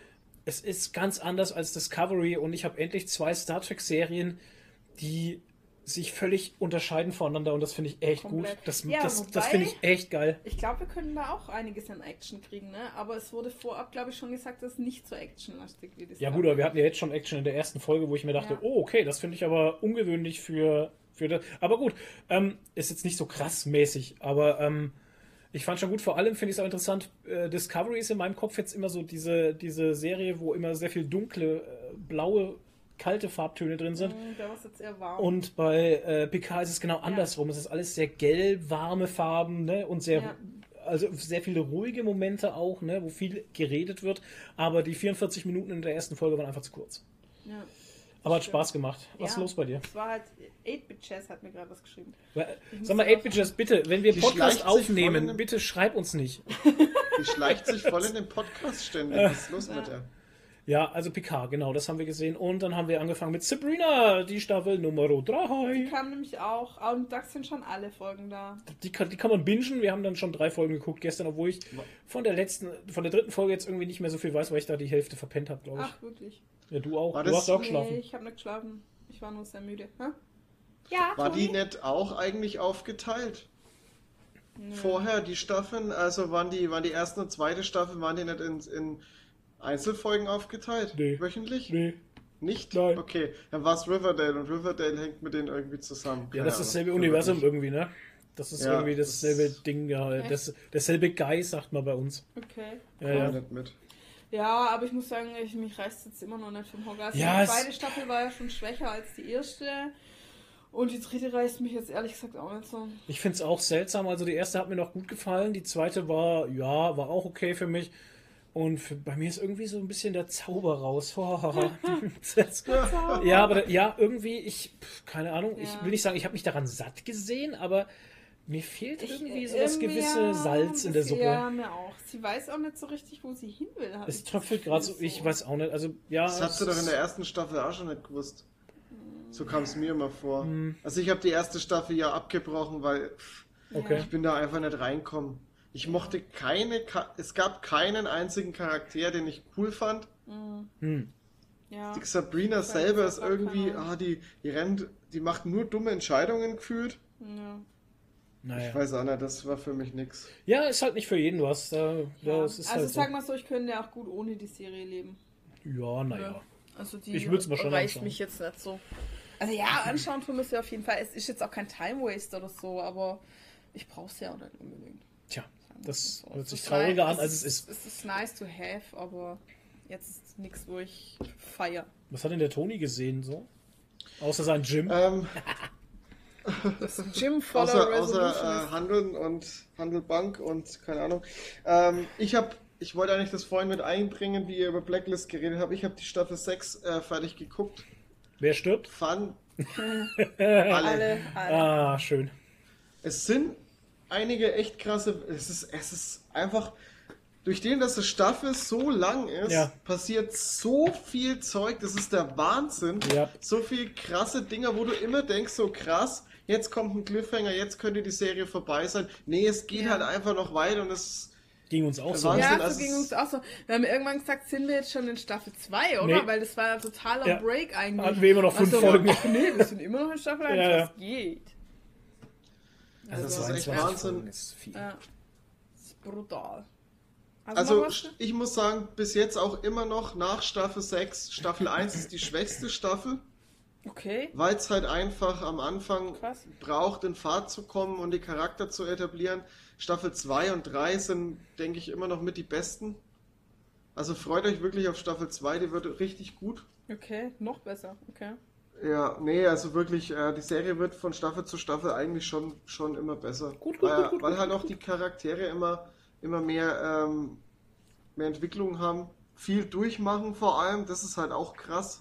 ist ganz anders als Discovery und ich habe endlich 2 Star Trek Serien, die sich völlig unterscheiden voneinander und das finde ich echt Komplett. gut. Das Ja, finde ich echt geil. Ich glaube, wir können da auch einiges an Action kriegen, ne? Aber es wurde vorab, glaube ich, schon gesagt, dass es nicht so actionlastig wie das. Ja gut, aber wir hatten ja jetzt schon Action in der ersten Folge, wo ich mir dachte, Ja. oh okay, das finde ich aber ungewöhnlich für das. Aber gut, ist jetzt nicht so krass mäßig, aber ich fand schon gut, vor allem finde ich es auch interessant, Discovery ist in meinem Kopf jetzt immer so diese Serie, wo immer sehr viel dunkle, blaue, kalte Farbtöne drin sind. Da war es jetzt eher warm. Und bei Picard ist es genau andersrum. Es ist alles sehr gelb, warme Farben, ne? Und also sehr viele ruhige Momente auch, ne? Wo viel geredet wird. Aber die 44 Minuten in der ersten Folge waren einfach zu kurz. Ja. Aber hat Spaß gemacht. Was ist Ja. los bei dir? Es war halt 8-Bit-Chess, hat mir gerade was geschrieben. Sag mal, 8-Bitches, bitte, wenn wir Die Podcast schleicht sich voll in aufnehmen, den- bitte schreib uns nicht. Die schleicht sich voll in den Podcast ständig. Was ist los mit der? Ja, also Picard, genau, das haben wir gesehen. Und dann haben wir angefangen mit Sabrina, die Staffel Nummer 3. Kam nämlich auch, und da sind schon alle Folgen da. Die kann man bingen. Wir haben dann schon 3 Folgen geguckt gestern, obwohl ich von der 3. Folge jetzt irgendwie nicht mehr so viel weiß, weil ich da die Hälfte verpennt habe, glaube ich. Ach, wirklich? Ja, du auch. War Du das- hast auch Nee, geschlafen. ich habe nicht geschlafen. Ich war nur sehr müde. Hä? Ja, War die Toni? nicht auch eigentlich aufgeteilt? Vorher die Staffeln, also waren die erste und zweite Staffel, waren die nicht in Einzelfolgen aufgeteilt? Nee. Wöchentlich? Nee. Nicht? Nein. Okay, dann war es Riverdale und Riverdale hängt mit denen irgendwie zusammen. Ja, Keine das ist Ahnung. dasselbe Universum irgendwie, ne? Das ist Ja, irgendwie dasselbe das- Ding, ja. Echt? Derselbe Geist, sagt man bei uns. Okay. Ja, Ja, ja. nicht mit. Ja, aber ich muss sagen, mich reißt jetzt immer noch nicht vom Hocker. Also Ja, die es- zweite Staffel war ja schon schwächer als die erste. Und die dritte reißt mich jetzt ehrlich gesagt auch nicht so. Ich finde es auch seltsam. Also die erste hat mir noch gut gefallen. Die zweite war auch okay für mich. Und bei mir ist irgendwie so ein bisschen der Zauber raus. Ja, aber irgendwie, keine Ahnung, ich Ja. will nicht sagen, ich habe mich daran satt gesehen, aber mir fehlt irgendwie so das gewisse Salz in der Suppe. Ja, mir auch. Sie weiß auch nicht so richtig, wo sie hin will. hab Es ich das tröpfelt gerade so, Gefühl ich weiß auch nicht. Also, ja. Das hast du es doch in der ist- ersten Staffel auch schon nicht gewusst. So kam es mir immer vor. Hm. Also ich habe die erste Staffel ja abgebrochen, weil Okay. ich bin da einfach nicht reinkommen. Ich mochte es gab keinen einzigen Charakter, den ich cool fand. Hm. Ja. Die Sabrina Ich weiß selber auch ist gar irgendwie, keine. die rennt, die macht nur dumme Entscheidungen gefühlt. Ja. Naja. Ich weiß auch nicht, das war für mich nix. Ja, ist halt nicht für jeden was. Das ist Also halt sag mal so, ich könnte ja auch gut ohne die Serie leben. Ja, naja. Also die Ich würd's mir schon reicht anschauen. mich jetzt nicht so. Also ja, anschauen tun wir es ja auf jeden Fall. Es ist jetzt auch kein Time Waste oder so, aber ich brauche es ja auch nicht unbedingt. Tja, das So, hört es sich ist trauriger nice- an, als es ist. Es ist nice to have, aber jetzt nichts, wo ich feier. Was hat denn der Toni gesehen so? Außer sein Gym. Das Gym voller Außer Resolution. Handeln und Handelbank und keine Ahnung. Ich wollte eigentlich das vorhin mit einbringen, wie ihr über Blacklist geredet habt. Ich habe die Staffel 6 fertig geguckt. Wer stirbt? Fand Alle. Ah, schön. Es sind einige echt krasse. Es ist einfach. Durch den, dass die Staffel so lang ist, Ja. passiert so viel Zeug. Das ist der Wahnsinn. Ja. So viel krasse Dinger, wo du immer denkst, so krass, jetzt kommt ein Cliffhanger, jetzt könnte die Serie vorbei sein. Nee, es geht Ja. halt einfach noch weiter und es Ging uns auch so. Wahnsinn. Ja, also so ging uns auch so. Wir haben irgendwann gesagt, sind wir jetzt schon in Staffel 2, oder? Nee. Weil das war ja totaler Ja. Break eigentlich. Hatten wir immer noch 5 Also, Folgen. ach nee, wir sind immer noch in Staffel 1, Ja, ja. was geht. Das ist echt 22 Wahnsinn. Folgen ist viel. Ja. Das ist brutal. noch Also was? ich muss sagen, bis jetzt auch immer noch nach Staffel 6, Staffel 1 ist die schwächste Staffel, Okay. weil es halt einfach am Anfang Krass. braucht, in Fahrt zu kommen und die Charakter zu etablieren. Staffel 2 und 3 sind, denke ich, immer noch mit die besten. Also freut euch wirklich auf Staffel 2, die wird richtig gut. Okay, noch besser. Okay. Ja, nee, also wirklich, die Serie wird von Staffel zu Staffel eigentlich schon immer besser. Gut, weil halt auch die Charaktere immer mehr Entwicklung haben, viel durchmachen vor allem, das ist halt auch krass.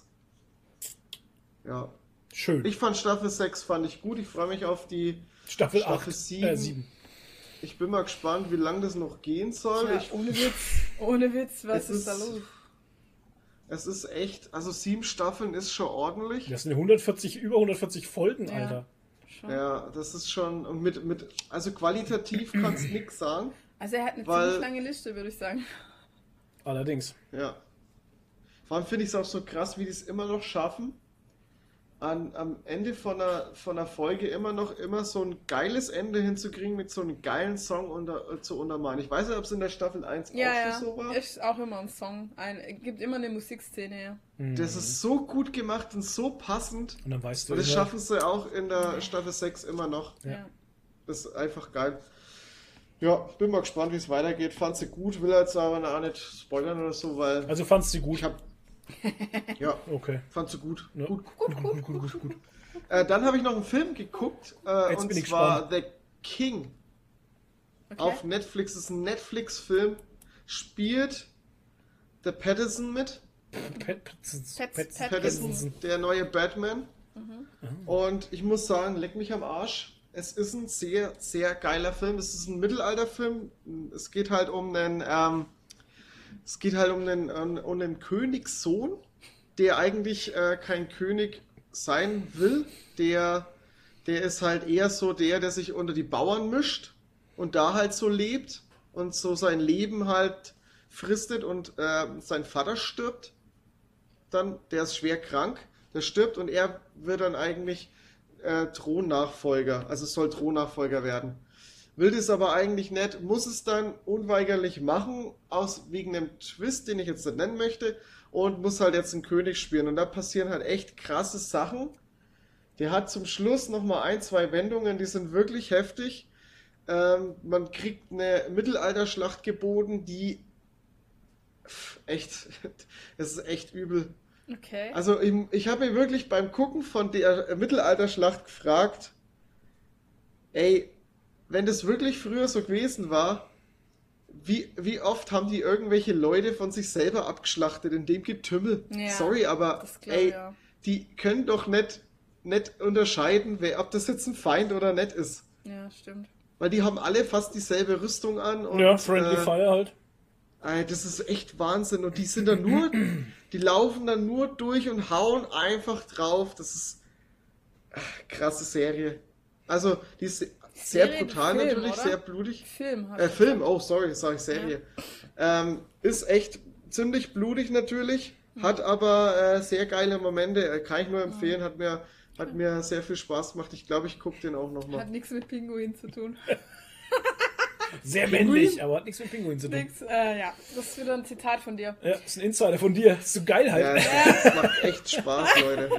Ja. Schön. Ich fand Staffel 6 fand ich gut, ich freue mich auf die Staffel Staffel 8, 7. 7. Ich bin mal gespannt, wie lange das noch gehen soll. Ja, ohne Witz, was Es ist da ist- los? Es ist echt, also 7 Staffeln ist schon ordentlich. Das sind über 140 Folgen, Ja. Alter. Schon. Ja, das ist schon, und also qualitativ kannst du nichts sagen. Also er hat eine Weil- ziemlich lange Liste, würde ich sagen. Allerdings. Ja. Vor allem finde ich es auch so krass, wie die es immer noch schaffen, am Ende von einer Folge immer so ein geiles Ende hinzukriegen mit so einem geilen Song zu untermalen. Ich weiß nicht, ob es in der Staffel 1 Ja, auch ja. schon so war. Ist auch immer ein Song. Gibt immer eine Musikszene, ja. Das ist so gut gemacht und so passend. Und dann weißt du Und das immer- schaffen sie auch in der Staffel 6 immer noch. Ja. Das ist einfach geil. Ja, bin mal gespannt, wie es weitergeht. Fand sie gut, will jetzt aber auch nicht spoilern oder so, weil Also fandst du gut? ich hab. Ja, Okay. fand sie gut. Ja. Gut. Gut. Dann habe ich noch einen Film geguckt, Jetzt und bin ich zwar The King Okay. auf Netflix. Das ist ein Netflix-Film. Spielt der Pattinson mit. Pattinson, der neue Batman. Und ich muss sagen, leck mich am Arsch. Es ist ein sehr, sehr geiler Film. Es ist ein Mittelalterfilm. Es geht halt um einen Königssohn, der eigentlich kein König sein will. Der ist halt eher so der sich unter die Bauern mischt und da halt so lebt und so sein Leben halt fristet und sein Vater stirbt. Dann, der ist schwer krank, der stirbt und er wird dann eigentlich Thronnachfolger, also soll Thronnachfolger werden. Will das aber eigentlich nicht, muss es dann unweigerlich machen, wegen einem Twist, den ich jetzt nicht nennen möchte, und muss halt jetzt einen König spielen. Und da passieren halt echt krasse Sachen. Der hat zum Schluss nochmal 1, 2 Wendungen, die sind wirklich heftig. Man kriegt eine Mittelalterschlacht geboten, die echt, es ist echt übel. Okay. Also ich habe mich wirklich beim Gucken von der Mittelalterschlacht gefragt, ey, wenn das wirklich früher so gewesen war, wie oft haben die irgendwelche Leute von sich selber abgeschlachtet in dem Getümmel? Ja, Sorry, aber das glaub, ey, ja. die können doch nicht unterscheiden, ob das jetzt ein Feind oder nicht ist. Ja, stimmt. Weil die haben alle fast dieselbe Rüstung an. Und, Ja, Friendly Fire halt. ey, das ist echt Wahnsinn. Und die sind dann die laufen dann nur durch und hauen einfach drauf. Das ist krasse Serie. Also, die ist sehr Serie, brutal Film, natürlich, oder? sehr blutig. Film hast du Film, oh sorry, sag ich Serie. Ist echt ziemlich blutig natürlich, hat aber sehr geile Momente, kann ich nur empfehlen, hat mir sehr viel Spaß gemacht. Ich glaube, ich gucke den auch Hat nochmal. nichts mit Pinguin zu tun. Sehr männlich, aber hat nichts mit Pinguin zu tun. Nix, ja, das ist wieder ein Zitat von dir. Ja, ist ein Insider von dir. Ist so geil halt. Das macht echt Spaß, Leute.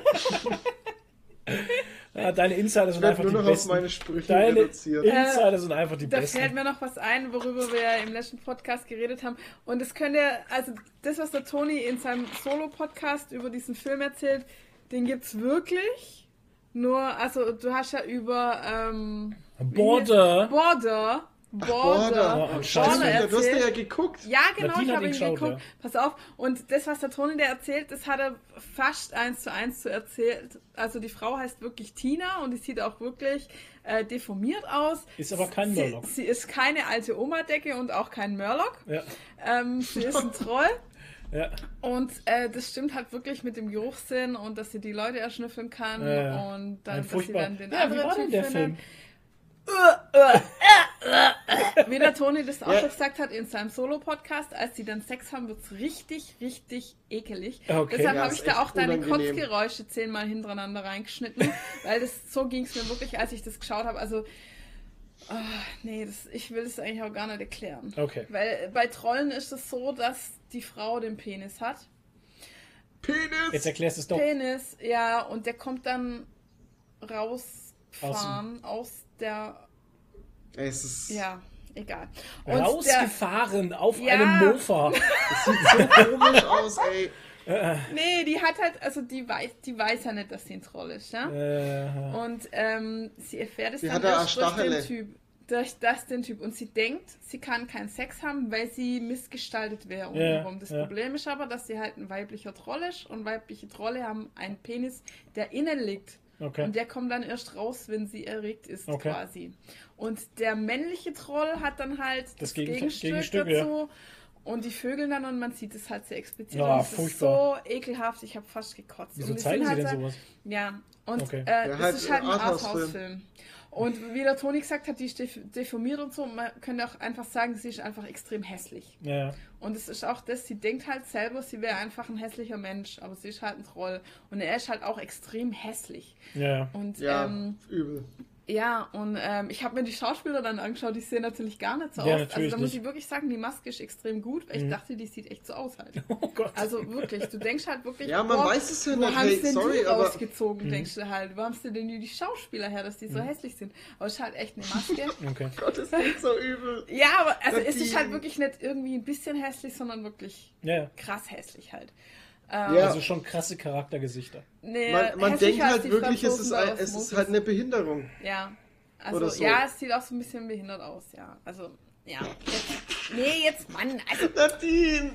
Ja, deine Insider Ich sind werde einfach nur die noch auf besten. meine Sprüche Deine reduziert. Insider sind einfach die Da besten. fällt mir noch was ein, worüber wir ja im letzten Podcast geredet haben. Und das könnt ihr, also das, was der Toni in seinem Solo-Podcast über diesen Film erzählt, den gibt's wirklich. Nur, also du hast ja über Border. Border Border. Scheiße, Du hast erzählt. ja geguckt. Ja, genau, Nadine ich hat habe ihn ihn geschaut, geguckt. Pass auf. Und das, was der Toni der erzählt, das hat er fast 1:1 so erzählt. Also die Frau heißt wirklich Tina und die sieht auch wirklich deformiert aus. Ist aber kein Murloc. Sie ist keine alte Oma-Decke und auch kein Murloc. Ja. Sie ist ein Troll. Ja. Und das stimmt halt wirklich mit dem Geruchssinn und dass sie die Leute erschnüffeln kann Ja. und dann, Ein dass sie furchtbar. dann den Ja, wie anderen war denn Typ der findet. Film? wie der Toni das auch schon gesagt hat in seinem Solo-Podcast, als die dann Sex haben, wird es richtig, richtig ekelig. Okay. Deshalb Ja, habe ist ich da auch echt deine unangenehm. Kotzgeräusche 10-mal hintereinander reingeschnitten, weil so ging es mir wirklich, als ich das geschaut habe. Also, nee, ich will es eigentlich auch gar nicht erklären. Okay. Weil bei Trollen ist es so, dass die Frau den Penis hat. Penis! Jetzt erklärst du es doch. Penis, ja, und der kommt dann rausfahren aus der, Es ist ja, egal. Und Rausgefahren auf Ja. einem Mofa. das sieht so komisch aus, ey. nee, die hat halt, also die weiß ja nicht, dass sie ein Troll ist, ja. Und sie erfährt es Die dann hat ja erst durch den Stachele. Typ. Den Typ. Und sie denkt, sie kann keinen Sex haben, weil sie missgestaltet wäre. untenrum. Das Problem ist aber, dass sie halt ein weiblicher Troll ist und weibliche Trolle haben einen Penis, der innen liegt. Okay. Und der kommt dann erst raus, wenn sie erregt ist, Okay. quasi. Und der männliche Troll hat dann halt das Gegenstück Gegenstück, dazu. Und die vögeln dann und man sieht es halt sehr explizit. Ja, und es ist furchtbar. so ekelhaft, ich habe fast gekotzt. Wieso und die zeigen sind sie halt denn so- sowas? Ja, und Okay. es halt ist halt ein Arthouse-Film. Arthouse-Film. Und wie der Toni gesagt hat, die ist deformiert und so. Man könnte auch einfach sagen, sie ist einfach extrem hässlich. Ja. Und es ist auch das, sie denkt halt selber, sie wäre einfach ein hässlicher Mensch, aber sie ist halt ein Troll. Und er ist halt auch extrem hässlich. Ja. Und Ja, und übel. ich habe mir die Schauspieler dann angeschaut, die sehen natürlich gar nicht so Ja, aus. natürlich Also da muss nicht. ich wirklich sagen, die Maske ist extrem gut, weil ich dachte, die sieht echt so aus halt. Oh Gott. Also wirklich, du denkst halt wirklich, Ja, man weiß es ja wo nicht, haben hey, sie denn sorry, die aber- rausgezogen, denkst du halt. Wo haben sie denn die Schauspieler her, dass die so hässlich sind? Aber es ist halt echt eine Maske. Okay. Gott, das klingt so übel. Ja, aber also es ist Die- halt wirklich nicht irgendwie ein bisschen hässlich, sondern wirklich Ja. krass hässlich halt. Ja, Also schon krasse Charaktergesichter. Nee, man hässlicher denkt als halt die wirklich, es ist, Franzosen bei es ist Osmosis. halt eine Behinderung. Ja, also Oder so. ja, es sieht auch so ein bisschen behindert aus, ja. Also, ja. Jetzt, Mann, also, Nadine!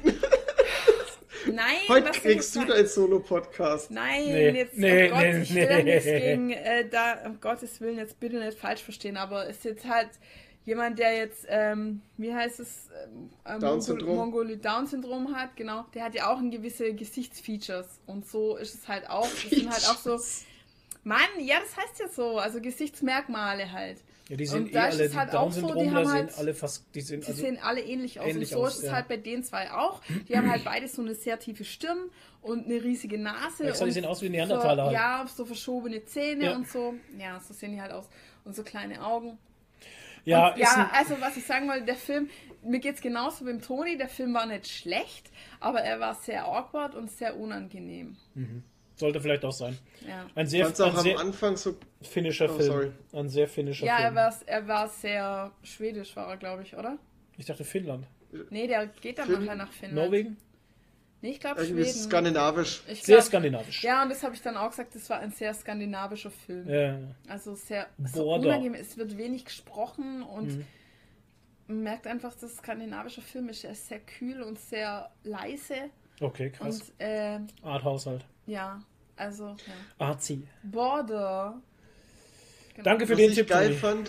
nein. Heute was kriegst soll du ich deinen Solo-Podcast. Nein, Nee, jetzt, nee, oh Gott, nee, ich will ja nichts nee. gegen, um Gottes Willen, jetzt bitte nicht falsch verstehen, aber es ist jetzt halt jemand, der jetzt, wie heißt es, Down-Syndrom. Down-Syndrom hat, genau, der hat ja auch gewisse Gesichtsfeatures und so ist es halt auch, das sind halt auch so, Mann, ja, das heißt ja so, also Gesichtsmerkmale halt. Ja, die sehen Und da ist alle, es die halt auch so, die Down-Syndromler haben sehen halt- alle fast, die sehen Die also, sehen alle ähnlich aus. ähnlich Und so aus, ist es ja. halt bei den zwei auch. Die haben halt beide so eine sehr tiefe Stirn und eine riesige Nase. Extra, die und sehen aus wie Neandertaler halt. Ja, so verschobene Zähne Ja. und so. Ja, so sehen die halt aus. Und so kleine Augen. ja, Und, ist ja, ein, also was ich sagen wollte, der Film, mir geht's genauso wie dem Toni, der Film war nicht schlecht, aber er war sehr awkward und sehr unangenehm. sollte vielleicht auch sein. Ja, Ein Ich sehr, fand's auch ein am sehr Anfang so. finnischer Oh, Film. sorry. Ein sehr finnischer ja Film. er war sehr schwedisch, war er, glaube ich, oder? Ich dachte Finnland. Nee, der geht dann Finn- nachher nach Finnland. Norwegen? Nee, ich glaube Irgendwie Schweden. skandinavisch. Ich Sehr glaub- skandinavisch. Ja, und das habe ich dann auch gesagt, das war ein sehr skandinavischer Film. Ja. Also sehr so Border. unangenehm. Es wird wenig gesprochen und man merkt einfach, dass es skandinavischer Film ist. Er ist sehr kühl und sehr leise. Okay, krass. Und Arthouse halt. ja, also ja. Arzi. Border. Genau. Danke für Was den ich Tipp, geil Toni.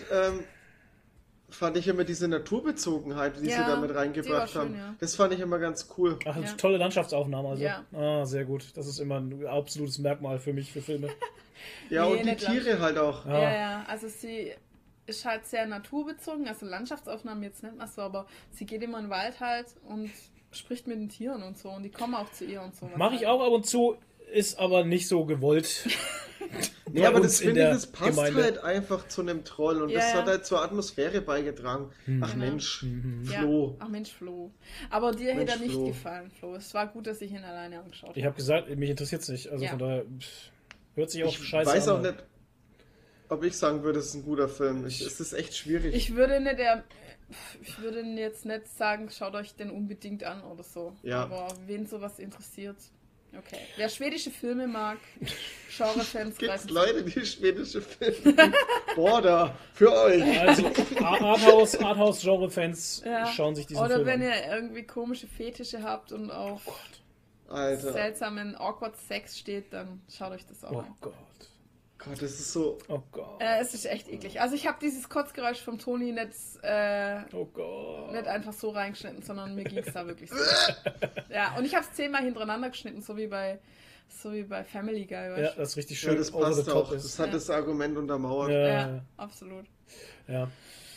fand ich immer diese Naturbezogenheit, die Ja, sie da mit die war reingebracht schön, haben. ja. Das fand ich immer ganz cool. Ach, Ja. tolle Landschaftsaufnahme also. Ja. Ah, sehr gut. Das ist immer ein absolutes Merkmal für mich, für Filme. Ja, Nee, und die nicht Tiere halt auch. Ah. Ja, also sie ist halt sehr naturbezogen, also Landschaftsaufnahmen jetzt nicht mehr so, aber sie geht immer in den Wald halt und spricht mit den Tieren und so und die kommen auch zu ihr und so. Mache ich auch ab und zu, ist aber nicht so gewollt. Ja, Bei aber uns das in finde ich, der das passt Gemeinde. halt einfach zu einem Troll und Ja, das ja. hat halt zur Atmosphäre beigetragen. Ach Genau. Mensch, Ja. Flo. Ach Mensch, Flo. Aber dir hätte Mensch, er nicht Flo. gefallen, Flo. Es war gut, dass ich ihn alleine angeschaut habe. Ich habe gesagt, mich interessiert es nicht. Also Ja. von daher hört sich auch Ich scheiße weiß auch an. nicht, ob ich sagen würde, es ist ein guter Film. Es ist echt schwierig. Ich würde jetzt nicht sagen, schaut euch den unbedingt an oder so. Ja. Aber wen sowas interessiert, okay. Wer schwedische Filme mag, Genrefans Gibt's greifen. Leute, die schwedische Filme Border für euch. Also Arthouse-Genre-Fans Ja. schauen sich diesen Oder Film wenn an. ihr irgendwie komische Fetische habt und auf Alter, seltsamen Awkward Sex steht, dann schaut euch das auch Oh an. Gott. Gott, das ist so. Oh Gott. Es ist echt eklig. Also ich habe dieses Kotzgeräusch vom Toni nicht Oh Gott. nicht einfach so reingeschnitten, sondern mir ging es da wirklich so. Ja, und ich habe es 10-mal hintereinander geschnitten, so wie bei Family Guy. Ja, Weißt das ist richtig Ja, schön das over the passt top auch. Das ist. hat das Argument untermauert. du? Ja, Ja, absolut. ja.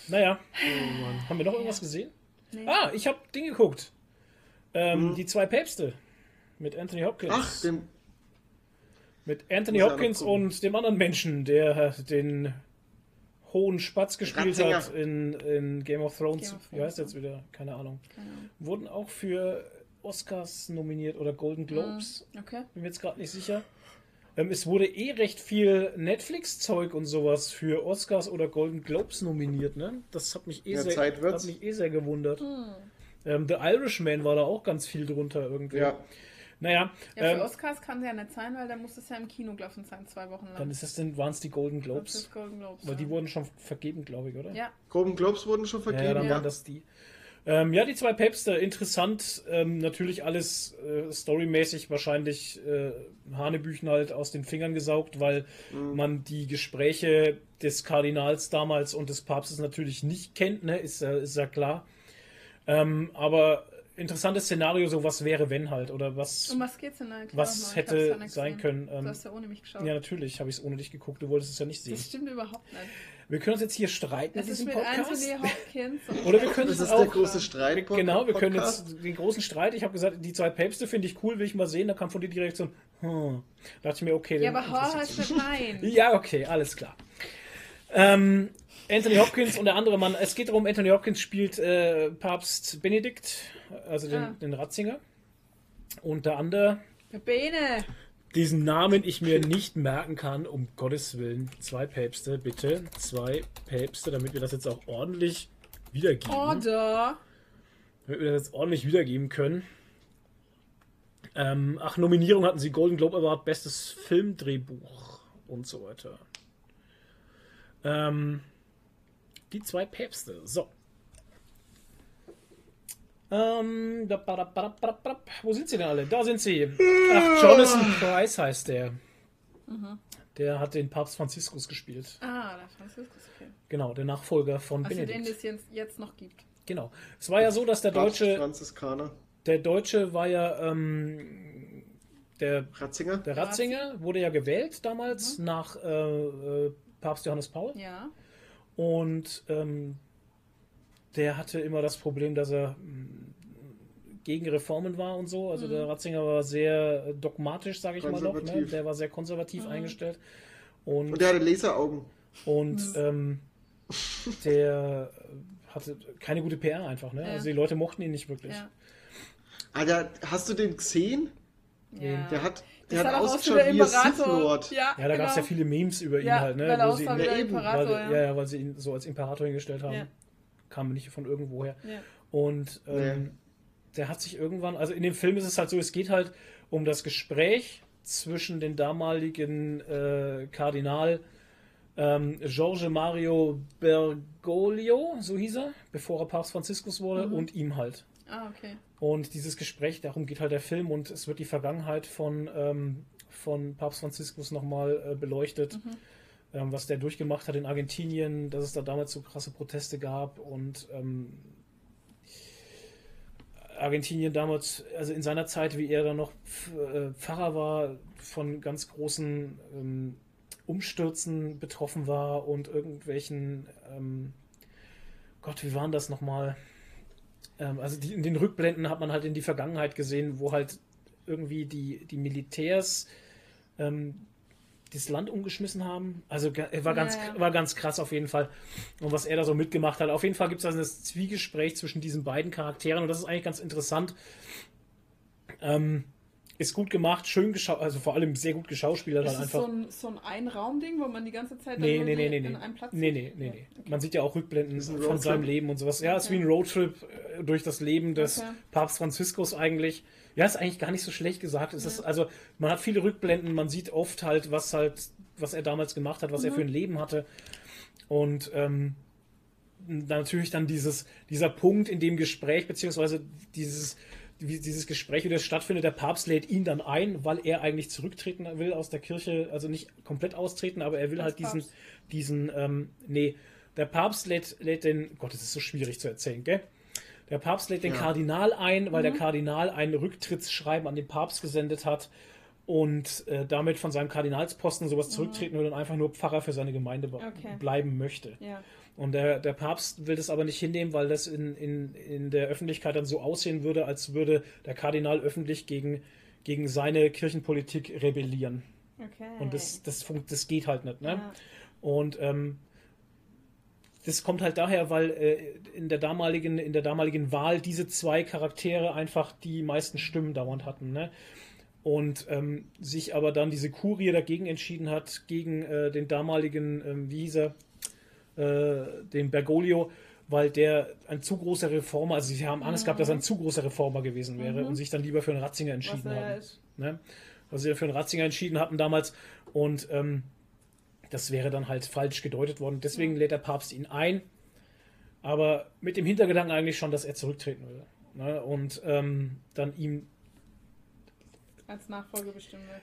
Naja, Oh Mann. haben wir noch irgendwas gesehen? Nee. Ah, ich habe Ding geguckt. Die zwei Päpste mit Anthony Hopkins. Ach, dem. Mit Anthony Muss ich auch Hopkins noch gucken. und dem anderen Menschen, der den hohen Spatz gespielt Ratzinger. hat in Game of Thrones. Game of Wie heißt der Thrones, jetzt wieder? Keine Ahnung. Keine Ahnung. Wurden auch für Oscars nominiert oder Golden Globes. Okay. Bin mir jetzt gerade nicht sicher. Es wurde recht viel Netflix-Zeug und sowas für Oscars oder Golden Globes nominiert, ne? Das hat mich Ja, sehr, Zeit wird's. sehr gewundert. The Irishman war da auch ganz viel drunter irgendwie. Ja. Naja, Ja, für Oscars kann es ja nicht sein, weil da muss es ja im Kino gelaufen sein, 2 Wochen lang. dann waren es die Golden Das Globes. ist Golden Globes. Weil die ja. wurden schon vergeben, glaube ich, oder? Ja, Golden Globes wurden schon Ja, vergeben. dann Ja, waren das die. Ja, die zwei Päpste, interessant. Natürlich alles storymäßig wahrscheinlich Hanebüchen halt aus den Fingern gesaugt, weil man die Gespräche des Kardinals damals und des Papstes natürlich nicht kennt, ne? Ist ja klar. Aber interessantes Szenario, so was wäre, wenn halt, oder was, um was geht's denn eigentlich? was hätte sein können. Du hast ja ohne mich geschaut. Ja, natürlich habe ich es ohne dich geguckt, du wolltest es ja nicht sehen. Das stimmt überhaupt nicht. Wir können uns jetzt hier streiten Es mit ist diesem mit Podcast. Anthony Hopkins. und- Oder wir können Das es ist der auch. große Streit. Genau, wir können Podcast. jetzt den großen Streit. Ich habe gesagt, die zwei Päpste finde ich cool, will ich mal sehen. Da kam von dir die Reaktion. Da dachte ich mir, okay. Ja, den aber Horror interessiert's heißt nicht nein. nicht. Ja, okay, alles klar. Anthony Hopkins und der andere Mann. Es geht darum, Anthony Hopkins spielt Papst Benedikt, also den Ratzinger. Und der andere, Der Bene. diesen Namen ich mir nicht merken kann, um Gottes Willen. Zwei Päpste, bitte. Zwei Päpste, damit wir das jetzt auch ordentlich wiedergeben. Oder. Damit wir das jetzt ordentlich wiedergeben können. Nominierung hatten sie Golden Globe Award, bestes Filmdrehbuch und so weiter. Die zwei Päpste. So. Wo sind sie denn alle? Da sind sie. Ach, Jonathan Pryce heißt der. Der hat den Papst Franziskus gespielt. Ah, der Franziskus, okay. Genau, der Nachfolger von Also den Benedikt. es jetzt noch gibt. Genau. Es war ja so, dass der Franziskaner. Deutsche war ja der Ratzinger. Ratzinger wurde ja gewählt damals nach Papst Johannes Paul. Ja. Und der hatte immer das Problem, dass er gegen Reformen war und so. Also der Ratzinger war sehr dogmatisch, sage ich mal noch. Ne? Konservativ. Der war sehr konservativ eingestellt. Und Und der hatte Laseraugen. der hatte keine gute PR einfach. Ne? Ja. Also die Leute mochten ihn nicht wirklich. Ja. Alter, hast du den gesehen? Ja. Der hat Das sah doch aus wie ausgeschaut der wie ein Sith Imperator. Lord. Ja, Ja, da gab es ja viele Memes über ihn Ja, halt, ne? weil er wo sie aussah ihn, wie der Ja, eben, Imperator, ja. weil sie ihn so als Imperator hingestellt haben. Ja. Kam nicht von irgendwoher. Ja. Und Nee. der hat sich irgendwann, also in dem Film ist es halt so, es geht halt um das Gespräch zwischen den damaligen Kardinal Jorge Mario Bergoglio, so hieß er, bevor er Papst Franziskus wurde, und ihm halt. Ah, okay. Und dieses Gespräch, darum geht halt der Film und es wird die Vergangenheit von Papst Franziskus nochmal beleuchtet, was der durchgemacht hat in Argentinien, dass es da damals so krasse Proteste gab und Argentinien damals, also in seiner Zeit, wie er dann noch Pfarrer war, von ganz großen Umstürzen betroffen war und irgendwelchen, Gott, wie waren das nochmal? Also in den Rückblenden hat man halt in die Vergangenheit gesehen, wo halt irgendwie die Militärs das Land umgeschmissen haben. Also war ganz krass auf jeden Fall. Und was er da so mitgemacht hat. Auf jeden Fall gibt es also das Zwiegespräch zwischen diesen beiden Charakteren und das ist eigentlich ganz interessant. Ist gut gemacht, schön also vor allem sehr gut geschauspielert Ist halt es einfach. so ein Einraumding, wo man die ganze Zeit Nee. an einem Platz Nee. Okay. Man sieht ja auch Rückblenden Ist ein von Roadtrip. seinem Leben und sowas. Ja, es ist wie ein Roadtrip durch das Leben des Okay. Papst Franziskus eigentlich. Ja, ist eigentlich gar nicht so schlecht gesagt. Es ist, also, man hat viele Rückblenden, man sieht oft halt, was er damals gemacht hat, was er für ein Leben hatte. Und natürlich dann dieser Punkt in dem Gespräch, beziehungsweise dieses Gespräch, wie das stattfindet, der Papst lädt ihn dann ein, weil er eigentlich zurücktreten will aus der Kirche, also nicht komplett austreten, aber er will Als halt der Papst lädt den, Gott, das ist so schwierig zu erzählen, gell? Der Papst lädt den Kardinal ein, weil der Kardinal ein Rücktrittsschreiben an den Papst gesendet hat und damit von seinem Kardinalsposten sowas zurücktreten will und einfach nur Pfarrer für seine Gemeinde bleiben möchte. Ja. Und der Papst will das aber nicht hinnehmen, weil das in der Öffentlichkeit dann so aussehen würde, als würde der Kardinal öffentlich gegen seine Kirchenpolitik rebellieren. Okay. Und das geht halt nicht. Ne? Ja. Und das kommt halt daher, weil in der damaligen Wahl diese zwei Charaktere einfach die meisten Stimmen dauernd hatten. Ne? Und sich aber dann diese Kurie dagegen entschieden hat, gegen den damaligen, wie hieß er, den Bergoglio, weil der ein zu großer Reformer, also sie haben Angst gehabt, dass er ein zu großer Reformer gewesen wäre und sich dann lieber für einen Ratzinger entschieden haben. Ne? Was sie für einen Ratzinger entschieden hatten damals. Und das wäre dann halt falsch gedeutet worden. Deswegen lädt der Papst ihn ein, aber mit dem Hintergedanken eigentlich schon, dass er zurücktreten würde. Ne? Und dann ihm als Nachfolger bestimmen will.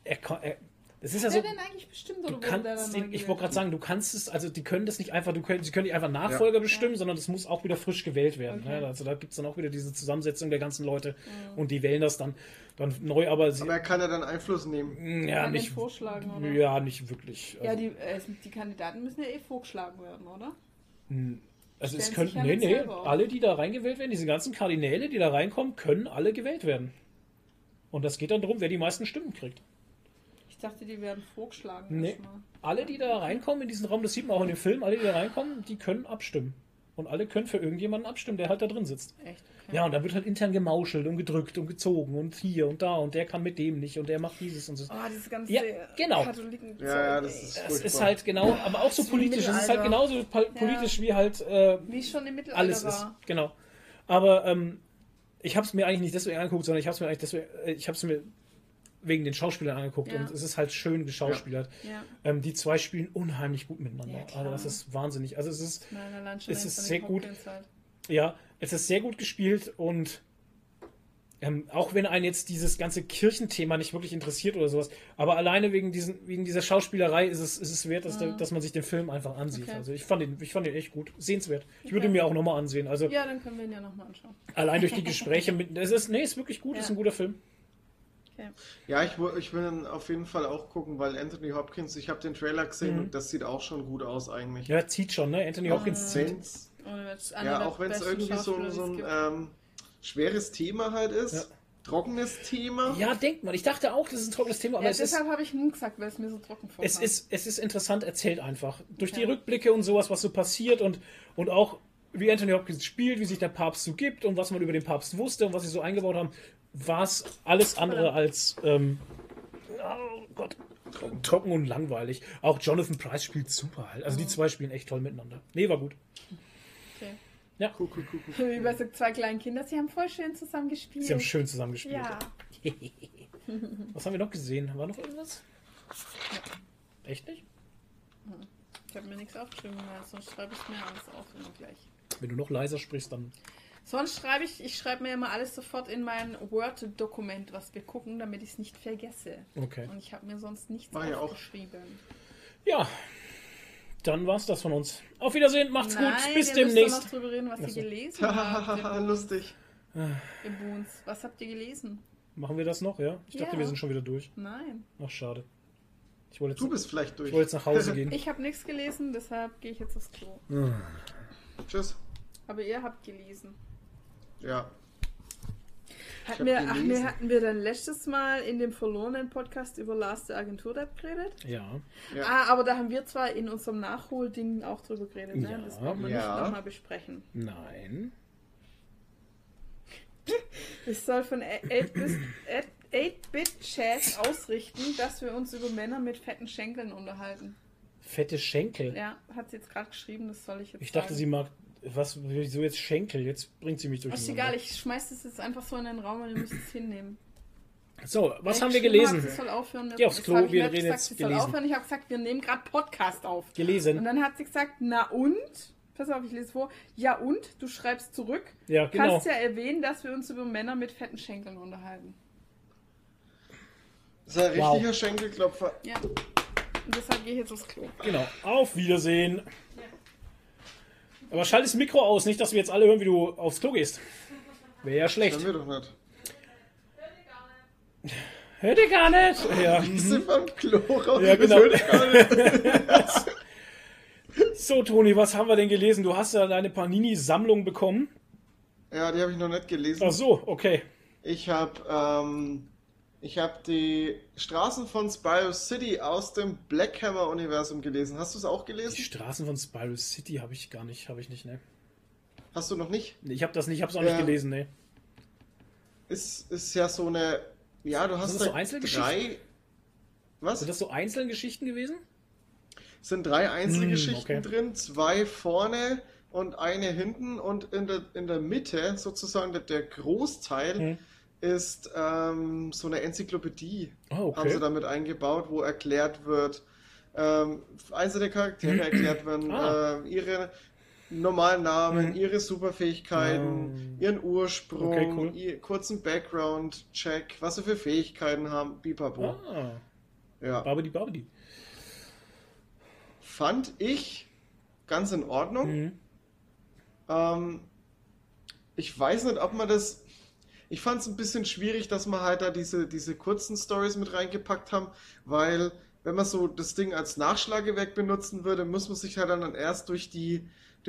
Das ist ja Wer so. denn eigentlich bestimmt oder Du wurde der kannst dann den, ich wollte gerade sagen, du kannst es, also die können das nicht einfach, sie können nicht einfach Nachfolger Ja. bestimmen, sondern das muss auch wieder frisch gewählt werden. Okay. Ne? Also da gibt es dann auch wieder diese Zusammensetzung der ganzen Leute und die wählen das dann neu, aber sie. Aber er kann ja dann Einfluss nehmen. Ja, Kann den nicht. vorschlagen, oder? Ja, nicht wirklich. Ja, Also, die Kandidaten müssen ja vorgeschlagen werden, oder? also es stellen können, sich ja nee, nicht nee, selber auf. alle, die da reingewählt werden, diese ganzen Kardinäle, die da reinkommen, können alle gewählt werden. Und das geht dann darum, wer die meisten Stimmen kriegt. Ich dachte, die werden vorgeschlagen. Nee. erstmal. Alle, die da reinkommen in diesen Raum, das sieht man auch in dem Film, alle, die da reinkommen, die können abstimmen. Und alle können für irgendjemanden abstimmen, der halt da drin sitzt. Echt? Okay. Ja, und da wird halt intern gemauschelt und gedrückt und gezogen und hier und da und der kann mit dem nicht und der macht dieses und das. Oh, dieses ganze Ja, genau. Katholiken. Ja, das ist Es furchtbar. ist halt genau, aber auch so Das ist wie politisch. Es ist halt Mittelalter. genauso politisch wie halt Wie es schon im Mittelalter alles war. ist. Genau. Aber ich habe es mir eigentlich nicht deswegen angeguckt, sondern ich habe es mir wegen den Schauspielern angeguckt Ja. und es ist halt schön geschauspielert. Ja. Die zwei spielen unheimlich gut miteinander. Ja, klar. Also das ist wahnsinnig. Also es ist Nein, allein schon Es ist Anthony sehr gut. Hopkins halt. ja, es ist sehr gut gespielt und auch wenn einen jetzt dieses ganze Kirchenthema nicht wirklich interessiert oder sowas, aber alleine wegen dieser Schauspielerei ist es wert, dass man sich den Film einfach ansieht. Okay. Also ich fand ihn echt gut, sehenswert. Ich würde Okay. ihn mir auch nochmal ansehen. Also Ja, dann können wir ihn ja nochmal anschauen. allein durch die Gespräche mit, ist wirklich gut, Ja. ist ein guter Film. Okay. Ja, ich will ihn auf jeden Fall auch gucken, weil Anthony Hopkins, ich habe den Trailer gesehen und das sieht auch schon gut aus eigentlich. Ja, zieht schon, ne? Anthony Hopkins zieht. Wenn's, Ohne Witz, ja, auch wenn es irgendwie so ein schweres Thema halt ist, Ja. trockenes Thema. Ja, denkt man. Ich dachte auch, das ist ein trockenes Thema, aber Ja, es ist, deshalb habe ich nun gesagt, weil es mir so trocken vorkam. es ist interessant erzählt einfach. Durch die Okay. Rückblicke und sowas, was so passiert und auch wie Anthony Hopkins spielt, wie sich der Papst so gibt und was man über den Papst wusste und was sie so eingebaut haben, war es alles andere als oh Gott, trocken und langweilig. Auch Jonathan Pryce spielt super halt. Also die zwei spielen echt toll miteinander. Nee, war gut. Okay. Ja, Cool. Wie bei so zwei kleinen Kindern, sie haben voll schön zusammen gespielt. sie haben schön zusammengespielt. Ja. Was haben wir noch gesehen? War noch irgendwas? Echt nicht? Ich habe mir nichts aufgeschrieben, weil sonst schreibe ich mir alles auf immer gleich. Wenn du noch leiser sprichst, dann Sonst schreibe ich schreibe mir immer alles sofort in mein Word-Dokument, was wir gucken, damit ich es nicht vergesse. okay. Und ich habe mir sonst nichts Mach ich auch. aufgeschrieben. Ja, dann war's das von uns. Auf Wiedersehen, macht's gut, bis ihr müsst doch demnächst. noch drüber reden, was Ach so. ihr gelesen habt. Hahaha, lustig. Ihr Boons. Was habt ihr gelesen? Machen wir das noch, ja? Ich dachte, Ja. wir sind schon wieder durch. Nein. Ach, schade. Ich wollte Du jetzt, bist vielleicht durch. ich wollte jetzt nach Hause gehen. Ich habe nichts gelesen, deshalb gehe ich jetzt aufs Klo. Tschüss. Aber ihr habt gelesen. Ja. Hatten hab wir, gelesen. hatten wir dann letztes Mal in dem verlorenen Podcast über Lars der Agentur-Depp geredet? Ja. Ja. Aber da haben wir zwar in unserem Nachholding auch drüber geredet, ne? Ja. Das wollen wir Ja. nicht nochmal besprechen. Nein. Ich soll von 8-Bit-Chat ausrichten, dass wir uns über Männer mit fetten Schenkeln unterhalten. Fette Schenkel. Ja, hat sie jetzt gerade geschrieben, das soll ich jetzt Ich dachte, sagen. sie mag. Was, wieso jetzt Schenkel? Jetzt bringt sie mich durch. Ist egal, ich schmeiß das jetzt einfach so in den Raum und ihr müsst es hinnehmen. So, was Weil haben ich wir geschrieben gelesen? hab, sie soll aufhören. Geh aufs Das Klo, hab ich wir nicht reden gesagt, jetzt sie soll gelesen. aufhören. Ich habe gesagt, wir nehmen gerade Podcast auf. Und Gelesen. dann hat sie gesagt, na und? Pass auf, ich lese vor. Ja und? Du schreibst zurück. Ja, genau. Kannst ja erwähnen, dass wir uns über Männer mit fetten Schenkeln unterhalten. Das ist ein Wow. richtiger Schenkelklopfer. Ja. Und deshalb gehe ich jetzt aufs Klo. Genau. Auf Wiedersehen. Aber schalt das Mikro aus, nicht, dass wir jetzt alle hören, wie du aufs Klo gehst. Wäre ja schlecht. Hören wir doch nicht. Hört ihr gar nicht? Ja. Wir sind beim Klo raus. Ja, Das genau. hört ihr gar nicht. So, Toni, was haben wir denn gelesen? Du hast ja deine Panini-Sammlung bekommen. Ja, die habe ich noch nicht gelesen. Ach so, okay. Ich habe die Straßen von Spyro City aus dem Black Hammer-Universum gelesen. Hast du es auch Die gelesen? Straßen von Spyro City habe ich nicht, ne? Hast du noch nicht? Nee, ich habe das nicht, ich habe es auch nicht gelesen, ne? Ist ja so eine... Ja, du hast das so da Einzelgeschichten? drei... Was? Sind das so einzelne Geschichten gewesen? Es sind 3 Einzelgeschichten okay. drin, 2 vorne und eine hinten, und in der Mitte sozusagen der Großteil ist so eine Enzyklopädie, Oh, okay. haben sie damit eingebaut, wo erklärt wird, einzelne Charaktere erklärt werden, ihre normalen Namen, ihre Superfähigkeiten, ihren Ursprung, Okay, cool. kurzen Background-Check, was sie für Fähigkeiten haben, bipapo. Ja. Babidi. Fand ich ganz in Ordnung. Ich weiß nicht, ob man das... Ich fand es ein bisschen schwierig, dass man halt da diese kurzen Stories mit reingepackt haben, weil wenn man so das Ding als Nachschlagewerk benutzen würde, muss man sich halt dann erst durch die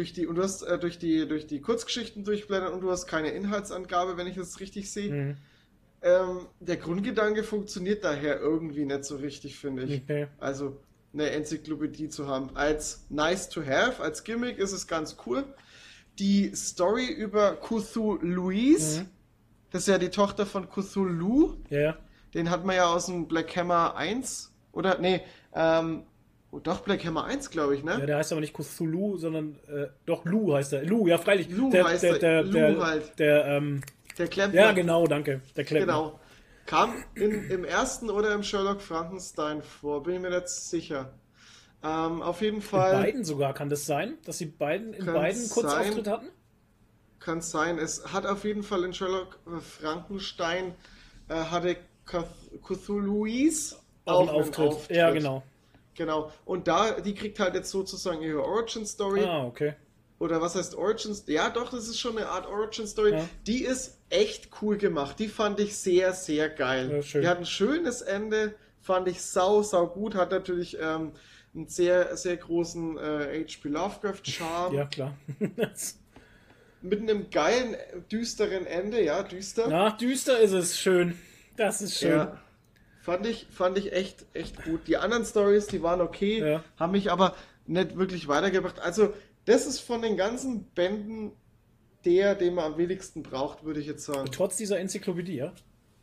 Kurzgeschichten durchblättern, und du hast keine Inhaltsangabe, wenn ich das richtig sehe. Der Grundgedanke funktioniert daher irgendwie nicht so richtig, finde ich. Okay. Also eine Enzyklopädie zu haben. Als nice to have, als Gimmick ist es ganz cool. Die Story über Cthulhuise, das ist ja die Tochter von Cthulhu, Ja. den hat man ja aus dem Black Hammer 1, oder? Nee, doch, Black Hammer 1, glaube ich, ne? Ja, der heißt aber nicht Cthulhu, sondern doch Lou heißt er. Lou, ja, freilich. Lou heißt er. Lou halt. Der Klempner. Ja, genau, danke. Der Klempner. Genau. Kam im ersten oder im Sherlock Frankenstein vor, bin ich mir nicht sicher. Auf jeden In Fall beiden sogar, kann das sein, dass sie in beiden Kurzauftritt hatten? kann sein. Es hat auf jeden Fall in Sherlock Frankenstein hatte Cthulhuise Auch einen einen Auftritt. Ja, genau. Genau. Und die kriegt halt jetzt sozusagen ihre Origin Story. Ah, okay. Oder was heißt Origins? Ja, doch, das ist schon eine Art Origin Story. Ja. Die ist echt cool gemacht. Die fand ich sehr, sehr geil. Ja, schön. Die hat ein schönes Ende, fand ich sau gut. Hat natürlich einen sehr, sehr großen H.P. Lovecraft-Charme. Ja, klar. Mit einem geilen, düsteren Ende, ja, düster. Na, düster ist es. Schön. Das ist schön. Ja. Fand ich echt gut. Die anderen Stories, die waren okay, Ja. haben mich aber nicht wirklich weitergebracht. Also, das ist von den ganzen Bänden den man am wenigsten braucht, würde ich jetzt sagen. Trotz dieser Enzyklopädie, ja?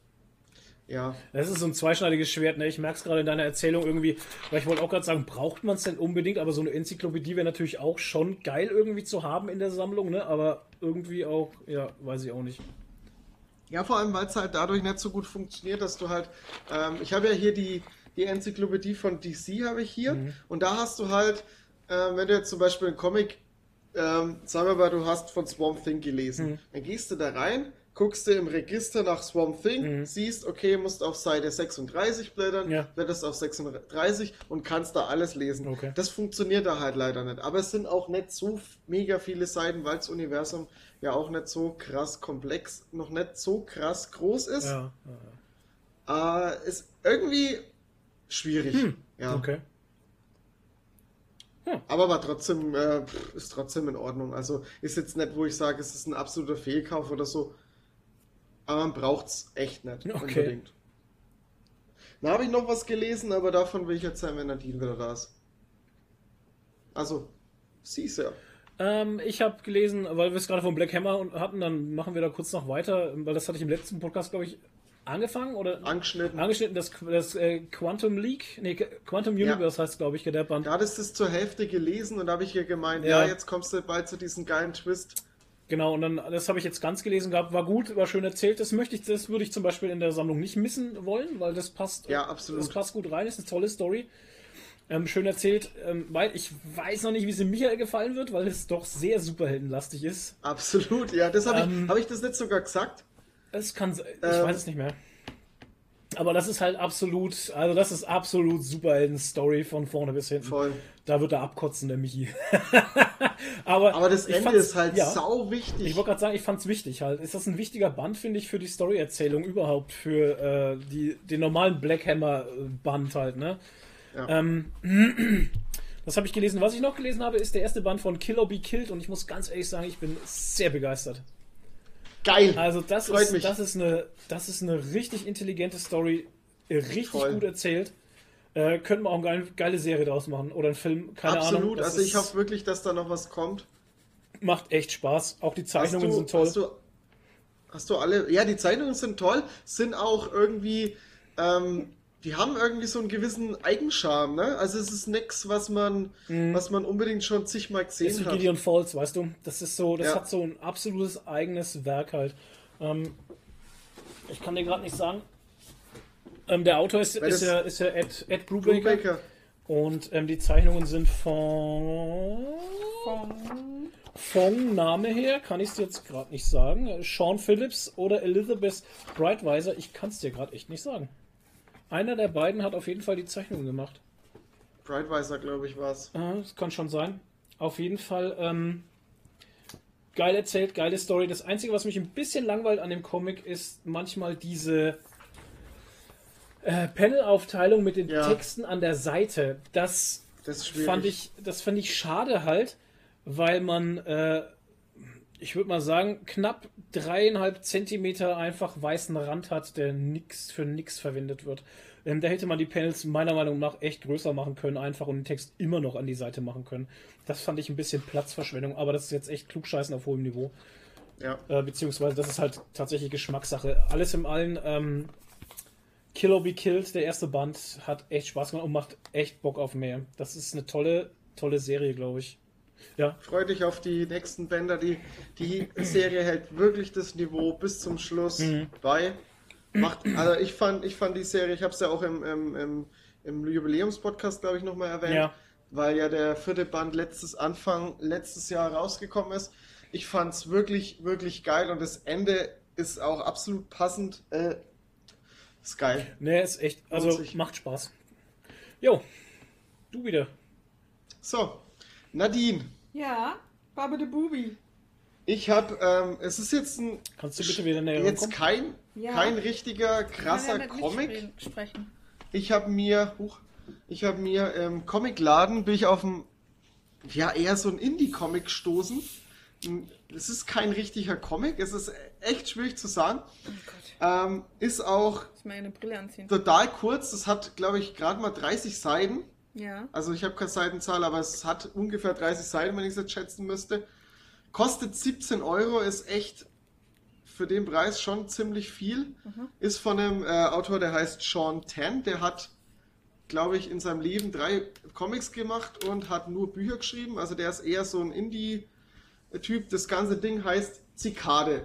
Ja. Das ist so ein zweischneidiges Schwert, ne? Ich merke es gerade in deiner Erzählung irgendwie, weil ich wollte auch gerade sagen, braucht man es denn unbedingt, aber so eine Enzyklopädie wäre natürlich auch schon geil irgendwie zu haben in der Sammlung, ne? Aber irgendwie auch, ja, weiß ich auch nicht. Ja, vor allem, weil es halt dadurch nicht so gut funktioniert, dass du halt, ich habe ja hier die Enzyklopädie von DC habe ich hier, und da hast du halt, wenn du jetzt zum Beispiel einen Comic, sagen wir mal, du hast von Swamp Thing gelesen, dann gehst du da rein, guckst du im Register nach Swamp Thing, siehst, okay, musst auf Seite 36 blättern, Ja. blätterst auf 36 und kannst da alles lesen. Okay. Das funktioniert da halt leider nicht. Aber es sind auch nicht so mega viele Seiten, weil das Universum ja auch nicht so krass komplex, noch nicht so krass groß ist. Ja. Ist irgendwie schwierig. Ja. Okay. Aber war trotzdem, ist trotzdem in Ordnung. Also ist jetzt nicht, wo ich sage, es ist ein absoluter Fehlkauf oder so. Aber man braucht es echt nicht Okay. unbedingt. Dann habe ich noch was gelesen, aber davon will ich jetzt sein, wenn Nadine wieder da ist. Also, sie ist ja. Ich habe gelesen, weil wir es gerade vom Black Hammer hatten, dann machen wir da kurz noch weiter, weil das hatte ich im letzten Podcast, glaube ich, angefangen oder Angeschnitten. das Quantum League, nee, Quantum Universe heißt, glaube ich, der Band. Da hattest du es zur Hälfte gelesen und da habe ich hier gemeint, Ja. ja, jetzt kommst du bald zu diesem geilen Twist. Genau, und dann, das habe ich jetzt ganz gelesen gehabt, war gut, war schön erzählt. Das würde ich zum Beispiel in der Sammlung nicht missen wollen, weil das passt, Ja, absolut. das passt gut rein, ist eine tolle Story. Schön erzählt, weil ich weiß noch nicht, wie es dem Michael gefallen wird, weil es doch sehr superheldenlastig ist. Absolut, ja. Das habe ich das nicht sogar gesagt? Es kann, ich weiß es nicht mehr. Aber das ist halt absolut Superhelden-Story von vorne bis hinten. Voll. Da wird er abkotzen, der Michi. Aber das ich Ende fand's- ist halt ja. sau wichtig. Ich wollte gerade sagen, ich fand's wichtig halt. Ist das ein wichtiger Band, finde ich, für die Story-Erzählung überhaupt, für den normalen Black Hammer-Band halt, ne? Ja. Das habe ich gelesen. Was ich noch gelesen habe, ist der erste Band von Kill or Be Killed und ich muss ganz ehrlich sagen, ich bin sehr begeistert. Geil! Also das Freut mich. ist eine richtig intelligente Story, richtig Voll. gut erzählt. Könnten wir auch eine geile Serie draus machen oder einen Film, keine Ahnung. Absolut, also ich hoffe wirklich, dass da noch was kommt. Macht echt Spaß. Auch die Zeichnungen sind toll. Hast du alle? Ja, die Zeichnungen sind toll, sind auch irgendwie, die haben irgendwie so einen gewissen Eigenscharme, ne? Also es ist nichts, was man unbedingt schon zigmal Das gesehen ist wie hat. Gideon Falls, weißt du? Das ist so, das Ja. hat so ein absolutes eigenes Werk halt. Ich kann dir gerade nicht sagen. Der Autor ist ja Ed Brubaker. Brubaker. Und die Zeichnungen sind vom Name her, kann ich es jetzt gerade nicht sagen. Sean Phillips oder Elizabeth Breitweiser, ich kann es dir gerade echt nicht sagen. Einer der beiden hat auf jeden Fall die Zeichnungen gemacht. Brightweiser, glaube ich, war es. Das kann schon sein. Auf jeden Fall geil erzählt, geile Story. Das Einzige, was mich ein bisschen langweilt an dem Comic, ist manchmal diese Panel-Aufteilung mit den Ja. Texten an der Seite. Das ist schwierig. fand ich schade halt, weil man, ich würde mal sagen, knapp 3,5 Zentimeter einfach weißen Rand hat, der für nix verwendet wird. Da hätte man die Panels meiner Meinung nach echt größer machen können, einfach und den Text immer noch an die Seite machen können. Das fand ich ein bisschen Platzverschwendung, aber das ist jetzt echt Klugscheißen auf hohem Niveau. Ja. Beziehungsweise das ist halt tatsächlich Geschmackssache. Alles im Allen, Kill or Be Killed, der erste Band, hat echt Spaß gemacht und macht echt Bock auf mehr. Das ist eine tolle Serie, glaube ich. Ja, Freu dich auf die nächsten Bänder. Die Serie hält wirklich das Niveau bis zum Schluss bei. Also ich fand die Serie, ich habe es ja auch im Jubiläumspodcast, glaube ich, nochmal erwähnt, Ja. weil ja der 4. Band Anfang letztes Jahr rausgekommen ist. Ich fand es wirklich, wirklich geil und das Ende ist auch absolut passend. Ist geil. ne, ist echt, also Lohnt sich. macht Spaß. Jo, du wieder. So, Nadine, Ja, Baba de Bubi. ich habe, es ist jetzt Kannst du bitte wieder näher jetzt rankommen? kein richtiger krasser Comic. Sprechen. Ich habe mir im Comicladen bin ich auf eher so ein Indie-Comic gestoßen. Es ist kein richtiger Comic, es ist echt schwierig zu sagen. Oh Gott, Ist auch ich muss mir eine Brille anziehen. total kurz, das hat, glaube ich, gerade mal 30 Seiten. Ja. Also ich habe keine Seitenzahl, aber es hat ungefähr 30 Seiten, wenn ich es jetzt schätzen müsste. Kostet 17 Euro, ist echt für den Preis schon ziemlich viel. Ist von einem Autor, der heißt Sean Tan. Der hat, glaube ich, in seinem Leben 3 Comics gemacht und hat nur Bücher geschrieben. Also der ist eher so ein Indie-Typ. Das ganze Ding heißt Zikade.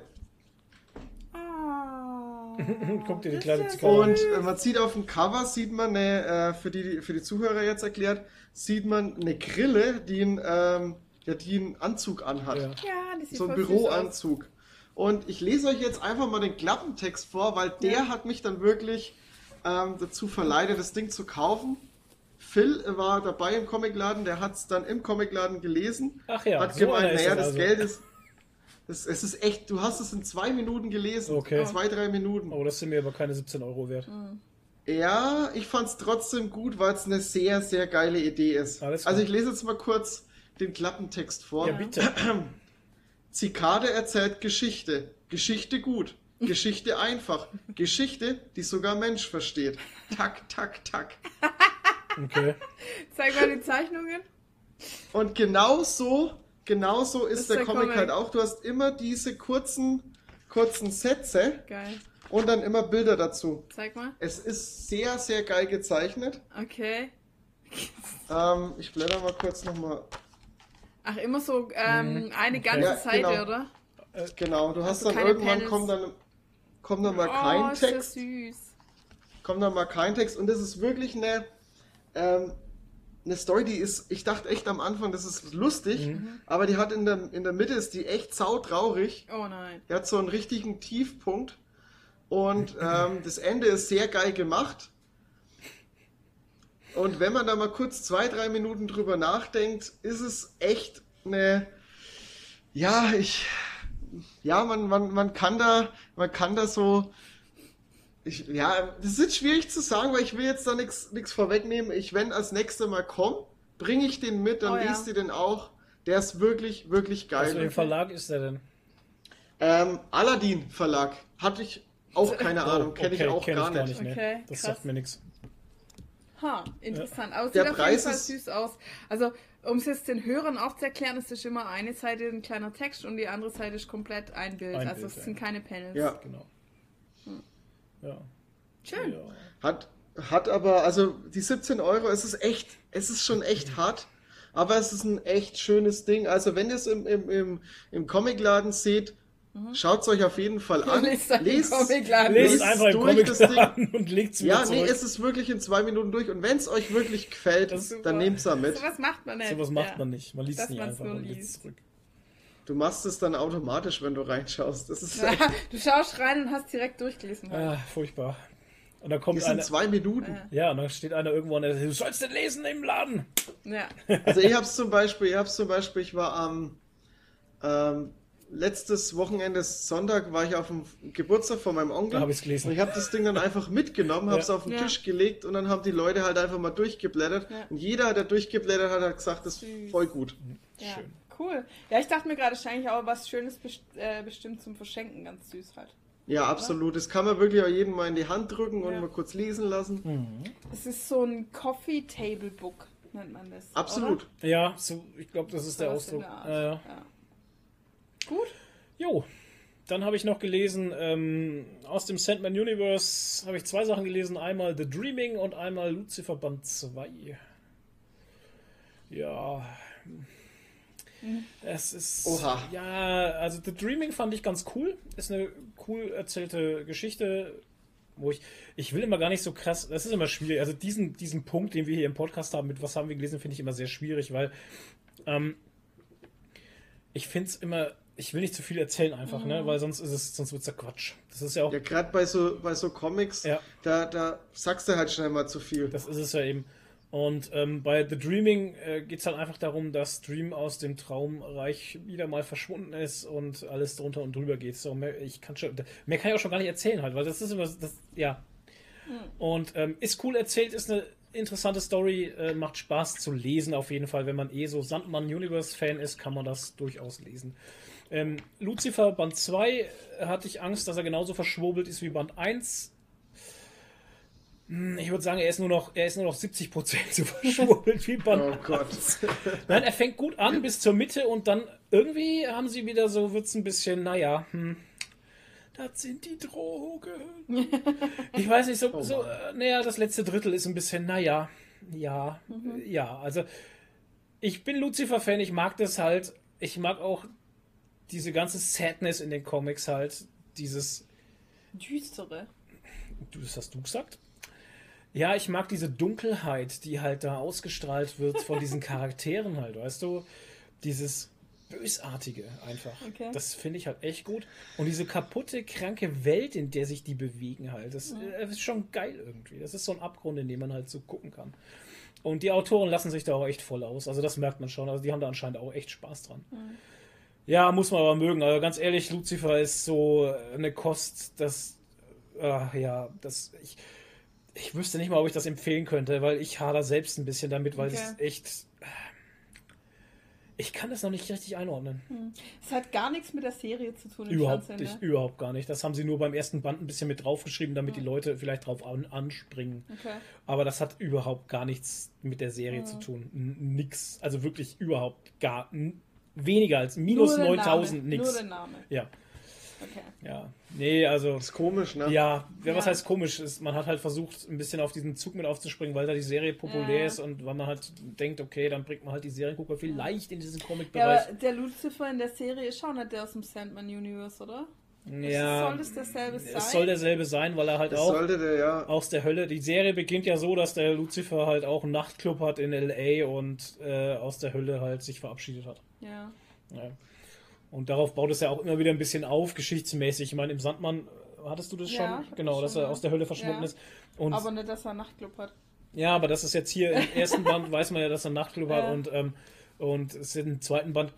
Guck dir die das kleine ist Zikade an. Und man sieht auf dem Cover, sieht man für die Zuhörer jetzt erklärt, sieht man eine Grille, die einen Anzug anhat. Ja. Ja, das sieht So ein voll süß aus. Büroanzug. Und ich lese euch jetzt einfach mal den Klappentext vor, weil der hat mich dann wirklich dazu verleitet, das Ding zu kaufen. Phil war dabei im Comicladen, der hat es dann im Comicladen gelesen. Ach ja, hat so gemeint, einer ist naja, das das also. Geld ist. Es ist echt, du hast es in 2 Minuten gelesen. Okay. 2-3 Minuten. Oh, das sind mir aber keine 17 Euro wert. Ja, ich fand es trotzdem gut, weil es eine sehr, sehr geile Idee ist. Alles klar. Also ich lese jetzt mal kurz den Klappentext vor. Ja, bitte. Zikade erzählt Geschichte. Geschichte gut. Geschichte einfach. Geschichte, die sogar Mensch versteht. Tak, tak, tak. Okay. Zeig mal die Zeichnungen. Und genauso ist der der Comic Comic. halt auch. Du hast immer diese kurzen Sätze Geil. und dann immer Bilder dazu. Zeig mal. Es ist sehr, sehr geil gezeichnet. Okay. Ich blätter mal kurz nochmal. Ach, immer so eine ganze Ja, Seite, genau. oder? Genau, du hast Also dann keine irgendwann Panels. kommt dann mal Oh, kein ist das Text. süß. Kommt dann mal kein Text und das ist wirklich eine Story, die ist, ich dachte echt am Anfang, das ist lustig, aber die hat in der Mitte ist die echt sautraurig. Oh nein. Die hat so einen richtigen Tiefpunkt und das Ende ist sehr geil gemacht. Und wenn man da mal kurz 2-3 Minuten drüber nachdenkt, ist es echt eine, man kann da so, das ist jetzt schwierig zu sagen, weil ich will jetzt da nichts vorwegnehmen. Wenn als nächstes mal komme, bringe ich den mit, dann liest ihr den auch. Der ist wirklich, wirklich geil. Aus welchem Verlag ist der denn? Aladdin Verlag. Hatte ich auch keine Ahnung. Kenne ich auch gar nicht. Ne? Okay, das krass. sagt mir nichts. Interessant. Aber es Der sieht auf Preis jeden Fall ist- süß aus. Also, um es jetzt den Hörern auch zu erklären, es ist immer eine Seite ein kleiner Text und die andere Seite ist komplett ein Bild. Ein Also Bild, es sind keine Panels. Ja. Genau. Ja. Schön. Ja. Hat aber, also die 17 Euro, es ist schon echt hart, aber es ist ein echt schönes Ding. Also wenn ihr es im Comicladen seht, schaut es euch auf jeden Fall an. Lest Comicladen. Lest Lest einfach im durch das Comicladen und legt es wieder Ja, zurück. nee, es ist wirklich in 2 Minuten durch. Und wenn es euch wirklich gefällt, Super. dann nehmt es da mit. So was macht man nicht. Sowas macht man nicht. Man liest Dass es nicht man's einfach nur und legt es liest. zurück. Du machst es dann automatisch, wenn du reinschaust. Das ist, Ja, du schaust rein und hast direkt durchgelesen. Furchtbar. Und dann die kommt sind einer. 2 Minuten. Ja, und dann steht einer irgendwo und der sagt, du sollst den lesen im Laden. Ja. Also ich hab's zum Beispiel, ich war am letztes Wochenende, Sonntag, war ich auf dem Geburtstag von meinem Onkel. Da hab ich's gelesen. Und ich habe das Ding dann einfach mitgenommen, habe es auf den Ja. Tisch gelegt und dann haben die Leute halt einfach mal durchgeblättert. Ja. Und jeder, der durchgeblättert hat, hat gesagt, das ist Süß. voll gut. Ja, Schön. cool. Ja, ich dachte mir gerade, ist eigentlich auch was Schönes bestimmt zum Verschenken, ganz süß halt. Ja, absolut. Das kann man wirklich auch jedem mal in die Hand drücken und Ja. mal kurz lesen lassen. Es ist so ein Coffee Table Book, nennt man das. Absolut. Oder? Ja, so, ich glaube, das ist der Sowas in Ausdruck. der Art. Ja. Ja. Gut. Jo, dann habe ich noch gelesen, aus dem Sandman Universe habe ich 2 Sachen gelesen. Einmal The Dreaming und einmal Lucifer Band 2. Ja. Es ist. Oha. Ja, also The Dreaming fand ich ganz cool. Ist eine cool erzählte Geschichte, wo ich will immer gar nicht so krass. Das ist immer schwierig. Also diesen Punkt, den wir hier im Podcast haben, mit was haben wir gelesen, finde ich immer sehr schwierig, weil ich finde es immer. Ich will nicht zu viel erzählen einfach, ne? Weil sonst wird es ja Quatsch. Das ist ja auch. Ja, gerade bei so Comics, Ja. da sagst du halt schnell mal zu viel. Das ist es ja eben. Und bei The Dreaming geht es halt einfach darum, dass Dream aus dem Traumreich wieder mal verschwunden ist und alles drunter und drüber geht. So, mehr kann ich auch schon gar nicht erzählen halt, weil das ist immer, ja. Und ist cool erzählt, ist eine interessante Story, macht Spaß zu lesen auf jeden Fall. Wenn man so Sandman Universe-Fan ist, kann man das durchaus lesen. Lucifer Band 2 hatte ich Angst, dass er genauso verschwurbelt ist wie Band 1. Ich würde sagen, er ist nur noch 70% so verschwurbelt wie Band Oh Gott. 1. Nein, er fängt gut an bis zur Mitte und dann irgendwie haben sie wieder so, wird es ein bisschen, naja, das sind die Drogen. Ich weiß nicht, naja, das letzte Drittel ist ein bisschen, naja, ja, also ich bin Lucifer-Fan, ich mag das halt, ich mag auch diese ganze Sadness in den Comics halt, dieses... Düstere. Das hast du gesagt? Ja, ich mag diese Dunkelheit, die halt da ausgestrahlt wird von diesen Charakteren halt, weißt du? Dieses Bösartige einfach. Okay. Das finde ich halt echt gut. Und diese kaputte, kranke Welt, in der sich die bewegen halt, das ist schon geil irgendwie. Das ist so ein Abgrund, in dem man halt so gucken kann. Und die Autoren lassen sich da auch echt voll aus. Also das merkt man schon. Also die haben da anscheinend auch echt Spaß dran. Ja, muss man aber mögen. Also ganz ehrlich, Lucifer ist so eine Kost, ich wüsste nicht mal, ob ich das empfehlen könnte, weil ich hader selbst ein bisschen damit, weil es echt... Ich kann das noch nicht richtig einordnen. Es hat gar nichts mit der Serie zu tun im Überhaupt Fernsehen, nicht, ne? überhaupt gar nicht. Das haben sie nur beim ersten Band ein bisschen mit draufgeschrieben, damit die Leute vielleicht drauf anspringen. Okay. Aber das hat überhaupt gar nichts mit der Serie zu tun. Nix. Also wirklich überhaupt weniger als minus Nur der 9000 Name. nix. Nur der Name. Ja, Okay. ja. Nee, also... Ist komisch, ne? Ja, was Ja. heißt komisch? Man hat halt versucht, ein bisschen auf diesen Zug mit aufzuspringen, weil da die Serie populär Ja. ist und weil man halt denkt, okay, dann bringt man halt die Seriengucker vielleicht in diesen Ja, Comic-Bereich. aber der Lucifer in der Serie ist schon nicht der aus dem Sandman Universe, oder? Ja, Soll das dasselbe sein? es soll derselbe sein, weil er halt Das auch sollte der, ja. aus der Hölle. Die Serie beginnt ja so, dass der Lucifer halt auch einen Nachtclub hat in LA und aus der Hölle halt sich verabschiedet hat. Ja. Ja. Und darauf baut es ja auch immer wieder ein bisschen auf, geschichtsmäßig. Ich meine, im Sandmann hattest du das Ja, schon? ich hab Genau, das dass schon, er ja. aus der Hölle verschwunden Ja. ist. Und Aber nicht, dass er einen Nachtclub hat. ja, aber das ist jetzt hier im ersten Band, weiß man ja, dass er einen Nachtclub hat und im zweiten Band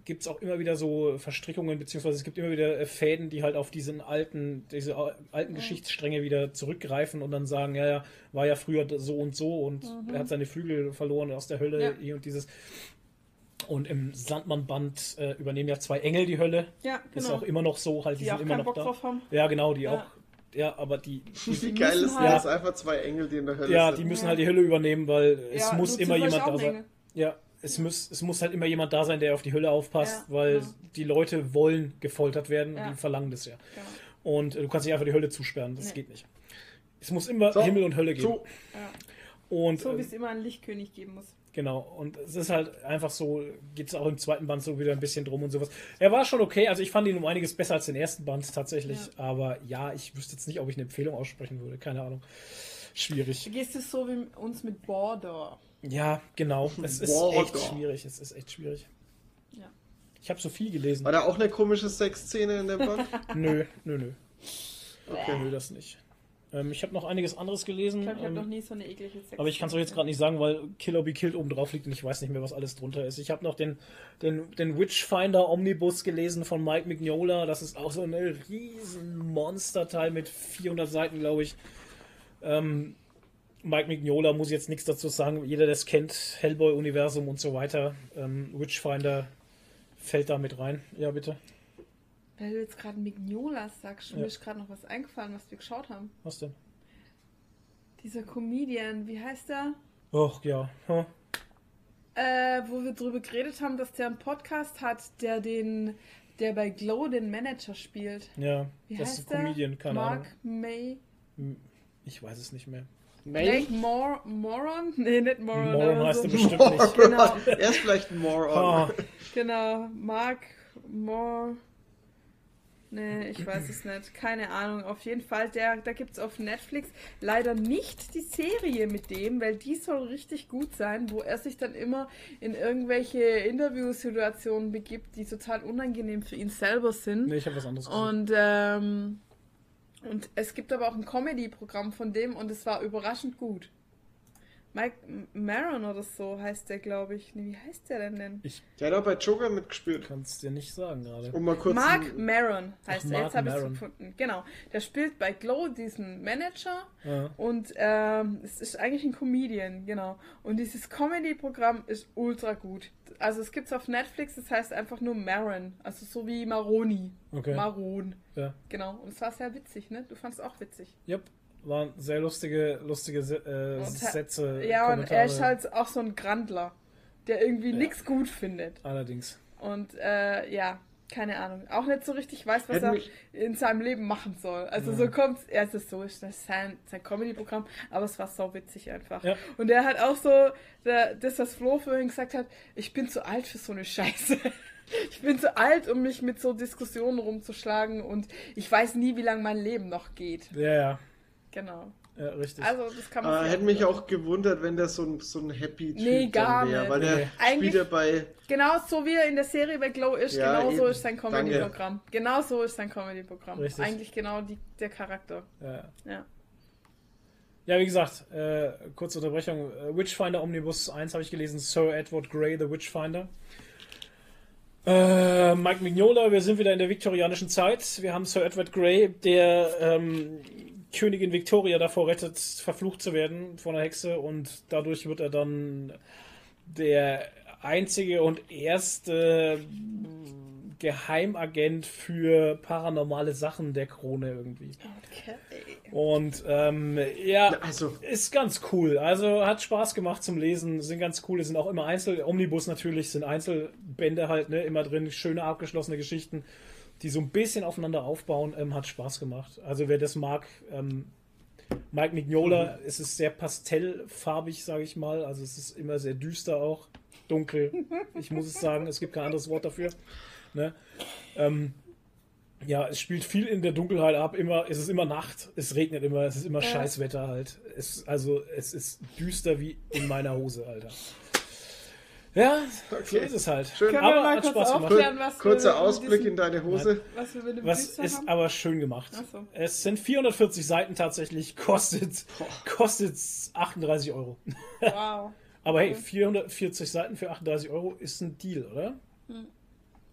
gibt es auch immer wieder so Verstrickungen, beziehungsweise es gibt immer wieder Fäden, die halt auf diese alten Geschichtsstränge wieder zurückgreifen und dann sagen, ja, war ja früher so und er hat seine Flügel verloren aus der Hölle hier und dieses. Und im Sandmann-Band übernehmen ja 2 Engel die Hölle. Ja, genau. Ist auch immer noch so, halt, die sind auch immer keinen noch Bock da. drauf haben. Ja, genau, die auch. Ja, aber die Wie geil ist halt- das? Einfach 2 Engel, die in der Hölle ja, sind. die müssen halt die Hölle übernehmen, weil es Ja, muss Lucifer immer ist jemand auch da ein sein. Engel. Ja, es muss halt immer jemand da sein, der auf die Hölle aufpasst, Ja, weil genau. die Leute wollen gefoltert werden Ja. und die verlangen das ja. Genau. Und du kannst nicht einfach die Hölle zusperren, das Nee. geht nicht. Es muss immer So, Himmel und Hölle geben. So, Ja. Und So wie es immer einen Lichtkönig geben muss. genau, und es ist halt einfach so, geht es auch im zweiten Band so wieder ein bisschen drum und sowas. Er war schon okay, also ich fand ihn um einiges besser als den ersten Band tatsächlich, aber ja, ich wüsste jetzt nicht, ob ich eine Empfehlung aussprechen würde, keine Ahnung. Schwierig. Gehst du so wie uns mit Border? Ja, genau, es ist Boah, echt doch. schwierig, es ist echt schwierig. Ja. Ich habe so viel gelesen. war da auch eine komische Sexszene in der Band? Nö. Okay. Nö, das nicht. Ich habe noch einiges anderes gelesen. Ich glaube, ich habe noch nie so eine eklige Sex. Aber ich kann es euch jetzt gerade nicht sagen, weil Kill or Be Killed oben drauf liegt und ich weiß nicht mehr, was alles drunter ist. Ich habe noch den Witchfinder Omnibus gelesen von Mike Mignola. Das ist auch so ein riesen Monsterteil mit 400 Seiten, glaube ich. Mike Mignola muss jetzt nichts dazu sagen. Jeder, der es kennt, Hellboy-Universum und so weiter. Witchfinder fällt da mit rein. Ja, bitte. Weil du jetzt gerade Mignola sagst, mir ist gerade noch was eingefallen, was wir geschaut haben. Was denn? Dieser Comedian, wie heißt der? Och, ja. Hm. Wo wir drüber geredet haben, dass der einen Podcast hat, der bei Glow den Manager spielt. Ja, Wie das heißt ist ein Comedian, keine Mark Ahnung. May. Ich weiß es nicht mehr. May? Moron? Nee, nicht Moron. Moron aber heißt so. er bestimmt nicht. Genau. Er ist vielleicht ein Moron. Ah, Genau, Mark Moore. Nee, ich weiß es nicht. Keine Ahnung. Auf jeden Fall, da gibt es auf Netflix leider nicht die Serie mit dem, weil die soll richtig gut sein, wo er sich dann immer in irgendwelche Interviewsituationen begibt, die total unangenehm für ihn selber sind. nee, ich habe was anderes gesehen. Und es gibt aber auch ein Comedy-Programm von dem und es war überraschend gut. Mike Maron oder so heißt der, glaube ich. Nee, wie heißt der denn? Der hat auch bei Joker mitgespielt. Kann es dir nicht sagen gerade. Um mal kurz Mark Maron heißt Ach, er. Mark Jetzt habe ich es Maron. gefunden. Genau. Der spielt bei Glow diesen Manager Ja. und es ist eigentlich ein Comedian, genau. Und dieses Comedy-Programm ist ultra gut. Also es gibt es auf Netflix, das heißt einfach nur Maron. Also so wie Maroni. Okay. Maron. Ja. Genau. Und es war sehr witzig, ne? Du fandest es auch witzig. Yep. Waren sehr lustige Sätze. Ja, und er ist Kommentare. halt auch so ein Grandler, der irgendwie nichts gut findet. Allerdings. Und ja, keine Ahnung. Auch nicht so richtig weiß, was Hätten er wir- in seinem Leben machen soll. Also so kommt's, es ist so, ist das sein Comedy-Programm, aber es war so witzig einfach. Ja. Und er hat auch so, das, was Flo vorhin gesagt hat, ich bin zu alt für so eine Scheiße. Ich bin zu alt, um mich mit so Diskussionen rumzuschlagen und ich weiß nie, wie lange mein Leben noch geht. Ja, Genau. richtig. Also das kann man Aber sich hätte mich anhören. auch gewundert, wenn der so ein Happy Typ Nee, gar dann wäre. nicht. Weil der Nee. Eigentlich- spielt ja bei... Genau so wie er in der Serie bei Glow ist, Ja, genau so eben. ist sein Comedy-Programm. Genau so ist sein Comedy-Programm. Richtig. Eigentlich genau der Charakter. Ja. Ja. Ja, wie gesagt, kurze Unterbrechung. Witchfinder Omnibus 1 habe ich gelesen. Sir Edward Grey, The Witchfinder. Mike Mignola, wir sind wieder in der viktorianischen Zeit. Wir haben Sir Edward Grey, der Königin Victoria davor rettet, verflucht zu werden von einer Hexe. Und dadurch wird er dann der einzige und erste Geheimagent für paranormale Sachen der Krone irgendwie. Okay. Und ja, Also, ist ganz cool. Also hat Spaß gemacht zum Lesen, sind ganz cool. Es sind auch immer Omnibus natürlich, sind Einzelbände halt, ne, immer drin, schöne abgeschlossene Geschichten, die so ein bisschen aufeinander aufbauen, hat Spaß gemacht. Also wer das mag, Mike Mignola, es ist sehr pastellfarbig, sage ich mal, also es ist immer sehr düster auch, dunkel, ich muss es sagen, es gibt kein anderes Wort dafür. Ne? Ja, es spielt viel in der Dunkelheit ab, es ist immer Nacht, es regnet immer, es ist immer Scheißwetter halt. Es ist düster wie in meiner Hose, Alter. Ja, so ist es halt. Schön. Können wir Aber mal hat kurz Spaß gemacht. aufklären, was wir kurzer mit Ausblick diesem- in deine Hose. Was wir mit dem Was Blister ist haben? aber schön gemacht. Ach so. Es sind 440 Seiten tatsächlich, kostet 38 Euro. Wow. Aber hey, 440 Seiten für 38 Euro ist ein Deal, oder?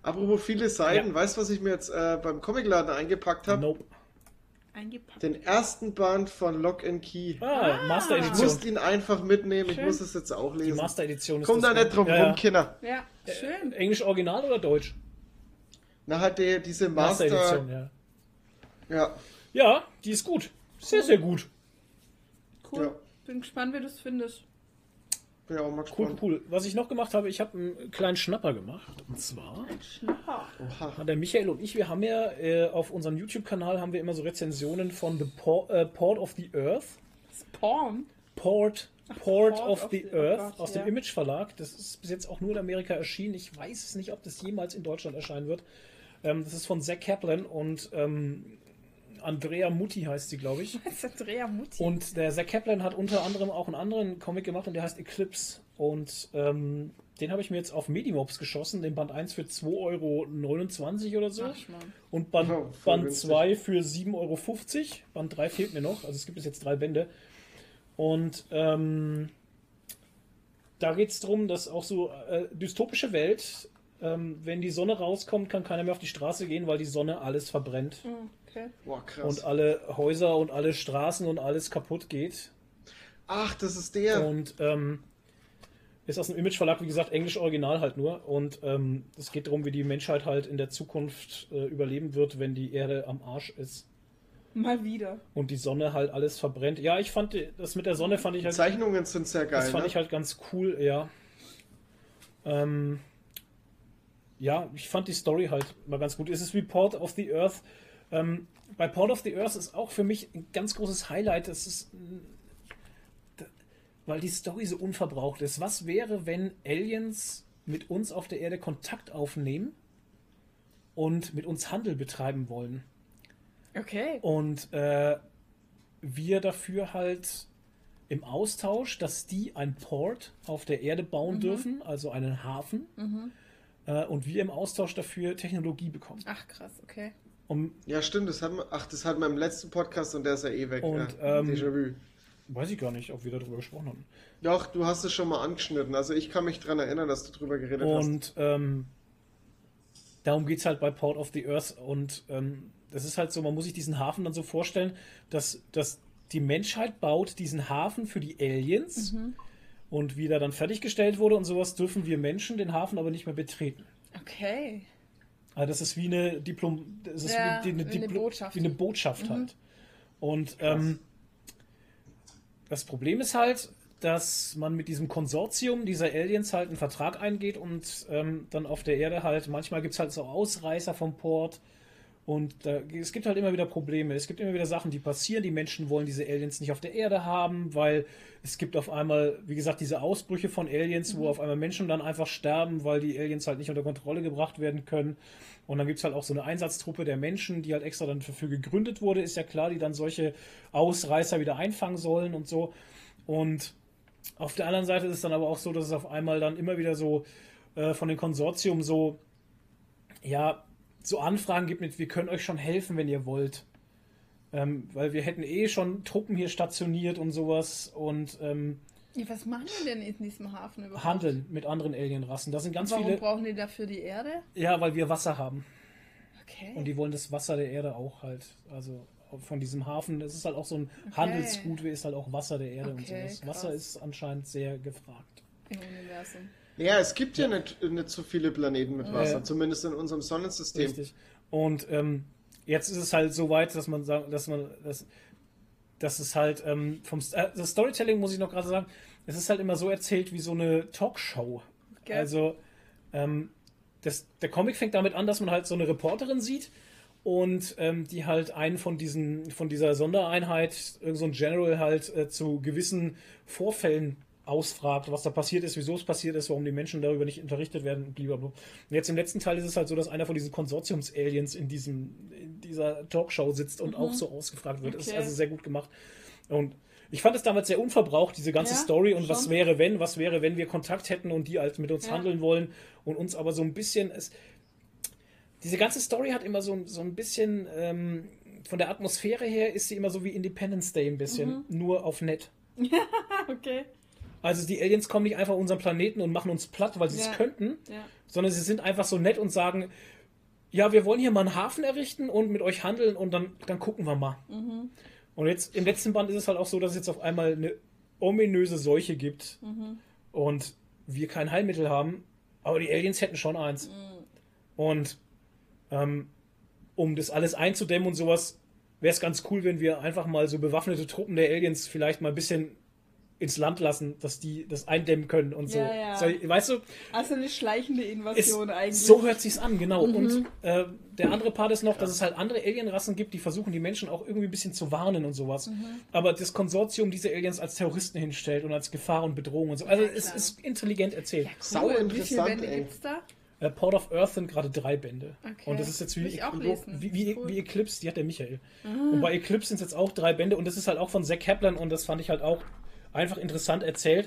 Apropos viele Seiten, Ja. weißt du, was ich mir jetzt beim Comicladen eingepackt habe? Nope. Eingepackt. Den ersten Band von Lock and Key. Master Ich Edition. muss ihn einfach mitnehmen, ich Schön. muss es jetzt auch Die lesen. Master Edition ist Komm da das nicht drum ja, rum, Kinder. Ja, schön. Englisch Original oder Deutsch? Na, halt diese Master Master. Edition, ja. Ja, Ja, die ist gut. Sehr, sehr gut. Cool. Ja. Bin gespannt, wie du es findest. bin ja auch mal Cool, gespannt. cool. Was ich noch gemacht habe, ich habe einen kleinen Schnapper gemacht. Und zwar Schnapper. Oha. der Michael und ich, wir haben ja auf unserem YouTube-Kanal haben wir immer so Rezensionen von The Port of the Earth. Porn. Port Port of of the the- Earth oh Gott, aus dem ja. Image Verlag. Das ist bis jetzt auch nur in Amerika erschienen. Ich weiß es nicht, ob das jemals in Deutschland erscheinen wird. Das ist von Zack Kaplan und Andrea Mutti heißt sie, glaube ich. Das ist Andrea Mutti. Und der Zack Kaplan hat unter anderem auch einen anderen Comic gemacht und der heißt Eclipse. Und den habe ich mir jetzt auf Medimobs geschossen, den Band 1 für 2,29 € oder so. Ach, Mann. Und Band, Ja, voll Band günstig. 2 für 7,50 €. Band 3 fehlt mir noch. Also es gibt bis jetzt 3 Bände. Und da geht es darum, dass auch so dystopische Welt, wenn die Sonne rauskommt, kann keiner mehr auf die Straße gehen, weil die Sonne alles verbrennt. Okay. Boah, krass. Und alle Häuser und alle Straßen und alles kaputt geht. Ach, das ist der. Und ist aus dem Image Verlag, wie gesagt, Englisch Original halt nur. Und es geht darum, wie die Menschheit halt in der Zukunft überleben wird, wenn die Erde am Arsch ist Mal wieder. und die Sonne halt alles verbrennt. Ja, ich fand das mit der Sonne fand ich Die halt, Zeichnungen sind sehr geil. das fand Ne? ich halt ganz cool, ja. Ja, ich fand die Story halt mal ganz gut. Es ist wie Port of the Earth. Bei Port of the Earth ist auch für mich ein ganz großes Highlight. Das ist, weil die Story so unverbraucht ist. Was wäre, wenn Aliens mit uns auf der Erde Kontakt aufnehmen und mit uns Handel betreiben wollen? Okay. Und wir dafür halt im Austausch, dass die ein Port auf der Erde bauen dürfen, also einen Hafen, und wir im Austausch dafür Technologie bekommen. Ach, krass, okay. Ja, stimmt, das hatten wir im letzten Podcast und der ist ja eh weg. Und, ja. Déjà-vu. Weiß ich gar nicht, ob wir darüber gesprochen haben. Doch, du hast es schon mal angeschnitten. Also ich kann mich dran erinnern, dass du drüber geredet hast. Und darum geht es halt bei Port of the Earth. Und das ist halt so, man muss sich diesen Hafen dann so vorstellen, dass die Menschheit baut diesen Hafen für die Aliens. Und wie der dann fertiggestellt wurde und sowas, dürfen wir Menschen den Hafen aber nicht mehr betreten. Okay. Also das ist wie eine das ist Ja, wie eine, wie eine Botschaft. wie eine Botschaft halt. Und das Problem ist halt, dass man mit diesem Konsortium dieser Aliens halt einen Vertrag eingeht und dann auf der Erde halt, manchmal gibt es halt so Ausreißer vom Port und es gibt halt immer wieder Probleme. Es gibt immer wieder Sachen, die passieren. Die Menschen wollen diese Aliens nicht auf der Erde haben, weil es gibt auf einmal, wie gesagt, diese Ausbrüche von Aliens, wo auf einmal Menschen dann einfach sterben, weil die Aliens halt nicht unter Kontrolle gebracht werden können. Und dann gibt es halt auch so eine Einsatztruppe der Menschen, die halt extra dann dafür gegründet wurde, ist ja klar, die dann solche Ausreißer wieder einfangen sollen und so. Und auf der anderen Seite ist es dann aber auch so, dass es auf einmal dann immer wieder so von dem Konsortium so, ja, so Anfragen gibt mit, wir können euch schon helfen, wenn ihr wollt. Weil wir hätten eh schon Truppen hier stationiert und sowas und Ja, was machen die denn in diesem Hafen überhaupt? handeln mit anderen Alienrassen. Da sind ganz Warum viele. brauchen die dafür die Erde? Ja, weil wir Wasser haben. Okay. Und die wollen das Wasser der Erde auch halt. Also von diesem Hafen, das ist halt auch so ein Handelsgut, wie ist halt auch Wasser der Erde und Okay, sowas. krass. Wasser ist anscheinend sehr gefragt. Im Universum. Ja, es gibt ja nicht so viele Planeten mit Wasser, zumindest in unserem Sonnensystem. Richtig. Und jetzt ist es halt so weit, dass man sagt, dass es halt das Storytelling, muss ich noch gerade sagen, es ist halt immer so erzählt wie so eine Talkshow. Okay. Also der Comic fängt damit an, dass man halt so eine Reporterin sieht und die halt einen von dieser Sondereinheit, irgend so ein General halt zu gewissen Vorfällen ausfragt, was da passiert ist, wieso es passiert ist, warum die Menschen darüber nicht unterrichtet werden, blablabla. Und jetzt im letzten Teil ist es halt so, dass einer von diesen Konsortiums-Aliens in dieser Talkshow sitzt und auch so ausgefragt wird. Das ist Okay. also sehr gut gemacht. Und ich fand es damals sehr unverbraucht, diese ganze Ja, Story und schon. was wäre, wenn wir Kontakt hätten und die halt mit uns handeln wollen und uns aber so ein bisschen diese ganze Story hat immer so ein bisschen von der Atmosphäre her ist sie immer so wie Independence Day ein bisschen, nur auf nett. Okay. Also die Aliens kommen nicht einfach auf unseren Planeten und machen uns platt, weil sie es könnten, sondern sie sind einfach so nett und sagen, ja, wir wollen hier mal einen Hafen errichten und mit euch handeln und dann gucken wir mal. Und jetzt im letzten Band ist es halt auch so, dass es jetzt auf einmal eine ominöse Seuche gibt und wir kein Heilmittel haben, aber die Aliens hätten schon eins. Und um das alles einzudämmen und sowas, wäre es ganz cool, wenn wir einfach mal so bewaffnete Truppen der Aliens vielleicht mal ein bisschen ins Land lassen, dass die das eindämmen können und so. Ja. So, weißt du? Also eine schleichende Invasion eigentlich. So hört sich's an, genau. Und der andere Part ist noch, dass es halt andere Alienrassen gibt, die versuchen, die Menschen auch irgendwie ein bisschen zu warnen und sowas. Aber das Konsortium diese Aliens als Terroristen hinstellt und als Gefahr und Bedrohung und so. Also es ist intelligent erzählt. Sau Wie viele interessant, Bände ey. gibt's da? Port of Earth sind gerade 3 Bände. Okay. Und das ist jetzt Will ich auch lesen. wie Eclipse, die hat der Michael. Und bei Eclipse sind es jetzt auch 3 Bände und das ist halt auch von Zack Kaplan und das fand ich halt auch einfach interessant erzählt.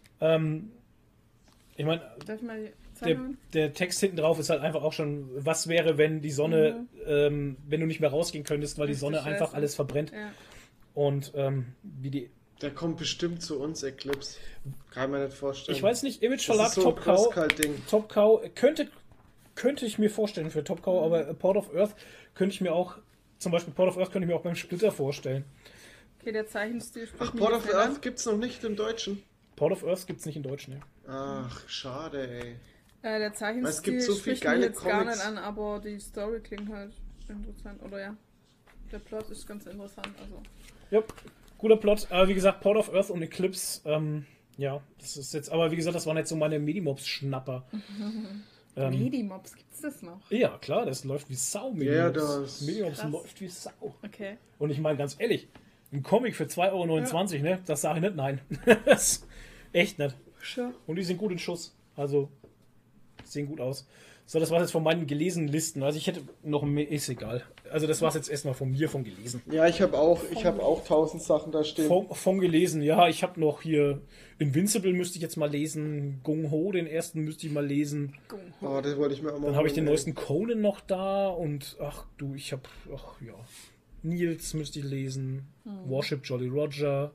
Ich meine, Darf ich mal die Zeichnung? der Text hinten drauf ist halt einfach auch schon, was wäre, wenn die Sonne, wenn du nicht mehr rausgehen könntest, weil die Sonne einfach alles verbrennt. Ja. Und wie die... Der kommt bestimmt zu uns, Eclipse. Kann man nicht vorstellen. Ich weiß nicht, Image das Verlag, ist so ein Top Cow. Crosscut-Ding. Top Cow könnte ich mir vorstellen für Top Cow, aber Port of Earth könnte ich mir auch, zum Beispiel Port of Earth könnte ich mir auch beim Splitter vorstellen. Okay, der Zeichenstil spricht Ach, mich Port jetzt of nicht an. Earth gibt's noch nicht im Deutschen. Port of Earth gibt es nicht in Deutsch, ne? Ach, schade, ey. Der Zeichenstil Es gibt so viel spricht geile mich jetzt gar Comics. nicht an, aber die Story klingt halt interessant. Oder ja, der Plot ist ganz interessant. Also. Ja, guter Plot. Aber wie gesagt, Port of Earth und Eclipse, ja, das ist jetzt, aber wie gesagt, das waren jetzt so meine Medimobs-Schnapper. Medimobs, gibt's das noch? Ja, klar, das läuft wie Sau. Ja, Medimobs. das- Medimobs Krass. läuft wie Sau. Okay. Und ich meine, ganz ehrlich, ein Comic für 2,29 €, ne? Das sage ich nicht, nein. Das echt nicht. Sure. Und die sind gut in Schuss. Also, sehen gut aus. So, das war jetzt von meinen gelesenen Listen. Also ich hätte noch mehr, ist egal. Also das war jetzt erstmal von mir von gelesen. Ja, ich habe auch 1000 Sachen da stehen. Von gelesen, ja. Ich habe noch hier Invincible müsste ich jetzt mal lesen. Gung Ho, den ersten müsste ich mal lesen. Oh, das wollte ich mir auch mal Dann habe ich den holen, ey. neuesten Conan noch da und ach du, ich habe, ach ja, Nils müsste ich lesen, Warship Jolly Roger.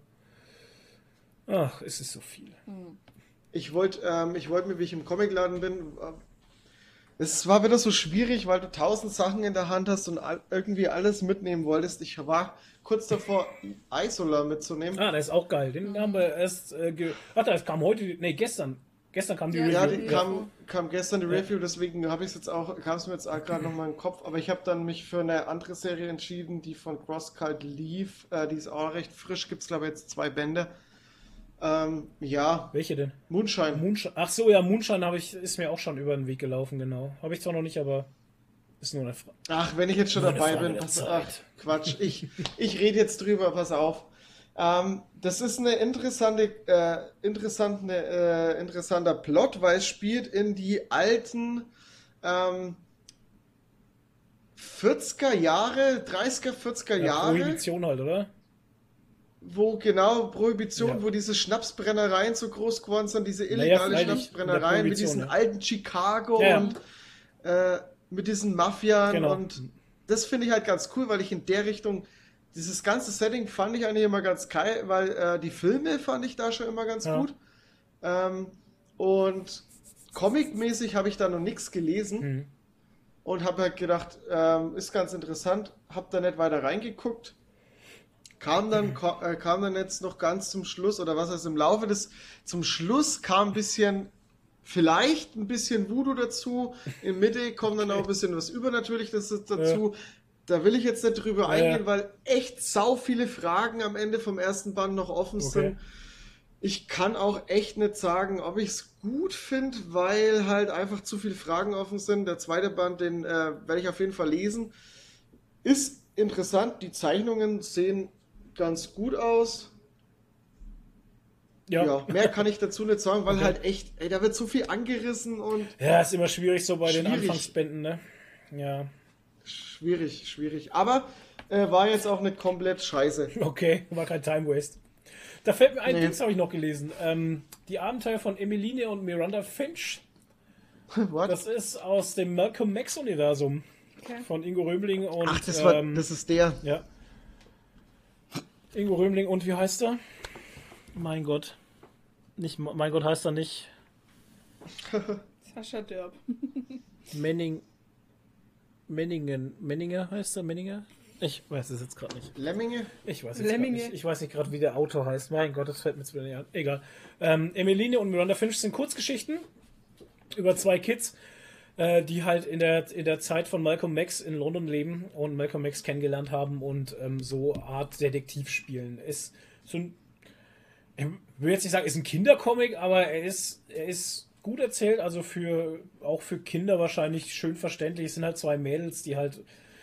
Ach, es ist so viel. Ich wollte mir, wie ich im Comicladen bin, es war wieder so schwierig, weil du 1000 Sachen in der Hand hast und irgendwie alles mitnehmen wolltest. Ich war kurz davor, Isola mitzunehmen. Ah, der ist auch geil. Den haben wir erst, das kam heute, nee, gestern. Gestern kam die Ja, Ja, Review. die kam gestern die Review, deswegen kam es mir jetzt auch gerade noch mal in den Kopf. Aber ich habe dann mich für eine andere Serie entschieden, die von Crosscut lief. Die ist auch recht frisch, gibt es glaube ich jetzt 2 Bände. Ja, Welche denn? Moonshine. Ach so, ja, Moonshine ist mir auch schon über den Weg gelaufen, genau. Habe ich zwar noch nicht, aber ist nur eine Frage. Ach, wenn ich jetzt schon Nur eine dabei Frage bin, der ach, Zeit. Quatsch, ich rede jetzt drüber, pass auf. Das ist eine interessanter Plot, weil es spielt in die alten 40er Jahre, 30er, 40er Ja, Jahre, Prohibition halt, oder? wo genau Prohibition, Ja. wo diese Schnapsbrennereien so groß geworden sind, diese Naja, illegale freilich, in der Schnapsbrennereien mit Prohibition, diesen ja. alten Chicago Ja, ja. und mit diesen Mafian Genau. und das finde ich halt ganz cool, weil ich in der Richtung, dieses ganze Setting fand ich eigentlich immer ganz geil, weil die Filme fand ich da schon immer ganz Ja. gut. Und comicmäßig habe ich da noch nichts gelesen und habe halt gedacht, ist ganz interessant, habe da nicht weiter reingeguckt. Kam dann jetzt noch ganz zum Schluss, oder was heißt im Laufe zum Schluss kam vielleicht ein bisschen Voodoo dazu, in Mitte kommt dann auch ein bisschen was Übernatürliches dazu. Da will ich jetzt nicht drüber eingehen, weil echt sau viele Fragen am Ende vom ersten Band noch offen sind. Ich kann auch echt nicht sagen, ob ich es gut finde, weil halt einfach zu viele Fragen offen sind. Der zweite Band, den werde ich auf jeden Fall lesen. Ist interessant, die Zeichnungen sehen ganz gut aus. Ja, mehr kann ich dazu nicht sagen, weil halt echt, ey, da wird so viel angerissen und Ja, ist immer schwierig so bei den Schwierig. Anfangsbänden, ne? Ja. schwierig. Aber war jetzt auch nicht komplett scheiße. Okay, war kein Time Waste. Da fällt mir ein, Nee. Dings habe ich noch gelesen. Die Abenteuer von Emeline und Miranda Finch. What? Das ist aus dem Malcolm X Universum Okay. von Ingo Römling und Ach, das ist der. ja. Ingo Römling und wie heißt er? Mein Gott. Nicht, mein Gott, heißt er nicht Sascha Dörb. Menninger heißt er? Menninger? Ich weiß es jetzt gerade nicht. Lemminge? Ich weiß jetzt gerade nicht. Ich weiß nicht gerade, wie der Autor heißt. Mein Gott, das fällt mir jetzt wieder nicht an. Egal. Emeline und Miranda Finch sind Kurzgeschichten über zwei Kids, die halt in der Zeit von Malcolm X in London leben und Malcolm X kennengelernt haben und so Art Detektiv spielen. Ist so ein, ich will jetzt nicht sagen, ist ein Kindercomic, aber er ist gut erzählt, also auch für Kinder wahrscheinlich schön verständlich. Es sind halt zwei Mädels, die halt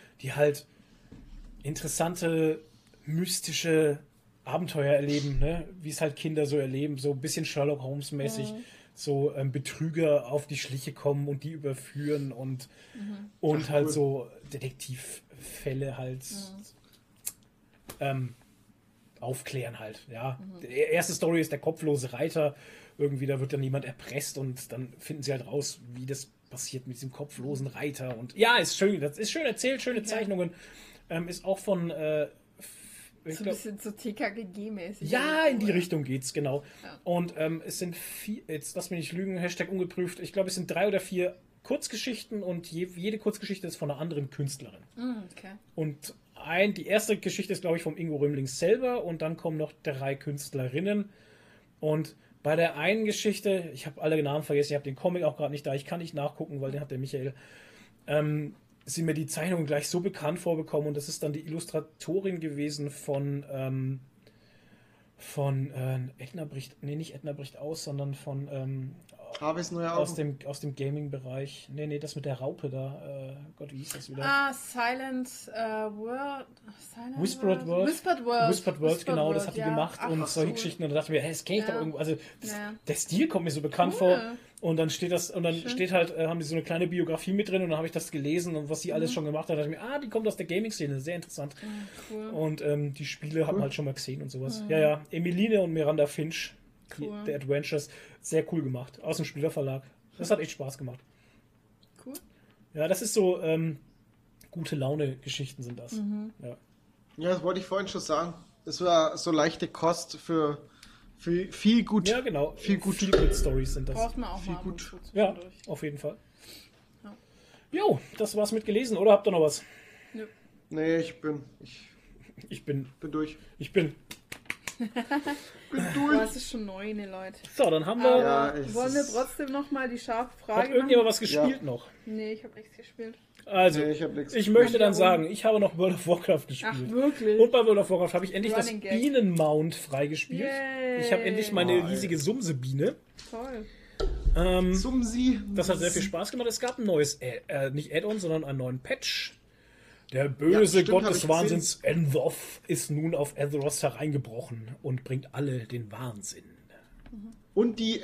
interessante, mystische Abenteuer erleben, ne? Wie es halt Kinder so erleben, so ein bisschen Sherlock Holmes-mäßig, so Betrüger auf die Schliche kommen und die überführen und halt so Detektivfälle halt aufklären halt, ja. Die erste Story ist der kopflose Reiter, irgendwie, da wird dann jemand erpresst und dann finden sie halt raus, wie das passiert mit diesem kopflosen Reiter und ja, ist schön, das ist schön erzählt, schöne Zeichnungen. Ist auch von So ein bisschen so TKKG-mäßig. ja, in die Richtung geht's, genau. Ja. Und es sind jetzt lass mich nicht lügen, Hashtag ungeprüft, ich glaube, es sind 3 oder 4 Kurzgeschichten und jede Kurzgeschichte ist von einer anderen Künstlerin. Okay. Und die erste Geschichte ist, glaube ich, vom Ingo Römling selber und dann kommen noch 3 Künstlerinnen. Und bei der einen Geschichte, ich habe alle Namen vergessen, ich habe den Comic auch gerade nicht da, ich kann nicht nachgucken, weil den hat der Michael, sind mir die Zeichnungen gleich so bekannt vorgekommen und das ist dann die Illustratorin gewesen von Edna bricht, nee, nicht Edna bricht aus, sondern von Harveys neue aus Augen. dem Gaming-Bereich. Nee, das mit der Raupe da. Gott, wie hieß das wieder? Silent World. Whispered World. Whispered World, genau, das hat die gemacht Ach, und solche cool. Geschichten. Und da dachte ich mir, das kenne ich doch irgendwo. Also Ja. der Stil kommt mir so bekannt Cool. vor. Und dann steht halt, haben die so eine kleine Biografie mit drin und dann habe ich das gelesen und was sie alles schon gemacht hat, dachte ich mir, die kommt aus der Gaming-Szene, sehr interessant. Cool. Und die Spiele hat man halt schon mal gesehen und sowas. Ja, Emeline und Miranda Finch, Cool. The Adventures, sehr cool gemacht. Aus dem Spielerverlag. Das hat echt Spaß gemacht. Cool. Ja, das ist so, gute Laune-Geschichten sind das. Ja. Ja, das wollte ich vorhin schon sagen. Das war so leichte Kost für viel gut. Ja, genau. Viel gut. Viel Good Stories sind das. Braucht man auch Viel mal ab und gut. zu Ja, zwischendurch. auf jeden Fall. Ja. Jo, das war's mit gelesen, oder habt ihr noch was? Nö. Nee, ich bin Ich bin. durch. Boah, es ist schon 9, Leute. So, dann haben wir. Ja, es Wollen wir ist- trotzdem nochmal die scharfe Hat Frage irgendjemand machen? was gespielt noch? Nee, ich habe nichts gespielt. Also, Nee, ich hab nichts ich gespielt. möchte dann sagen, ich habe noch World of Warcraft gespielt. Ach, wirklich? Und bei World of Warcraft habe ich endlich Running das Gag. Bienenmount freigespielt. Yay. Ich habe endlich meine Oh, riesige Sumsebiene. Toll. Sumsi. Das hat sehr viel Spaß gemacht. Es gab ein neues, nicht Add-on, sondern einen neuen Patch. Der böse stimmt, Gott hab des ich Wahnsinns Envoth ist nun auf Azeroth hereingebrochen und bringt alle den Wahnsinn. Und die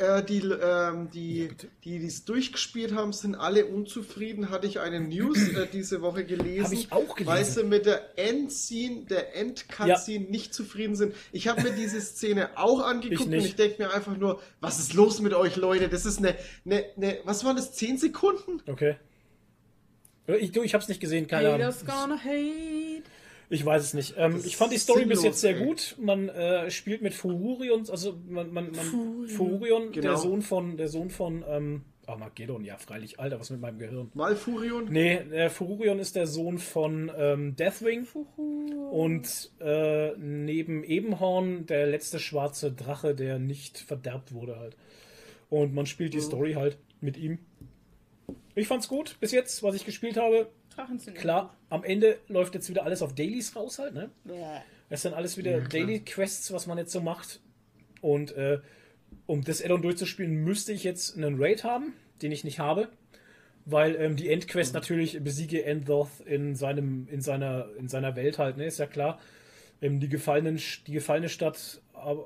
es durchgespielt haben, sind alle unzufrieden. Hatte ich eine News diese Woche gelesen. Hab ich auch gelesen. Weil sie mit der End-Cutscene nicht zufrieden sind. Ich habe mir diese Szene auch angeguckt Ich und nicht. ich denke mir einfach nur, was ist los mit euch, Leute? Das ist was waren das, 10 Sekunden? Okay. Ich habe es nicht gesehen, keine Ahnung. Haters gonna hate. Ich weiß es nicht. Ich fand die ist Story bis sinnlos, jetzt sehr ey. gut. Man spielt mit Fururion, also Fururion, Genau. der Sohn von Armageddon, ja freilich, Alter, was mit meinem Gehirn. Malfurion? Nee, Fururion ist der Sohn von Deathwing und neben Ebenhorn der letzte schwarze Drache, der nicht verderbt wurde halt. Und man spielt die Story halt mit ihm. Ich fand's gut bis jetzt, was ich gespielt habe. Drachen sind Klar, am Ende läuft jetzt wieder alles auf Dailies raus halt, ne? Bäh. Das sind alles wieder Daily-Quests, was man jetzt so macht. Und um das Addon durchzuspielen, müsste ich jetzt einen Raid haben, den ich nicht habe. Weil die Endquest natürlich besiege Envoth in seiner Welt halt, ne? Ist ja klar. Die gefallene Stadt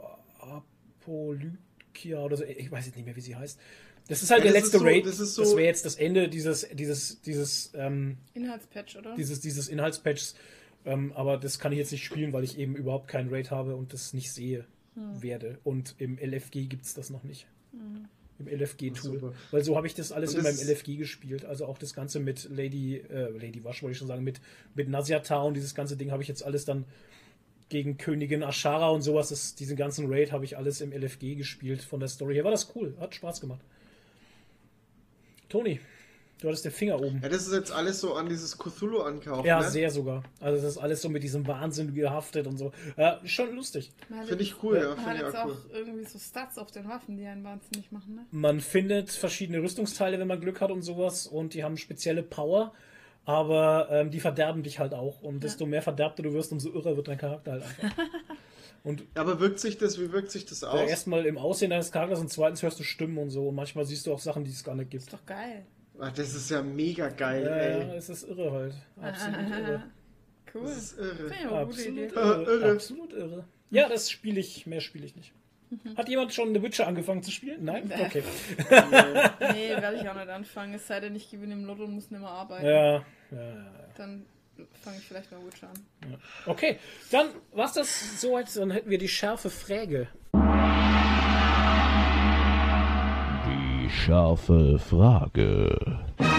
Apolykia oder so, ich weiß jetzt nicht mehr, wie sie heißt. Das ist halt Ja, der das letzte ist so- Raid. das ist so- Das wäre jetzt das Ende dieses Inhaltspatch, oder? dieses Inhaltspatches. Aber das kann ich jetzt nicht spielen, weil ich eben überhaupt keinen Raid habe und das nicht sehe werde. Und im LFG gibt es das noch nicht. Im LFG-Tool. Super. Weil so habe ich das alles Und in das- meinem LFG gespielt. Also auch das Ganze mit Lady Wash, wollte ich schon sagen, mit Naziata und dieses ganze Ding habe ich jetzt alles dann gegen Königin Ashara und sowas. Diesen ganzen Raid habe ich alles im LFG gespielt. Von der Story her war das cool. Hat Spaß gemacht. Toni, du hattest den Finger oben. Ja, das ist jetzt alles so an dieses Cthulhu angehaucht, Ja, ne? sehr sogar. Also das ist alles so mit diesem Wahnsinn gehaftet und so. Schon lustig. Finde ich cool, ja. Man hat Finde ich jetzt auch auch cool. irgendwie so Stats auf den Waffen, die einen wahnsinnig machen, ne? Man findet verschiedene Rüstungsteile, wenn man Glück hat und sowas. Und die haben spezielle Power. Aber die verderben dich halt auch. Und desto mehr Verderbter du wirst, umso irrer wird dein Charakter halt einfach. Und Aber wie wirkt sich das aus? erstmal im Aussehen deines Charakters und zweitens hörst du Stimmen und so. Und manchmal siehst du auch Sachen, die es gar nicht gibt. Ist doch geil. Ach, das ist ja mega geil, Ja, ey. es ist irre halt. Absolut irre. Cool. Das ist irre. Finde ich aber eine gute Idee. Absolut irre. Irre. Absolut irre. Ja, das spiele ich. Mehr spiele ich nicht. Hat jemand schon The Witcher angefangen zu spielen? Nein? Okay. Nee, werde ich auch nicht anfangen. Es sei denn, ich gewinne im Lotto und muss nicht mehr arbeiten. Ja. Dann fange ich vielleicht mal Witcher an. Okay, dann war's das soweit. Dann hätten wir die scharfe Frage. Die scharfe Frage.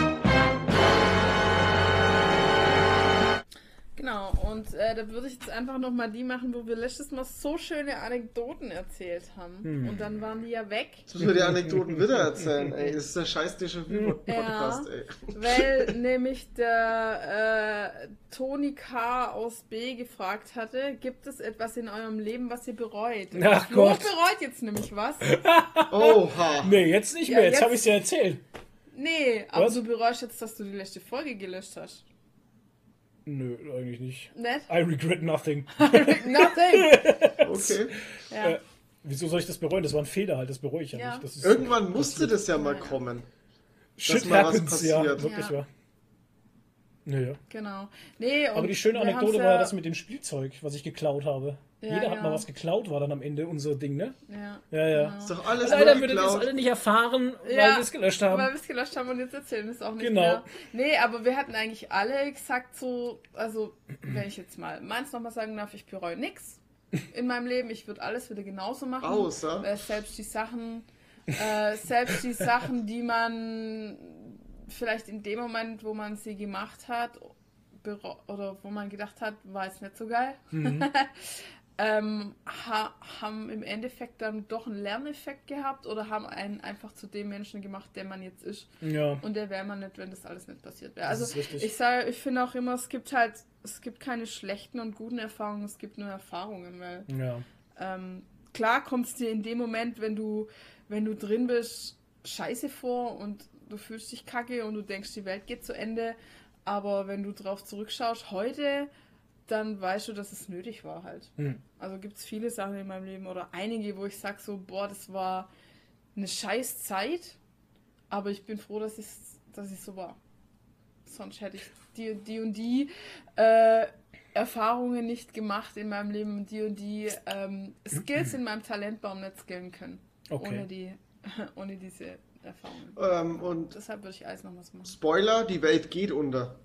Genau, und da würde ich jetzt einfach nochmal die machen, wo wir letztes Mal so schöne Anekdoten erzählt haben. Und dann waren die ja weg. Jetzt müssen wir die Anekdoten wieder erzählen, ey. Das ist der scheiß Déjà-vu-Podcast, ey. Weil nämlich der Toni K. aus B. gefragt hatte, gibt es etwas in eurem Leben, was ihr bereut? Und Ach Flo Gott. bereut jetzt nämlich was. Oha. Nee, jetzt nicht Ja, mehr. Jetzt jetzt- habe ich es ja erzählt. Nee, aber Was? du bereust jetzt, dass du die letzte Folge gelöscht hast. Nö, eigentlich nicht. Nicht? I regret nothing. Nothing! Okay. Ja. Wieso soll ich das bereuen? Das war ein Fehler halt. Das bereue ich ja, Ja. nicht. Das ist Irgendwann musste das ja mal kommen. Shit mal was happens, ja. passiert. Wirklich Ja. wahr. Naja. Genau. Nee, und Aber die schöne wir Anekdote haben's war ja das mit dem Spielzeug, was ich geklaut habe. Ja, Jeder hat genau. mal was geklaut, war dann am Ende unser Ding, ne? Ja. Ja, ja. Genau. Ist doch alles Leider nur würdet ihr das geklaut. alle nicht erfahren, weil Ja, wir es gelöscht haben. Weil wir es gelöscht haben und jetzt erzählen wir es auch nicht Genau. mehr. Nee, aber wir hatten eigentlich alle gesagt so, also wenn ich jetzt mal meins nochmal sagen darf, ich bereue nichts in meinem Leben. Ich würde alles wieder genauso machen. Außer? Selbst die Sachen, die man vielleicht in dem Moment, wo man sie gemacht hat, oder wo man gedacht hat, war jetzt nicht so geil. Haben im Endeffekt dann doch einen Lerneffekt gehabt oder haben einen einfach zu dem Menschen gemacht, der man jetzt ist. Ja. Und der wäre man nicht, wenn das alles nicht passiert wäre. Das Also ist richtig. ich finde auch immer, es gibt keine schlechten und guten Erfahrungen, es gibt nur Erfahrungen, weil Ja. klar kommt es dir in dem Moment, wenn du drin bist, scheiße vor und du fühlst dich kacke und du denkst, die Welt geht zu Ende, aber wenn du drauf zurückschaust heute, dann weißt du, dass es nötig war halt. Also gibt es viele Sachen in meinem Leben oder einige, wo ich sage so, boah, das war eine scheiß Zeit, aber ich bin froh, dass es so war. Sonst hätte ich die und die Erfahrungen nicht gemacht in meinem Leben, die und die Skills in meinem Talentbaum nicht skillen können. Okay. Ohne diese Erfahrungen. Und Deshalb würde ich alles nochmals machen. Spoiler, die Welt geht unter.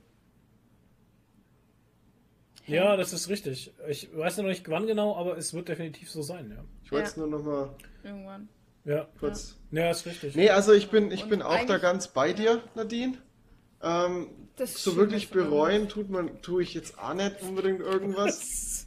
Ja, das ist richtig. Ich weiß noch nicht wann genau, aber es wird definitiv so sein, ja. Ich wollte es nur noch mal Irgendwann. Ja, kurz... ja ist richtig. Nee, also ich bin Und auch da eigentlich- ganz bei dir, Nadine. Das ist So schön, wirklich dass du- bereuen tue ich jetzt auch nicht unbedingt irgendwas.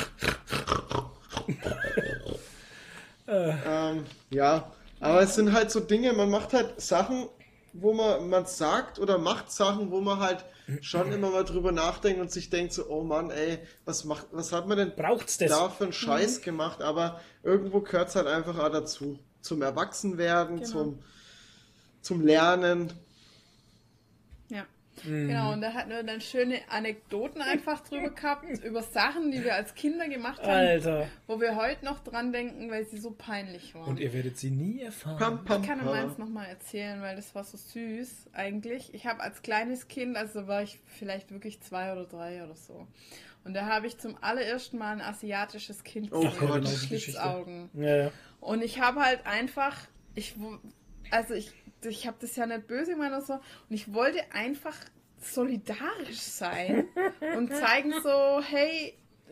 Ja, aber es sind halt so Dinge, man macht halt Sachen, wo man sagt oder macht Sachen, wo man halt schon immer mal drüber nachdenkt und sich denkt so, oh Mann, ey, was hat man denn Braucht's das? da für einen Scheiß gemacht? Aber irgendwo gehört es halt einfach auch dazu. Zum Erwachsenwerden, Genau. zum Lernen. Ja. Genau, und da hatten wir dann schöne Anekdoten einfach drüber gehabt, über Sachen, die wir als Kinder gemacht haben, Alter. wo wir heute noch dran denken, weil sie so peinlich waren. Und ihr werdet sie nie erfahren. Pam, pam, Ich kann pam. meins nochmal erzählen, weil das war so süß eigentlich. Ich habe als kleines Kind, also war ich vielleicht wirklich 2 oder 3 oder so. Und da habe ich zum allerersten Mal ein asiatisches Kind Oh gesehen, Gott. mit Genau die Geschichte. Schlitzaugen. Ja, ja. Und ich habe halt einfach, ich habe das ja nicht böse gemeint oder so, und ich wollte einfach solidarisch sein und zeigen so, hey,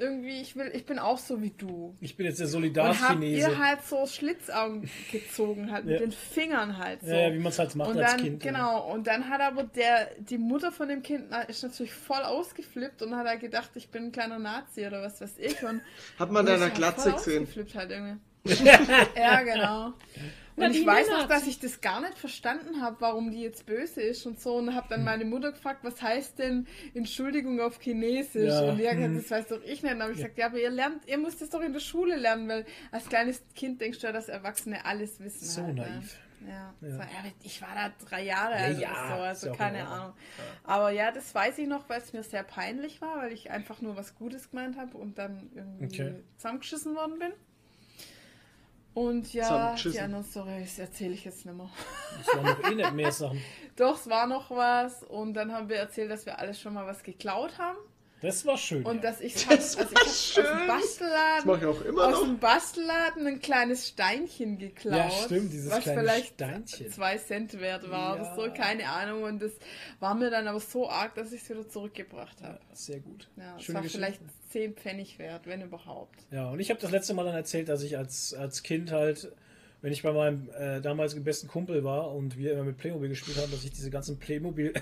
irgendwie, ich bin auch so wie du. Ich bin jetzt der Und Solidar-Chinese. habt ihr halt so Schlitzaugen gezogen, halt mit den Fingern halt so. Ja, wie man es halt macht und als dann, Kind. genau, und dann hat aber die Mutter von dem Kind ist natürlich voll ausgeflippt und hat halt gedacht, ich bin ein kleiner Nazi oder was weiß ich. Und Hat man und deiner ist halt Glatze voll gesehen? ausgeflippt halt irgendwie. Ja, genau. Und ich weiß noch, dass ich das gar nicht verstanden habe, warum die jetzt böse ist und so. Und habe dann meine Mutter gefragt, was heißt denn Entschuldigung auf Chinesisch? Ja. Und die hat gesagt, das weiß doch ich nicht. Und dann habe ich gesagt, ja, aber ihr müsst das doch in der Schule lernen, weil als kleines Kind denkst du ja, dass Erwachsene alles wissen. So halt, naiv. Ne? Ja. Ja. So, ja, ich war da 3 Jahre alt Ja, oder so, ist also ja auch keine in Ordnung. Ahnung. Aber ja, das weiß ich noch, weil es mir sehr peinlich war, weil ich einfach nur was Gutes gemeint habe und dann irgendwie zusammengeschissen worden bin. Und ja, Zusammengeschissen. die anderen Storys erzähle ich jetzt nicht mehr. Das waren noch nicht mehr Sachen. Doch, es war noch was und dann haben wir erzählt, dass wir alles schon mal was geklaut haben. Das war schön. Und ja. dass ich Das aus war dem schön. Bastelladen, Das mache ich auch immer aus noch. dem Bastelladen ein kleines Steinchen geklaut. Ja, stimmt, dieses was kleine vielleicht Steinchen. 2 Cent wert war Ja. oder so, keine Ahnung. Und das war mir dann aber so arg, dass ich es wieder zurückgebracht habe. Sehr gut. Ja, es Schöne war Geschichte. vielleicht 10 Pfennig wert, wenn überhaupt. Ja, und ich habe das letzte Mal dann erzählt, dass ich als Kind halt, wenn ich bei meinem damaligen besten Kumpel war und wir immer mit Playmobil gespielt haben, dass ich diese ganzen Playmobil...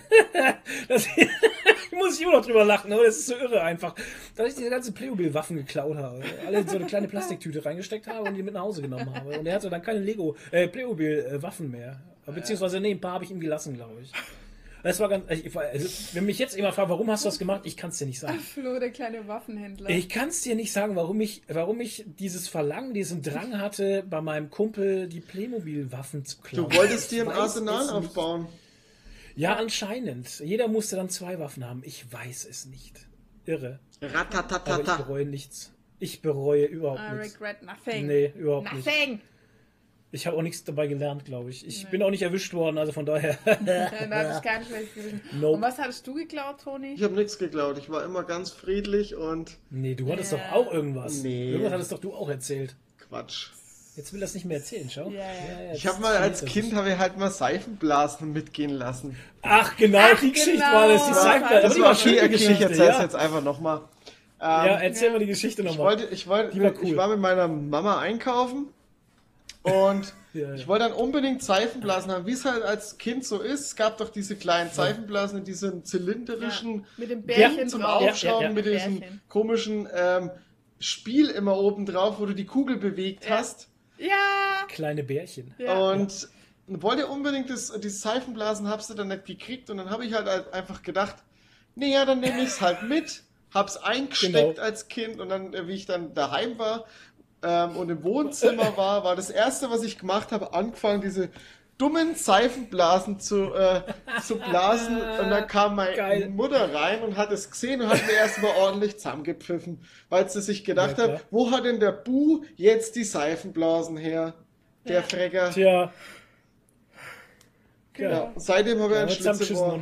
muss ich immer noch drüber lachen, aber das ist so irre einfach. Dass ich diese ganzen Playmobil-Waffen geklaut habe. Alle in so eine kleine Plastiktüte reingesteckt habe und die mit nach Hause genommen habe. Und er hatte dann keine Playmobil-Waffen mehr. Beziehungsweise, nee, ein paar habe ich ihm gelassen, glaube ich. Das war ganz... Also, wenn mich jetzt jemand fragt, warum hast du das gemacht, ich kann es dir nicht sagen. Flo, der kleine Waffenhändler. Ich kann es dir nicht sagen, warum ich dieses Verlangen, diesen Drang hatte, bei meinem Kumpel die Playmobil-Waffen zu klauen. Du wolltest dir ein Ich weiß Arsenal es nicht. aufbauen. Ja, anscheinend. Jeder musste dann 2 Waffen haben. Ich weiß es nicht. Irre. Aber ich Ratatatata. bereue nichts. Ich bereue überhaupt I nichts. regret nothing. Nee, überhaupt nicht. Nothing! Ich habe auch nichts dabei gelernt, glaube ich. Ich Nee. bin auch nicht erwischt worden, also von daher. Dann habe ich gar nicht mehr gewusst. Nope. Und was hattest du geklaut, Toni? Ich habe nichts geklaut. Ich war immer ganz friedlich und Nee, du hattest Ja. doch auch irgendwas. Nee. Irgendwas hattest doch du auch erzählt. Quatsch. Jetzt will er das nicht mehr erzählen, schau. Ja. Ich habe mal als Kind habe ich halt mal Seifenblasen mitgehen lassen. Ach, genau, die Geschichte genau. war das. Die Ja, Seifenblasen. das Aber die war schöne okay, ich erzähl's ja. jetzt einfach nochmal. Ja, erzähl mal die Geschichte Ich nochmal. wollte, Die war cool. ich war mit meiner Mama einkaufen und Ja. ich wollte dann unbedingt Seifenblasen haben, wie es halt als Kind so ist. Es gab doch diese kleinen Seifenblasen in diesen zylindrischen Mit dem Bärchen Bärchen zum drauf. Aufschrauben, Ja. mit diesem Bärchen. komischen Spiel immer oben drauf, wo du die Kugel bewegt Ja. hast. Ja! Kleine Bärchen. Ja. Und wollte unbedingt diese Seifenblasen, hab's du dann nicht gekriegt und dann habe ich halt einfach gedacht, nee, ja, dann nehme ich's halt mit, hab's eingesteckt Genau. als Kind und dann, wie ich dann daheim war und im Wohnzimmer war das erste, was ich gemacht habe, angefangen, diese dummen Seifenblasen zu blasen und dann kam meine Geil. Mutter rein und hat es gesehen und hat mir erstmal ordentlich zusammengepfiffen, weil sie sich gedacht Ja, klar. hat, wo hat denn der Bu jetzt die Seifenblasen her? Der Frecker. Tja. Ja, seitdem habe ich Ja, einen wird Schlitz im zusammengeschissen Ohr. worden.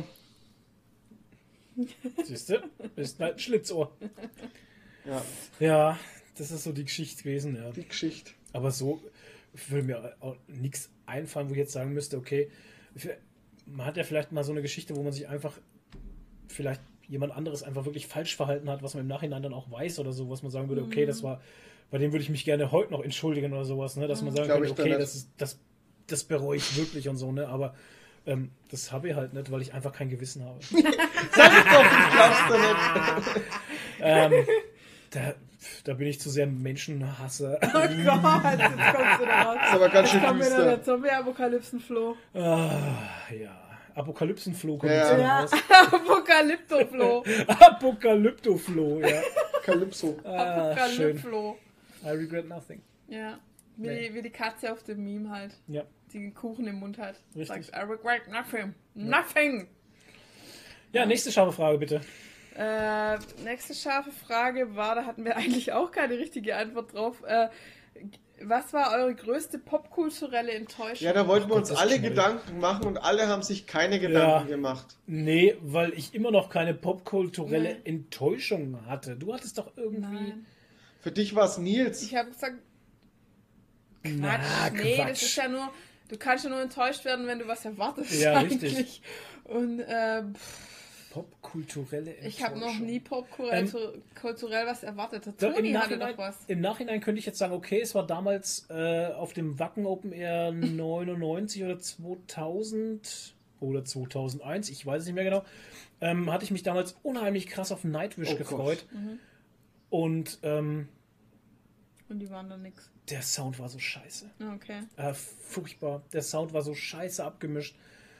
Siehst du? Ist halt ein Schlitzohr. Ja, Ja, das ist so die Geschichte gewesen, ja. die Geschichte. Aber so würde mir auch nichts einfallen, wo ich jetzt sagen müsste, okay, man hat ja vielleicht mal so eine Geschichte, wo man sich einfach vielleicht jemand anderes einfach wirklich falsch verhalten hat, was man im Nachhinein dann auch weiß oder so, was man sagen würde, okay, das war, bei dem würde ich mich gerne heute noch entschuldigen oder sowas, ne, dass man sagen Glaub könnte, ich dann okay, nicht. das bereue ich wirklich und so, ne, aber das habe ich halt nicht, weil ich einfach kein Gewissen habe. Sag ich doch, ich glaub's dir nicht. Da bin ich zu sehr Menschenhasser. Oh Gott, jetzt kommst du da raus. Ist aber ganz schön Jetzt kommt wieder düster. der Zombie-Apokalypsen-Flo. Ja, Apokalypsenfloh kommt Ja. jetzt noch Ja, raus. Apokalypto-Flo. Apokalyptofloh, ja. Calypso. Schön. Apokalypflo. I regret nothing. Ja, wie, Nee. wie die Katze auf dem Meme halt, Ja. die einen Kuchen im Mund hat. Richtig. Sagt, I regret nothing. Nothing. Ja, nächste scharfe Frage bitte. Nächste scharfe Frage war, da hatten wir eigentlich auch keine richtige Antwort drauf. Was war eure größte popkulturelle Enttäuschung? Ja, da wollten wir Gott, uns das alle schnell. Gedanken machen und alle haben sich keine Gedanken Ja. gemacht. Nee, weil ich immer noch keine popkulturelle Nee. Enttäuschung hatte. Du hattest doch irgendwie... Nein. Für dich war es Nils. Ich habe gesagt, Na, Quatsch. Nee, Quatsch. das ist ja nur, du kannst ja nur enttäuscht werden, wenn du was erwartest. Ja, eigentlich. richtig. Und Popkulturelle Enttäuschung. Ich habe noch nie popkulturell was erwartet. Der Doch, Toni hatte doch was. Im Nachhinein könnte ich jetzt sagen, okay, es war damals auf dem Wacken Open Air 99 oder 2000 oder 2001, ich weiß es nicht mehr genau, hatte ich mich damals unheimlich krass auf Nightwish gefreut. Und Und die waren dann nix. der Sound war so scheiße. Okay. Furchtbar. Der Sound war so scheiße abgemischt.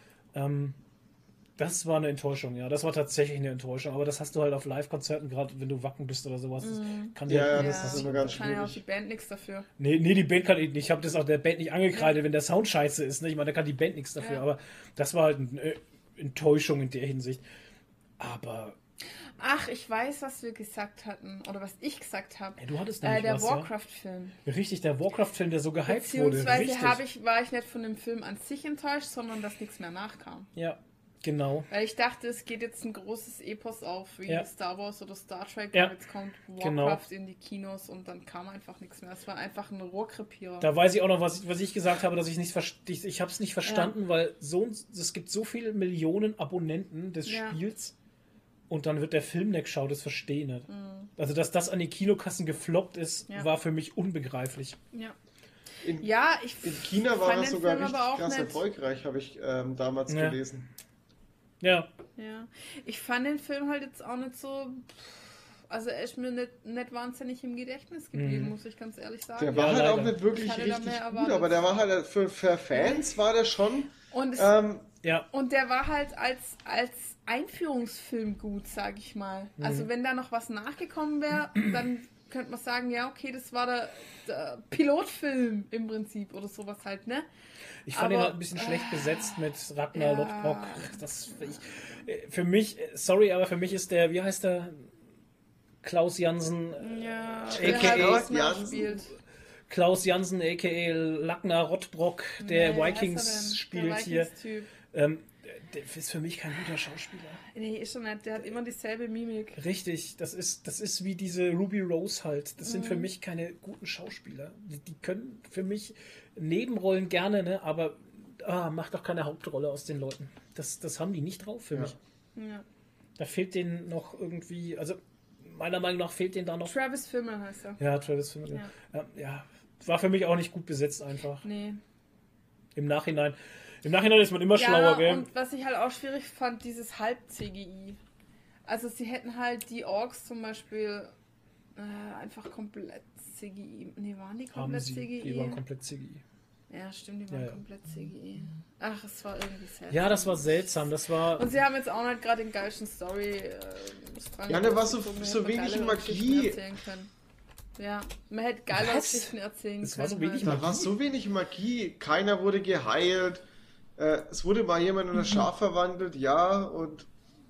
Das war eine Enttäuschung, ja. Das war tatsächlich eine Enttäuschung. Aber das hast du halt auf Live-Konzerten, gerade wenn du Wacken bist oder sowas. Das kann dir halt das ist immer ganz Kann ja auch schwierig. die Band nichts dafür. Nee, die Band kann ich nicht. Ich habe das auch der Band nicht angekreidet, wenn der Sound scheiße ist. Ne? Ich meine, da kann die Band nichts dafür. Ja. Aber das war halt eine Enttäuschung in der Hinsicht. Aber Ach, ich weiß, was wir gesagt hatten. Oder was ich gesagt habe. ja, du hattest nämlich Der was, Warcraft-Film. ja? Richtig, der Warcraft-Film, der so gehypt wurde. Beziehungsweise Richtig. war ich nicht von dem Film an sich enttäuscht, sondern dass nichts mehr nachkam. Ja, genau. Weil ich dachte, es geht jetzt ein großes Epos auf, wie Ja. Star Wars oder Star Trek. Ja. Und jetzt kommt Genau. Warcraft in die Kinos und dann kam einfach nichts mehr. Es war einfach ein Rohrkrepierer. Da weiß ich auch noch, was ich gesagt habe, dass ich nicht ich habe es nicht verstanden, weil es gibt so viele Millionen Abonnenten des Ja. Spiels und dann wird der Film nicht geschaut, das verstehe ich nicht. Also, dass das an die Kinokassen gefloppt ist, Ja. war für mich unbegreiflich. Ja. In, Ja, ich in China war fand er den sogar Film richtig aber auch krass nicht. erfolgreich, habe ich damals Ja. gelesen. Ja, Ja, ich fand den Film halt jetzt auch nicht so. Also, er ist mir nicht wahnsinnig im Gedächtnis geblieben, muss ich ganz ehrlich sagen. Der war Ja, halt auch leider. nicht wirklich Ich hatte da richtig mehr gut, erwartet. aber der war halt für Fans war der schon. Und, ja. und der war halt als Einführungsfilm gut, sag ich mal. Also, wenn da noch was nachgekommen wäre, dann könnte man sagen, ja, okay, das war der Pilotfilm im Prinzip oder sowas halt, ne? Ich fand ihn Aber- halt ein bisschen schlecht besetzt mit Ragnar Ja. Lothbrok. Für mich, sorry, aber für mich ist der, wie heißt der? Klaus Jansen, Ja, AKA der halt Klaus Ragnar Jansen. spielt. Klaus Jansen, a.k.a. Ragnar Rothbrock, der Nee, wer Vikings heißt er denn? spielt Der hier. Vikings-Typ. Der ist für mich kein guter Schauspieler. Nee, ist schon nicht. Der hat immer dieselbe Mimik. Richtig, das ist wie diese Ruby Rose halt. Das sind für mich keine guten Schauspieler. Die können für mich Nebenrollen gerne, ne? Aber macht doch keine Hauptrolle aus den Leuten. Das haben die nicht drauf für mich. Ja. Da fehlt denen noch irgendwie, also meiner Meinung nach fehlt denen da noch. Travis Fimmel heißt er. Ja, Travis Fimmel. Ja, war für mich auch nicht gut besetzt einfach. Nee. Im Nachhinein ist man immer schlauer, gell? Und was ich halt auch schwierig fand, dieses Halb-CGI. Also sie hätten halt die Orks zum Beispiel einfach komplett CGI. Nee, waren die Haben komplett sie. CGI? Die waren komplett CGI. Ja, stimmt, die waren Ja. komplett CGI. Ach, es war irgendwie seltsam. Ja, das war seltsam. Das war. Und sie haben jetzt auch nicht gerade den geilsten Story dran. Ja, da war so gezogen, wenig geilere Magie. Geschichten erzählen können. Ja, man hätte geilere Was? Geschichten erzählen Es können. war so wenig halt. Da war so wenig Magie, keiner wurde geheilt. Es wurde mal jemand in ein Schaf verwandelt, ja, und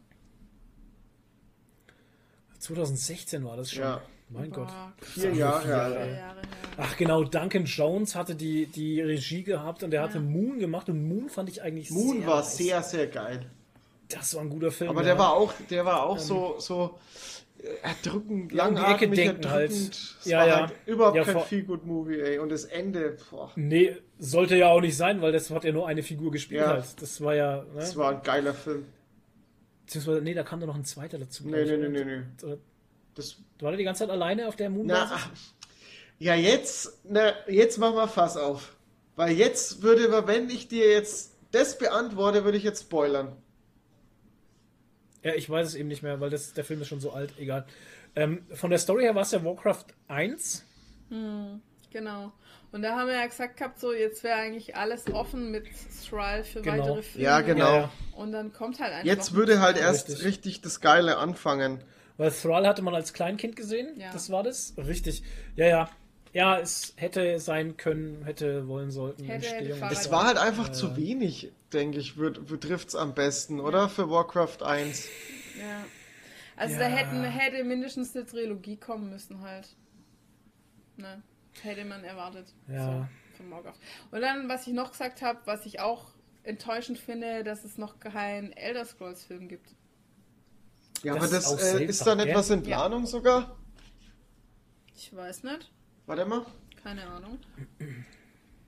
2016 war das schon. Ja. Mein Gott. Boah, 4 Jahre, 4 Jahre. Alter. 4 Jahre her. Ach genau, Duncan Jones hatte die Regie gehabt und der hatte Moon gemacht und Moon fand ich eigentlich Moon sehr war nice. sehr, sehr geil. Das war ein guter Film. Aber ja. der war auch so erdrückend, Ja, um die Ecke langatmig, denken halt. erdrückend. Es Ja, war ja. halt überhaupt Ja, kein Feel-Good-Movie, ey. Und das Ende, boah, Nee, sollte ja auch nicht sein, weil das hat ja nur eine Figur gespielt Ja. halt. Das war ja. Ne? das war ein geiler Film. Beziehungsweise, nee, da kam doch noch ein zweiter dazu. Nee, glaub nee, ich. nee, nee, nee. Oder- Das, War der die ganze Zeit alleine auf der Moon? na, ja, jetzt machen wir Fass auf. Weil jetzt wenn ich dir jetzt das beantworte, würde ich jetzt spoilern. Ja, ich weiß es eben nicht mehr, weil der Film ist schon so alt, egal. Von der Story her war es ja Warcraft 1. Genau. Und da haben wir ja gesagt gehabt, so jetzt wäre eigentlich alles offen mit Thrall für Genau. weitere Filme. Ja, genau. Ja. Und dann kommt halt einfach. Jetzt würde halt erst Richtig. richtig das Geile anfangen. Weil Thrall hatte man als Kleinkind gesehen. Ja. Das war das. Richtig. Ja. Ja, es hätte sein können, hätte wollen sollten. Hätte Entstehung. Fahrrad- Es war halt einfach zu wenig, denke ich, trifft es am besten, oder? Für Warcraft 1. Ja. Also Ja. da hätte mindestens eine Trilogie kommen müssen halt. Ne? Hätte man erwartet. Ja. So, von Warcraft. Und dann, was ich noch gesagt habe, was ich auch enttäuschend finde, dass es noch keinen Elder Scrolls Film gibt. Ja, Das aber ist auch das ist seltsam, dann gell? etwas in Planung sogar? Ich weiß nicht. Warte mal. Keine Ahnung.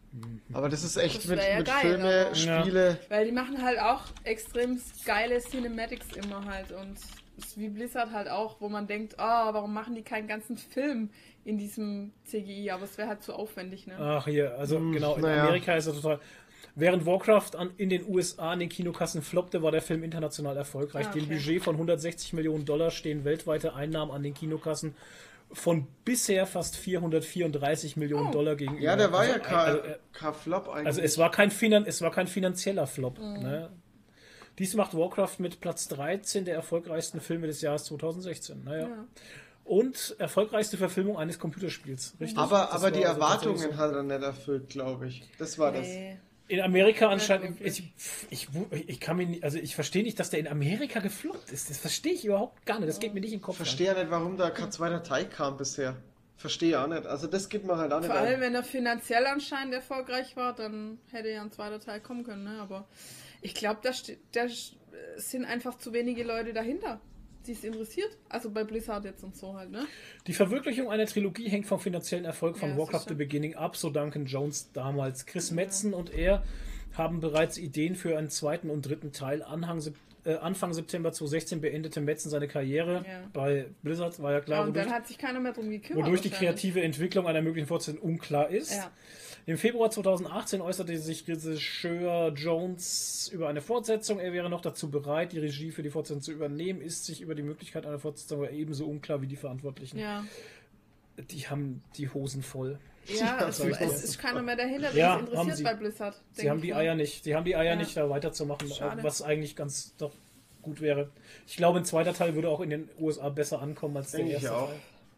Aber das ist echt Das mit, wär ja mit geil, Filme, aber- Spiele. Weil die machen halt auch extrem geile Cinematics immer halt und ist wie Blizzard halt auch, wo man denkt, warum machen die keinen ganzen Film in diesem CGI, aber es wäre halt zu aufwendig, ne? Ach hier, also genau, in naja. Amerika ist er total... Während Warcraft in den USA an den Kinokassen floppte, war der Film international erfolgreich. Ah, Dem okay. Budget von 160 Millionen Dollar stehen weltweite Einnahmen an den Kinokassen von bisher fast 434 Millionen Dollar gegenüber. Ja, der war also, ja kein Flop eigentlich. Also es war kein finanzieller Flop. Ne? Dies macht Warcraft mit Platz 13 der erfolgreichsten Filme des Jahres 2016. Naja. Ja. Und erfolgreichste Verfilmung eines Computerspiels. Richtig. aber Das aber die war also Erwartungen tatsächlich so. hat er nicht erfüllt, glaube ich. Das war das. Nee. In Amerika anscheinend. wirklich. Ich kann mir nicht, also ich verstehe nicht, dass der in Amerika gefloppt ist. Das verstehe ich überhaupt gar nicht. Das geht mir nicht in den Kopf. Verstehe ja nicht, warum da kein zweiter Teil kam bisher. Verstehe auch nicht. Also das gibt man halt auch nicht Vor allem, ein. wenn er finanziell anscheinend erfolgreich war, dann hätte ja ein zweiter Teil kommen können, ne? Aber ich glaube, da sind einfach zu wenige Leute dahinter, die es interessiert. Also bei Blizzard jetzt und so halt, ne? Die Verwirklichung einer Trilogie hängt vom finanziellen Erfolg von Ja, Warcraft sicher. The Beginning ab, so Duncan Jones damals. Chris Metzen und er haben bereits Ideen für einen zweiten und dritten Teil. Anfang September 2016 beendete Metzen seine Karriere Ja. bei Blizzard, war ja Ja, klar, und wodurch, dann hat sich keiner mehr drum gekümmert. wodurch die wahrscheinlich. kreative Entwicklung einer möglichen Fortsetzung unklar ist. Ja. Im Februar 2018 äußerte sich Regisseur Jones über eine Fortsetzung. Er wäre noch dazu bereit, die Regie für die Fortsetzung zu übernehmen. Ist sich über die Möglichkeit einer Fortsetzung aber ebenso unklar wie die Verantwortlichen. Ja, Die haben die Hosen voll. ja es sag ich dir. ist keiner mehr dahinter, Ja, der ist haben interessiert sie. bei Blizzard. Sie denk haben ich die mal. Eier nicht. Sie haben die Eier Ja. nicht, da weiterzumachen, Schade. was eigentlich ganz doch gut wäre. Ich glaube, ein zweiter Teil würde auch in den USA besser ankommen als der Denke ich erste auch. Teil.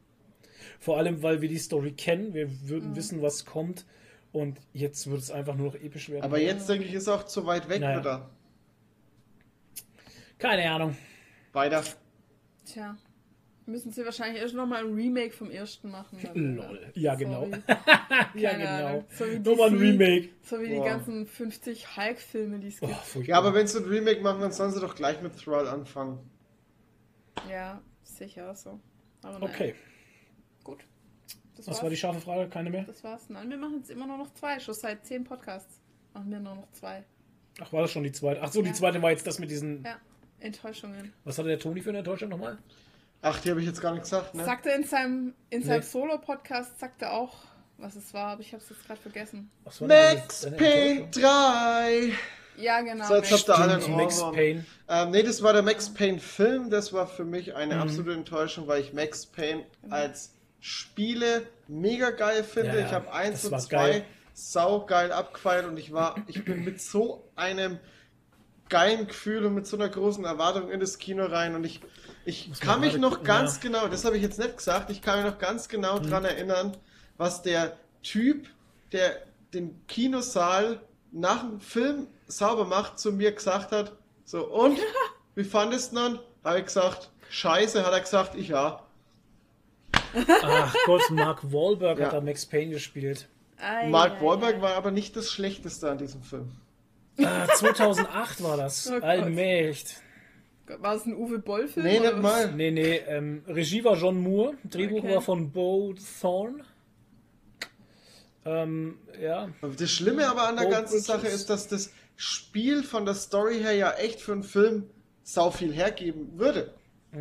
Vor allem, weil wir die Story kennen, wir Mhm. würden wissen, was kommt. Und jetzt wird es einfach nur noch episch werden. Aber jetzt denke ich, ist auch zu weit weg Naja. wieder. Keine Ahnung. Weiter. Tja, müssen sie wahrscheinlich erst nochmal ein Remake vom ersten machen. dann, Lol. Ja, genau. Sorry. Ja, Keine genau. Ahnung. So wie Nochmal ein DC, Remake. So wie die Boah. ganzen 50 Hulk-Filme, die es Oh, gibt. furchtbar. Ja, aber wenn sie ein Remake machen, dann sollen sie doch gleich mit Thrall anfangen. Ja, sicher so. Aber naja. Okay. Gut. Das Was war's. war die scharfe Frage? Keine mehr? Das war's. Nein, wir machen jetzt immer nur noch 2. Schon seit 10 Podcasts machen wir nur noch 2. Ach, war das schon die zweite? Ach so, die Ja. zweite war jetzt das mit diesen... Ja, Enttäuschungen. Was hatte der Toni für eine Enttäuschung nochmal? Ach, die habe ich jetzt gar nicht gesagt, ne? Sagt er in seinem Nee. Solo-Podcast, sagt er auch, was es war, aber ich habe es jetzt gerade vergessen. Was war denn Max deine Payne Enttäuschung? 3! Ja, genau. So, jetzt habt ihr alle einen Stimmt, Max Ohrwurm. Payne. Nee, das war der Max Payne Film. Das war für mich eine Mhm. absolute Enttäuschung, weil ich Max Payne als Spiele mega geil finde. Ja, ja, Ich habe 1 das und war 2 geil. saugeil abgefeiert und ich bin mit so einem geilen Gefühl und mit so einer großen Erwartung in das Kino rein und ich kann mich gerade noch gucken, ganz ja. genau, das habe ich jetzt nicht gesagt, ich kann mich noch ganz genau dran erinnern, was der Typ, der den Kinosaal nach dem Film sauber macht, zu mir gesagt hat, so, und? Wie fandest du dann? Habe ich gesagt, scheiße, hat er gesagt, ich ja. Ach Gott, Mark Wahlberg Ja. hat da Max Payne gespielt. Mark Wahlberg war aber nicht das Schlechteste an diesem Film. 2008 war das. Oh Gott. Allmächt. War es ein Uwe Boll-Film? Nee, oder nicht was? mal. Nee, Regie war John Moore, Drehbuch Okay. war von Bo Thorne. Ja, Das Schlimme aber an der Oh, ganzen Bridges. Sache ist, dass das Spiel von der Story her ja echt für einen Film sau viel hergeben würde.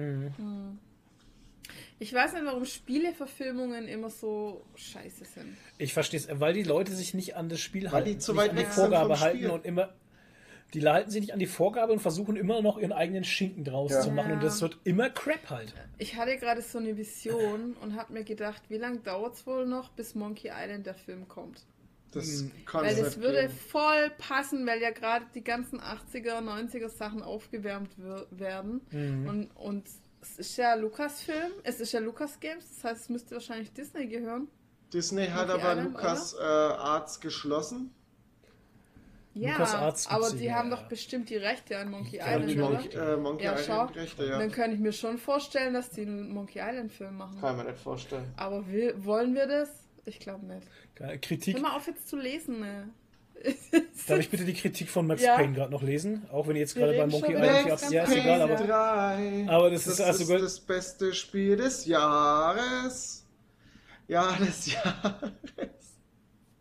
Ich weiß nicht, warum Spieleverfilmungen immer so scheiße sind. ich verstehe es, weil die Leute sich nicht an das Spiel Weil halten. die zu nicht weit an die weg sind Vorgabe vom halten Spiel. und immer. Die halten sich nicht an die Vorgabe und versuchen immer noch ihren eigenen Schinken draus Ja. zu machen. Und Ja. das wird immer Crap halt. Ich hatte gerade so eine Vision und habe mir gedacht, wie lange dauert es wohl noch, bis Monkey Island der Film kommt? Das kann Weil es das nicht würde geben. voll passen, weil ja gerade die ganzen 80er, 90er Sachen aufgewärmt werden. Und es ist ja Lucasfilm, es ist ja Lucas Games, das heißt, es müsste wahrscheinlich Disney gehören. Disney hat Monkey aber Island, Lucas Arts geschlossen. Ja, LucasArts aber gibt's die ja, haben ja. doch bestimmt die Rechte an Monkey Ja, Island, natürlich. oder? Monkey Ja, schau. Island Rechte, ja. Dann kann ich mir schon vorstellen, dass die einen Monkey Island Film machen. Kann man nicht vorstellen. Aber wollen wir das? Ich glaube nicht. Kritik. Hör mal auf jetzt zu lesen, ne? Darf ich bitte die Kritik von Max Ja. Payne gerade noch lesen? Auch wenn ihr jetzt Wir gerade bei reden Monkey schon Island wieder habt. ganz Ja, ist Payne egal, aber. 3. Aber das ist also gut. das beste Spiel des Jahres. Ja, des Jahres.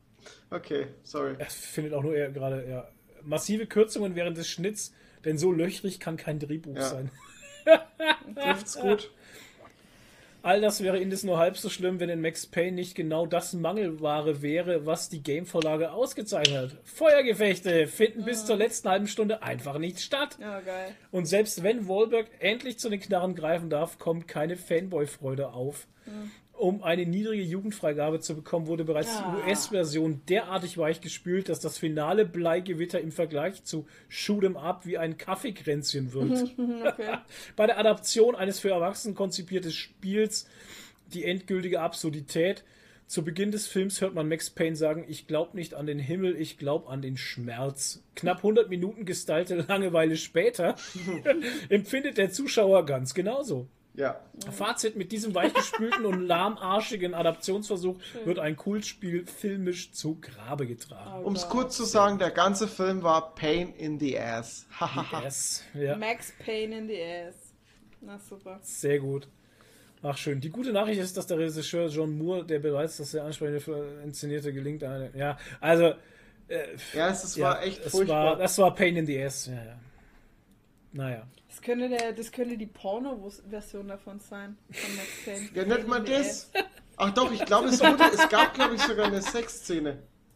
Okay, sorry. Er findet auch nur er gerade, ja. Massive Kürzungen während des Schnitts, denn so löchrig kann kein Drehbuch Ja. sein. Trifft's gut. All das wäre indes nur halb so schlimm, wenn in Max Payne nicht genau das Mangelware wäre, was die Gamevorlage ausgezeichnet hat. Feuergefechte finden bis zur letzten halben Stunde einfach nicht statt. Ja, geil. Und selbst wenn Wahlberg endlich zu den Knarren greifen darf, kommt keine Fanboy-Freude auf. Um eine niedrige Jugendfreigabe zu bekommen, wurde bereits die US-Version derartig weichgespült, dass das finale Bleigewitter im Vergleich zu Shoot'em Up wie ein Kaffeekränzchen wird. Okay. Bei der Adaption eines für Erwachsene konzipierten Spiels die endgültige Absurdität. Zu Beginn des Films hört man Max Payne sagen, ich glaube nicht an den Himmel, ich glaube an den Schmerz. Knapp 100 Minuten gestylte Langeweile später empfindet der Zuschauer ganz genauso. Ja. Fazit: Mit diesem weichgespülten und lahmarschigen Adaptionsversuch wird ein Kultspiel filmisch zu Grabe getragen. Um es kurz zu sagen, der ganze Film war Pain in the Ass. Hahaha. Yes. Ja, Max Payne in the ass. Na super. sehr gut. Ach schön. Die gute Nachricht ist, dass der Regisseur John Moore, der bereits das sehr ansprechende inszenierte gelingt, ja, also Ja, es war echt es furchtbar. das war Pain in the Ass. Ja, ja. Naja. Das könnte die Porno-Version davon sein. Von Max Payne. Ja, nicht mal Pain in the das. Ach doch, ich glaube, es gab, glaube ich, sogar eine Sexszene.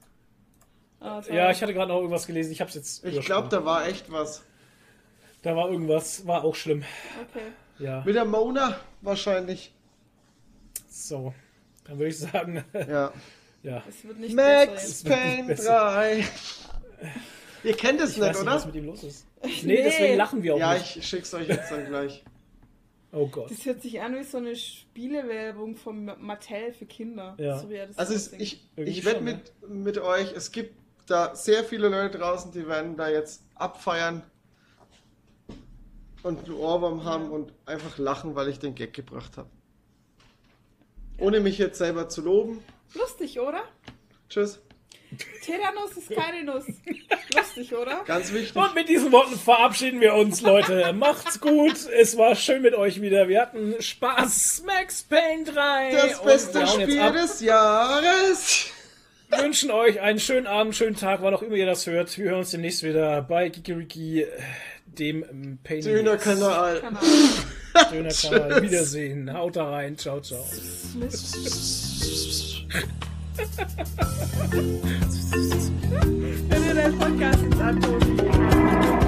ass. Oh, Ja, ich hatte gerade noch irgendwas gelesen. Ich hab's jetzt. Ich glaube, da war echt was. da war irgendwas, war auch schlimm. Okay. Ja. Mit der Mona wahrscheinlich. So. Dann würde ich sagen, Ja. ja. Es wird nicht Max besser wird nicht Payne besser. 3. Ihr kennt es Ich nicht, weiß nicht, oder? was mit ihm los ist. Nee, deswegen lachen wir auch Ja, nicht. ich schick's euch jetzt dann gleich. Oh Gott. Das hört sich an wie so eine Spielewerbung von Mattel für Kinder. Ja. So wie er das Also aussieht. Irgendwie ich wette schon, ne? mit euch, es gibt da sehr viele Leute draußen, die werden da jetzt abfeiern und einen Ohrwurm haben und einfach lachen, weil ich den Gag gebracht habe. Ohne mich jetzt selber zu loben. Lustig, oder? Tschüss. Tetanus ist keine Nuss. Lustig, oder? Ganz wichtig. Und mit diesen Worten verabschieden wir uns, Leute. Macht's gut. Es war schön mit euch wieder. Wir hatten Spaß. Max Payne 3. Das Und beste wir hauen jetzt Spiel ab. des Jahres. Wünschen euch einen schönen Abend, schönen Tag, wann auch immer ihr das hört. Wir hören uns demnächst wieder bei Kikiriki, dem Payne Döner-Kanal. Döner-Kanal. Wiedersehen. Haut da rein. Ciao, ciao. Wenn ihr den Podcast jetzt antun.